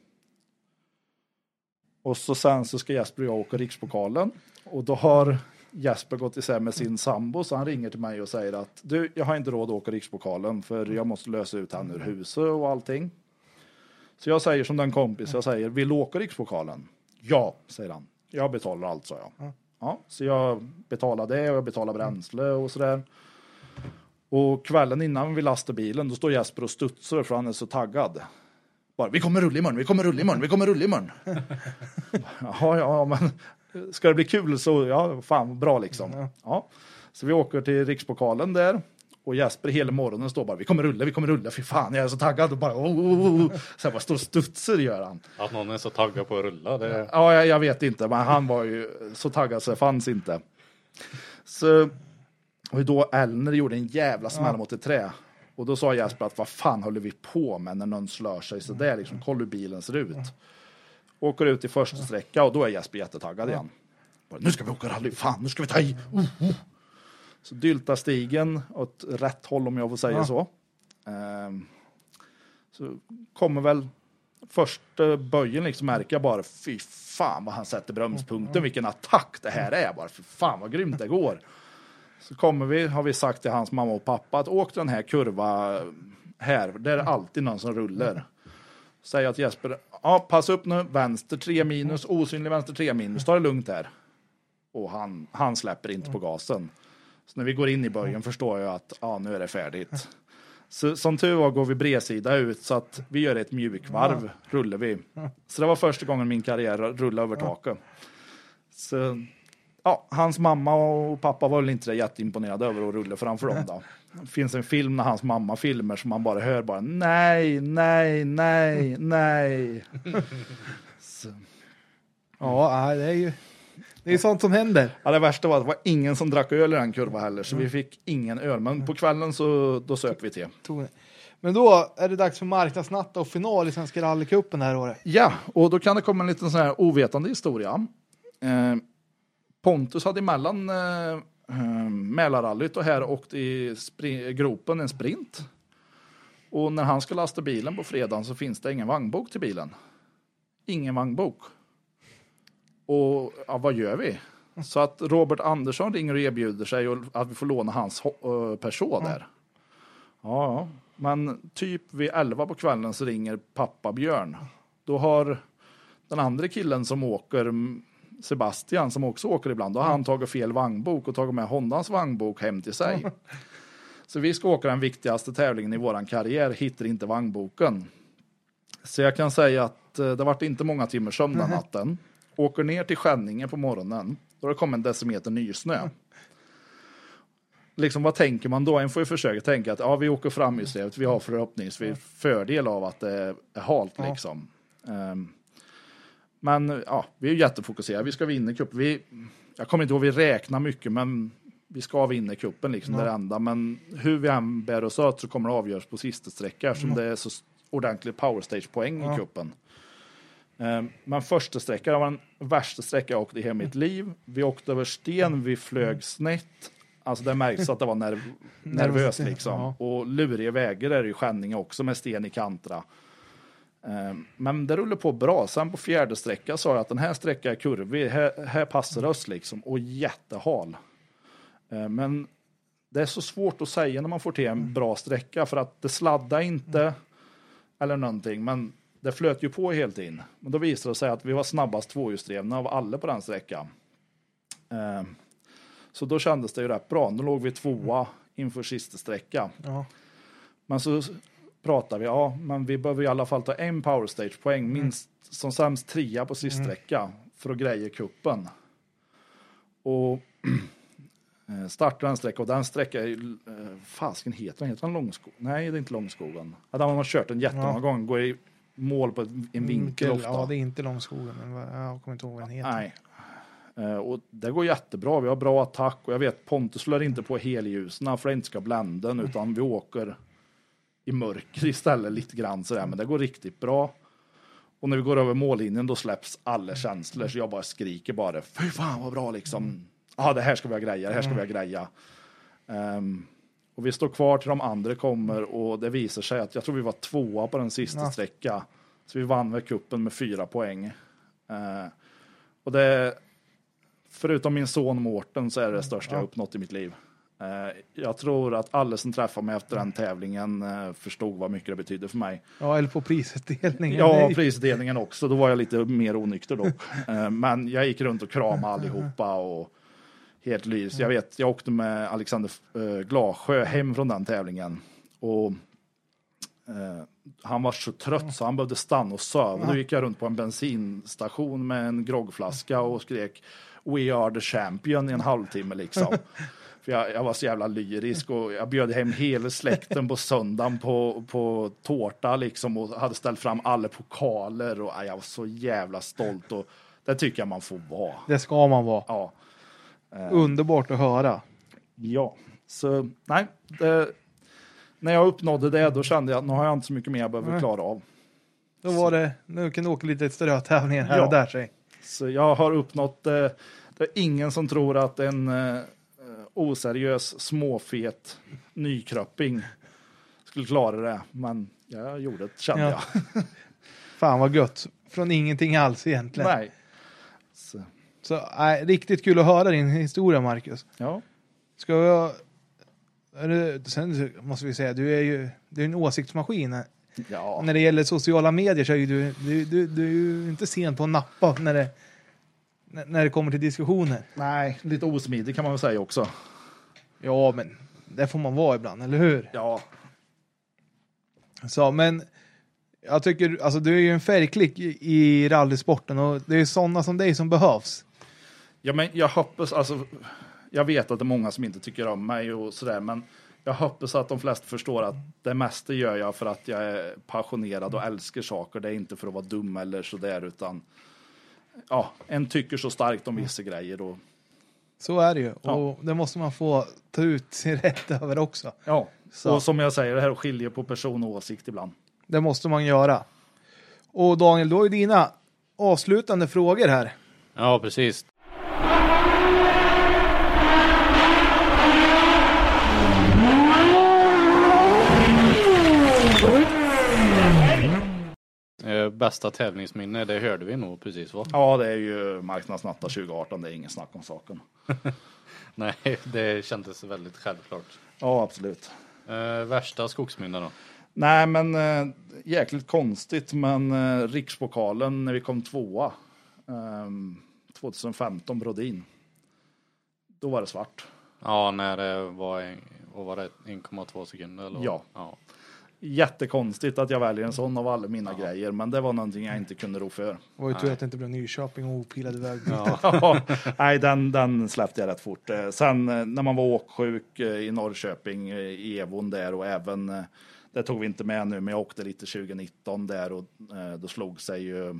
och så sen så ska Jesper och jag åka rikspokalen. Och då har Jesper gått isär med sin sambo, så han ringer till mig och säger att du, jag har inte råd att åka rikspokalen för jag måste lösa ut han ur huset och allting. Så jag säger som den kompis, jag säger, vill du åka rikspokalen? Ja, säger han. Jag betalar allt, sa jag. Ja, så jag betalar det och jag betalar bränsle och sådär. Och kvällen innan vi lastar bilen, då står Jesper och studsar för han är så taggad. Bara, vi kommer rulla imorgon, vi kommer rulla imorgon, vi kommer rulla imorgon. Jaha, ja, men ska det bli kul så, ja, fan, bra liksom. Ja. Så vi åker till rikspokalen där. Och Jesper hela morgonen står bara, vi kommer rulla, vi kommer rulla, för fan, jag är så taggad. Och bara, oh, oh, oh. Så jag bara står och studsar, gör han. Att någon är så taggad på att rulla, det... Ja, jag, jag vet inte, men han var ju så taggad så det fanns inte. Så, och då Elner gjorde en jävla smäll mot ett trä. Och då sa Jesper att vad fan håller vi på med när någon slår sig så där, liksom, kolla hur bilen ser ut. Åker ut i första sträcka och då är Jesper jättetaggad igen. Bara, nu ska vi åka rally, fan, nu ska vi ta i. Uh, uh. Så dyltar stigen åt rätt håll, om jag får säga ja. så. Um, så kommer väl första böjen liksom, märker jag bara, fy fan vad han sätter bromspunkten, vilken attack det här är bara, fy fan vad grymt det går. Så kommer vi, har vi sagt till hans mamma och pappa att åk den här kurva här, där är alltid någon som rullar. Säger att Jesper, ja, pass upp nu, vänster tre minus, osynlig vänster tre minus, ta det lugnt här. Och han, han släpper inte på gasen. Så när vi går in i böjen förstår jag att ja, nu är det färdigt. Så som tur var går vi bredsida ut så att vi gör ett mjukvarv, rullar vi. Så det var första gången min karriär rullade över taket. Så ja, hans mamma och pappa var väl inte jätteimponerade över att rulla framför dem då. Det finns en film när hans mamma filmer som man bara hör bara nej, nej, nej, nej. Så. Ja, det är ju det är sånt som händer. Ja, det värsta var att det var ingen som drack öl i den kurvan heller, så vi fick ingen öl. Men på kvällen så då söker vi till. Men då är det dags för marknadsnatt och final i Svenska rallycupen det här året. Ja, och då kan det komma en liten sån här ovetande historia. Eh, Pontus hade emellan eh, Mälarrallyt och här åkt i spri- gropen en sprint. Och när han ska lasta bilen på fredagen så finns det ingen vagnbok till bilen. Ingen vagnbok. Och ja, vad gör vi? Så att Robert Andersson ringer och erbjuder sig och att vi får låna hans uh, person där. Ja, men typ vid elva på kvällen så ringer pappa Björn. Då har den andra killen som åker, Sebastian, som också åker ibland, då har han tagit fel vagnbok och tagit med Hondans vagnbok hem till sig. Så vi ska åka den viktigaste tävlingen i våran karriär, hittar inte vagnboken. Så jag kan säga att uh, det varit inte många timmar sömn den natten. Åker ner till Skänninge på morgonen. Då har det kommit en decimeter nysnö. liksom vad tänker man då? En får ju försöka tänka att ja, vi åker fram i stället. Vi har förhoppningsvis fördel av att det är halt Ja. liksom. Um, men ja, vi är jättefokuserade. Vi ska vinna cup. Vi, jag kommer inte ihåg, vi räknar mycket, men vi ska vinna cupen liksom, Ja. det enda. Men hur vi än bär oss åt så kommer det avgöras på sista sträcka eftersom Ja. det är så ordentligt power stage-poäng Ja. i cupen. Um, men första sträckan var den värsta sträckan jag åkte i hela mitt liv. Vi åkte över sten, vi flög snett. Alltså det märks att det var nerv- nervöst liksom. Ja. Och luriga vägar är det ju Skänninge också med sten i kantra. Um, men det rullar på bra. Sen på fjärde sträckan sa jag att den här sträckan är kurvig. Här, här passar oss liksom. Och jättehal. Uh, men det är så svårt att säga när man får till en bra sträcka. För att det sladdar inte. Eller någonting. Men det flöt ju på helt in. Men då visade det sig att vi var snabbast tvåhjulsdrivna av alla på den sträckan. Uh, så då kändes det ju rätt bra. Då låg vi tvåa inför sista sträckan. Ja. Men så pratar vi, ja, men vi behöver i alla fall ta en power stage poäng, minst som sämst trea på sista sträcka för att greja kuppen. Och starta den sträckan, och den sträckan är ju, fasken heter den, heter den Långskog? Nej, det är inte Långskogen. Ja, där har man kört den jättemånga Ja. gånger, går i mål på en vinkel ofta. Ja, det är inte Långskogen. Men vad- jag kommer inte ihåg vad den heter. Nej. Uh, och det går jättebra, vi har bra attack och jag vet Pontus slår inte på helljusen för att det inte ska blända den, utan vi åker i mörker istället lite grann sådär, men det går riktigt bra. Och när vi går över mållinjen då släpps alla känslor, så jag bara skriker bara, fy fan vad bra liksom. Ja, det här ska vi ha greja, det här ska vi ha greja. Um, och vi står kvar till de andra kommer, och det visar sig att jag tror vi var tvåa på den sista Ja. sträcka. Så vi vann med kuppen med fyra poäng. Uh, och det, förutom min son Mårten, så är det det största Ja. jag uppnått i mitt liv. Uh, jag tror att alla som träffade mig efter den tävlingen uh, förstod vad mycket det betydde för mig. Ja, eller på prisutdelningen. Ja, Nej. prisdelningen också. Då var jag lite mer onykter då. Uh, men jag gick runt och kramade allihopa och helt lys. Jag vet, jag åkte med Alexander uh, Glasjö hem från den tävlingen. Och uh, han var så trött så han behövde stanna och sova. Då gick jag runt på en bensinstation med en groggflaska och skrek "We are the champion" i en halvtimme liksom. För jag, jag var så jävla lyrisk och jag bjöd hem hela släkten på söndagen på, på tårta liksom, och hade ställt fram alla pokaler och jag var så jävla stolt, och det tycker jag man får vara. Det ska man vara. Ja. Underbart att höra. Ja, så nej, det, när jag uppnådde det då kände jag att nu har jag inte så mycket mer jag behöver Nej. klara av. Då var det, nu kan du åka lite strötävlingar här Ja. och där. Sig. Så jag har uppnått, eh, det är ingen som tror att en eh, oseriös, småfet nykröpping skulle klara det, men jag gjorde det, kände Ja. jag. Fan vad gött. Från ingenting alls egentligen. Nej. Så, Så äh, riktigt kul att höra din historia, Marcus. ja. Ska jag... Är det, sen måste vi säga, du är ju du är en åsiktsmaskin. Ja. När det gäller sociala medier så är ju du, du, du, du är ju inte sen på att nappa när det, när när det kommer till diskussioner. Nej, lite osmidig kan man väl säga också. Ja, men det får man vara ibland, eller hur? Ja. Så, men jag tycker, alltså du är ju en färgklick i, i rallysporten, och det är sådana som dig som behövs. Ja, men jag hoppas, alltså, jag vet att det är många som inte tycker om mig och sådär, men jag hoppas att de flesta förstår att det mesta gör jag för att jag är passionerad och älskar saker. Det är inte för att vara dum eller sådär, utan ja, en tycker så starkt om vissa grejer då. Så är det ju, Ja. och det måste man få ta ut sin rätt över också. Ja, Så. och som jag säger, det här skiljer på person och åsikt ibland. Det måste man göra. Och Daniel, då är dina avslutande frågor här. Ja, precis. Eh, Bästa tävlingsminne, det hörde vi nog precis, va? Ja, det är ju Marknadsnatta tjugo arton, det är ingen snack om saken. Nej, det kändes väldigt självklart. Ja, absolut. Eh, värsta skogsminne då? Nej, men äh, jäkligt konstigt, men äh, rikspokalen när vi kom tvåa ähm, tjugohundrafemton Brodin, då var det svart. Ja, när det var, en, vad var det, en komma två sekunder? Eller? Ja. ja. jättekonstigt att jag väljer en sån av alla mina ja. grejer. Men det var någonting jag inte kunde ro för. Det var ju tur att det inte blev Nyköping och opilade vägbyten. Ja. Nej, den, den släppte jag rätt fort. Sen när man var åksjuk i Norrköping, i Evon där och även, det tog vi inte med nu, men jag åkte lite tjugonitton där och då slog sig ju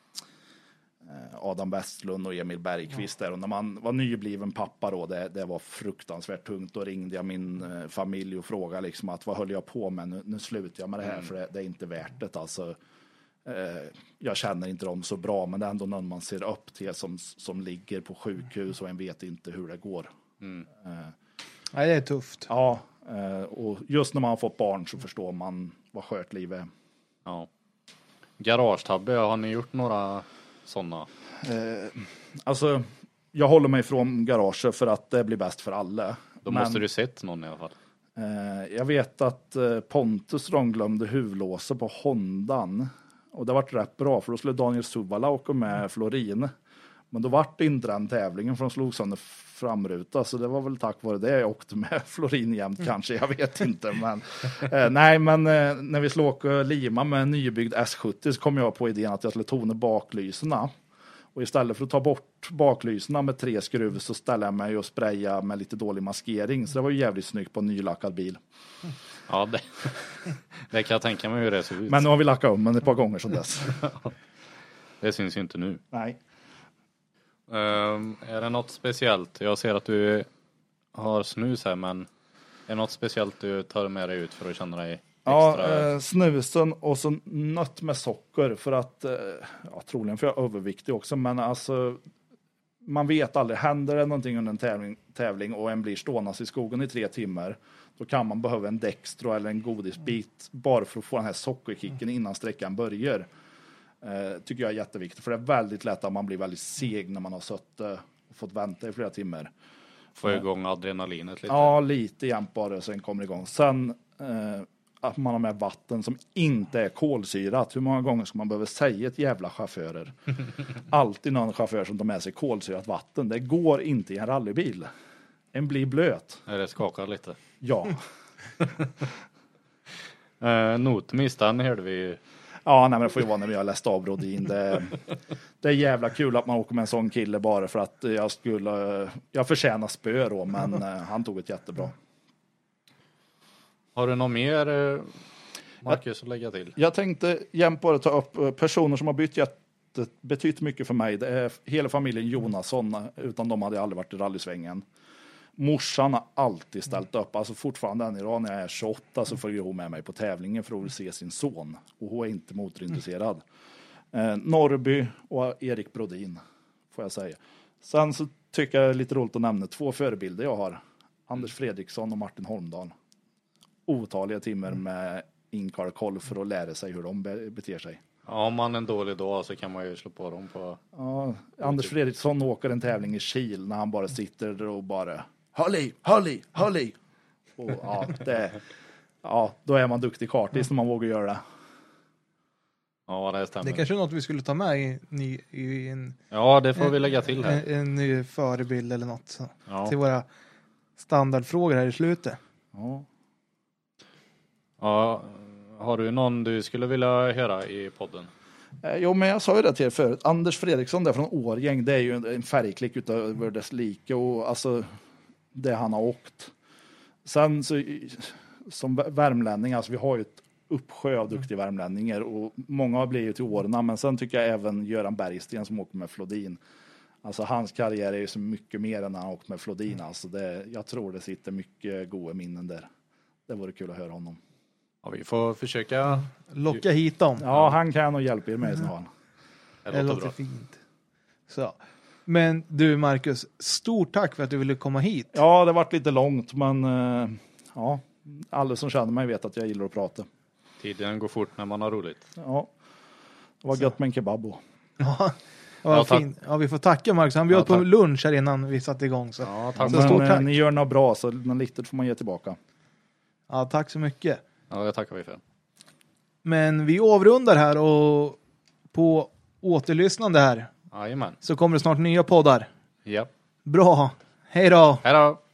Adam Westlund och Emil Bergqvist där. Och när man var nybliven pappa då, det, det var fruktansvärt tungt. Då ringde jag min eh, familj och frågade liksom att vad höll jag på med? Nu, nu slutar jag med det här mm. för det, det är inte värt det. Alltså, eh, jag känner inte dem så bra, men det är ändå någon man ser upp till som, som ligger på sjukhus och en vet inte hur det går. Mm. Eh, Nej, det är tufft. Ja, eh, och just när man har fått barn så förstår man vad skört livet är. Ja. Garagetabbe, har ni gjort några sådana? Eh, alltså, jag håller mig från garaget för att det blir bäst för alla. Då Men, måste du sett någon i alla fall. Eh, jag vet att eh, Pontus glömde huvudlåset på Hondan. Och det var rätt bra, för då skulle Daniel Suvala åka med Florin. Men då var det inte den tävlingen, för de slog sönder framruta. Så det var väl tack vare det jag åkte med Florin jämt mm. kanske, jag vet inte. Men, eh, nej, men eh, när vi skulle åka Lima med en nybyggd S sjuttio så kom jag på idén att jag skulle tona baklyserna. Och istället för att ta bort baklyserna med tre skruv så ställde jag mig och spraya med lite dålig maskering. Så det var ju jävligt snyggt på en nylackad bil. Ja, det, det kan jag tänka mig hur det ser ut. Men nu har vi lackat om den ett par gånger sedan dess. Det syns ju inte nu. Nej. Um, är det något speciellt? Jag ser att du har snus här, men är det något speciellt du tar med dig ut för att känna dig extra? Ja, eh, snusen och så nött med socker för att, eh, ja, troligen för jag är överviktig också, men alltså man vet aldrig, händer det någonting under en tävling, tävling och en blir stånas i skogen i tre timmar, då kan man behöva en Dextro eller en godisbit bara för att få den här sockerkicken innan sträckan börjar. Uh, tycker jag är jätteviktigt, för det är väldigt lätt att man blir väldigt seg när man har suttit uh, och fått vänta i flera timmar. Få igång adrenalinet lite. Ja, lite jämt bara, sen kommer det igång. Sen uh, att man har med vatten som inte är kolsyrat. Hur många gånger ska man behöva säga ett jävla chaufförer? Alltid någon chaufför som tar med sig kolsyrat vatten. Det går inte i en rallybil. En blir blöt. Är det skakar lite? Ja. uh, Notmis, den hörde vi. Ja, nej, men det får ju vara när vi har läst av Brodin. Det, det är jävla kul att man åker med en sån kille bara för att jag skulle, jag förtjänar spö då, men han tog ett jättebra. Har du något mer, Marcus, att lägga till? Jag tänkte jämt bara ta upp personer som har bytt jätte, betytt mycket för mig. Det är hela familjen Jonasson, utan de hade aldrig varit i rallysvängen. Morsan har alltid ställt upp. Alltså fortfarande än idag när jag är tjugoåtta så följer hon med mig på tävlingen för att vill se sin son. Och hon är inte motorintresserad. Eh, Norrby och Erik Brodin, får jag säga. Sen så tycker jag det är lite roligt att nämna två förebilder jag har. Anders Fredriksson och Martin Holmdahl. Otaliga timmar med inkar koll för att lära sig hur de beter sig. Ja, om man en dålig dag så kan man ju slå på dem på... Ja, Anders Fredriksson åker en tävling i Kil när han bara sitter där och bara håll i, håll i, håll i. Och ja, det, ja, då är man duktig kartis när man vågar göra det. Ja, det stämmer. Det är kanske är något vi skulle ta med i, i, i en... Ja, det får en, vi lägga till här. En, en ny förebild eller något. Så, ja. Till våra standardfrågor här i slutet. Ja. Ja, har du någon du skulle vilja höra i podden? Eh, jo, men jag sa ju det till er förut. Anders Fredriksson där från Årgäng, det är ju en, en färgklick utöver dess like och alltså det han har åkt. Sen så som värmlänning, alltså vi har ju ett uppsjö av duktiga värmlänningar och många har blivit till årena, men sen tycker jag även Göran Bergsten som åker med Flodin. Alltså hans karriär är ju så mycket mer än när han åkt med Flodin. Alltså det, jag tror det sitter mycket goda minnen där. Det vore kul att höra honom. Ja, vi får försöka locka hit dem. Ja, han kan nog hjälpa er med mm. snart. Det låter, det låter fint. Så. Men du Marcus, stort tack för att du ville komma hit. Ja, det har varit lite långt, men uh, ja, alla som känner mig vet att jag gillar att prata. Tiden går fort när man har roligt. Ja, det var så gött med en kebab. Ja, ja, fint. Ja, vi får tacka Marcus. Han bjöd ja, på lunch här innan vi satte igång. Så, ja, tack. Så stort tack. Ni gör något bra, så något litet får man ge tillbaka. Ja, tack så mycket. Ja, det tackar vi för. Men vi avrundar här och på återlyssnande här. Jajamän. Så kommer det snart nya poddar. Ja. Bra. Hej då. Hej då.